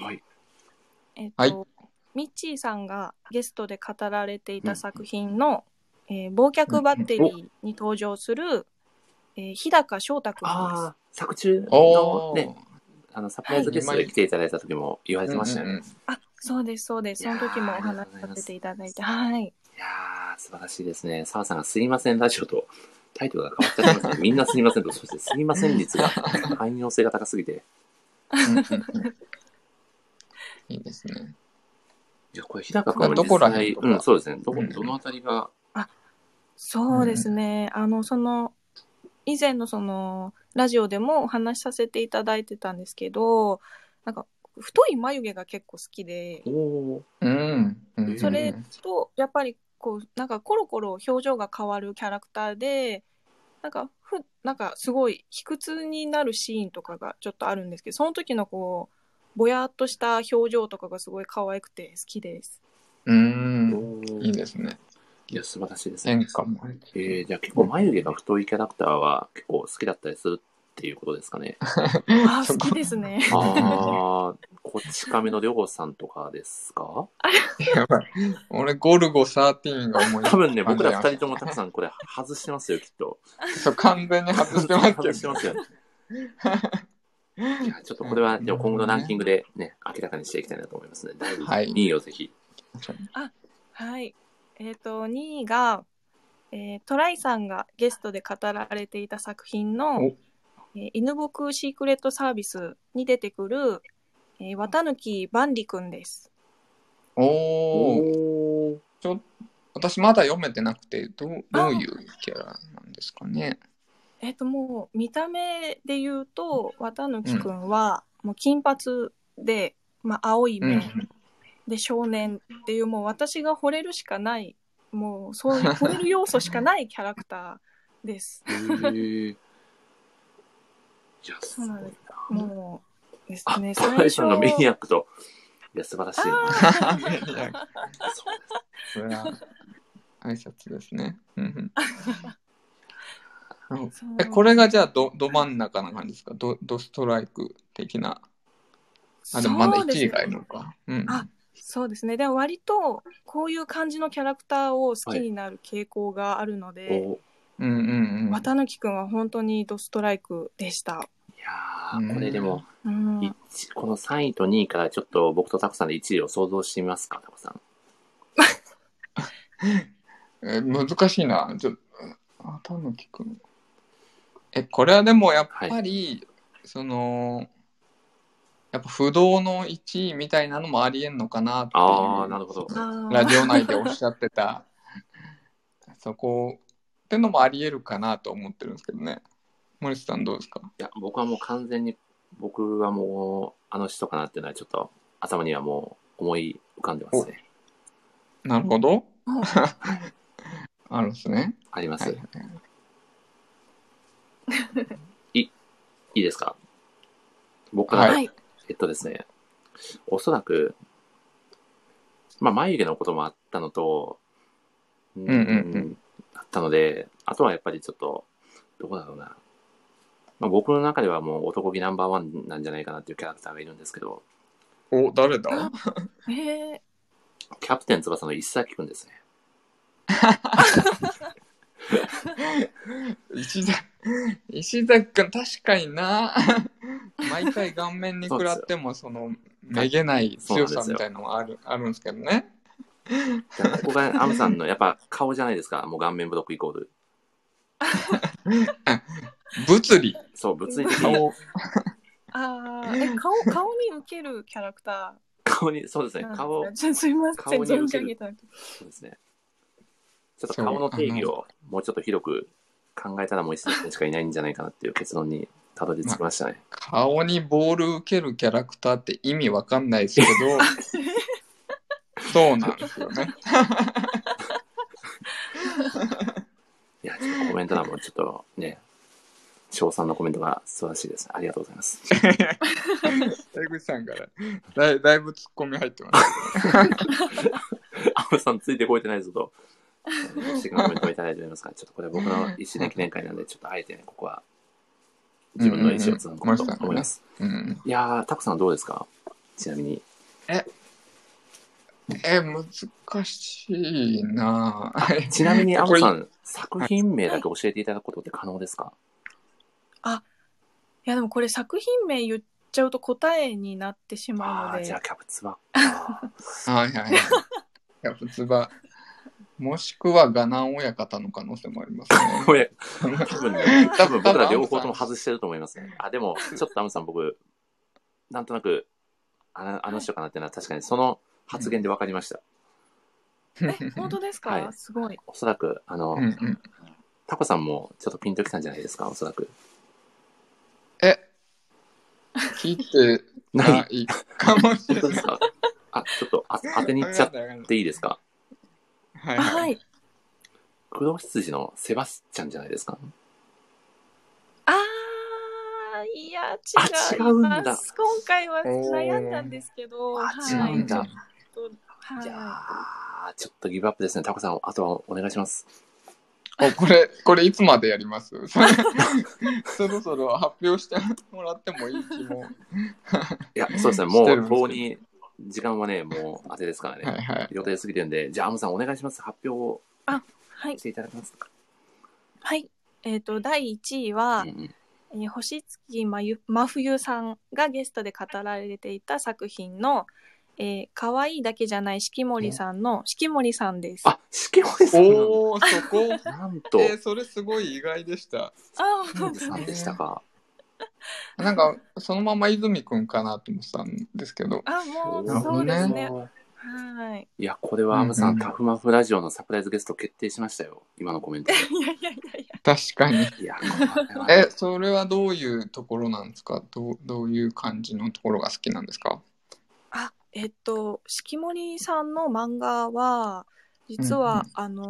ミッチーさんがゲストで語られていた作品の、忘却バッテリーに登場する、日高翔太くんです。 作中のね、サプライズゲストで来ていただいた時も言われてましたよね。 そうです、そうです。その時もお話しさせていただいて、はい。 いやー、素晴らしいですね。澤さんがすいませんラジオとタイトルが変わっちゃってますね。みんなすいませんと、そしてすいません率が汎用性が高すぎて。 いいですね。 いや、これ日高君の実際、そうですね。どのあたりがそうですね。以前のラジオでもお話しさせていただいてたんですけど、なんか、太い眉毛が結構好きで、それと、やっぱりなんかコロコロ表情が変わるキャラクターで、なんかすごい卑屈になるシーンとかがちょっとあるんですけど、その時のぼやっとした表情とかがすごい可愛くて好きです。 いいですね。 いや、素晴らしいですね。じゃあ結構眉毛が太いキャラクターは結構好きだったりするっていうことですかね。 好きですね。 こち亀のりょうさんとかですか？ やばい。俺、ゴルゴ13が思い多分ね、僕ら2人ともたくさんこれ外してますよ、きっと。 そう、完全に外してますけど。 外してますよ。いや、ちょっとこれは今後のランキングでね、明らかにしていきたいなと思いますね。第2位をぜひ。 はい。2位が、トライさんがゲストで語られていた作品の、犬僕シークレットサービスに出てくる、綿貫万里くんです。 私まだ読めてなくて、どういうキャラなんですかね。 もう見た目で言うと、綿貫くんはもう金髪で、青い目で少年っていう、もう私が惚れるしかない、もうそういう惚れる要素しかないキャラクターです。そうなんです。もうですね。 トライさんがメニアックと。いや、素晴らしいな。 メニアック。それは挨拶ですね。これがじゃあど真ん中な感じですか？ドストライク的な。でもまだ1位がいるのか。 そうですね。でも割とこういう感じのキャラクターを好きになる傾向があるので、綿貫くんは本当にドストライクでした。 いやー、これでも、この3位と2位からちょっと僕とタコさんで1位を想像してみますか、タコさん。難しいな。綿貫くん。これはでもやっぱり、やっぱ不動の1位みたいなのもありえんのかなっていう。 なるほど。 ラジオ内でおっしゃってた、そこってのもありえるかなと思ってるんですけどね。森下さんどうですか？ いや、僕はもう完全に、僕はもうあの人かなっていうのはちょっと頭にはもう思い浮かんでますね。 なるほど。あるんですね。 あります。いいですか？僕は、ですね、おそらく、眉毛のこともあったのと、あったので、あとはやっぱりちょっと、どこだろうな。僕の中ではもう男気ナンバーワンなんじゃないかなっていうキャラクターがいるんですけど。 誰だ？ キャプテン翼の石崎くんですね。 石崎くん確かにな。毎回顔面に食らってもめげない強さみたいなのがあるんですけどね。 ここがアムさんのやっぱ顔じゃないですか。もう顔面ブロックイコール。 物理。 そう、物理的に。 顔に受けるキャラクター。 顔に、そうですね。 すいません、 存じ上げた。そうですね。ちょっと顔の定義をもうちょっと広く考えたらもう石崎くんしかいないんじゃないかなっていう結論にたどり着きましたね。 顔にボール受けるキャラクターって意味わかんないですけど、そうなんですよね。 いや、ちょっとコメント欄もちょっとね、賞賛のコメントが素晴らしいです。ありがとうございます。 江口さんからだいぶツッコミ入ってますね。 アムさんついてこえてないぞと。ご指摘のコメントをいただいておりますが、ちょっとこれ僕の1周年記念会なんで、ちょっとあえてね、ここは自分の意思を貫こうと思います。いやー、タコさんはどうですか？ちなみに。 難しいな。 ちなみに、アムさん、作品名だけ教えていただくことって可能ですか？ いやでもこれ作品名言っちゃうと答えになってしまうので。 じゃあキャプツバ。 はい。キャプツバ。もしくはガナン親方の可能性もありますね。 これ、多分僕ら両方とも外してると思いますね。でも、ちょっとアムさん僕、なんとなく、あの人かなっていうのは確かにその発言で分かりました。 本当ですか、はい、すごい。 おそらく、タコさんもちょっとピンときたんじゃないですか、おそらく。 聞いてないかもしれない。本当ですか？ ちょっと当てに行っちゃっていいですか？ はい。 黒羊のセバスチャンじゃないですか？ いや、違うんだ。今回は悩んだんですけど。 違うんだ。いやちょっとギブアップですね。タコさん、あとはお願いします。 これいつまでやります？そろそろ発表してもらってもいい気も。 いや、そうですね。もう、とうに、時間はね、もう当てですからね。はいはい、予定過ぎてるんで、じゃあ、アムさんお願いします。発表をしていただけますか。 はい。第1位は、星月真冬さんがゲストで語られていた作品の、可愛いだけじゃない四季森さんの四季森さんです。 四季森さん。 おー、そこ。 なんと。 それすごい意外でした。 そうでしたか。 なんか、そのまま泉くんかなと思ってたんですけど。 もう、そうですね。はい。 いや、これはアムさん、タフマフラジオのサプライズゲスト決定しましたよ。今のコメントで。 いや。 確かに。 いや、 それはどういうところなんですか？どういう感じのところが好きなんですか？ 四季森さんの漫画は、実は、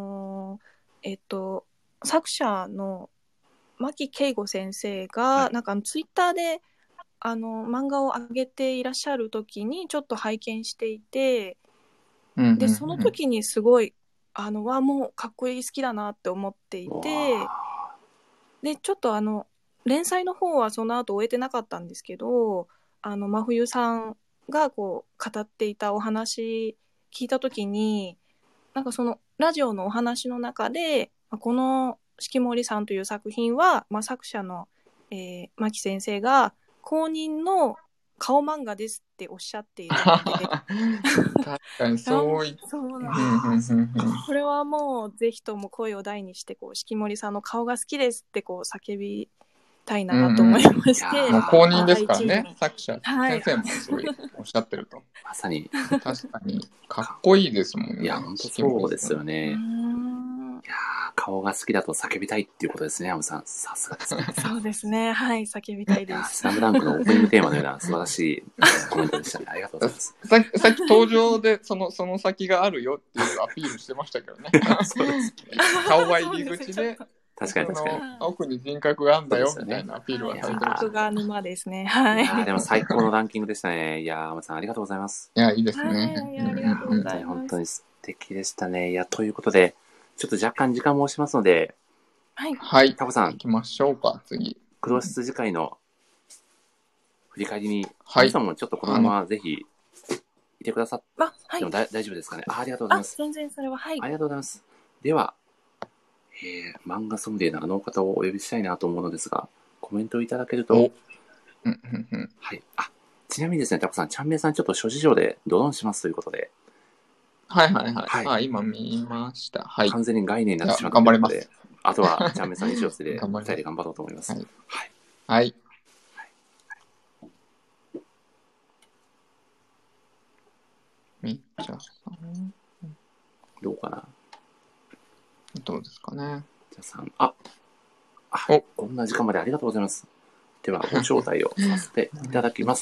作者の牧圭吾先生が、なんかツイッターで、漫画を上げていらっしゃる時にちょっと拝見していて、で、その時にすごい、もうかっこいい好きだなって思っていて、で、ちょっと連載の方はその後終えてなかったんですけど、真冬さんがこう語っていたお話聞いた時に、なんかそのラジオのお話の中で、この四季森さんという作品は、作者の、牧先生が公認の顔漫画ですっておっしゃっているので確かにそうなんです。これはもうぜひとも声を大にして四季森さんの顔が好きですって叫びたいなと思いまして、 公認ですからね、作者、先生もすごいおっしゃってると。 まさに確かにかっこいいですもんね。 いや、本当そうですよね。いや顔が好きだと叫びたいっていうことですね、アムさん。さすがですね。 そうですね。はい、叫びたいです。 スラムダンクのオープニングテーマのような素晴らしいコメントでしたね。ありがとうございます。 さっき登場でその先があるよっていうアピールしてましたけどね。 そうです。 顔は入り口で。 確かに。 奥に人格があるんだよみたいなアピールはされてました。 人格が沼ですね。はい。 でも最高のランキングでしたね。いや、アムさんありがとうございます。 いや、いいですね。 ありがとうございます。 本当に素敵でしたね。いや、ということで、ちょっと若干時間も押しますので、 はい。 タコさん、 行きましょうか、次。 黒羊会の振り返りに、タコさんもちょっとこのままぜひ、いてくださっても大丈夫ですかね。ありがとうございます。 全然それは、はい。 ありがとうございます。では、漫画ソムリエの方をお呼びしたいなと思うのですが、コメントをいただけると、はい。ちなみにですね、タコさん、ちゃんめいさんちょっと諸事情でドローンしますということで、 はい。今見ました。はい。 完全に概念になってしまった頑張ります。 あとは、ちゃんめいさんに一つで、2人で頑張ろうと思います。 はい。みっちゃさん。 どうかな。 どうですかね。 じゃあさん、こんな時間までありがとうございます。では、ご招待をさせていただきます。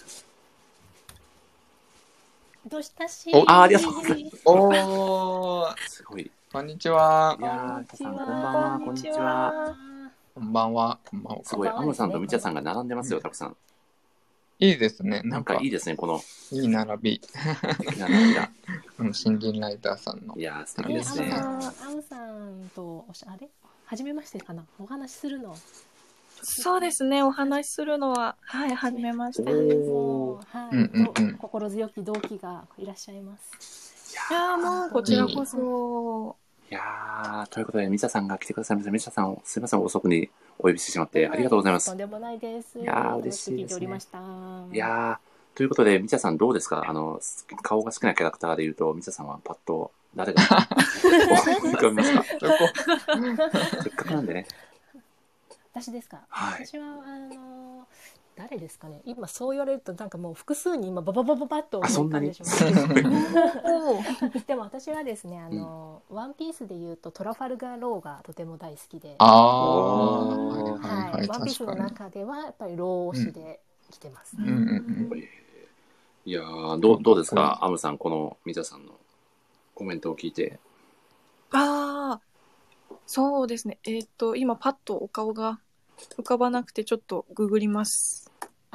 どうしたしありがとうございます。 おー、 すごい。 こんにちは。 いやー、さん、こんばんは。こんにちは。 こんばんは。 すごい、アムさんとみちゃさんが並んでますよ、たくさん。 いいですね。 なんかいいですね、この。 いい並び。 並びだ。 新人ライターさんの。 いやー、素敵ですね。 アムさんと、初めましてかな、お話しするの。 そうですね、お話しするのは、はい、初めましてです。 心強き同期がいらっしゃいます。 いやー、もう、こちらこそ。 いやー、ということで、みちゃさんが来てくださいました。みちゃさん、すみません、遅くにお呼びしてしまって、ありがとうございます。 とんでもないです。 いやー、嬉しいですね。 いやー、ということで、みちゃさんどうですか？顔が好きなキャラクターで言うと、みちゃさんはパッと、誰が浮かびますか？せっかくなんでね。 私ですか？ はい。 私は、 誰ですかね。今そう言われるとなんかもう複数に今バババババッと思そんなにいしますでも私はですねワンピースで言うとトラファルガーローがとても大好きで、はい、ワンピースの中ではやっぱりロー推しで来てます。 いやどうですか、アムさん、このミチャさんのコメントを聞いて。 そうですね。今パッとお顔が浮かばなくてちょっとググります。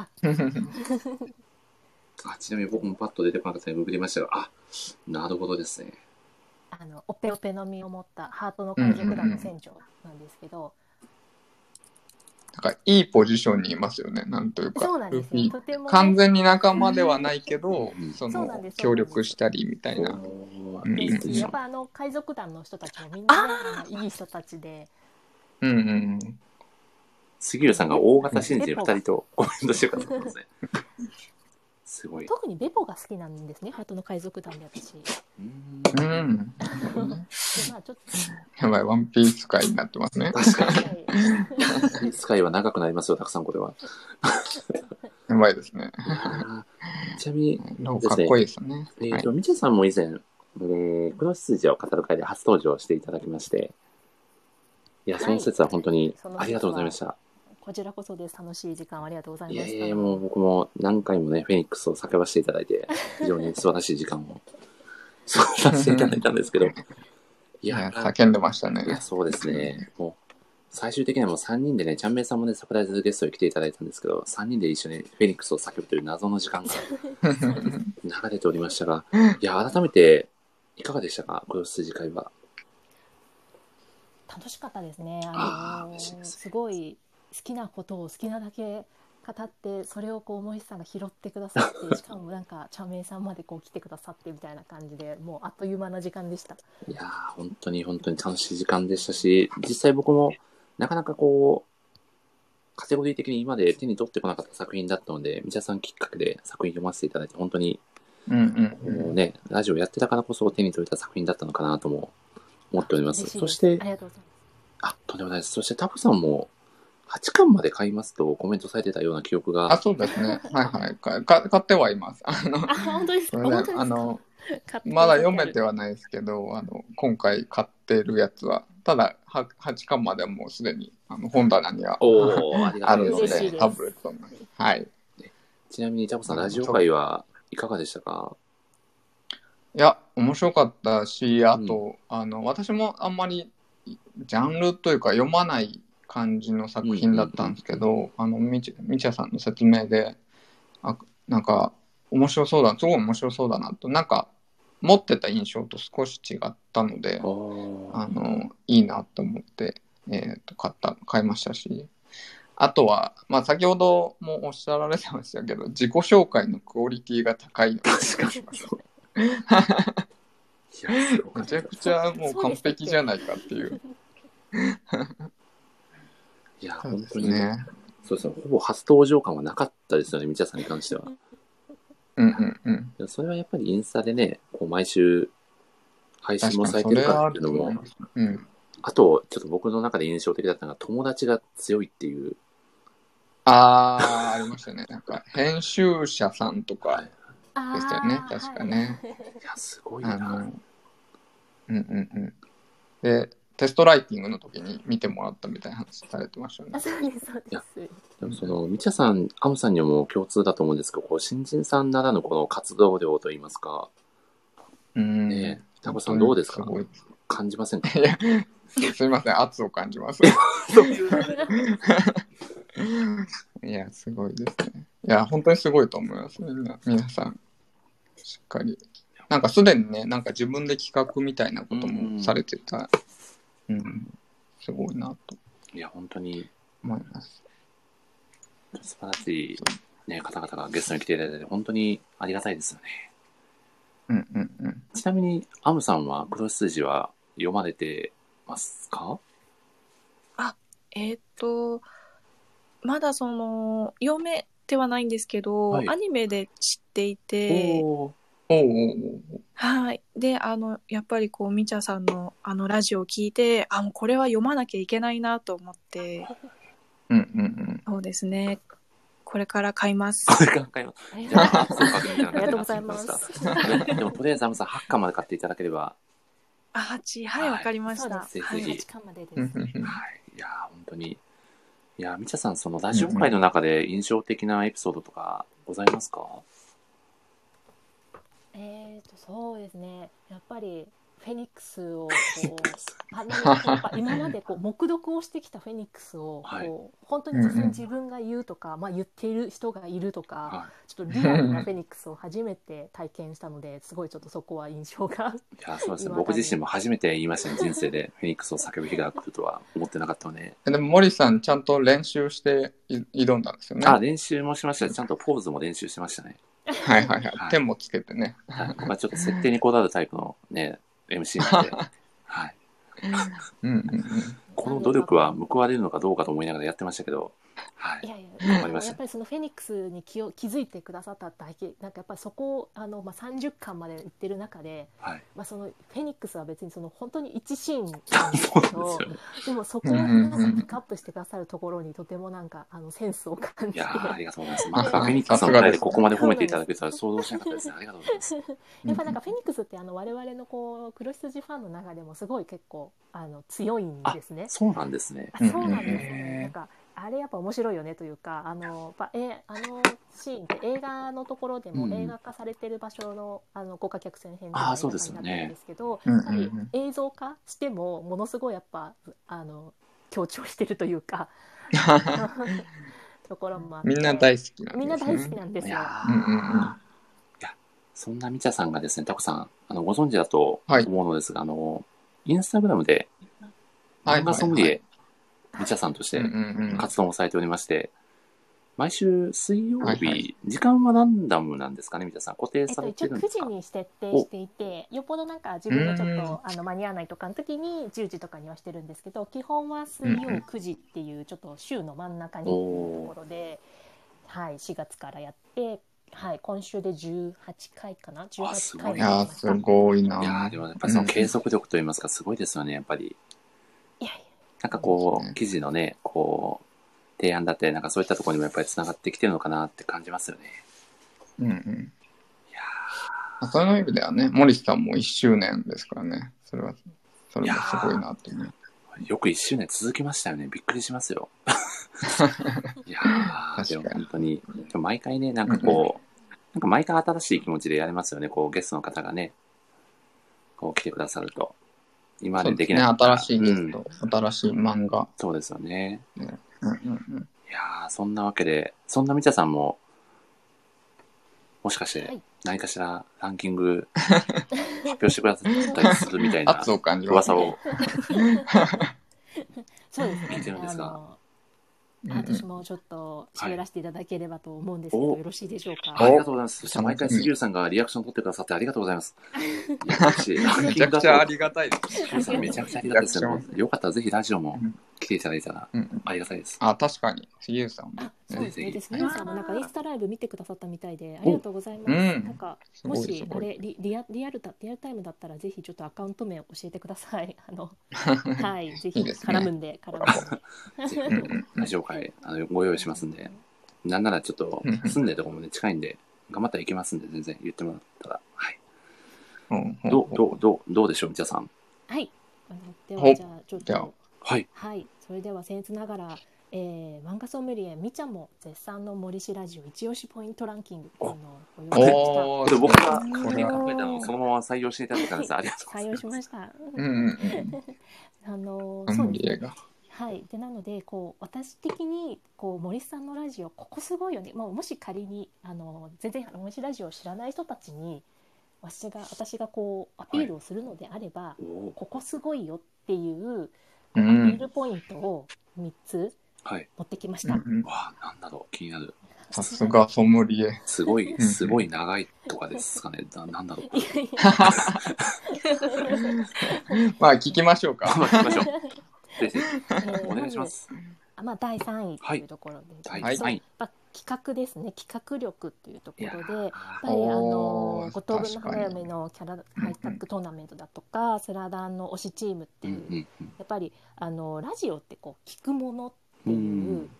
ちなみに僕もパッと出てこなかったのでググりましたが、なるほどですね。 オペオペの実を持ったハートの海賊団の船長なんですけど、 なんかいいポジションにいますよね。なんというか、 そうなんですよ。とてもね、 完全に仲間ではないけど、協力したりみたいな。 やっぱ海賊団の人たちもみんな、ね、いい人たちで。 杉浦さんが大型新人2人とコメントしてくださってますね。すごい。 特にベポが好きなんですね、ハートの海賊団で私。 まあちょっとやばい、ワンピース会になってますね。 確かに。ワンピース会は長くなりますよ、たくさんこれは。 やばいですね。 ちなみに、 かっこいいですね。 みちゃさんも以前、黒筋を語る会で初登場していただきまして、いや、その説は本当にありがとうございました。 こちらこそです。楽しい時間をありがとうございました。 もう僕も何回もね、フェニックスを叫ばせていただいて、非常に素晴らしい時間を過ごさせていただいたんですけど。 いや、叫んでましたね。 いや、そうですね。もう、最終的にはもう3人でね、ちゃんめいさんもね、サプライズゲストに来ていただいたんですけど、3人で一緒にフェニックスを叫ぶという謎の時間が流れておりましたが、いや、改めて、いかがでしたか、黒筋会は。 楽しかったですね。すごい好きなことを好きなだけ語って、それを森さんが拾ってくださって、しかもなんかちゃんめいさんまで来てくださってみたいな感じで、もうあっという間な時間でした。 いやー、本当に楽しい時間でしたし、実際僕もなかなかカテゴリー的に今まで手に取ってこなかった作品だったので、みちゃさんきっかけで作品読ませていただいて、本当にもうね、ラジオやってたからこそ手に取れた作品だったのかなとも思っております。そして、 ありがとうございます。 とんでもないです。そしてタコさんも8巻まで買いますとコメントされてたような記憶が。 そうですね。はいはい。買ってはいます。 本当ですか。 まだ読めてはないですけど、今回買ってるやつは、ただ8巻まではもうすでに本棚にはあるので、タブレットに。はい。 ちなみにタコさん、ラジオ会はいかがでしたか？ いや、面白かったし、あと、私もあんまりジャンルというか読まない感じの作品だったんですけど、みちゃさんの説明で、なんか面白そうだ、すごい面白そうだなと、なんか持ってた印象と少し違ったので、いいなと思って、買いましたし、あとは、まあ先ほどもおっしゃられてましたけど、自己紹介のクオリティが高いので、 確かにそう。 めちゃくちゃもう完璧じゃないかっていう。 いや、本当にね。そうですね。ほぼ初登場感はなかったですよね、みちゃさんに関しては。それはやっぱりインスタでね、毎週配信もされてるからっていうのも、あと、ちょっと僕の中で印象的だったのが、友達が強いっていう。 ありましたね。なんか、編集者さんとかでしたよね、確かね。 いや、すごいな。 で、テストライティングの時に見てもらったみたいな話されてましたよね。 そうです、そうです。 でもみちゃさん、アムさんにも共通だと思うんですけど、新人さんならぬこの活動量といいますか。ねえ、タコさんどうですか？感じませんか？ いや、すいません、圧を感じます。いや、すごいですね。いや、本当にすごいと思います。皆さん、しっかり。なんかすでにね、なんか自分で企画みたいなこともされてた。すごいなと。 いや、本当に思います。 素晴らしい、ね、方々がゲストに来ていただいて、本当にありがたいですよね。ちなみに、アムさんは黒筋は読まれてますか？ まだ読めてはないんですけど、アニメで知っていて、はい。で、やっぱりみちゃさんのラジオを聞いて、もうこれは読まなきゃいけないなと思って、そうですね。ここれから買います。 これから買います。 ありがとうございます。 でもとりあえずアムさん8巻まで買っていただければ。 8、はい、わかりました。 ぜひぜひ。 8巻までです。はい。 いや本当に。いやみちゃさん、そのラジオ界の中で印象的なエピソードとかございますか？ そうですね。やっぱりフェニックスをこう今までこう黙読をしてきたフェニックスをこう本当に実際に自分が言うとか、言っている人がいるとか、ちょっとリアルなフェニックスを初めて体験したので、すごいちょっとそこは印象が。 いやそうですね。僕自身も初めて言いましたね。人生でフェニックスを叫ぶ日が来るとは思ってなかったので。 でも森さんちゃんと練習して挑んだんですよね。 練習もしました。ちゃんとポーズも練習しましたね。 はいはいはい。手もつけてね。 ちょっと設定にこだわるタイプのね。MC なんで、はい。この努力は報われるのかどうかと思いながらやってましたけど、はい。 やっぱりそのフェニックスに気づいてくださっただけ、なんかやっぱりそこを30巻までいってる中で、そのフェニックスは別にその本当に1シーンなんですけど、でもそこをなんかピックアップしてくださるところにとてもなんかセンスを感じて。 いやありがとうございます。まさかフェニックスの回でここまで褒めていただけたら想像しなかったですね。ありがとうございます。 やっぱなんかフェニックスって我々のこう黒羊ファンの中でもすごい結構強いんですね。 そうなんですね。 そうなんですね。なんかあれやっぱ面白いよねというか、シーンって映画のところでも映画化されてる場所の豪華客船編でも映画化になってるんですけど、やっぱり映像化してもものすごいやっぱ強調してるというかところもあって、 みんな大好きなんですね。 みんな大好きなんですよ。 そんなみちゃさんがですね、タコさんご存知だと思うのですが、インスタグラムで漫画ソムリエみちゃさんとして活動もされておりまして、毎週水曜日、時間はランダムなんですかね、みちゃさん。固定されてるんですか？ 一応9時に設定していて、よっぽどなんか自分でちょっと間に合わないとかの時に10時とかにはしてるんですけど、基本は水曜9時っていうちょっと週の真ん中にっていうところで、4月からやって、今週で18回かな、18回。 いやすごいな。 いやでもやっぱりその継続力といいますか、すごいですよね、やっぱり。なんかこう、記事のね、こう、提案だって、なんかそういったところにもやっぱりつながってきてるのかなって感じますよね。 いやそういう意味ではね、森さんも1周年ですからね。それもすごいなってね。 よく1周年続きましたよね。びっくりしますよ。いやでも本当に、でも毎回ね、なんかこう、なんか毎回新しい気持ちでやれますよね。こう、ゲストの方がね、こう来てくださると。今までできない。 新しいゲスト、新しい漫画。 そうですよね。いやそんなわけで、そんなみちゃさんも、もしかして何かしらランキング発表してくださったりするみたいな噂をそうですね。 聞いてるんですが。 私もちょっと喋らせていただければと思うんですけど、よろしいでしょうか。 ありがとうございます。そして毎回杉浦さんがリアクション取ってくださってありがとうございます。 めちゃくちゃありがたいです。 めちゃくちゃありがたいですよ。よかったらぜひラジオも来ていただいたらありがたいです。 確かに杉浦さんも。 そうですね。杉浦さんもなんかインスタライブ見てくださったみたいでありがとうございます。なんかもしあれリアルタイムだったらぜひちょっとアカウント名を教えてください。ぜひ絡むんで。 ラジオ会ご用意しますんで、なんならちょっと住んでるところもね近いんで頑張ったら行けますんで、全然言ってもらったら、どうでしょう、みちゃさん。 はい。ではじゃあちょっとはい。 それでは僭越ながら、漫画ソムリエみちゃも絶賛の森氏ラジオ一押しポイントランキングっていうのをご用意しました。 僕が勝手に考えたのをそのまま採用していただいたんです。ありがとうございます。 採用しました。 ソムリエが。 でなのでこう私的にこう森さんのラジオここすごいよね、もし仮に全然森氏ラジオを知らない人たちに私がこうアピールをするのであれば、ここすごいよっていうアピールポイントを3つ持ってきました。 わあ、なんだろう、気になる。 さすがソムリエ。 すごい長いとかですかね。なんだろう。 まあ聞きましょうか。 聞きましょう。お願いします。 第3位というところで、 第3位。 企画ですね。企画力というところで、やっぱり五等分の花嫁のキャラハイタックトーナメントだとか、スラダンの推しチームっていう、やっぱりラジオってこう聞くものっていうこ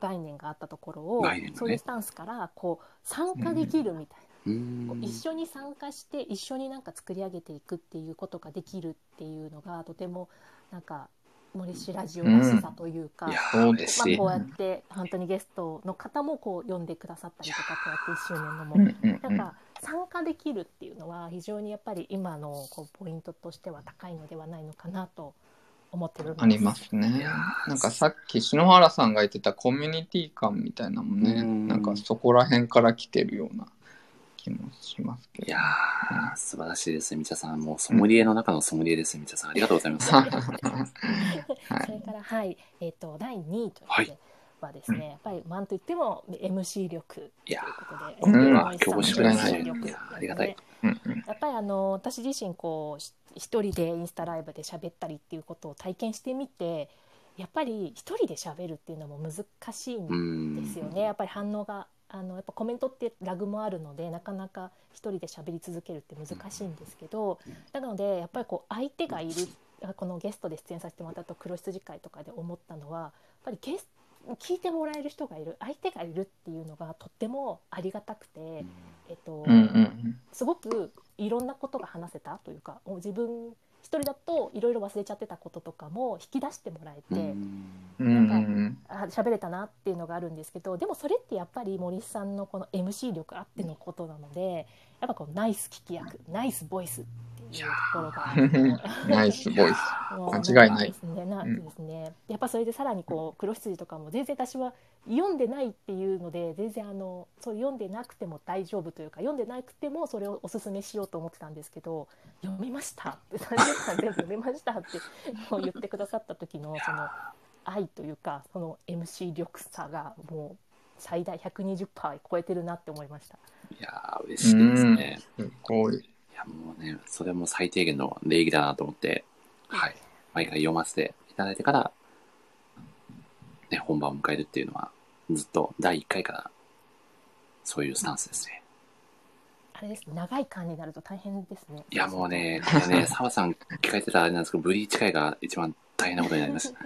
概念があったところを、ね、そういうスタンスからこう参加できるみたいな、こう一緒に参加して一緒になんか作り上げていくっていうことができるっていうのがとてもなんか森氏ラジオらしさというか、 そうですし、 こうやって本当にゲストの方もこう呼んでくださったりとか、こうやって1周年のも、なんか参加できるっていうのは非常にやっぱり今のこうポイントとしては高いのではないのかなと思ってるんです。 ありますね。なんかさっき篠原さんが言ってたコミュニティ感みたいなのもね、なんかそこら辺から来てるような気もしますけど。 いやー、素晴らしいですね、みちゃさん。もうソムリエの中のソムリエです、みちゃさん。ありがとうございます。 それから第2位としてはですね、やっぱりなんといっても MC 力ということで、 これは恐怖しくない。ありがたい。 やっぱり私自身こう一人でインスタライブで喋ったりっていうことを体験してみて、やっぱり一人で喋るっていうのも難しいんですよね。やっぱり反応がやっぱコメントってラグもあるのでなかなか一人で喋り続けるって難しいんですけど、なのでやっぱりこう相手がいる、このゲストで出演させてもらったと黒羊会とかで思ったのは、やっぱり聞いてもらえる人がいる、相手がいるっていうのがとってもありがたくて、すごくいろんなことが話せたというか、自分一人だといろいろ忘れちゃってたこととかも引き出してもらえて、なんか喋れたなっていうのがあるんですけど、でもそれってやっぱり森さんのこの MC 力あってのことなので、やっぱこうナイス聞き役、ナイスボイスっていうところがナイスボイス間違いないですね。やっぱそれでさらにこう黒羊とかも全然私は読んでないっていうので、全然そう読んでなくても大丈夫というか、読んでなくてもそれをおすすめしようと思ってたんですけど、読みましたって30巻全部読みましたってこう言ってくださった時のその愛というか、その MC 力さがもう最大 120% 超えてるなって思いました。 いやー嬉しいですね。 すごい。 いやもうね、それも最低限の礼儀だなと思って、はい、毎回読ませていただいてから、ね、本番を迎えるっていうのはずっと第1回からそういうスタンスですね。 あれです、長い巻になると大変ですね。 いやもうね、これね、澤さん聞かれてたあれなんですけど、ブリーチ会が一番大変なことになりました。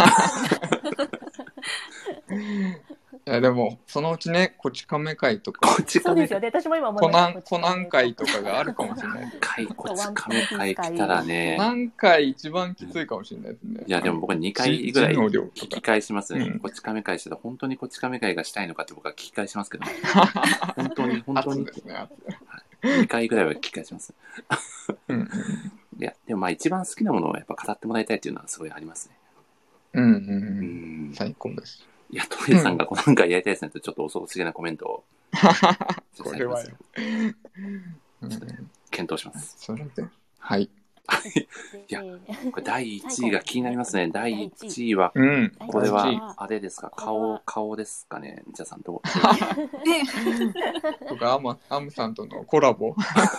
いやでもそのうちね、こち亀会とか、 そうですよね、私も今思いました。 コナン会とかがあるかもしれない。 こち亀会来たらね、 何回一番きついかもしれないですね。 いやでも僕は2回ぐらい聞き返しますね。こち亀会してたら本当にこち亀会がしたいのかって僕は聞き返しますけど、本当にですね。 2回ぐらいは聞き返します。いやでもまあ一番好きなものをやっぱ語ってもらいたいっていうのはすごいありますね。 最高です。 いや、トリさんがなんかやりたいですねってちょっと恐ろしげなコメントを。 これはよ。 検討します。 それで。はい。 いや、これ第1位が気になりますね。第1位は、これは、あれですか、顔ですかね。みちゃさんどうとか、アムさんとのコラボ。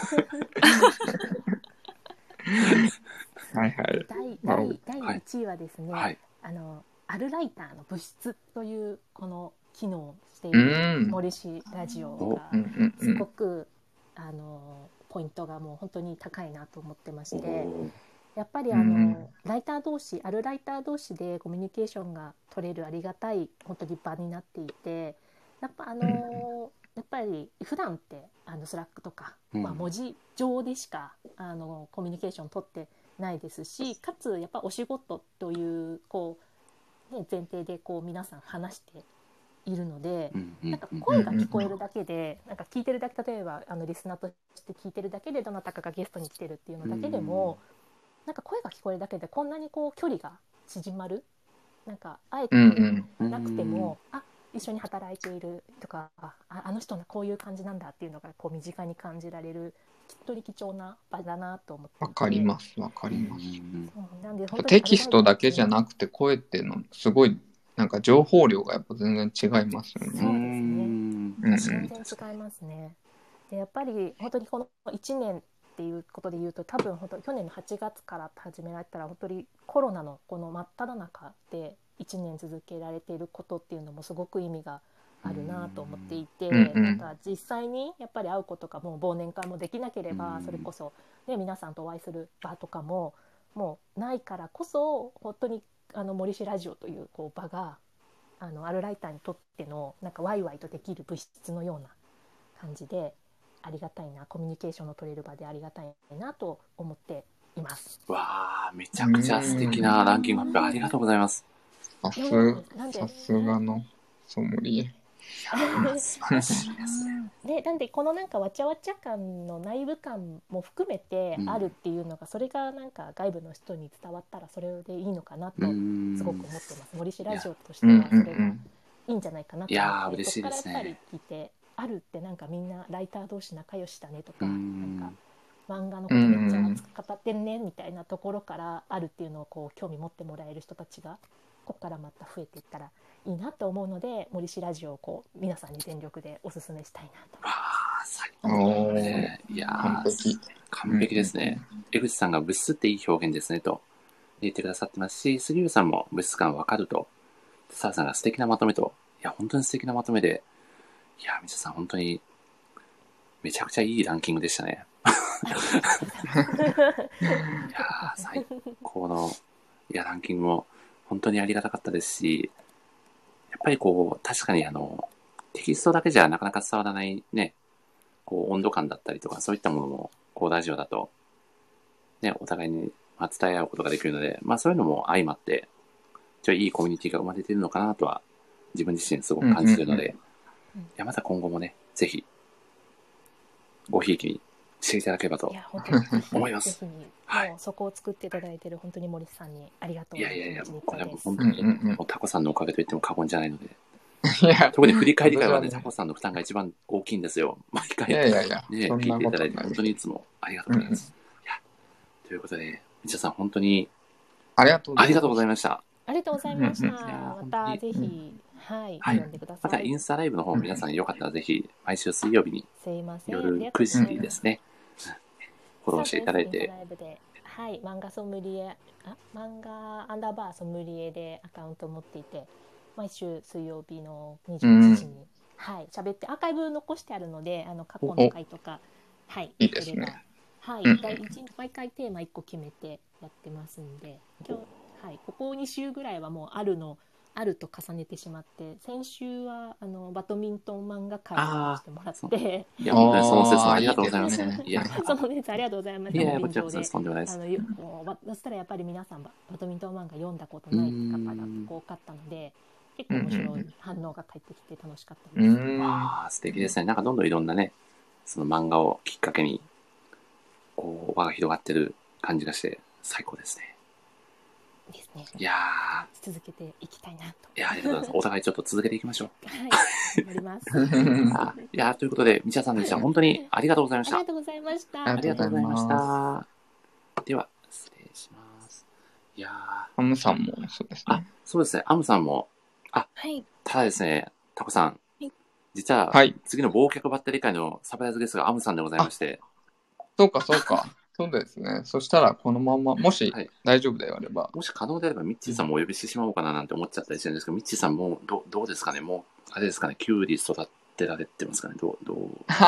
はいはい。 第1位はですね、アルライターの物質というこの機能をしている森氏ラジオがすごくポイントがもう本当に高いなと思ってまして、やっぱりライター同士、あるライター同士でコミュニケーションが取れるありがたい本当に場になっていて、やっぱり普段ってスラックとか、文字上でしかコミュニケーション取ってないですし、かつやっぱお仕事という前提で皆さん話しているので、なんか声が聞こえるだけで、なんか聞いてるだけ、例えばリスナーとして聞いてるだけでどなたかがゲストに来てるっていうのだけでも、なんか声が聞こえるだけでこんなに距離が縮まる、なんかあえてなくても、一緒に働いているとか、あの人のこういう感じなんだっていうのが身近に感じられる、きっとり貴重な場だなと思って。 わかります。なんでテキストだけじゃなくて声っていうのすごいなんか情報量がやっぱ全然違いますよね。 そうですね。全然違いますね。でやっぱり本当にこの1年っていうことで言うと、多分本当去年の8月から始められたら本当にコロナのこの真っ只中で1年続けられていることっていうのもすごく意味があるなと思っていて、なんか実際にやっぱり会うことがもう忘年会もできなければ、それこそ、ね、皆さんとお会いする場とかももうないからこそ、本当に森氏ラジオという場があるライターにとってのなんかワイワイとできる物質のような感じでありがたいな、コミュニケーションの取れる場でありがたいなと思っています。 わあ、めちゃくちゃ素敵なランキング発表ありがとうございます。 さすがのソムリエ。 素晴らしいですね。 なんでこのなんかわちゃわちゃ感の内部感も含めてあるっていうのが、それがなんか外部の人に伝わったらそれでいいのかなとすごく思ってます。森氏ラジオとしてはそれがいいんじゃないかなと思って、 いや嬉しいですね。 そこからやっぱり聞いてあるってなんかみんなライター同士仲良しだねとか、なんか漫画のことめっちゃ熱く語ってるねみたいなところからあるっていうのをこう興味持ってもらえる人たちがここからまた増えていったらいいなと思うので、森氏ラジオをこう皆さんに全力でおすすめしたいなと。 最高ですね。いや完璧ですね。江口さんが物質っていい表現ですねと言ってくださってますし、杉浦さんも物質感わかると、澤さんが素敵なまとめと、いや本当に素敵なまとめで、いやみちさん本当にめちゃくちゃいいランキングでしたね。いや最高のランキングも本当にありがたかったですし、やっぱりこう確かにテキストだけじゃなかなか伝わらないね、こう温度感だったりとかそういったものもこうラジオだとねお互いに伝え合うことができるので、そういうのも相まっていいコミュニティが生まれているのかなとは自分自身すごく感じているので、また今後もねぜひごひいきにしていただければと思います。 ぜひもうそこを作っていただいている本当に森さんにありがとうございます。 これはもう本当にタコさんのおかげと言っても過言じゃないので、特に振り返り会はねタコさんの負担が一番大きいんですよ。毎回聞いていただいて本当にいつもありがとうございます。ということでみちさん本当にありがとうございました。 ありがとうございました。またぜひ読んでください。 またインスタライブの方皆さんよかったらぜひ毎週水曜日に夜9時にですねフォローしていただいて、 漫画ソムリエ、漫画アンダーバーソムリエでアカウントを持っていて、毎週水曜日の21時に喋ってアーカイブ残してあるので、過去の回とかいいですね。 毎回テーマ1個決めてやってますんで、今日ここ2週ぐらいはもうあると重ねてしまって、先週はバドミントン漫画会をしてもらって、 いや本当にその説ありがとうございます。 その説ありがとうございます。 いやこちらこそとんでもないです。 そしたらやっぱり皆さんバドミントン漫画読んだことない方が多かったので、結構面白い反応が返ってきて楽しかったです。 素敵ですね。なんかどんどんいろんなねその漫画をきっかけにこう輪が広がってる感じがして最高ですね。 ですね。 いや続けていきたいなと。 いやありがとうございます。お互いちょっと続けていきましょう。 頑張ります。 いやということでみちさんでした。本当にありがとうございました。 ありがとうございました。 ありがとうございました。では失礼します。いやアムさんもそうですね。 そうですね。アムさんもただですねタコさん、実は次の忘却バッテリー会のサプライズゲストがアムさんでございまして。 そうか。そうですね。そしたらこのままもし大丈夫であれば、 もし可能であればミッチーさんもお呼びしてしまおうかななんて思っちゃったりしてるんですけど、ミッチーさんもどうですかね。もうあれですかね。キュウリ育てられてますかね。どうも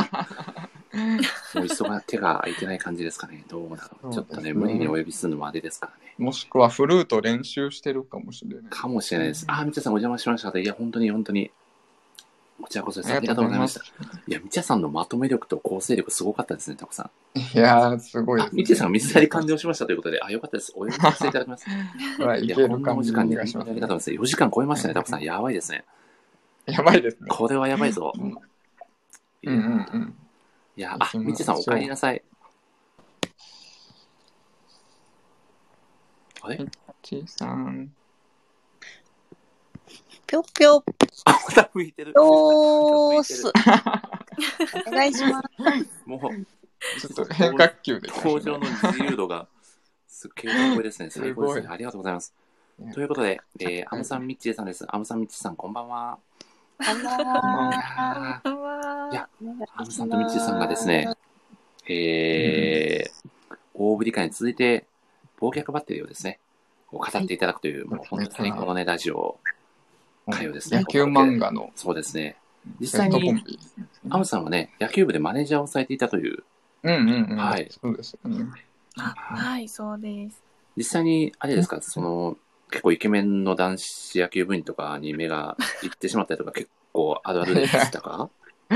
う手が空いてない感じですかね。どうだろう。ちょっとね無理にお呼びするのもあれですからね。 もしくはフルート練習してるかもしれない。 かもしれないです。ミッチーさんお邪魔しました。いや本当にこちらこそです。ありがとうございました。いや、みちやさんのまとめ力と構成力すごかったですね、タコさん。 いやー、すごいですね。 みちやさんが水やり完了しましたということで、よかったです。お呼びさせていただきます。いや、こんなお時間にありがとうございます。4時間超えましたね、タコさん。やばいですね。 やばいですね。 これはやばいぞ。いや、みちやさんお帰りなさい。あれ？ みちさん。 ぴょぴょ。 また吹いてる。 お願いします。 もう、 ちょっと変化球で。 登場の自由度が、すっげえ声ですね。最高ですね。ありがとうございます。ということで、アムさんみっちーさんです。アムさんみっちーさん、こんばんは。 こんばんは。 いや、アムさんとみっちーさんがですね、大振り会に続いて、忘却バッテリーをですね、語っていただくという、もう本当に最高のね、ラジオ会をですね。 野球漫画の。 そうですね。実際に、アムさんはね、野球部でマネージャーをされていたという。 はい。そうですよね。 はい、そうです。 実際に、あれですか、その、 結構イケメンの男子野球部員とかに目がいってしまったりとか結構あるあるでしたか？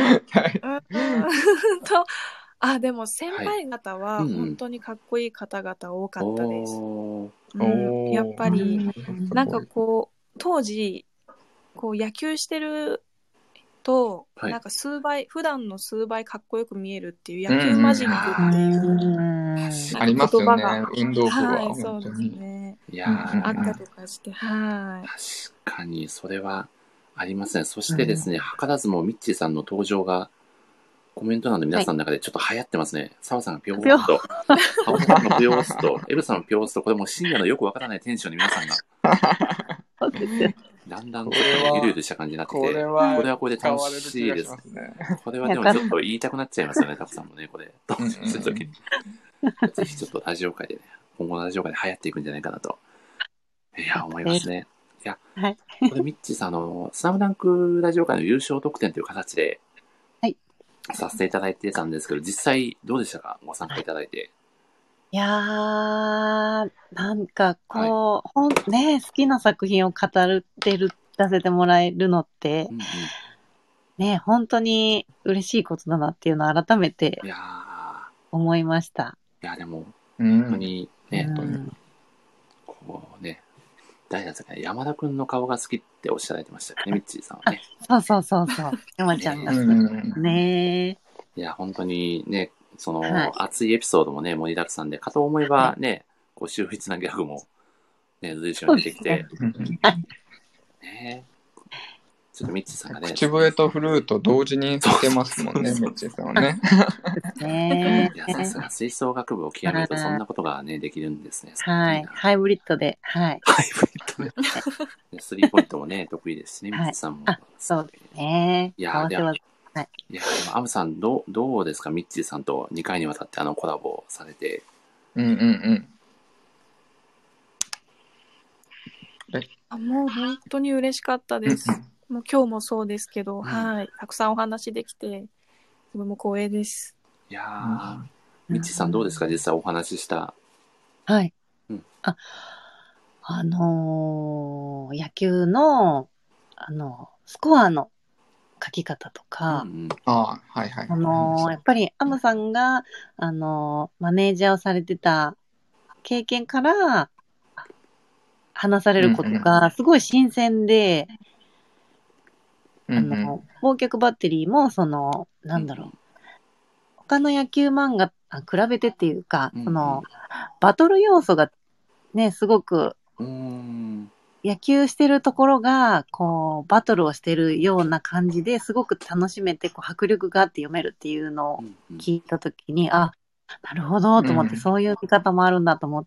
でも先輩方は本当にかっこいい方々多かったです。やっぱりなんかこう当時こう野球してると、なんか普段の数倍かっこよく見えるっていう野球マジックっていうありますよね。運動部はそうですね。 いやあったとかして、確かにそれはありますね。そしてですね、図らずもミッチーさんの登場がコメント欄の皆さんの中でちょっと流行ってますね。澤さんがピョーっと、ハオさんのピョーっと、エブさんのピョーっと、これもう深夜のよくわからないテンションに皆さんが。だんだんゆるゆるした感じになってきて、これはこれで楽しいです。これはでもちょっと言いたくなっちゃいますよね、タコさんもね、これ。登場するときに。ぜひちょっとラジオ界でね、今後のラジオ界で流行っていくんじゃないかなと、思いますね。いや、これミッチーさん、スラムダンクラジオ界の優勝特典という形で、させていただいてたんですけど、実際どうでしたか？ご参加いただいて。 いやー、なんかこう、好きな作品を語らせてもらえるのって、本当に嬉しいことだなっていうのを改めて思いました。 いや、でも、本当にね、こうね、誰だったかね、山田くんの顔が好きっておっしゃられてましたよね、ミッチーさんはね。 そう。山ちゃんが。ね。 いや、本当にね、その、熱いエピソードもね、盛りだくさんで、かと思えばね、こう、秀逸なギャグも、ね、随所に出てきて、ね、ちょっとミッチーさんがね。 口笛とフルート同時に吹けますもんね、ミッチーさんはね。 いや、さすが吹奏楽部を極めるとそんなことがね、できるんですね。 ハイブリッドで、ハイブリッドで。スリーポイントもね、得意ですしね、ミッチーさんも。 そうですね。 いや、でもアムさん、どうですか、ミッチーさんと2回にわたってコラボされて。 もう本当に嬉しかったです。もう今日もそうですけど、たくさんお話できて、自分も光栄です。 いやー、ミッチーさんどうですか、実際お話しした。 野球の、スコアの書き方とか、やっぱりアムさんが、マネージャーをされてた経験から話されることがすごい新鮮で、忘却バッテリーも、他の野球漫画比べてっていうか、バトル要素がね、すごく、野球してるところが、こう、バトルをしてるような感じですごく楽しめて、こう、迫力があって読めるっていうのを聞いたときに、なるほど、と思って、そういう見方もあるんだと思って、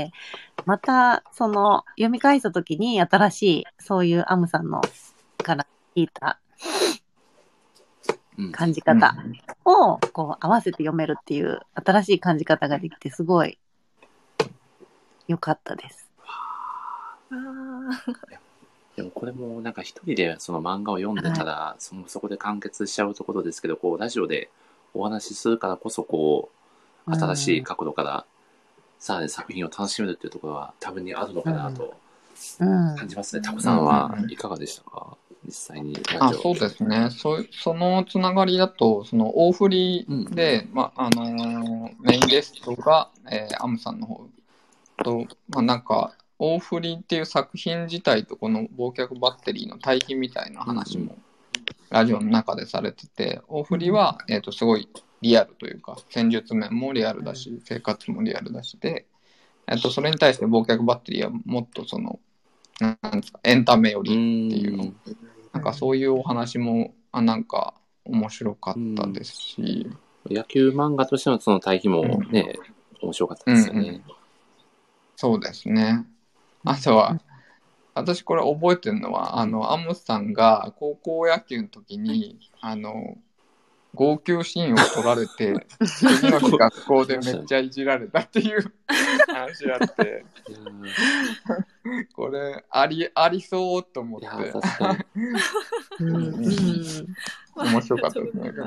また、読み返したときに、新しい、そういうアムさんのから聞いた感じ方を、こう、合わせて読めるっていう、新しい感じ方ができて、すごい、良かったです。 でもこれもなんか一人でその漫画を読んでたら、そこで完結しちゃうところですけど、こうラジオでお話しするからこそ、こう新しい角度からさらに作品を楽しめるっていうところは多分にあるのかなと感じますね。タコさんはいかがでしたか、実際にラジオ。 そうですね。そのつながりだと、その大振りで、メインゲストが、アムさんの方と、なんか大振りっていう作品自体とこの忘却バッテリーの対比みたいな話もラジオの中でされてて、大振りは、すごいリアルというか、戦術面もリアルだし、生活もリアルだしで、それに対して忘却バッテリーはもっとなんですか、エンタメよりっていうの、なんかそういうお話もなんか面白かったですし、 野球漫画としてのその対比もね、面白かったですよね。 そうですね。あとは、私これ覚えてるのは、アムさんが高校野球の時に、号泣シーンを撮られて、次の日学校でめっちゃいじられたっていう話があって、これありそうと思って、面白かったですね。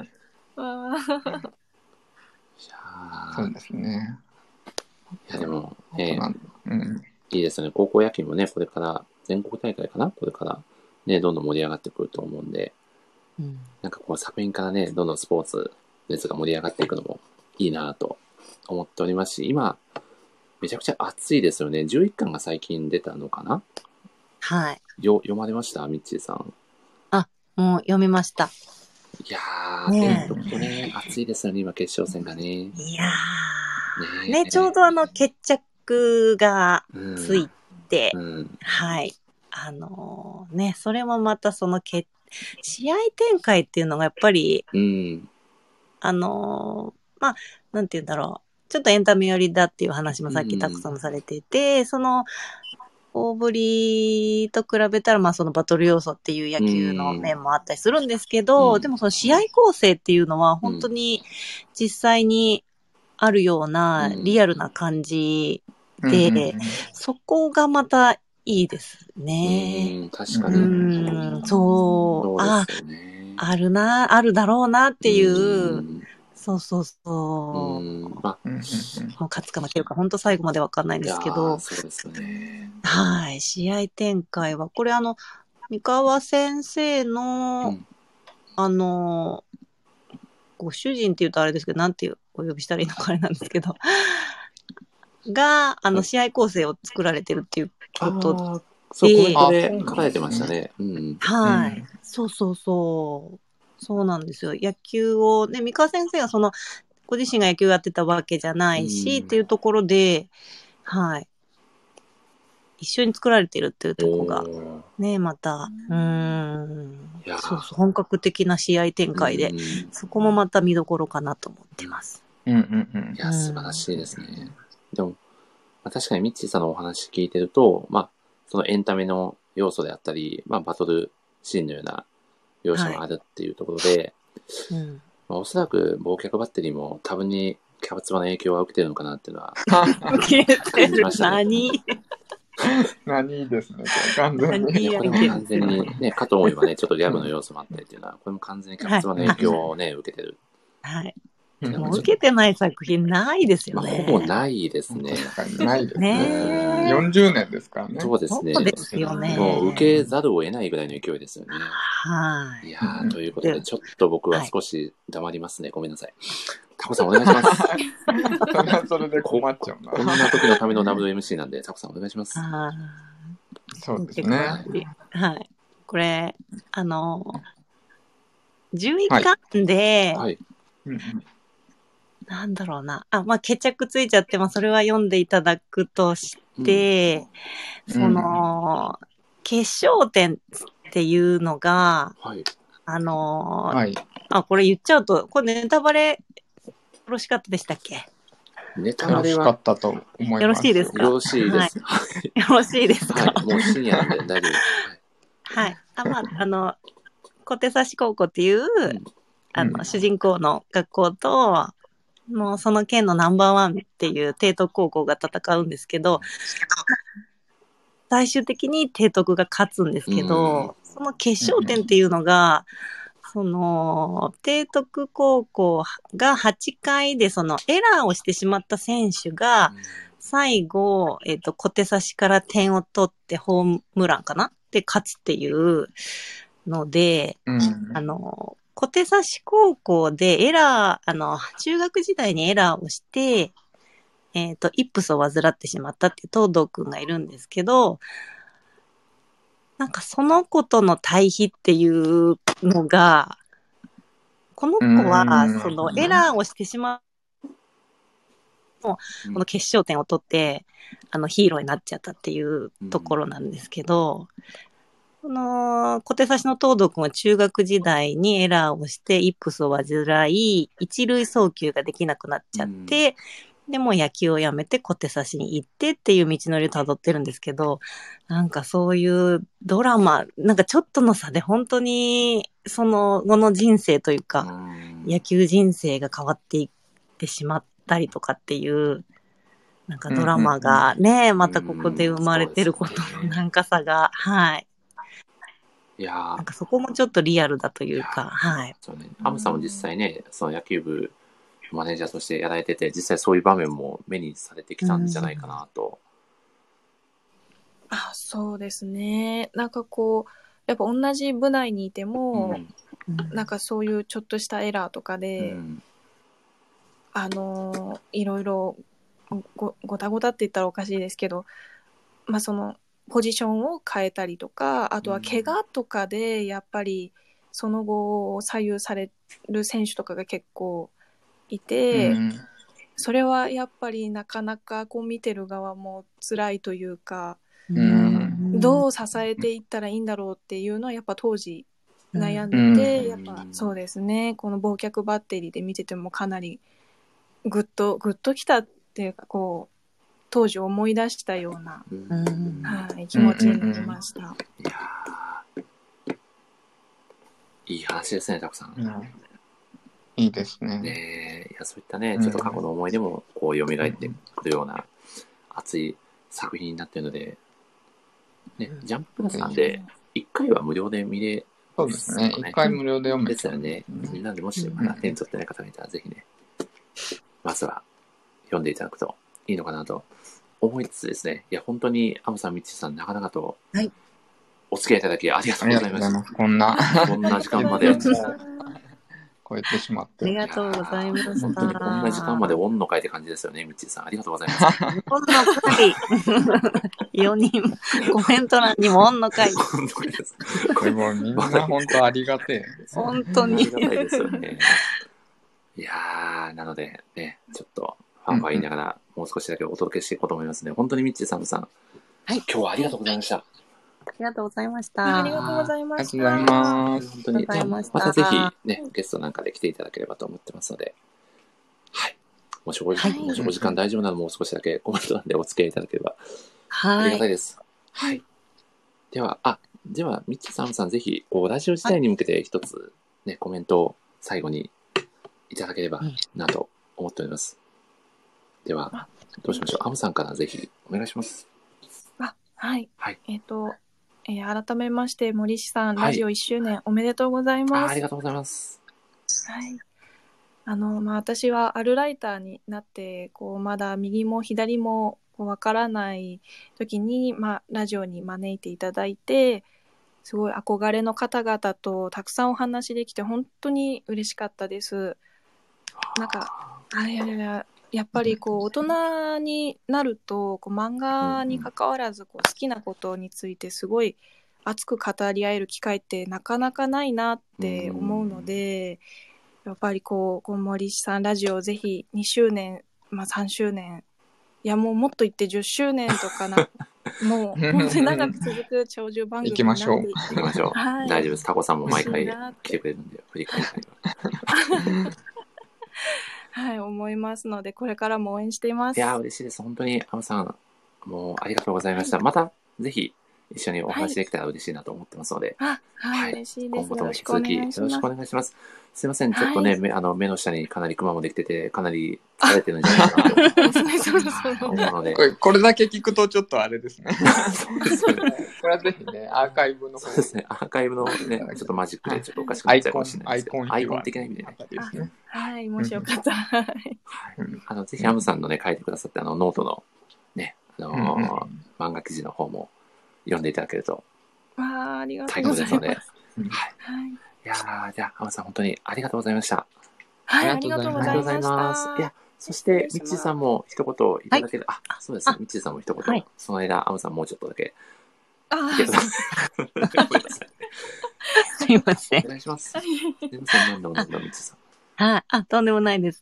そうですね。 いやでも、 いいですよね。高校野球もね、これから全国大会かな、これからね、どんどん盛り上がってくると思うんで、なんかこう作品からね、どんどんスポーツ熱が盛り上がっていくのもいいなと思っておりますし、今、めちゃくちゃ熱いですよね。11巻が最近出たのかな。 はい。 読まれました、ミッチーさん。 もう読みました。 いやー、ね熱いですよね、今決勝戦がね。 いやー、ね、ちょうど決着がついて、はい。ね、それもまたその試合展開っていうのがやっぱり、まあ、なんて言うんだろう。ちょっとエンタメ寄りだっていう話もさっきたくさんされていて、その、大振りと比べたら、まあそのバトル要素っていう野球の面もあったりするんですけど、でもその試合構成っていうのは本当に実際にあるようなリアルな感じで、そこがまたいいですね。 確かに。 そう。あるだろうなっていう。そうそうそう。もう勝つか負けるか、本当最後までわかんないんですけど。 そうですね。 はい。試合展開は、これ三河先生の、ご主人って言うとあれですけど、なんてお呼びしたらいいのかあれなんですけど、が、試合構成を作られてるっていうことで。 そう、コメントで書かれてましたね。 はい。そうそうそう。そうなんですよ。野球を、ね、三河先生がご自身が野球やってたわけじゃないし、っていうところで、はい。一緒に作られてるっていうところが、ね、また、そうそう、本格的な試合展開で、そこもまた見どころかなと思ってます。 いや、素晴らしいですね。でも、確かにミッチーさんのお話聞いてると、そのエンタメの要素であったり、バトルシーンのような描写があるっていうところで、おそらく忘却バッテリーも多分にキャバツバの影響は受けてるのかなっていうのは感じましたね。 何ですね、完全に。 これも完全にね、かと思えばね、ちょっとギャグの要素もあったりっていうのは、これも完全にキャバツバの影響をね、受けてる。 はい。もう受けてない作品ないですよね。 ほぼないですね。 ないですね。40年ですからね。 そうですね。 そうですよね。 もう受けざるを得ないぐらいの勢いですよね。 はい。 いやー、ということで、ちょっと僕は少し黙りますね。ごめんなさい。タコさんお願いします。 それで困っちゃうな。 こんな時のための WMC なんで、タコさんお願いします。 そうですね。 はい。これ、11巻で、なんだろうな。決着ついちゃって、それは読んでいただくとして、決勝点っていうのが、これ言っちゃうと、これネタバレよろしかったでしたっけ？ ネタバレはよろしかったと思います。 よろしいですか？ よろしいです。 よろしいですか？ もう深夜なんで大丈夫です。 はい。小手指高校っていう、主人公の学校と、もうその県のナンバーワンっていう帝徳高校が戦うんですけど、最終的に帝徳が勝つんですけど、その決勝点っていうのが、帝徳高校が8回でエラーをしてしまった選手が、最後、小手差しから点を取ってホームランかなで勝つっていうので、小手差し高校で中学時代にエラーをして、イップスを患ってしまったっていう東堂くんがいるんですけど、なんかその子との対比っていうのが、この子は、エラーをしてしまう、この決勝点を取って、ヒーローになっちゃったっていうところなんですけど、小手差しの東堂くんは中学時代にエラーをして、イップスを患い、一塁送球ができなくなっちゃって、でも野球をやめて小手差しに行ってっていう道のりを辿ってるんですけど、なんかそういうドラマ、なんかちょっとの差で本当にその後の人生というか、野球人生が変わっていってしまったりとかっていう、なんかドラマがね、またここで生まれてることのなんか差が、はい。 いやなんかそこもちょっとリアルだというか、はい。 そうね。アムさんも実際ね、その野球部マネージャーとしてやられてて、実際そういう場面も目にされてきたんじゃないかなとそうですね。なんかこう、やっぱ同じ部内にいても、なんかそういうちょっとしたエラーとかで、いろいろごたごたって言ったらおかしいですけど、まあそのポジションを変えたりとか、あとは怪我とかでやっぱりその後左右される選手とかが結構いて、それはやっぱりなかなかこう見てる側も辛いというか、どう支えていったらいいんだろうっていうのはやっぱ当時悩んでて、やっぱそうですね、この忘却バッテリーで見ててもかなりグッときたっていうか、こう当時思い出したような、気持ちになりました。 いい話ですね、たくさん。 いいですね。 いや、そういったね、ちょっと過去の思い出もこう蘇ってくるような熱い作品になっているので、ね、ジャンププラスなんで1回は無料で見れそうですね。1回無料で読めですよね。みんなでもしまだ手に取ってない方がいたらぜひね、まずは読んでいただくといいのかなと思いつつですね。いや、本当にアムさん、ミッチーさん、なかなかとお付き合いいただきありがとうございます。 こんな時間まで。 超えてしまって。 ありがとうございました。 本当にこんな時間までオンの会って感じですよね、ミッチーさん。ありがとうございます。 オンの会4人、コメント欄にもオンの会。 でもみんな本当ありがてえ。 本当に。 ありがたいですよね。いやー、なのでね、ちょっとファンファン言いながら、もう少しだけお届けしていこうと思いますね。本当にミッチーさんさん、今日はありがとうございました。 ありがとうございました。 ありがとうございました。 ありがとうございます。 本当に、またぜひね、ゲストなんかで来ていただければと思ってますので、はい。もしお時間大丈夫ならもう少しだけコメント欄でお付き合いいただければ、ありがたいです。はい。では、ミッチーさんさん、ぜひ、ラジオ自体に向けて一つ、ね、コメントを最後にいただければなと思っております。では、どうしましょう。アムさんからぜひお願いします。 はい。改めまして、森氏さん、ラジオ1周年おめでとうございます。 ありがとうございます。 はい。私はアルライターになって、まだ右も左もわからない時に、ラジオに招いていただいて、すごい憧れの方々とたくさんお話できて、本当に嬉しかったです。なんか、やっぱり大人になると漫画に関わらず好きなことについてすごい熱く語り合える機会ってなかなかないなって思うので、やっぱり森さんラジオぜひ2周年、3周年、いやもっと言って10周年とかもう本当に長く続く長寿番組になって行きましょう。大丈夫です。タコさんも毎回来てくれるんで振り返りはい、思いますので、これからも応援しています。 いや、嬉しいです。本当に、アムさん、もうありがとうございました。また、ぜひ、一緒にお話できたら嬉しいなと思ってますので、 嬉しいです。 今後とも引き続きよろしくお願いします。すいません、ちょっとね、目の下にかなりクマもできてて、かなり疲れてるんじゃないかなと思うので。 これだけ聞くとちょっとあれですね。そうですね。これはぜひね、アーカイブの方。 そうですね、アーカイブのね、ちょっとマジックでちょっとおかしくなっちゃうかもしれないですけど、アイコン的な意味でね。 はい、もしよかったら。 ぜひアムさんのね、書いてくださってノートのね、漫画記事の方も読んでいただけるとありがとうございます。 はい。いやー、じゃあ、アムさん本当にありがとうございました。 はい、ありがとうございました。 いや、そして、ミッチーさんも一言いただける。そうですね、ミッチーさんも一言。その間、アムさんもうちょっとだけ。 すいません。 お願いします。すいません、なんだ、ミッチーさん。とんでもないです。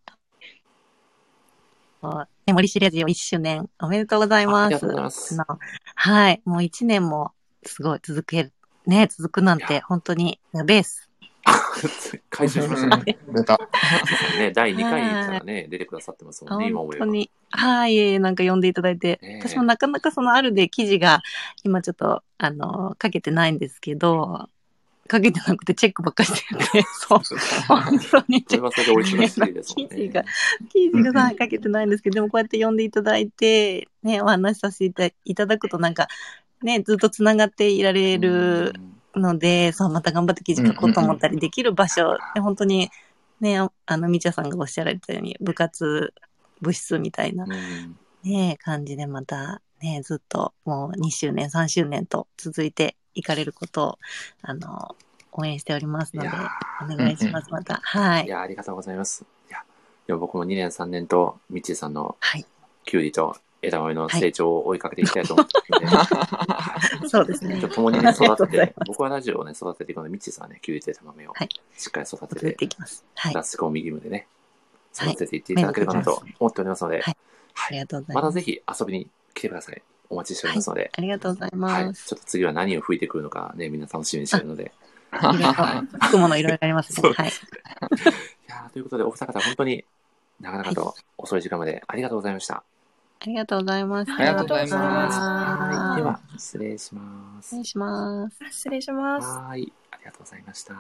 森氏ラジオ1周年おめでとうございます。 ありがとうございます。 はい。もう1年もすごい続くなんて本当にやべえっす。 回収しましたね。出た。第2回からね、出てくださってますもんね、今思えば。 本当に。はい、なんか読んでいただいて。私もなかなかあるで記事が今ちょっと、書けてないんですけど、かけてなくてチェックばっかりしてるんで、そう。本当に。記事が書けてないんですけど、でもこうやって読んでいただいて、ね、お話しさせていただくとなんか、ね、ずっとつながっていられるので、また頑張って記事書こうと思ったりできる場所、本当に、ね、みちゃさんがおっしゃられたように、部室みたいな、ね、感じでまた、 ね、ずっともう2周年、3周年と続いていかれることを、応援しておりますので、お願いします、また。はい。 いや、ありがとうございます。でも僕も2年、3年と、ミッチーさんの、キュウリと枝豆の成長を追いかけていきたいと思っているので、 そうですね。 共にね、育てて、僕はラジオをね、育てていくので、ミッチーさんはね、キュウリと枝豆をしっかり育てていきます。ラスコミギムでね、育てていっていただければなと思っておりますので、 ありがとうございます。 またぜひ遊びに来てください。お待ちしておりますので、 ありがとうございます。 ちょっと次は何を吹いてくるのかね、みんな楽しみにしてるので。 吹くものいろいろありますね。はい。いやということで、お二方本当になかなかと遅い時間までありがとうございました。 ありがとうございます。 ありがとうございます。 では、失礼します。 失礼します。 失礼します。 はい、ありがとうございました。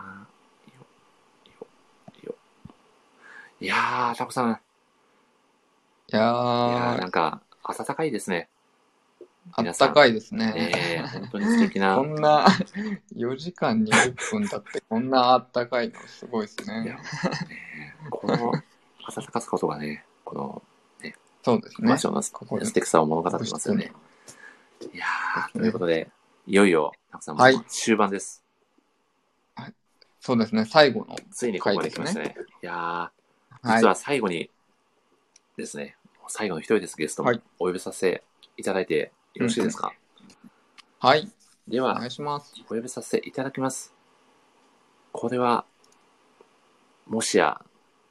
いやー、タコさん。 いやー、 なんか、暖かいですね。 あったかいですね。 本当に素敵な。 こんな4時間20分経ってこんなあったかいのすごいですね。 この暖かさことがね、このね、 そうですね。 場所の素敵さを物語ってますよね。いやー、ということで、いよいよ、たくさんも終盤です。 はい。そうですね、最後の。 ついにここまで来ましたね。いやー、実は最後にですね、最後の一人です、ゲストもお呼びさせていただいて、よろしいですか？ はい。 では、 お願いします。 お呼びさせていただきます。これは、もしや、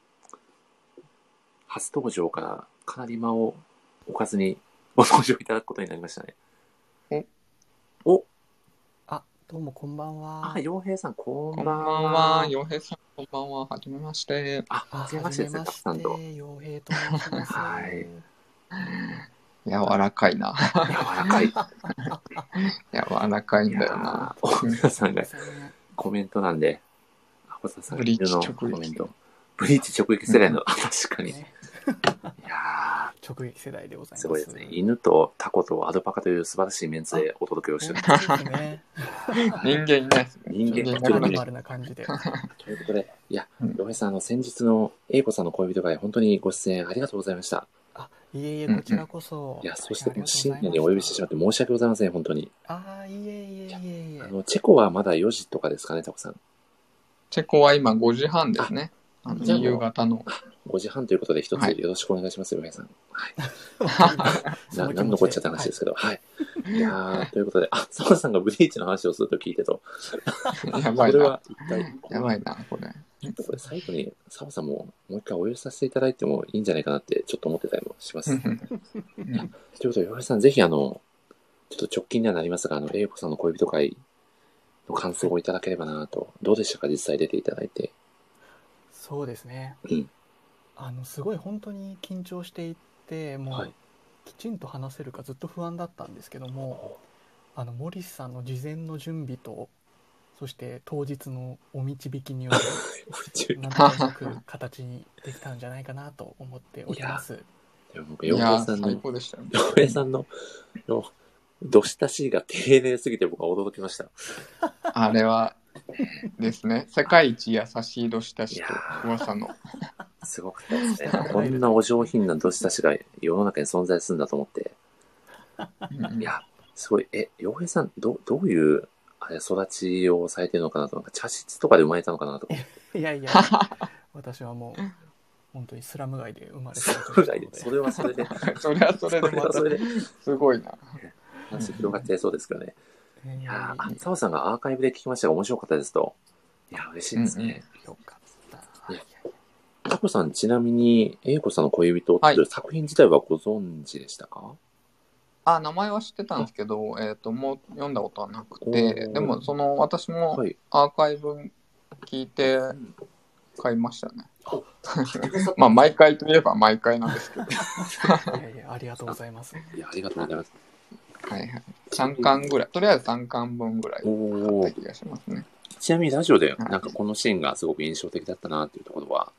初登場からかなり間を置かずにご登場いただくことになりましたね。おあ、どうもこんばんは。 洋平さん、こんばんは。 こんばんは。洋平さん、こんばんは。はじめまして。 はじめましてですね、たくさんと。 洋平と申します。 はい。 柔らかいな。 柔らかい。 柔らかいんだよな。 皆さんがコメントなんで、ホサさんのコメント。ブリーチ直撃世代の、確かに。いや直撃世代でございます。 すごいですね。犬とタコとアルパカという素晴らしいメンツでお届けをしております。 人間いないですね。 人間がノーマルな感じで。 ということで、いや、洋平さん、先日の英子さんの恋人会、本当にご出演ありがとうございました。 いえいえ、こちらこそ。 いや、そして深夜にお呼びしてしまって申し訳ございません、本当に。 いえいえいえ。 チェコはまだ4時とかですかね、タコさん。 チェコは今5時半ですね。夕方の。 5時半ということで一つよろしくお願いします、洋平さん。はい。何のこっちゃって話ですけど、はい。いやということで、澤田さんがブリーチの話をすると聞いてと。 やばいな。 これは一体。 やばいな、これ。 これ最後に澤さんももう一回お寄せさせていただいてもいいんじゃないかなってちょっと思ってたりもします。ということで、洋平さん、ぜひちょっと直近にはなりますが、英子さんの恋人会の感想をいただければなと。どうでしたか、実際出ていただいて。 そうですね。すごい本当に緊張していて、もうきちんと話せるかずっと不安だったんですけども、モリスさんの事前の準備と、そして当日のお導きによりなんとなく形にできたんじゃないかなと思っております。 でも僕、洋平さんのどしたしが丁寧すぎて僕は驚きました。 あれはですね、世界一優しいどしたしと噂の。 すごくですね。こんなお上品などしたしが世の中に存在するんだと思って。いや、すごい、洋平さん、どういう育ちをされてるのかなと、なんか茶室とかで生まれたのかなと。 いやいや、私はもう本当にスラム街で生まれた。スラム街で、それはそれで、 それはそれでまたすごいな。 話広がっちゃいそうですけどね。いやー、澤さんがアーカイブで聞きましたが面白かったですと。いや、嬉しいですね。 よかった。 タコさん、ちなみに英子さんの恋人っていう作品自体はご存知でしたか？ 名前は知ってたんですけど、もう読んだことはなくて、でも私もアーカイブ聞いて買いましたね。まあ毎回といえば毎回なんですけど。 いやいや、ありがとうございます。 いや、ありがとうございます。 はいはい。3巻ぐらい、とりあえず3巻分ぐらい買った気がしますね。 ちなみにラジオでなんかこのシーンがすごく印象的だったなっていうところは？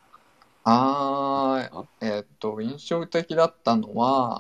印象的だったのは、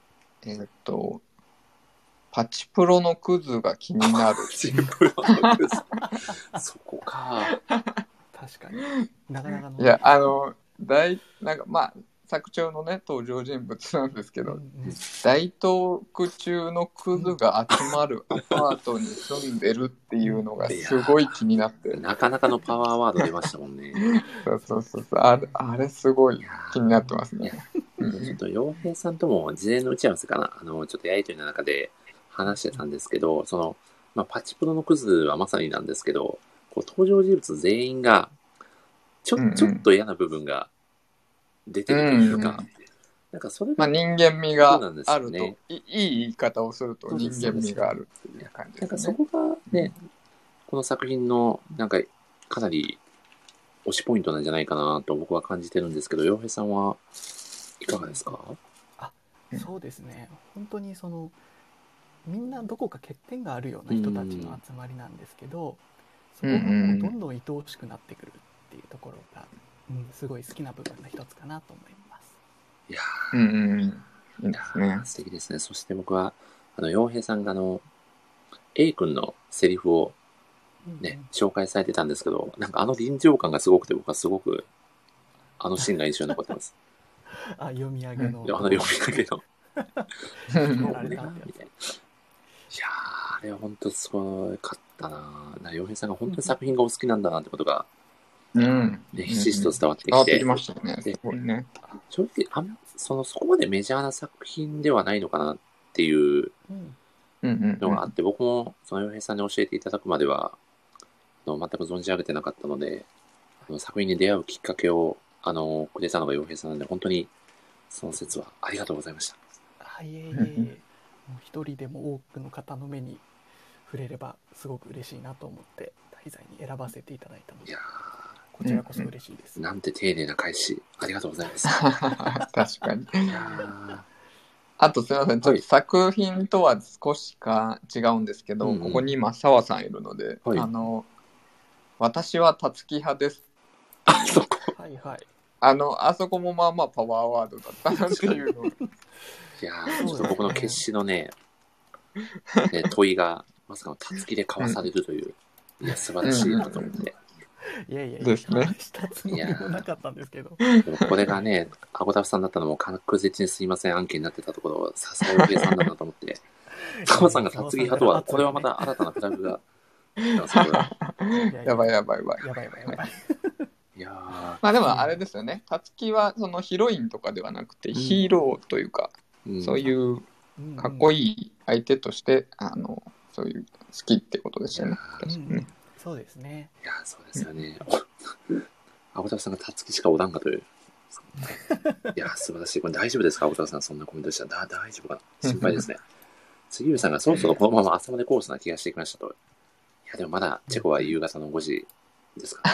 パチプロのクズが気になる。 パチプロのクズ。そこか。 確かに。なかなかの。 いや、なんかまあ、 作中のね登場人物なんですけど、大東区中のクズが集まるアパートに住んでるっていうのがすごい気になって、 なかなかのパワーワード出ましたもんね。 そうあれすごい気になってますね。 ちょっと洋平さんとも事前の打ち合わせかな、ちょっとやりとりの中で話してたんですけど、パチプロのクズはまさになんですけど、こう登場人物全員がちょっと嫌な部分が出てるというか、なんかそれが人間味があると、いい言い方をすると人間味があるっていう感じですね。 なんかそこがね、この作品のなんかかなり推しポイントなんじゃないかなと僕は感じてるんですけど、洋平さんはいかがですか？ そうですね。本当にみんなどこか欠点があるような人たちの集まりなんですけど、そこがもうどんどん愛おしくなってくるっていうところが、すごい好きな部分の一つかなと思います。 いやー、いいですね。素敵ですね。そして僕は洋平さんがA 君のセリフをね、紹介されてたんですけど、なんか臨場感がすごくて、僕はすごくシーンが印象に残ってます。 読み上げの。 読み上げの。いやー、あれは本当すごかったな。洋平さんが本当に作品がお好きなんだなってことが、ひしひしと伝わってきて。 伝わってきましたね。すごいね。 正直、そこまでメジャーな作品ではないのかなっていうのがあって、僕もその洋平さんに教えていただくまでは、全く存じ上げてなかったので、作品に出会うきっかけをくれたのが洋平さんなので、本当にその説はありがとうございました。 いえいえ、もう一人でも多くの方の目に触れればすごく嬉しいなと思って題材に選ばせていただいたので、こちらこそ嬉しいです。 なんて丁寧な返し、ありがとうございます。 確かに。あとすみません、ちょっと作品とは少し違うんですけど、ここに今澤さんいるので、私はたつき派です。 あそこ。 はいはい。 あそこもまあまあパワーワードだったなっていうの。 いやー、ちょっと僕の決死のね、問いがまさかのたつきで交わされるという、いや素晴らしいなと思って。 いやいやですね。 したつもりもなかったんですけど。 これがね、アゴタフさんだったのも確実にすいません案件になってたところをさすが洋平さんだなと思って、澤さんがたつき派とは、これはまた新たなフラグが。 やばい。 いやまあでもあれですよね。たつきはそのヒロインとかではなくてヒーローというか、そういうかっこいい相手としてそういう好きってことですよね。 そうですね。 いやそうですよね。アゴタフさんがたつきしかおらんかという。いや素晴らしい。これ大丈夫ですか、アゴタフさん、そんなコメントしたら大丈夫かな、心配ですね。杉浦さんがそろそろこのまま朝までコースな気がしてきましたと。いやでもまだチェコは夕方の5時ですから、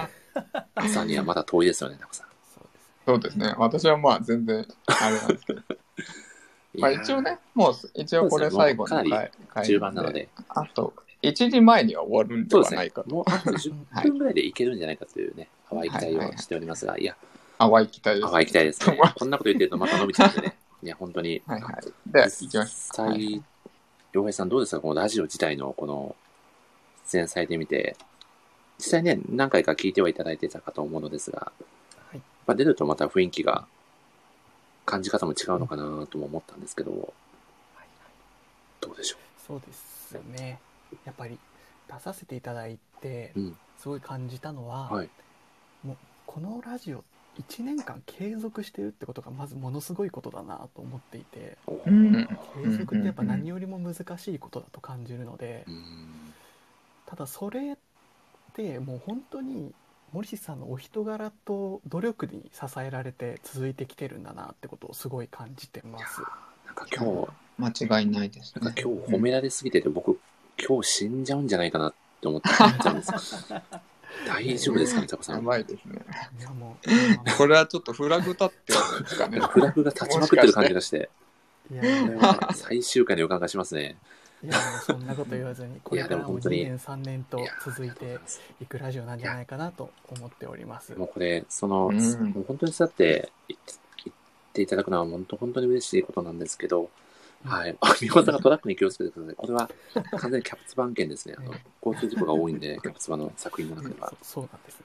ね、朝にはまだ遠いですよね、タコさん。 そうですね。私はまあ全然あれなんですけど。まあ一応ね、一応これ最後の回かなり中盤なので、 あと1時前には終わるんではないかと。 もうあと10分ぐらいでいけるんじゃないかというね、淡い期待をしておりますが、いや、 淡い期待です。 淡い期待ですね。こんなこと言ってるとまた伸びちゃうんでね。いや、本当に。 で、行きましょう。 洋平さんどうですか、このラジオ自体のこの出演されてみて、実際ね、何回か聞いてはいただいてたかと思うのですが、出るとまた雰囲気が、感じ方も違うのかなとも思ったんですけど、どうでしょう。 そうですよね。やっぱり出させていただいて、すごい感じたのは、もうこのラジオ1年間継続してるってことがまずものすごいことだなと思っていて、継続ってやっぱ何よりも難しいことだと感じるので、ただそれってもう本当に森氏さんのお人柄と努力に支えられて続いてきてるんだなってことをすごい感じてます。 なんか今日間違いないです、 ね。なんか今日褒められすぎてて、僕今日死んじゃうんじゃないかなって思っちゃうんです大丈夫ですかね、タコさん。 やばいですね。これはちょっとフラグ立ってるんですかね。 フラグが立ちまくってる感じがして、最終回の予感がしますね。 いやそんなこと言わずに、これからも2年3年と続いていくラジオなんじゃないかなと思っております。 もうこれもう本当にそうやって言っていただくのは本当に嬉しいことなんですけど、はい。美穂さんがトラックに気をつけてください。これは完全にキャプツバ案件ですね。交通事故が多いんで、キャプツバの作品の中では。 そうなんですね。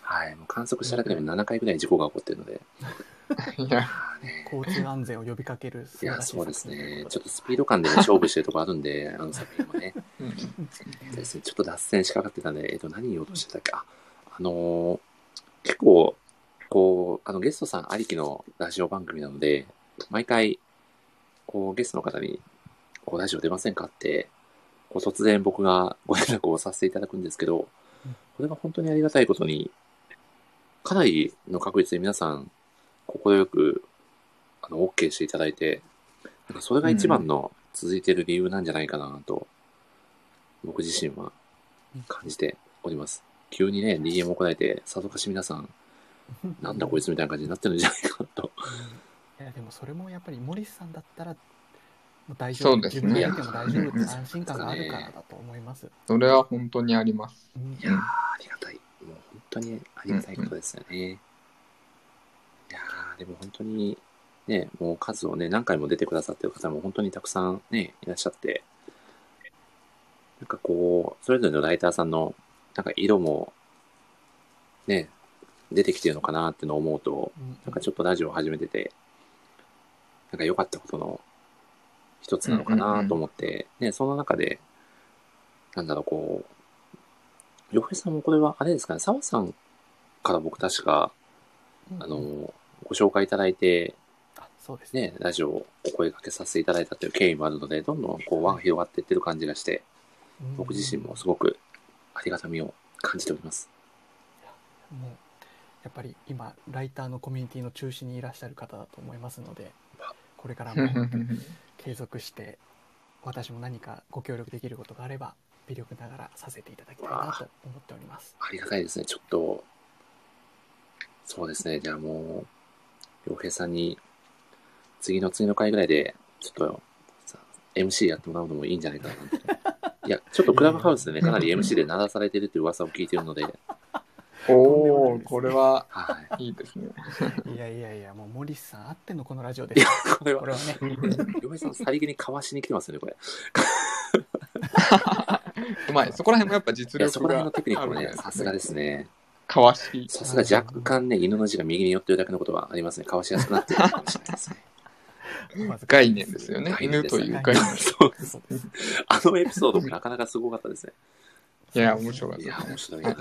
はい、もう観測しただけでも7回ぐらい事故が起こってるので。 いや、交通安全を呼びかけるいや、そうですね。ちょっとスピード感でね、勝負してるとこあるんで、作品もね。ですね、ちょっと脱線しかかってたんで、何言おうとしてたっけ。結構、こう、ゲストさんありきのラジオ番組なので、毎回、こう、ゲストの方に、こう、ラジオ出ませんかって、こう突然僕がご連絡をさせていただくんですけど、これが本当にありがたいことに、かなりの確率で皆さん、快く、OK していただいて、なんかそれが一番の続いている理由なんじゃないかなと、僕自身は感じております。急にね、DM を来られて、さぞかし皆さん、なんだこいつみたいな感じになってるんじゃないかなと。 いや、でもそれもやっぱり、モリスさんだったら、もう大丈夫、自分でやっても大丈夫って安心感があるからだと思います。 それは本当にあります。 いやー、ありがたい。もう本当にありがたいことですよね。いやー、でも本当に、ね、もう数をね、何回も出てくださってる方も本当にたくさんね、いらっしゃって、なんかこう、それぞれのライターさんの、なんか色も、ね、出てきてるのかなってのを思うと、なんかちょっとラジオを始めてて、なんか良かったことの一つなのかなと思って、ね、その中で、なんだろう、こう、洋平さんもこれは、あれですかね、澤さんから僕確か、ご紹介いただいて、 そうですね、ラジオをお声掛けさせていただいたという経緯もあるので、どんどんこう輪が広がっていってる感じがして、僕自身もすごくありがたみを感じております。 もうやっぱり今ライターのコミュニティの中心にいらっしゃる方だと思いますので、これからも継続して私も何かご協力できることがあれば微力ながらさせていただきたいなと思っております。 ありがたいですね。ちょっとそうですね。じゃあもう洋平さんに次の回ぐらいでちょっとMC やってもらうのもいいんじゃないかなと。いや、ちょっとクラブハウスでね、かなり MC で鳴らされてるっていう噂を聞いているので。 おー、これは、いいですね。 いやいやいや、もう森さんあってのこのラジオです。いや、 これはね、洋平さんさりげにかわしに来てますよね、これ。 うまい。そこら辺もやっぱ実力が。 そこら辺のテクニックもね、さすがですね。 かわし。 さすが若干ね、犬の字が右に寄ってるだけのことはありますね。かわしやすくなってるかもしれないですね。 概念ですよね。犬という概念。 そうです。あのエピソードもなかなかすごかったですね。 いや、面白かった。 いや、面白いな。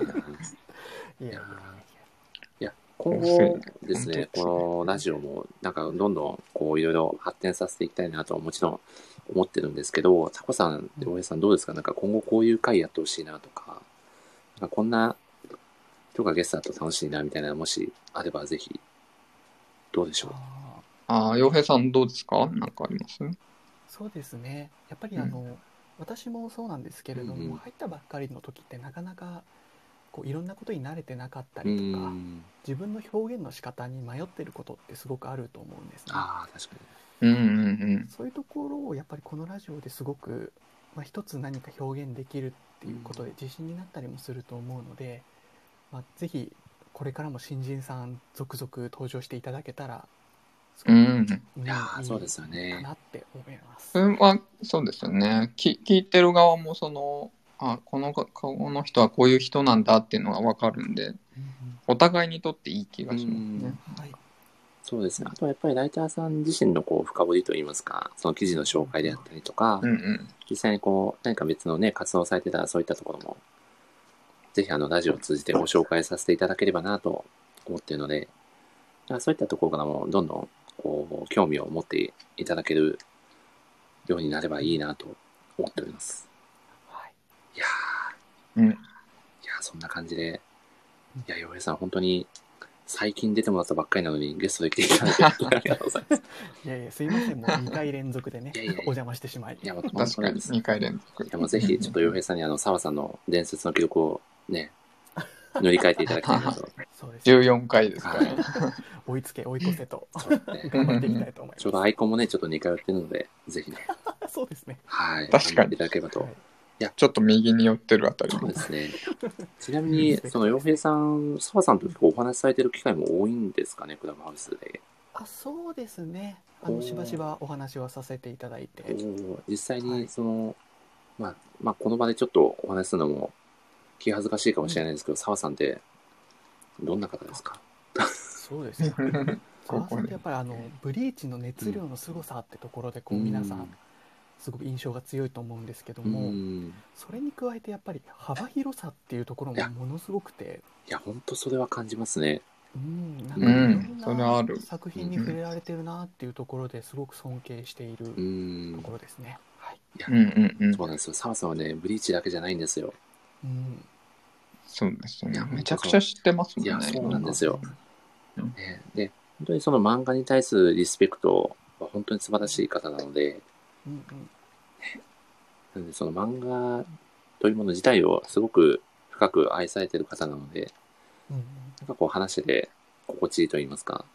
いや、今後ですね、このラジオも、なんかどんどんこういろいろ発展させていきたいなとはもちろん思ってるんですけど、タコさん、大江さんどうですか？なんか今後こういう回やってほしいなとか、なんかこんな人がゲストだと楽しいなみたいな、もしあればぜひ、どうでしょう？ 洋平さんどうですか？なんかあります？ そうですね。やっぱり私もそうなんですけれども、入ったばっかりの時ってなかなかこういろんなことに慣れてなかったりとか、自分の表現の仕方に迷ってることってすごくあると思うんですね。 確かに。 そういうところをやっぱりこのラジオですごく、一つ何か表現できるっていうことで自信になったりもすると思うので、ぜひこれからも新人さん続々登場していただけたらそうですよね。 かなって思います。 そうですよね。聞いてる側もこの人はこういう人なんだっていうのが分かるんで、お互いにとっていい気がしますね。 そうですね。あとはやっぱりライターさん自身のこう深掘りといいますか、その記事の紹介であったりとか、実際にこう何か別のね活動をされてたらそういったところもぜひラジオを通じてご紹介させていただければなと思っているので、そういったところからもどんどんこう興味を持っていただけるようになればいいなと思っております。いやー、そんな感じで、いや、洋平さん本当に最近出てもらったばっかりなのにゲストで来ていただいてありがとうございます。 いやいや、すいません、もう2回連続でね、お邪魔してしまい。 確かに2回連続。 いや、もうぜひちょっと洋平さんに澤さんの伝説の記録をね、塗り替えていただきたいなと。 14回ですかね。 追い越せと頑張っていきたいと思います。 ちょうどアイコンもね、ちょっと似通ってるので、ぜひね。 そうですね。 はい。 確かに。 いただければと。 いや、ちょっと右に寄ってるあたり。 そうですね。ちなみに、その洋平さん、澤さんと結構お話しされてる機会も多いんですかね、クラブハウスで。 そうですね。しばしばお話はさせていただいて。 実際に、この場でちょっとお話しするのも気恥ずかしいかもしれないですけど、澤さんって、 どんな方ですか？ そうですね。澤さんってやっぱりブリーチの熱量の凄さってところでこう皆さんすごく印象が強いと思うんですけども、それに加えてやっぱり幅広さっていうところもものすごくて、 いや本当それは感じますね。 なんかいろんな作品に触れられてるなっていうところですごく尊敬しているところですね。はい。 いやそうなんですよ。澤さんはねブリーチだけじゃないんですよ。 そうですね。めちゃくちゃ知ってますもんね。 いやそうなんですよ。で本当にその漫画に対するリスペクトは本当に素晴らしい方なので、なのでその漫画というもの自体をすごく深く愛されている方なので、なんかこう話してて心地いいと言いますか。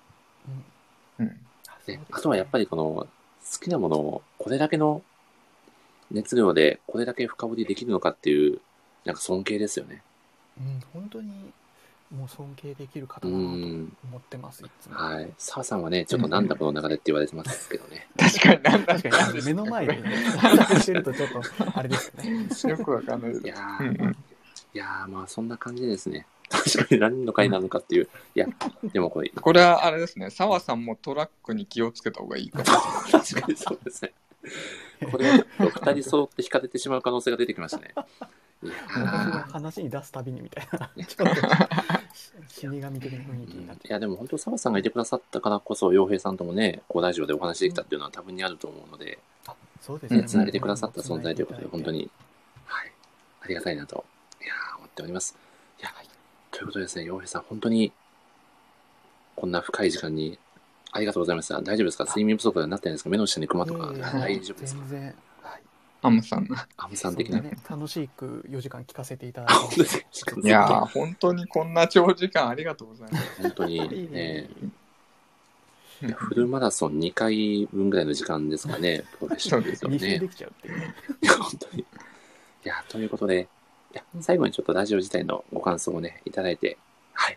であとはやっぱりこの好きなものをこれだけの熱量でこれだけ深掘りできるのかっていうなんか尊敬ですよね。 本当にもう尊敬できる方だなと思ってます、いつも。 はい。澤さんはね、ちょっとなんだこの流れって言われてますけどね。 確かに確かに目の前でね、してるとちょっとあれですね。 よくわかんない。いやまあそんな感じですね。確かに何の回なのかっていう。いや、でもこれはあれですね、澤さんもトラックに気をつけた方がいいかもしれない。 確かにそうですね。これはちょっと2人揃って引かれてしまう可能性が出てきましたね。 私が話に出すたびにみたいな、ちょっと死神的な雰囲気になって。 いや、でも本当、澤さんがいてくださったからこそ、洋平さんともね、こうラジオでお話できたっていうのは多分にあると思うので、 そうですね。 つなげてくださった存在ということで、本当に、はい、ありがたいなと、思っております。いや、ということでですね、洋平さん、本当に、こんな深い時間に、ありがとうございました。大丈夫ですか？睡眠不足になってないですか？目の下にクマとか、大丈夫ですか？ 全然。 アムさん的な、 楽しく4時間聞かせていただいていやー本当にこんな長時間ありがとうございます。 本当にねフルマラソン2回分ぐらいの時間ですかね。プロフェッショナルですよね。 2周できちゃうっていう。 いや本当に。いやということで、最後にちょっとラジオ自体のご感想をねいただいて、はい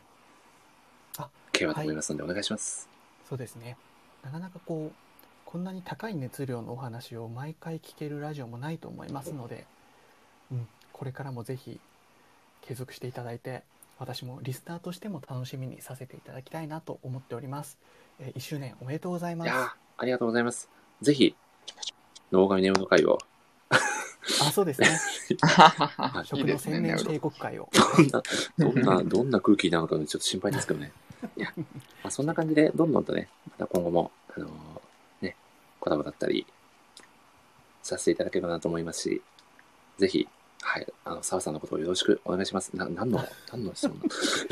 。Kはと思いますのでお願いします。 そうですね。なかなかこんなに高い熱量のお話を毎回聞けるラジオもないと思いますので、これからもぜひ継続していただいて、私もリスナーとしても楽しみにさせていただきたいなと思っております。1周年おめでとうございます。 いやありがとうございます。ぜひ能神ネオの会をそうですね。食の千年帝国会をどんな空気なのかちょっと心配ですけどね。いや、そんな感じでどんどんとね、また今後もコラボだったりさせていただければなと思いますし、ぜひ、はい、澤さんのことをよろしくお願いします。何の質問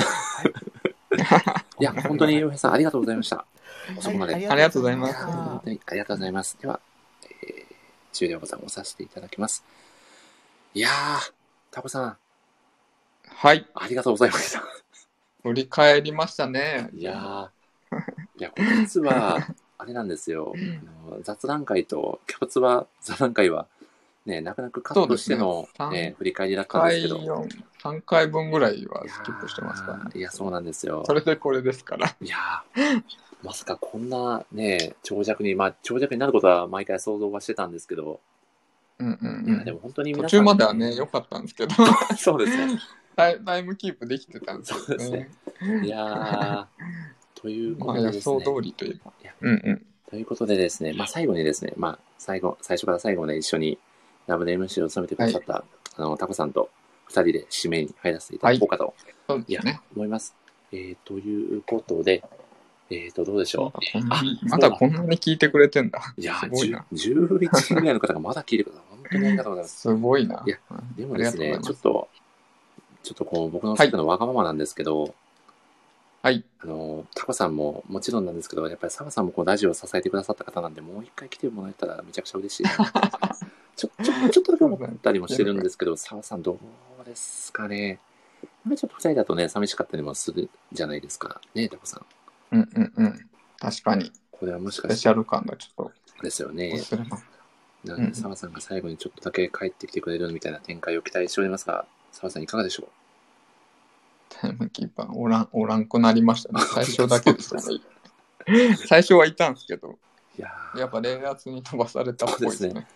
いや、本当に洋平さんありがとうございました。遅くまで。 ありがとうございます。 本当にありがとうございます。では、終了ボタンを押させていただきます。いやー、タコさん。 はい。 ありがとうございました。 振り返りましたね。 いや、実は、あれなんですよ。雑談会とキャプツバ座談会は、ね、なかなかカットしての、振り返りだったんですけど。 3回分ぐらいはスキップしてますからね。 いや、そうなんですよ。 それでこれですから。 いやまさかこんなね、長尺になることは毎回想像はしてたんですけど。いや、でも本当に途中まではね、良かったんですけど。 そうですね。 タイムキープできてたんですよね。 そうですね。いやということでですね。 予想通りというか。 ということでですね、最後にですね、最初から最後まで一緒にラブで MC を務めてくださった、タコさんと2人で締めに入らせていただこうかと、思います。ということで、どうでしょう。 まだこんなに聞いてくれてんだ。 いや、11人ぐらいの方がまだ聞いてくれた。本当にありがとうございます。 すごいな。 いや、でもですね、ちょっと僕の好きなわがままなんですけど、 はい。 タコさんももちろんなんですけど、やっぱり澤さんもラジオを支えてくださった方なんで、もう一回来てもらえたらめちゃくちゃ嬉しいな。ちょっとだけ思ったりもしてるんですけど、澤さんどうですかね。ちょっと2人だとね、寂しかったりもするじゃないですか。ね、タコさん。 確かに。 これはもしかして。 スペシャル感がちょっと。 ですよね。なので、澤さんが最後にちょっとだけ帰ってきてくれるみたいな展開を期待しておりますが、澤さんいかがでしょう？ タイムキーパーおらんくなりましたね。最初だけでしたね。最初はいたんですけど、やっぱ冷圧に飛ばされたっぽいですね。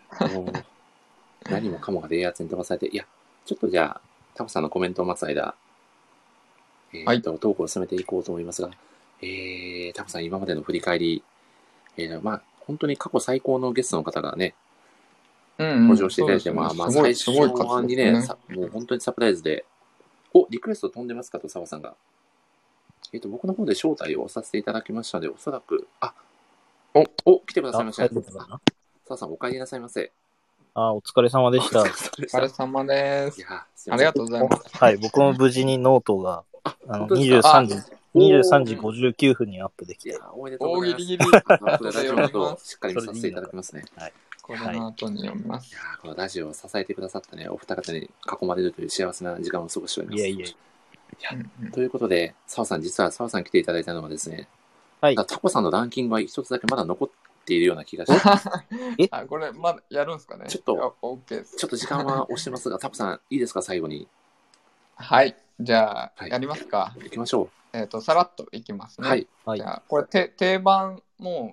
何もかもが冷圧に飛ばされて、いや、ちょっとじゃあ、タコさんのコメントを待つ間、 トークを進めていこうと思いますが、タコさん、今までの振り返り、本当に過去最高のゲストの方がね、登場していただいて、最初にね、もう本当にサプライズで、リクエスト飛んでますかと、澤さんが。僕の方で招待をさせていただきましたので、おそらく、来てくださいました。澤さん、お帰りなさいませ。 お疲れ様でした。 お疲れ様です。ありがとうございます。 はい、僕も無事にノートが、23時59分にアップできて。 おめでとうございます。ギリギリ。ラジオの後、しっかり見させていただきますね。はい。 この後に読みます。 このラジオを支えてくださったね、お二方に囲まれるという幸せな時間を過ごしております。 いや。 ということで、澤さん、実は澤さん来ていただいたのはですね、タコさんのランキングは一つだけまだ残っているような気がします。 これ、まだやるんですかね。 ちょっと時間は押してますが、タコさん、いいですか、最後に。 はい。じゃあ、やりますか。 行きましょう。さらっといきますね。 はい。 じゃあ、これ、定番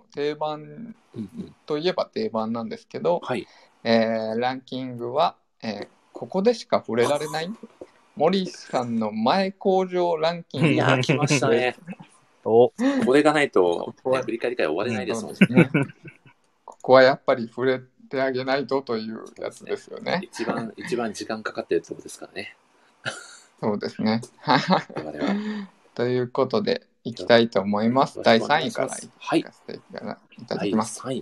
といえば定番なんですけど、ランキングは、ここでしか触れられない森さんの前工場ランキング。 いや、来ましたね。これがないと、振り返り会終われないですもんね。 ここはやっぱり触れてあげないとというやつですよね。 一番時間かかってるところですからね。 そうですね。ということで、いきたいと思います。第3位からいかせていただきます。第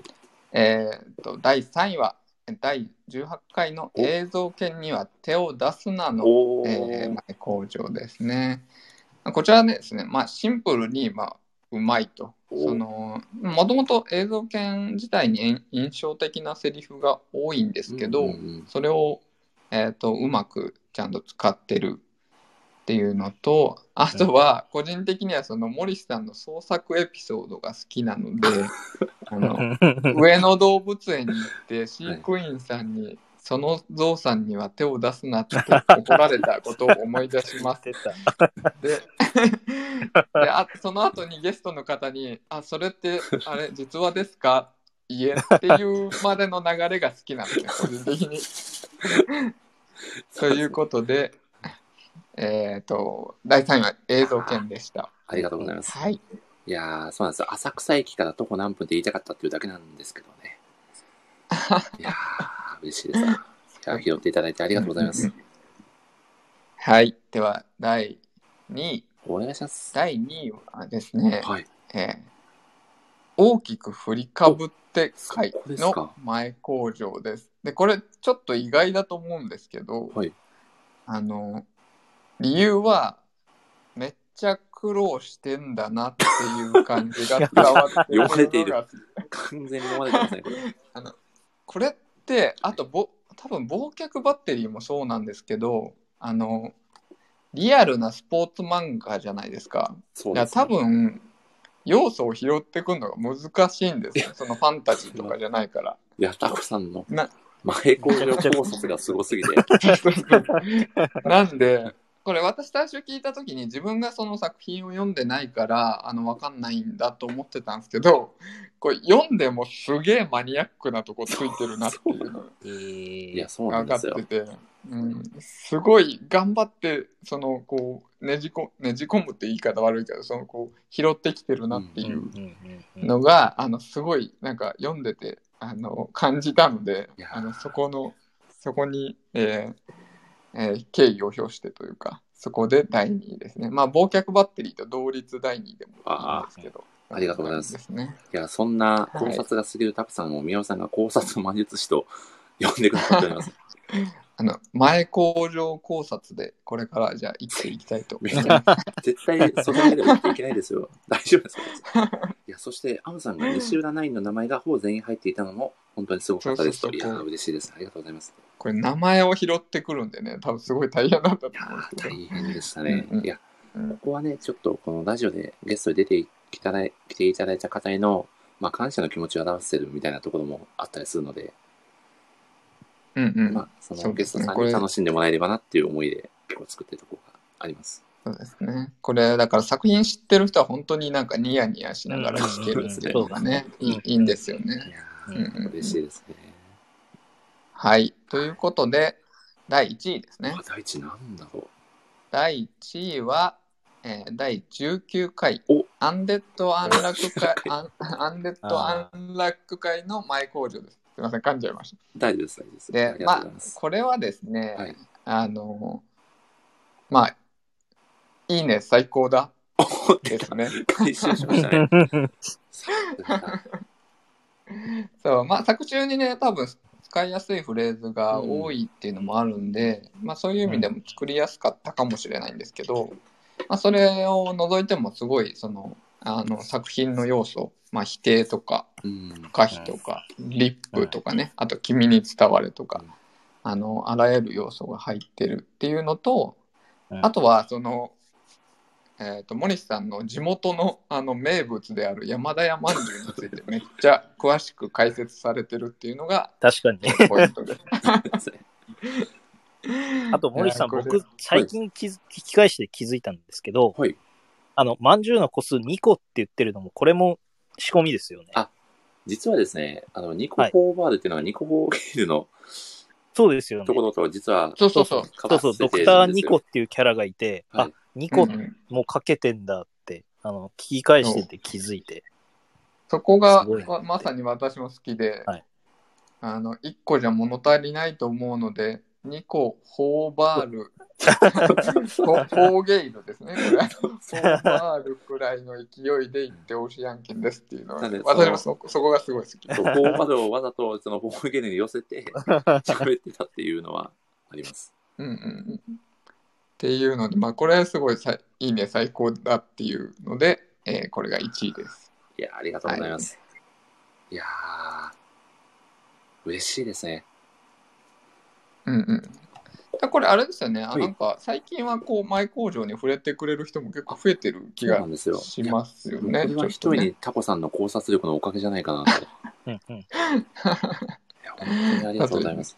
3位は、第18回の映像権には手を出すなの前工場ですね。こちらですね、シンプルにうまいと。もともと映像権自体に印象的なセリフが多いんですけど、それを、うまくちゃんと使ってるっていうのと、あとは個人的にはその森さんの創作エピソードが好きなので上野動物園に行って飼育員さんにそのゾウさんには手を出すなって怒られたことを思い出します。でその後にゲストの方にそれってあれ実話ですかいえっていうまでの流れが好きなんですね、個人的に。ということで第3位は映像権でした。 ありがとうございます。 はい。 いやー、そうなんです。浅草駅から徒歩何分って言いたかったっていうだけなんですけどね。いやー、嬉しいです。拾っていただいてありがとうございます。 はい。では、第2位。 お願いします。 第2位はですね、大きく振りかぶって会の前工場です。で、これちょっと意外だと思うんですけど、理由はめっちゃ苦労してんだなっていう感じが伝わってるのが読まれている。完全に読まれてますね、これ。 これってあと多分忘却バッテリーもそうなんですけど、リアルなスポーツ漫画じゃないですか。 そうですね。 多分要素を拾ってくるのが難しいんですよ。そのファンタジーとかじゃないから。 いや、タコさんの前工場考察がすごすぎて。 なんで、これ私最初聞いたときに自分がその作品を読んでないから分かんないんだと思ってたんですけど、これ読んでもすげえマニアックなとこついてるなっていうのが分かってて、すごい頑張ってそのこうねじ込むって言い方悪いけど、そのこう拾ってきてるなっていうのがすごいなんか読んでて感じたので、そこに敬意を表してというか、そこで第2位ですね。忘却バッテリーと同率第2位でもいいんですけど。 ありがとうございます。いや、そんな考察が過ぎるタコさんを宮尾さんが考察魔術師と呼んでくださっております。 前工場考察でこれからじゃあ生きていきたいと思います。 絶対それだけでも生きていけないですよ。大丈夫ですか？いや、そしてアムさんが西浦ナインの名前がほぼ全員入っていたのも本当にすごかったですと。いや、嬉しいです。ありがとうございます。 これ名前を拾ってくるんでね、多分すごい大変だったと思うんですけど。 大変でしたね。いや、ここはね、ちょっとこのラジオでゲストで来ていただいた方への、感謝の気持ちを表せるみたいなところもあったりするので、そのゲストさんに楽しんでもらえればなっていう思いで結構作ってるところがあります。 そうですね。これだから作品知ってる人は本当になんかニヤニヤしながら聴けるっていうのがね、いいんですよね。 嬉しいですね。 はい。ということで、第1位ですね。 第1位なんだろう。 第1位は、 第19回アンデッド・アンラック会アンデッド・アンラック会の前工場です。すみません、噛んじゃいました。 大丈夫です、大丈夫です。 で、まあ、これはですね、まあ、いいね、最高だですね。 回収しましたね。 そう、まあ、作中にね、多分使いやすいフレーズが多いっていうのもあるんで、まあ、そういう意味でも作りやすかったかもしれないんですけど、まあ、それを除いてもすごい作品の要素、まあ、否定とか可否とかリップとかね、あと君に伝われとか、あらゆる要素が入ってるっていうのと、あとは森さんの地元の名物である山田屋まんじゅうについてめっちゃ詳しく解説されてるっていうのが確かにポイントです。 あと森さん、僕最近聞き返して気づいたんですけど、 はい、 まんじゅうの個数2個って言ってるのもこれも仕込みですよね。 あ、実はですね、ニコ4バールっていうのがニコ4ゲールのそうですよね。 ところと実はそうドクターニコっていうキャラがいて、はい、ニコもかけてんだって聞き返してて気づいて、 そこがまさに私も好きで、はい、1個じゃ物足りないと思うので2個4バール4ゲイルですね、これ4バールくらいの勢いでいってほしい案件ですっていうのは私もそこがすごい好き。 4バールをわざとその4ゲイルに寄せて喋ってたっていうのはあります。 っていうので、まあこれはすごいいいね、最高だっていうので、これが1位です。 いや、ありがとうございます。はい、いやー、嬉しいですね。 これあれですよね、はい、なんか最近はこう前工場に触れてくれる人も結構増えてる気がしますよね。 これは一人にタコさんの考察力のおかげじゃないかなと。いや、本当にありがとうございます。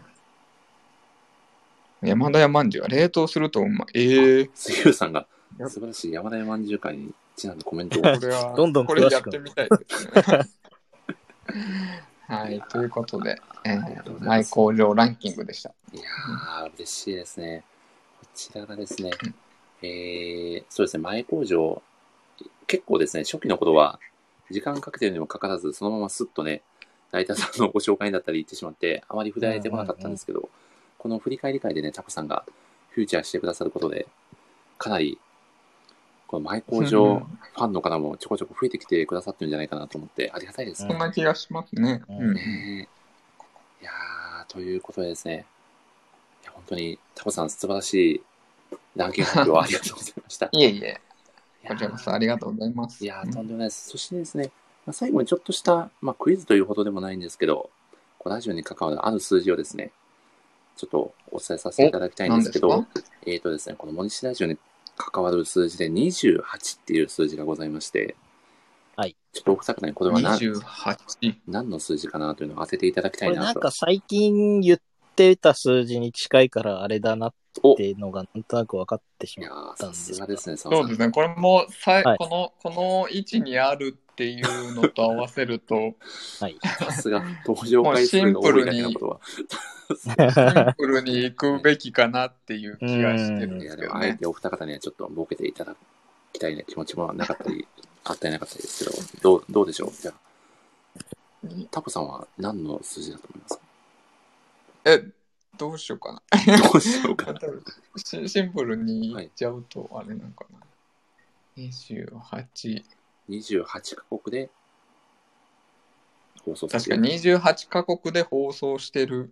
山田屋まんじゅうは冷凍すると杉浦さんが素晴らしい山田屋まんじゅう会にちなんでコメントをどんどんこれやってみたいですね。はい、ということで、前工場ランキングでした。 いやー、嬉しいですね。こちらがですね、そうですね、前工場、結構ですね、初期の頃は、時間かけてるにもかかわらず、そのまますっとね、ライターさんのご紹介だったり言ってしまって、あまり触れられてこなかったんですけど、この振り返り会でね、タコさんがフューチャーしてくださることで、かなり、この前工場ファンの方もちょこちょこ増えてきてくださってるんじゃないかなと思って、ありがたいですね。 そんな気がしますね。 いやー、ということでですね、いや本当にタコさん素晴らしいランキング発表ありがとうございました。 いえいえ、こちらこそありがとうございます。 いやー、とんでもないです。そしてですね、最後にちょっとした、クイズというほどでもないんですけど、ラジオに関わるある数字をですね、ちょっとお伝えさせていただきたいんですけど、ですね、この森氏ラジオに関わる数字で28っていう数字がございまして、 はい。 ちょっとお二方にこれは 28 何の数字かなというのを当てていただきたいなと。 これなんか最近言ってた数字に近いからあれだなっていうのがなんとなく分かってしまったんです。 さすがですね、 そうですね。これもこの位置にあるっていうのと合わせると、 はい。 さすが登場回数が多いだけのことは。 シンプルに行くべきかなっていう気がしてるんですけどね。 いやでもあえてお二方にはちょっとボケていただきたい気持ちもなかったりあったりなかったりですけど、どうでしょう。じゃあタコさんは何の数字だと思いますか？ どうしようかな。どうしようかな。 シンプルに言っちゃうとあれなのかな。28 カ国で放送してる。確かに28カ国で放送してる。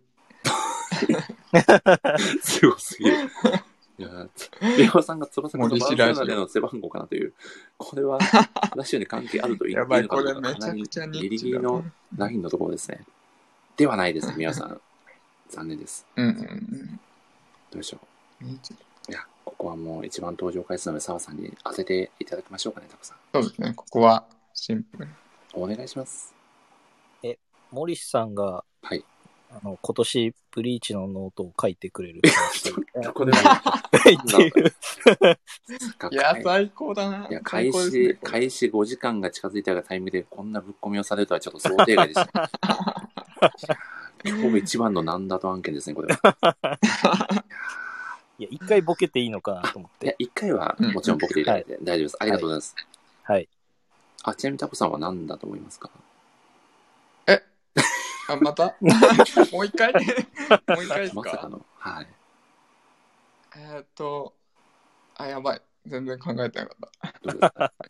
すごすぎる。いや、レオさんが翼くんのバーセロナでの背番号かなという、これはラジオに関係あると言っていいのかどうか、かなりギリギリのラインのところですね。ではないですね、皆さん。残念です。どうでしょう。いや、ここはもう一番登場回数の澤さんに当てていただきましょうかね、タコさん。 そうですね、ここはシンプルに。 お願いします。 森さんが、 はい。 今年ブリーチのノートを書いてくれる。 ここではいや、最高だな。 いや、開始5時間が近づいたがタイミングでこんなぶっ込みをされるとはちょっと想定外でした。ほぼ一番のなんだと案件ですね、これは。 いや、一回ボケていいのかなと思って。 いや、一回はもちろんボケていただいて大丈夫です。ありがとうございます。 はい。 あ、ちなみにタコさんは何だと思いますか？ またもう一回もう一回ですか？ まさかの。はい。 やばい。全然考えてなかった。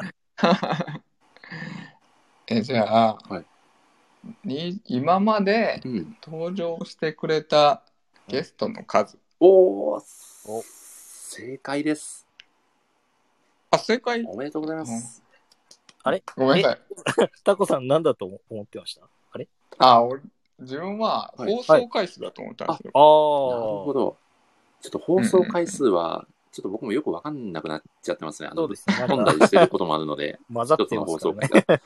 じゃあ、今まで登場してくれたゲストの数。 おー、正解です。 あ、正解？ おめでとうございます。 あれ？ ごめんなさい。 タコさん何だと思ってました？あれ？ 自分は放送回数だと思ったんですよ。 なるほど。ちょっと放送回数は、ちょっと僕もよくわかんなくなっちゃってますね。 そうですね。 飛んだりしてることもあるので、 混ざってますからね。 一つの放送回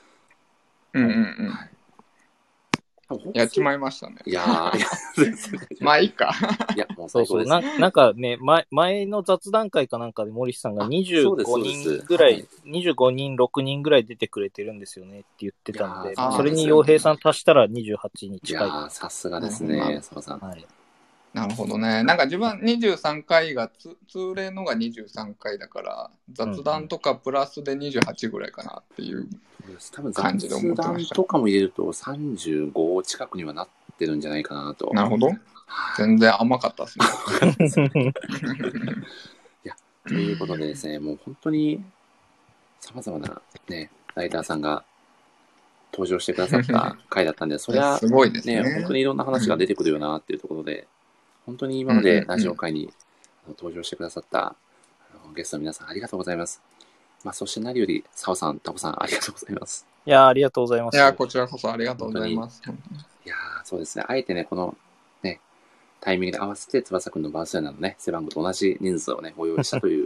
やっちまいましたね。 いやー、 まあいいか。 いや、もう最高です。 なんかね、前の雑談会かなんかで森さんが25人ぐらい、25人、6人ぐらい出てくれてるんですよねって言ってたので、それに洋平さん足したら28に近い。 いやー、さすがですね、澤さん。 はい。なるほどね。なんか自分は23回が通例のが23回だから、雑談とかプラスで28ぐらいかなっていう感じで思ってました。 雑談とかも入れると35近くにはなってるんじゃないかなと。 なるほど。全然甘かったですね。 いや、ということでですね、もう本当に様々なね、ライターさんが登場してくださった回だったんで、それはすごいですね。 本当にいろんな話が出てくるよなっていうところで、本当に今までラジオ会に登場してくださったゲストの皆さんありがとうございます。まあ、そして何より、澤さん、タコさんありがとうございます。 いや、ありがとうございます。 いや、こちらこそありがとうございます。 いや、そうですね。あえてね、このね、タイミングで合わせて翼くんのバースデーなのね、背番号と同じ人数をね、ご用意したという。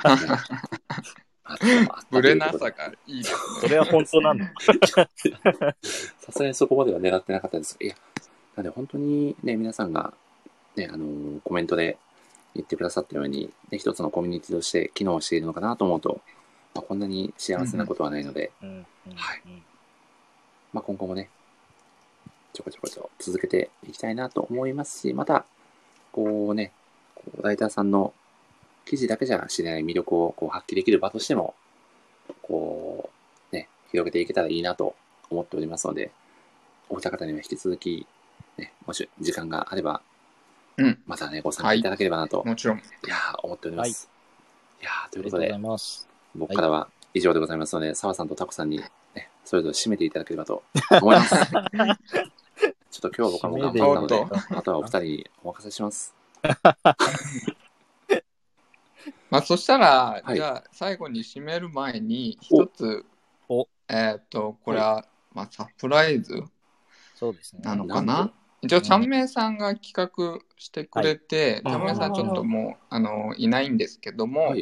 ブレなさがいいですね。 それは本当なんだ。 さすがにそこまでは狙ってなかったです。いや、なので本当にね、皆さんがね、コメントで言ってくださったように、ね、一つのコミュニティとして機能しているのかなと思うと、まあ、こんなに幸せなことはないので、はい。まあ、今後もね、ちょこちょこ続けていきたいなと思いますし、また、こうね、ライターさんの記事だけじゃ知れない魅力をこう発揮できる場としても、こう、ね、広げていけたらいいなと思っておりますので、お二方には引き続き、ね、もし時間があれば、またね、ご参加いただければなと、 もちろん。いや思っております。いやということで、僕からは以上でございますので、澤さんとタコさんに、ね、それぞれ締めていただければと思います。ちょっと今日は僕はもう頑張ったので、あとはお二人にお任せします。 まあ、そしたら、じゃあ最後に締める前に、一つ、これは、まあ、サプライズなのかな。一応、ちゃんめいさんが企画してくれて、ちゃんめいさんちょっともう、いないんですけども、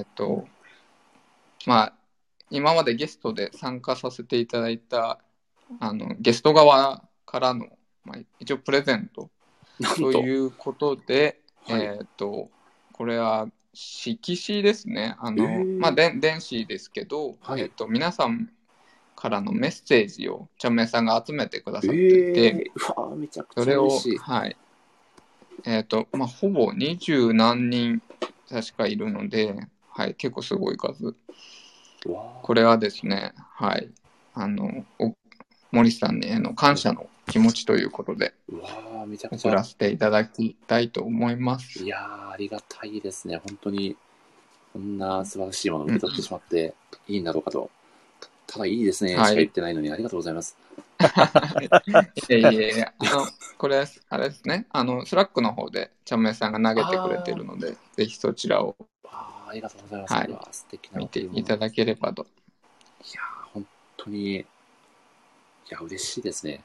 まあ、今までゲストで参加させていただいた、ゲスト側からの、まあ、一応プレゼントということで、これは色紙ですね。まあ、電子ですけど、皆さんからのメッセージをちゃんめいさんが集めてくださってて、 めちゃくちゃ嬉しい。 はい。まあ、ほぼ20何人確かいるので、はい、結構すごい数。これはですね、はい、森さんへの感謝の気持ちということで、送らせていただきたいと思います。 いやー、ありがたいですね。本当に、こんな素晴らしいものを受け取ってしまっていいんだろうかと。ただいいですね、しか言ってないのにありがとうございます。 これ、あれですね、スラックの方でちゃんめいさんが投げてくれてるので、ぜひそちらを、 ありがとうございます。 はい、 素敵な見ていただければと。 いやー、本当に、いや、嬉しいですね。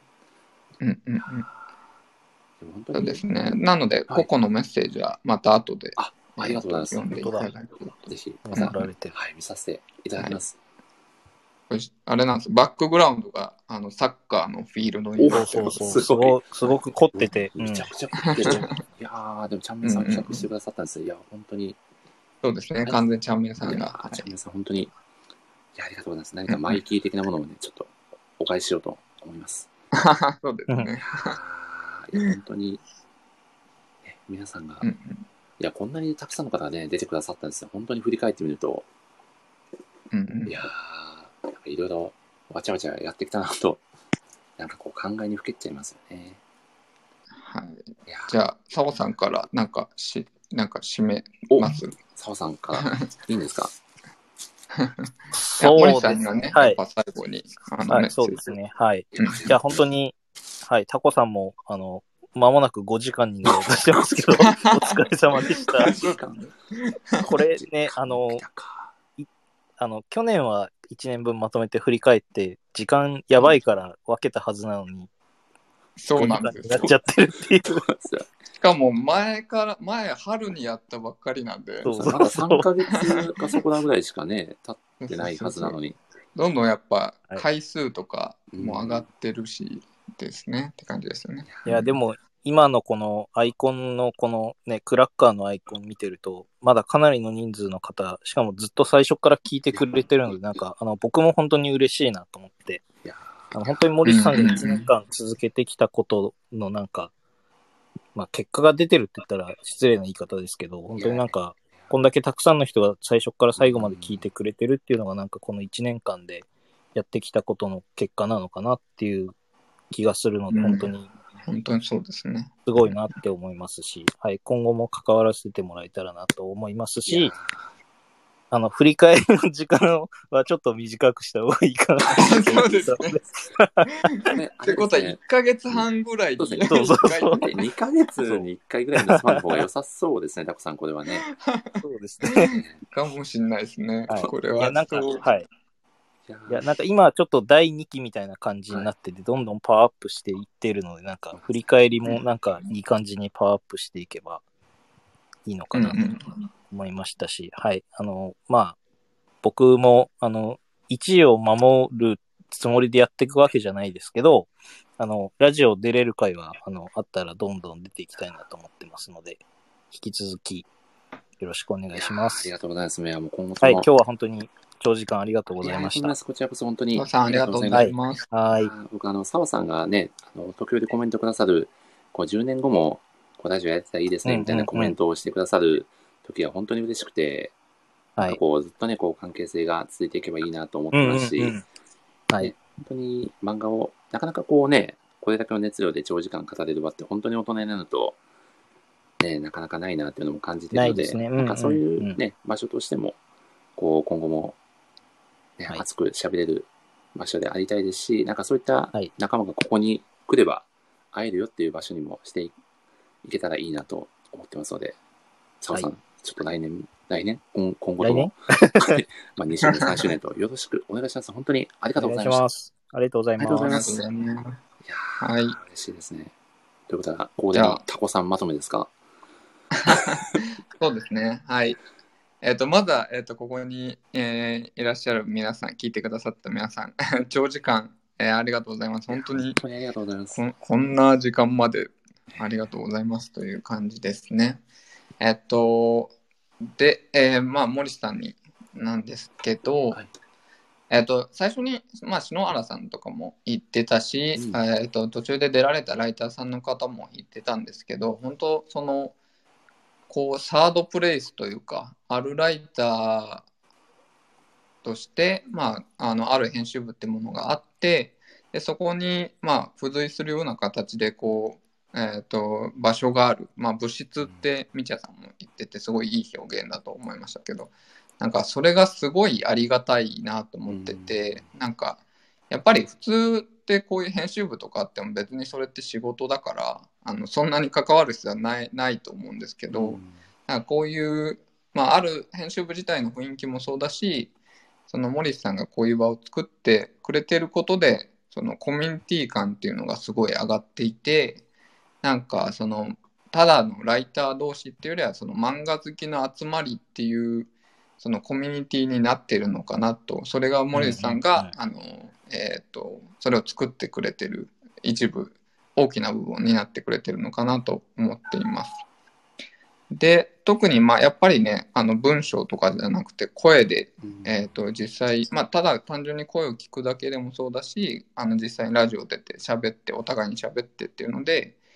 そうですね。なので、個々のメッセージはまた後で、 ありがとうございます。 読んでいただいて、 ぜひ、また、見させていただきます。 あれなんです、バックグラウンドがサッカーのフィールドになってる。 すごく凝ってて。 めちゃくちゃ凝ってる。いやー、でもちゃんめいさん企画してくださったんですよ。いや、本当に。 そうですね、完全ちゃんめいさんが。 ちゃんめいさん、本当に、いや、ありがとうございます。何かマイキー的なものをね、ちょっとお返ししようと思います。 そうですね。 いや、本当に、皆さんが、 いや、こんなにたくさんの方がね、出てくださったんですよ。本当に振り返ってみると、いやー、いろいろわちゃわちゃやってきたなと、なんかこう考えにふけっちゃいますよね。 はい。じゃあ、澤さんからなんか締めます。 澤さんからいいんですか？ そうですね。 ね、やっぱ最後に、 はい、そうですね。はい。じゃあ本当に、はい、タコさんも、間もなく5時間になろうとしてますけど、お疲れ様でした。これね、去年は1年分まとめて振り返って、時間やばいから分けたはずなのに、 そうなんですよ。 なっちゃってるっていう。 しかも前春にやったばっかりなんで。 まだ3ヶ月かそこらぐらいしかね、経ってないはずなのに。 どんどんやっぱ回数とかも上がってるしですね、って感じですよね。 いや、でも今のこのアイコンのこのね、クラッカーのアイコン見てると、まだかなりの人数の方、しかもずっと最初から聞いてくれてるので、なんか僕も本当に嬉しいなと思って、本当に森さんが1年間続けてきたことのなんか、まあ結果が出てるって言ったら失礼な言い方ですけど、本当になんか、こんだけたくさんの人が最初から最後まで聞いてくれてるっていうのがなんかこの1年間でやってきたことの結果なのかなっていう気がするので、本当にそうですね。 すごいなって思いますし、はい、今後も関わらせてもらえたらなと思いますし、振り返りの時間はちょっと短くした方がいいかな。 そうですね。ってことは1ヶ月半ぐらいに。 そう2ヶ月に1回ぐらいのスパンの方が良さそうですね、タコさん、これはね。 そうですね。 かもしれないですね。 はい、 これは。 いや、なんか、はい。いや、なんか今ちょっと第2期みたいな感じになってて、どんどんパワーアップしていってるので、なんか振り返りもなんかいい感じにパワーアップしていけばいいのかなと思いましたし、はい。まあ、僕も、1位を守るつもりでやっていくわけじゃないですけど、ラジオ出れる回は、あったらどんどん出ていきたいなと思ってますので、引き続きよろしくお願いします。 ありがとうございます。もう今後はい、今日は本当に長時間ありがとうございました。 こちらこそ本当にありがとうございます。 はい。 僕、澤さんがね、時折コメントくださる、10年後も、ラジオやってたらいいですね、みたいなコメントをしてくださる時は本当に嬉しくて、なんかずっとね、関係性が続いていけばいいなと思ってますし、 はい。 本当に漫画を、なかなかこれだけの熱量で長時間語れる場って本当に大人になると、ね、なかなかないなっていうのも感じてるので、なんかそういうね、場所としても、今後も、ね、熱く喋れる場所でありたいですし、なんかそういった仲間がここに来れば会えるよっていう場所にもしていけたらいいなと思ってますので、澤さん、ちょっと来年、今後とも、まあ2周年、3周年とよろしくお願いします。本当にありがとうございました。 ありがとうございます。 ありがとうございます。いやはい。 嬉しいですね。ということは、ここでタコさんまとめですか？ そうですね。はい。まだ、ここに、いらっしゃる皆さん、聞いてくださった皆さん、長時間、ありがとうございます。本当に、 ありがとうございます。 こんな時間までありがとうございますという感じですね。で、まあ、森さんになんですけど、最初に、まあ、篠原さんとかも言ってたし、途中で出られたライターさんの方も言ってたんですけど、本当サードプレイスというか、あるライターとして、まあ、ある編集部ってものがあって、でそこに、まあ、付随するような形で、場所がある。まあ、物質って、みちやさんも言ってて、すごいいい表現だと思いましたけど、なんか、それがすごいありがたいなと思ってて、なんか、やっぱり普通ってこういう編集部とかあっても別にそれって仕事だからそんなに関わる必要はないと思うんですけど、なんかこういう、まあ、ある編集部自体の雰囲気もそうだし、その森さんがこういう場を作ってくれてることでそのコミュニティ感っていうのがすごい上がっていて、なんかただのライター同士っていうよりはその漫画好きの集まりっていうそのコミュニティになってるのかなと、それが森さんが、それを作ってくれてる一部、大きな部分になってくれてるのかなと思っています。で、特にやっぱりね、文章とかじゃなくて声で、実際、ただ単純に声を聞くだけでもそうだし、実際にラジオ出て喋って、お互いに喋ってっていうので、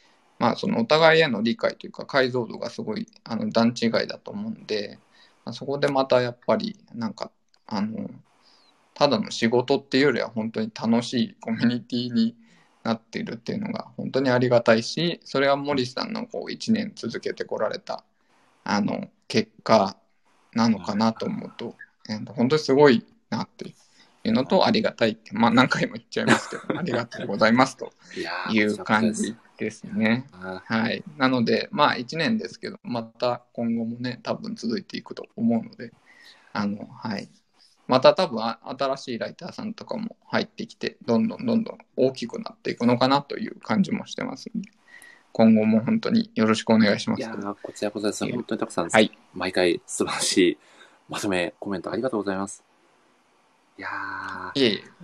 まあそのお互いへの理解というか解像度がすごい段違いだと思うんで、そこでまたやっぱりなんかただの仕事っていうよりは本当に楽しいコミュニティになっているっていうのが本当にありがたいし、それは森さんのこう1年続けてこられた結果なのかなと思うと、本当にすごいなっていうのと、ありがたいって、まあ何回も言っちゃいますけど、ありがとうございますという感じですね。はい。なので、まあ1年ですけど、また今後もね、多分続いていくと思うので、はい。また多分新しいライターさんとかも入ってきて、どんどん大きくなっていくのかなという感じもしてますので、今後も本当によろしくお願いします。 いやー、こちらこそです。本当にたくさんです。はい。毎回素晴らしいまとめ、コメントありがとうございます。いやー。 いえいえ。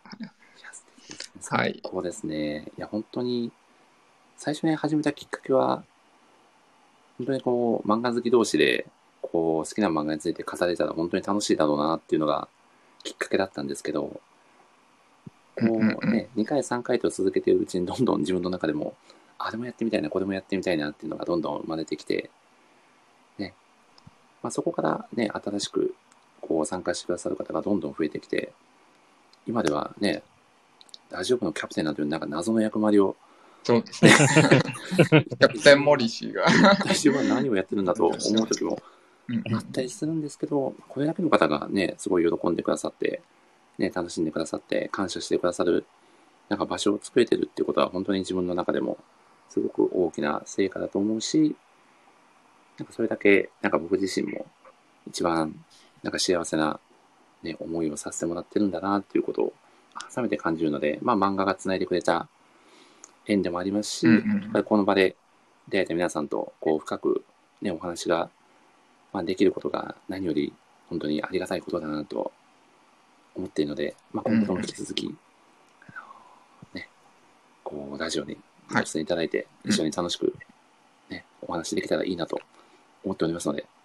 はい。そうですね。いや、本当に、最初に始めたきっかけは、本当にこう、漫画好き同士で、こう、好きな漫画について語れたら本当に楽しいだろうなっていうのがきっかけだったんですけど、こうね、2回3回と続けているうちにどんどん自分の中でも、あれもやってみたいな、これもやってみたいなっていうのがどんどん生まれてきて、ね。まあ、そこからね、新しくこう参加してくださる方がどんどん増えてきて、今ではね、ラジオ部のキャプテンなんていうなんか謎の役割を、 そうですね。キャプテンモリシーが。 私は何をやってるんだと思う時もあったりするんですけど、これだけの方がね、すごい喜んでくださって、ね、楽しんでくださって、感謝してくださる、なんか場所を作れてるっていうことは本当に自分の中でもすごく大きな成果だと思うし、なんかそれだけ、なんか僕自身も一番なんか幸せな、ね、思いをさせてもらってるんだなっていうことを改めて感じるので、まあ漫画がつないでくれた縁でもありますし、この場で出会えた皆さんとこう深く、ね、お話が、まあ、できることが何より本当にありがたいことだなと思っているので、まあ、今後とも引き続き、ね、こうラジオにご出演いただいて、一緒に楽しく、ね、お話できたらいいなと思っておりますので、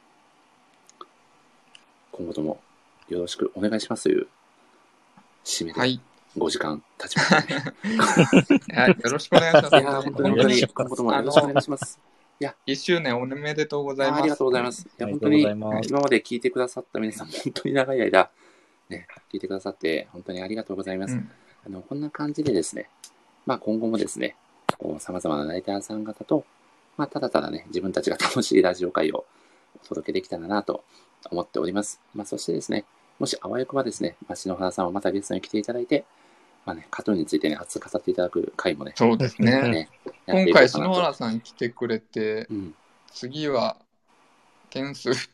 今後ともよろしくお願いしますという締めで5時間経ちましたね。 はい、よろしくお願いします。 いや、本当に今後ともよろしくお願いします。いや、 1周年おめでとうございます。 ありがとうございます。いや、本当に今まで聞いてくださった皆さん、本当に長い間、ね、聞いてくださって、本当にありがとうございます。こんな感じでですね、まあ今後もですね、様々なライターさん方と、まあただただね、自分たちが楽しいラジオ会をお届けできたらなと思っております。まあそしてですね、もしあわよくばですね、篠原さんをまたゲストに来ていただいて、まあね、カトゥーンについてね、熱く語っていただく回もね。 そうですね。今回、篠原さん来てくれて、次は、件数。正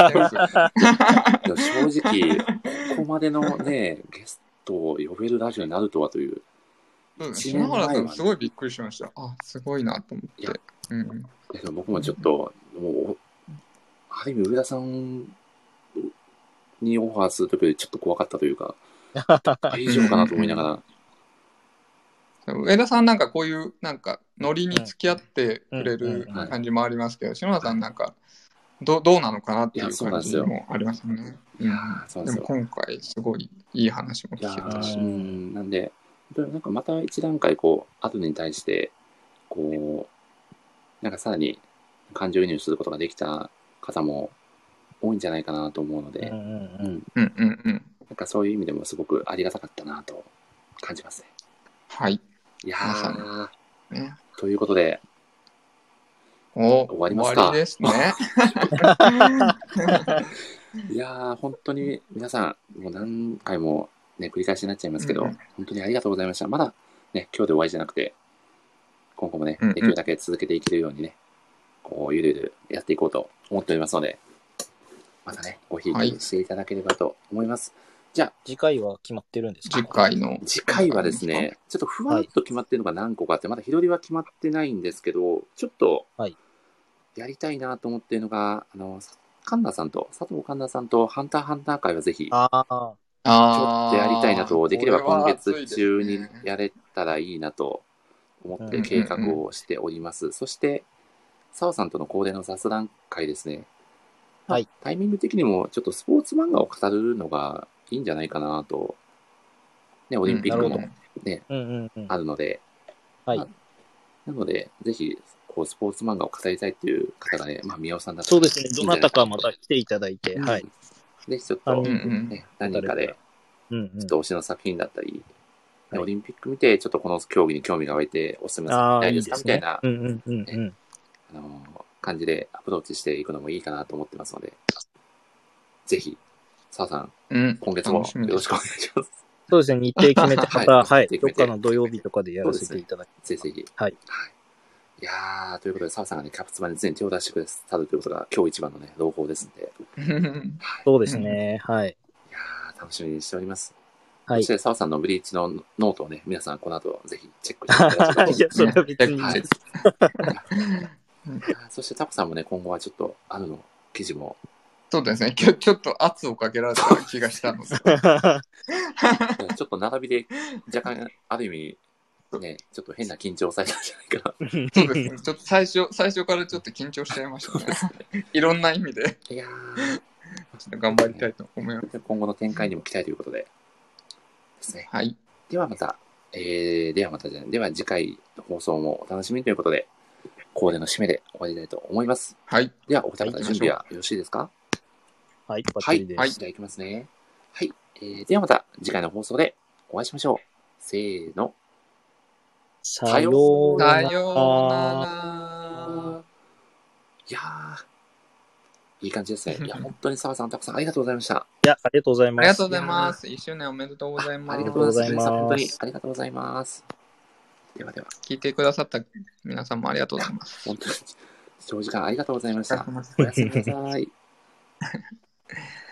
直、ここまでのね、ゲストを呼べるラジオになるとはという。 篠原さん、すごいびっくりしました。あ、すごいなと思って。 でも僕もちょっと、もう、ある意味、上田さんにオファーするときよりちょっと怖かったというか、大丈夫かなと思いながら。上田さんなんかこういうなんかノリに付き合ってくれる感じもありますけど、篠原さんなんかどうなのかなっていう感じもありますね。でも今回すごいいい話も聞けたし。 なんで、なんかまた一段階こう、後に対して、こう、なんかさらに感情移入することができた方も多いんじゃないかなと思うので、なんかそういう意味でもすごくありがたかったなと感じますね。 はい。 いやー、ということで、終わりますか。 終わりですね。 いやー、本当に皆さん、もう何回もね、繰り返しになっちゃいますけど、本当にありがとうございました。まだね、今日で終わりじゃなくて、今後もね、できるだけ続けていけるようにね、こう、ゆるゆるやっていこうと思っておりますので、またね、ごひいきしていただければと思います。じゃあ、 次回は決まってるんですか？ 次回はですね、ちょっとふわっと決まってるのが何個かあって、まだ日取りは決まってないんですけど、ちょっと、やりたいなと思っているのが、佐藤環奈さんとハンターハンター会はぜひ、ちょっとやりたいなと、できれば今月中にやれたらいいなと思って計画をしております。そして、澤さんとの恒例の雑談会ですね。タイミング的にもちょっとスポーツ漫画を語るのがいいんじゃないかなと、ね、オリンピックもね、あるので、 なので、ぜひ、こう、スポーツ漫画を語りたいっていう方がね、まあ、宮尾さんだったそうですね。どなたかまた来ていただいて、はい。 ぜひちょっと、ね、何人かで、ちょっと推しの作品だったり、オリンピック見て、ちょっとこの競技に興味が湧いて、おすすめさせたいですかみたいな感じでアプローチしていくのもいいかなと思ってますので、ぜひ、澤さん、今月もよろしくお願いします。 そうですね、日程決めて、また、はい、どっかの土曜日とかでやらせていただきます。 ぜひ。 はい。 いやー、ということで、澤さんがね、キャプツバに常に手を出してくださるということが、今日一番のね、朗報ですんで。 そうですね、はい。 いやー、楽しみにしております。はい。そして、澤さんのブリーチのノートをね、皆さんこの後、ぜひチェックしていただきたいと思います。いや、それは別に。はい。そして、タコさんもね、今後はちょっと、の記事も、 そうですね。今日ちょっと圧をかけられた気がしたので。ちょっと並びで若干、ある意味、ね、ちょっと変な緊張されたんじゃないかな。 そうですね。ちょっと最初からちょっと緊張しちゃいましたね。いろんな意味で。 いやー、 ちょっと頑張りたいと思います。 今後の展開にも期待ということで。ですね。 はい。 ではまた、では次回の放送もお楽しみということで、恒例の締めで終わりたいと思います。 はい。 では、お二方準備はよろしいですか？ はい、バッチリです。 はい。じゃあ行きますね。はい。ではまた次回の放送でお会いしましょう。せーの。 さようなら。 いやー、いい感じですね。いや、本当に澤さん、たくさんありがとうございました。 いや、ありがとうございます。 ありがとうございます。1周年おめでとうございます。 ありがとうございます。本当にありがとうございます。ではでは。 聞いてくださった皆さんもありがとうございます。 本当に、長時間ありがとうございました。おやすみなさい。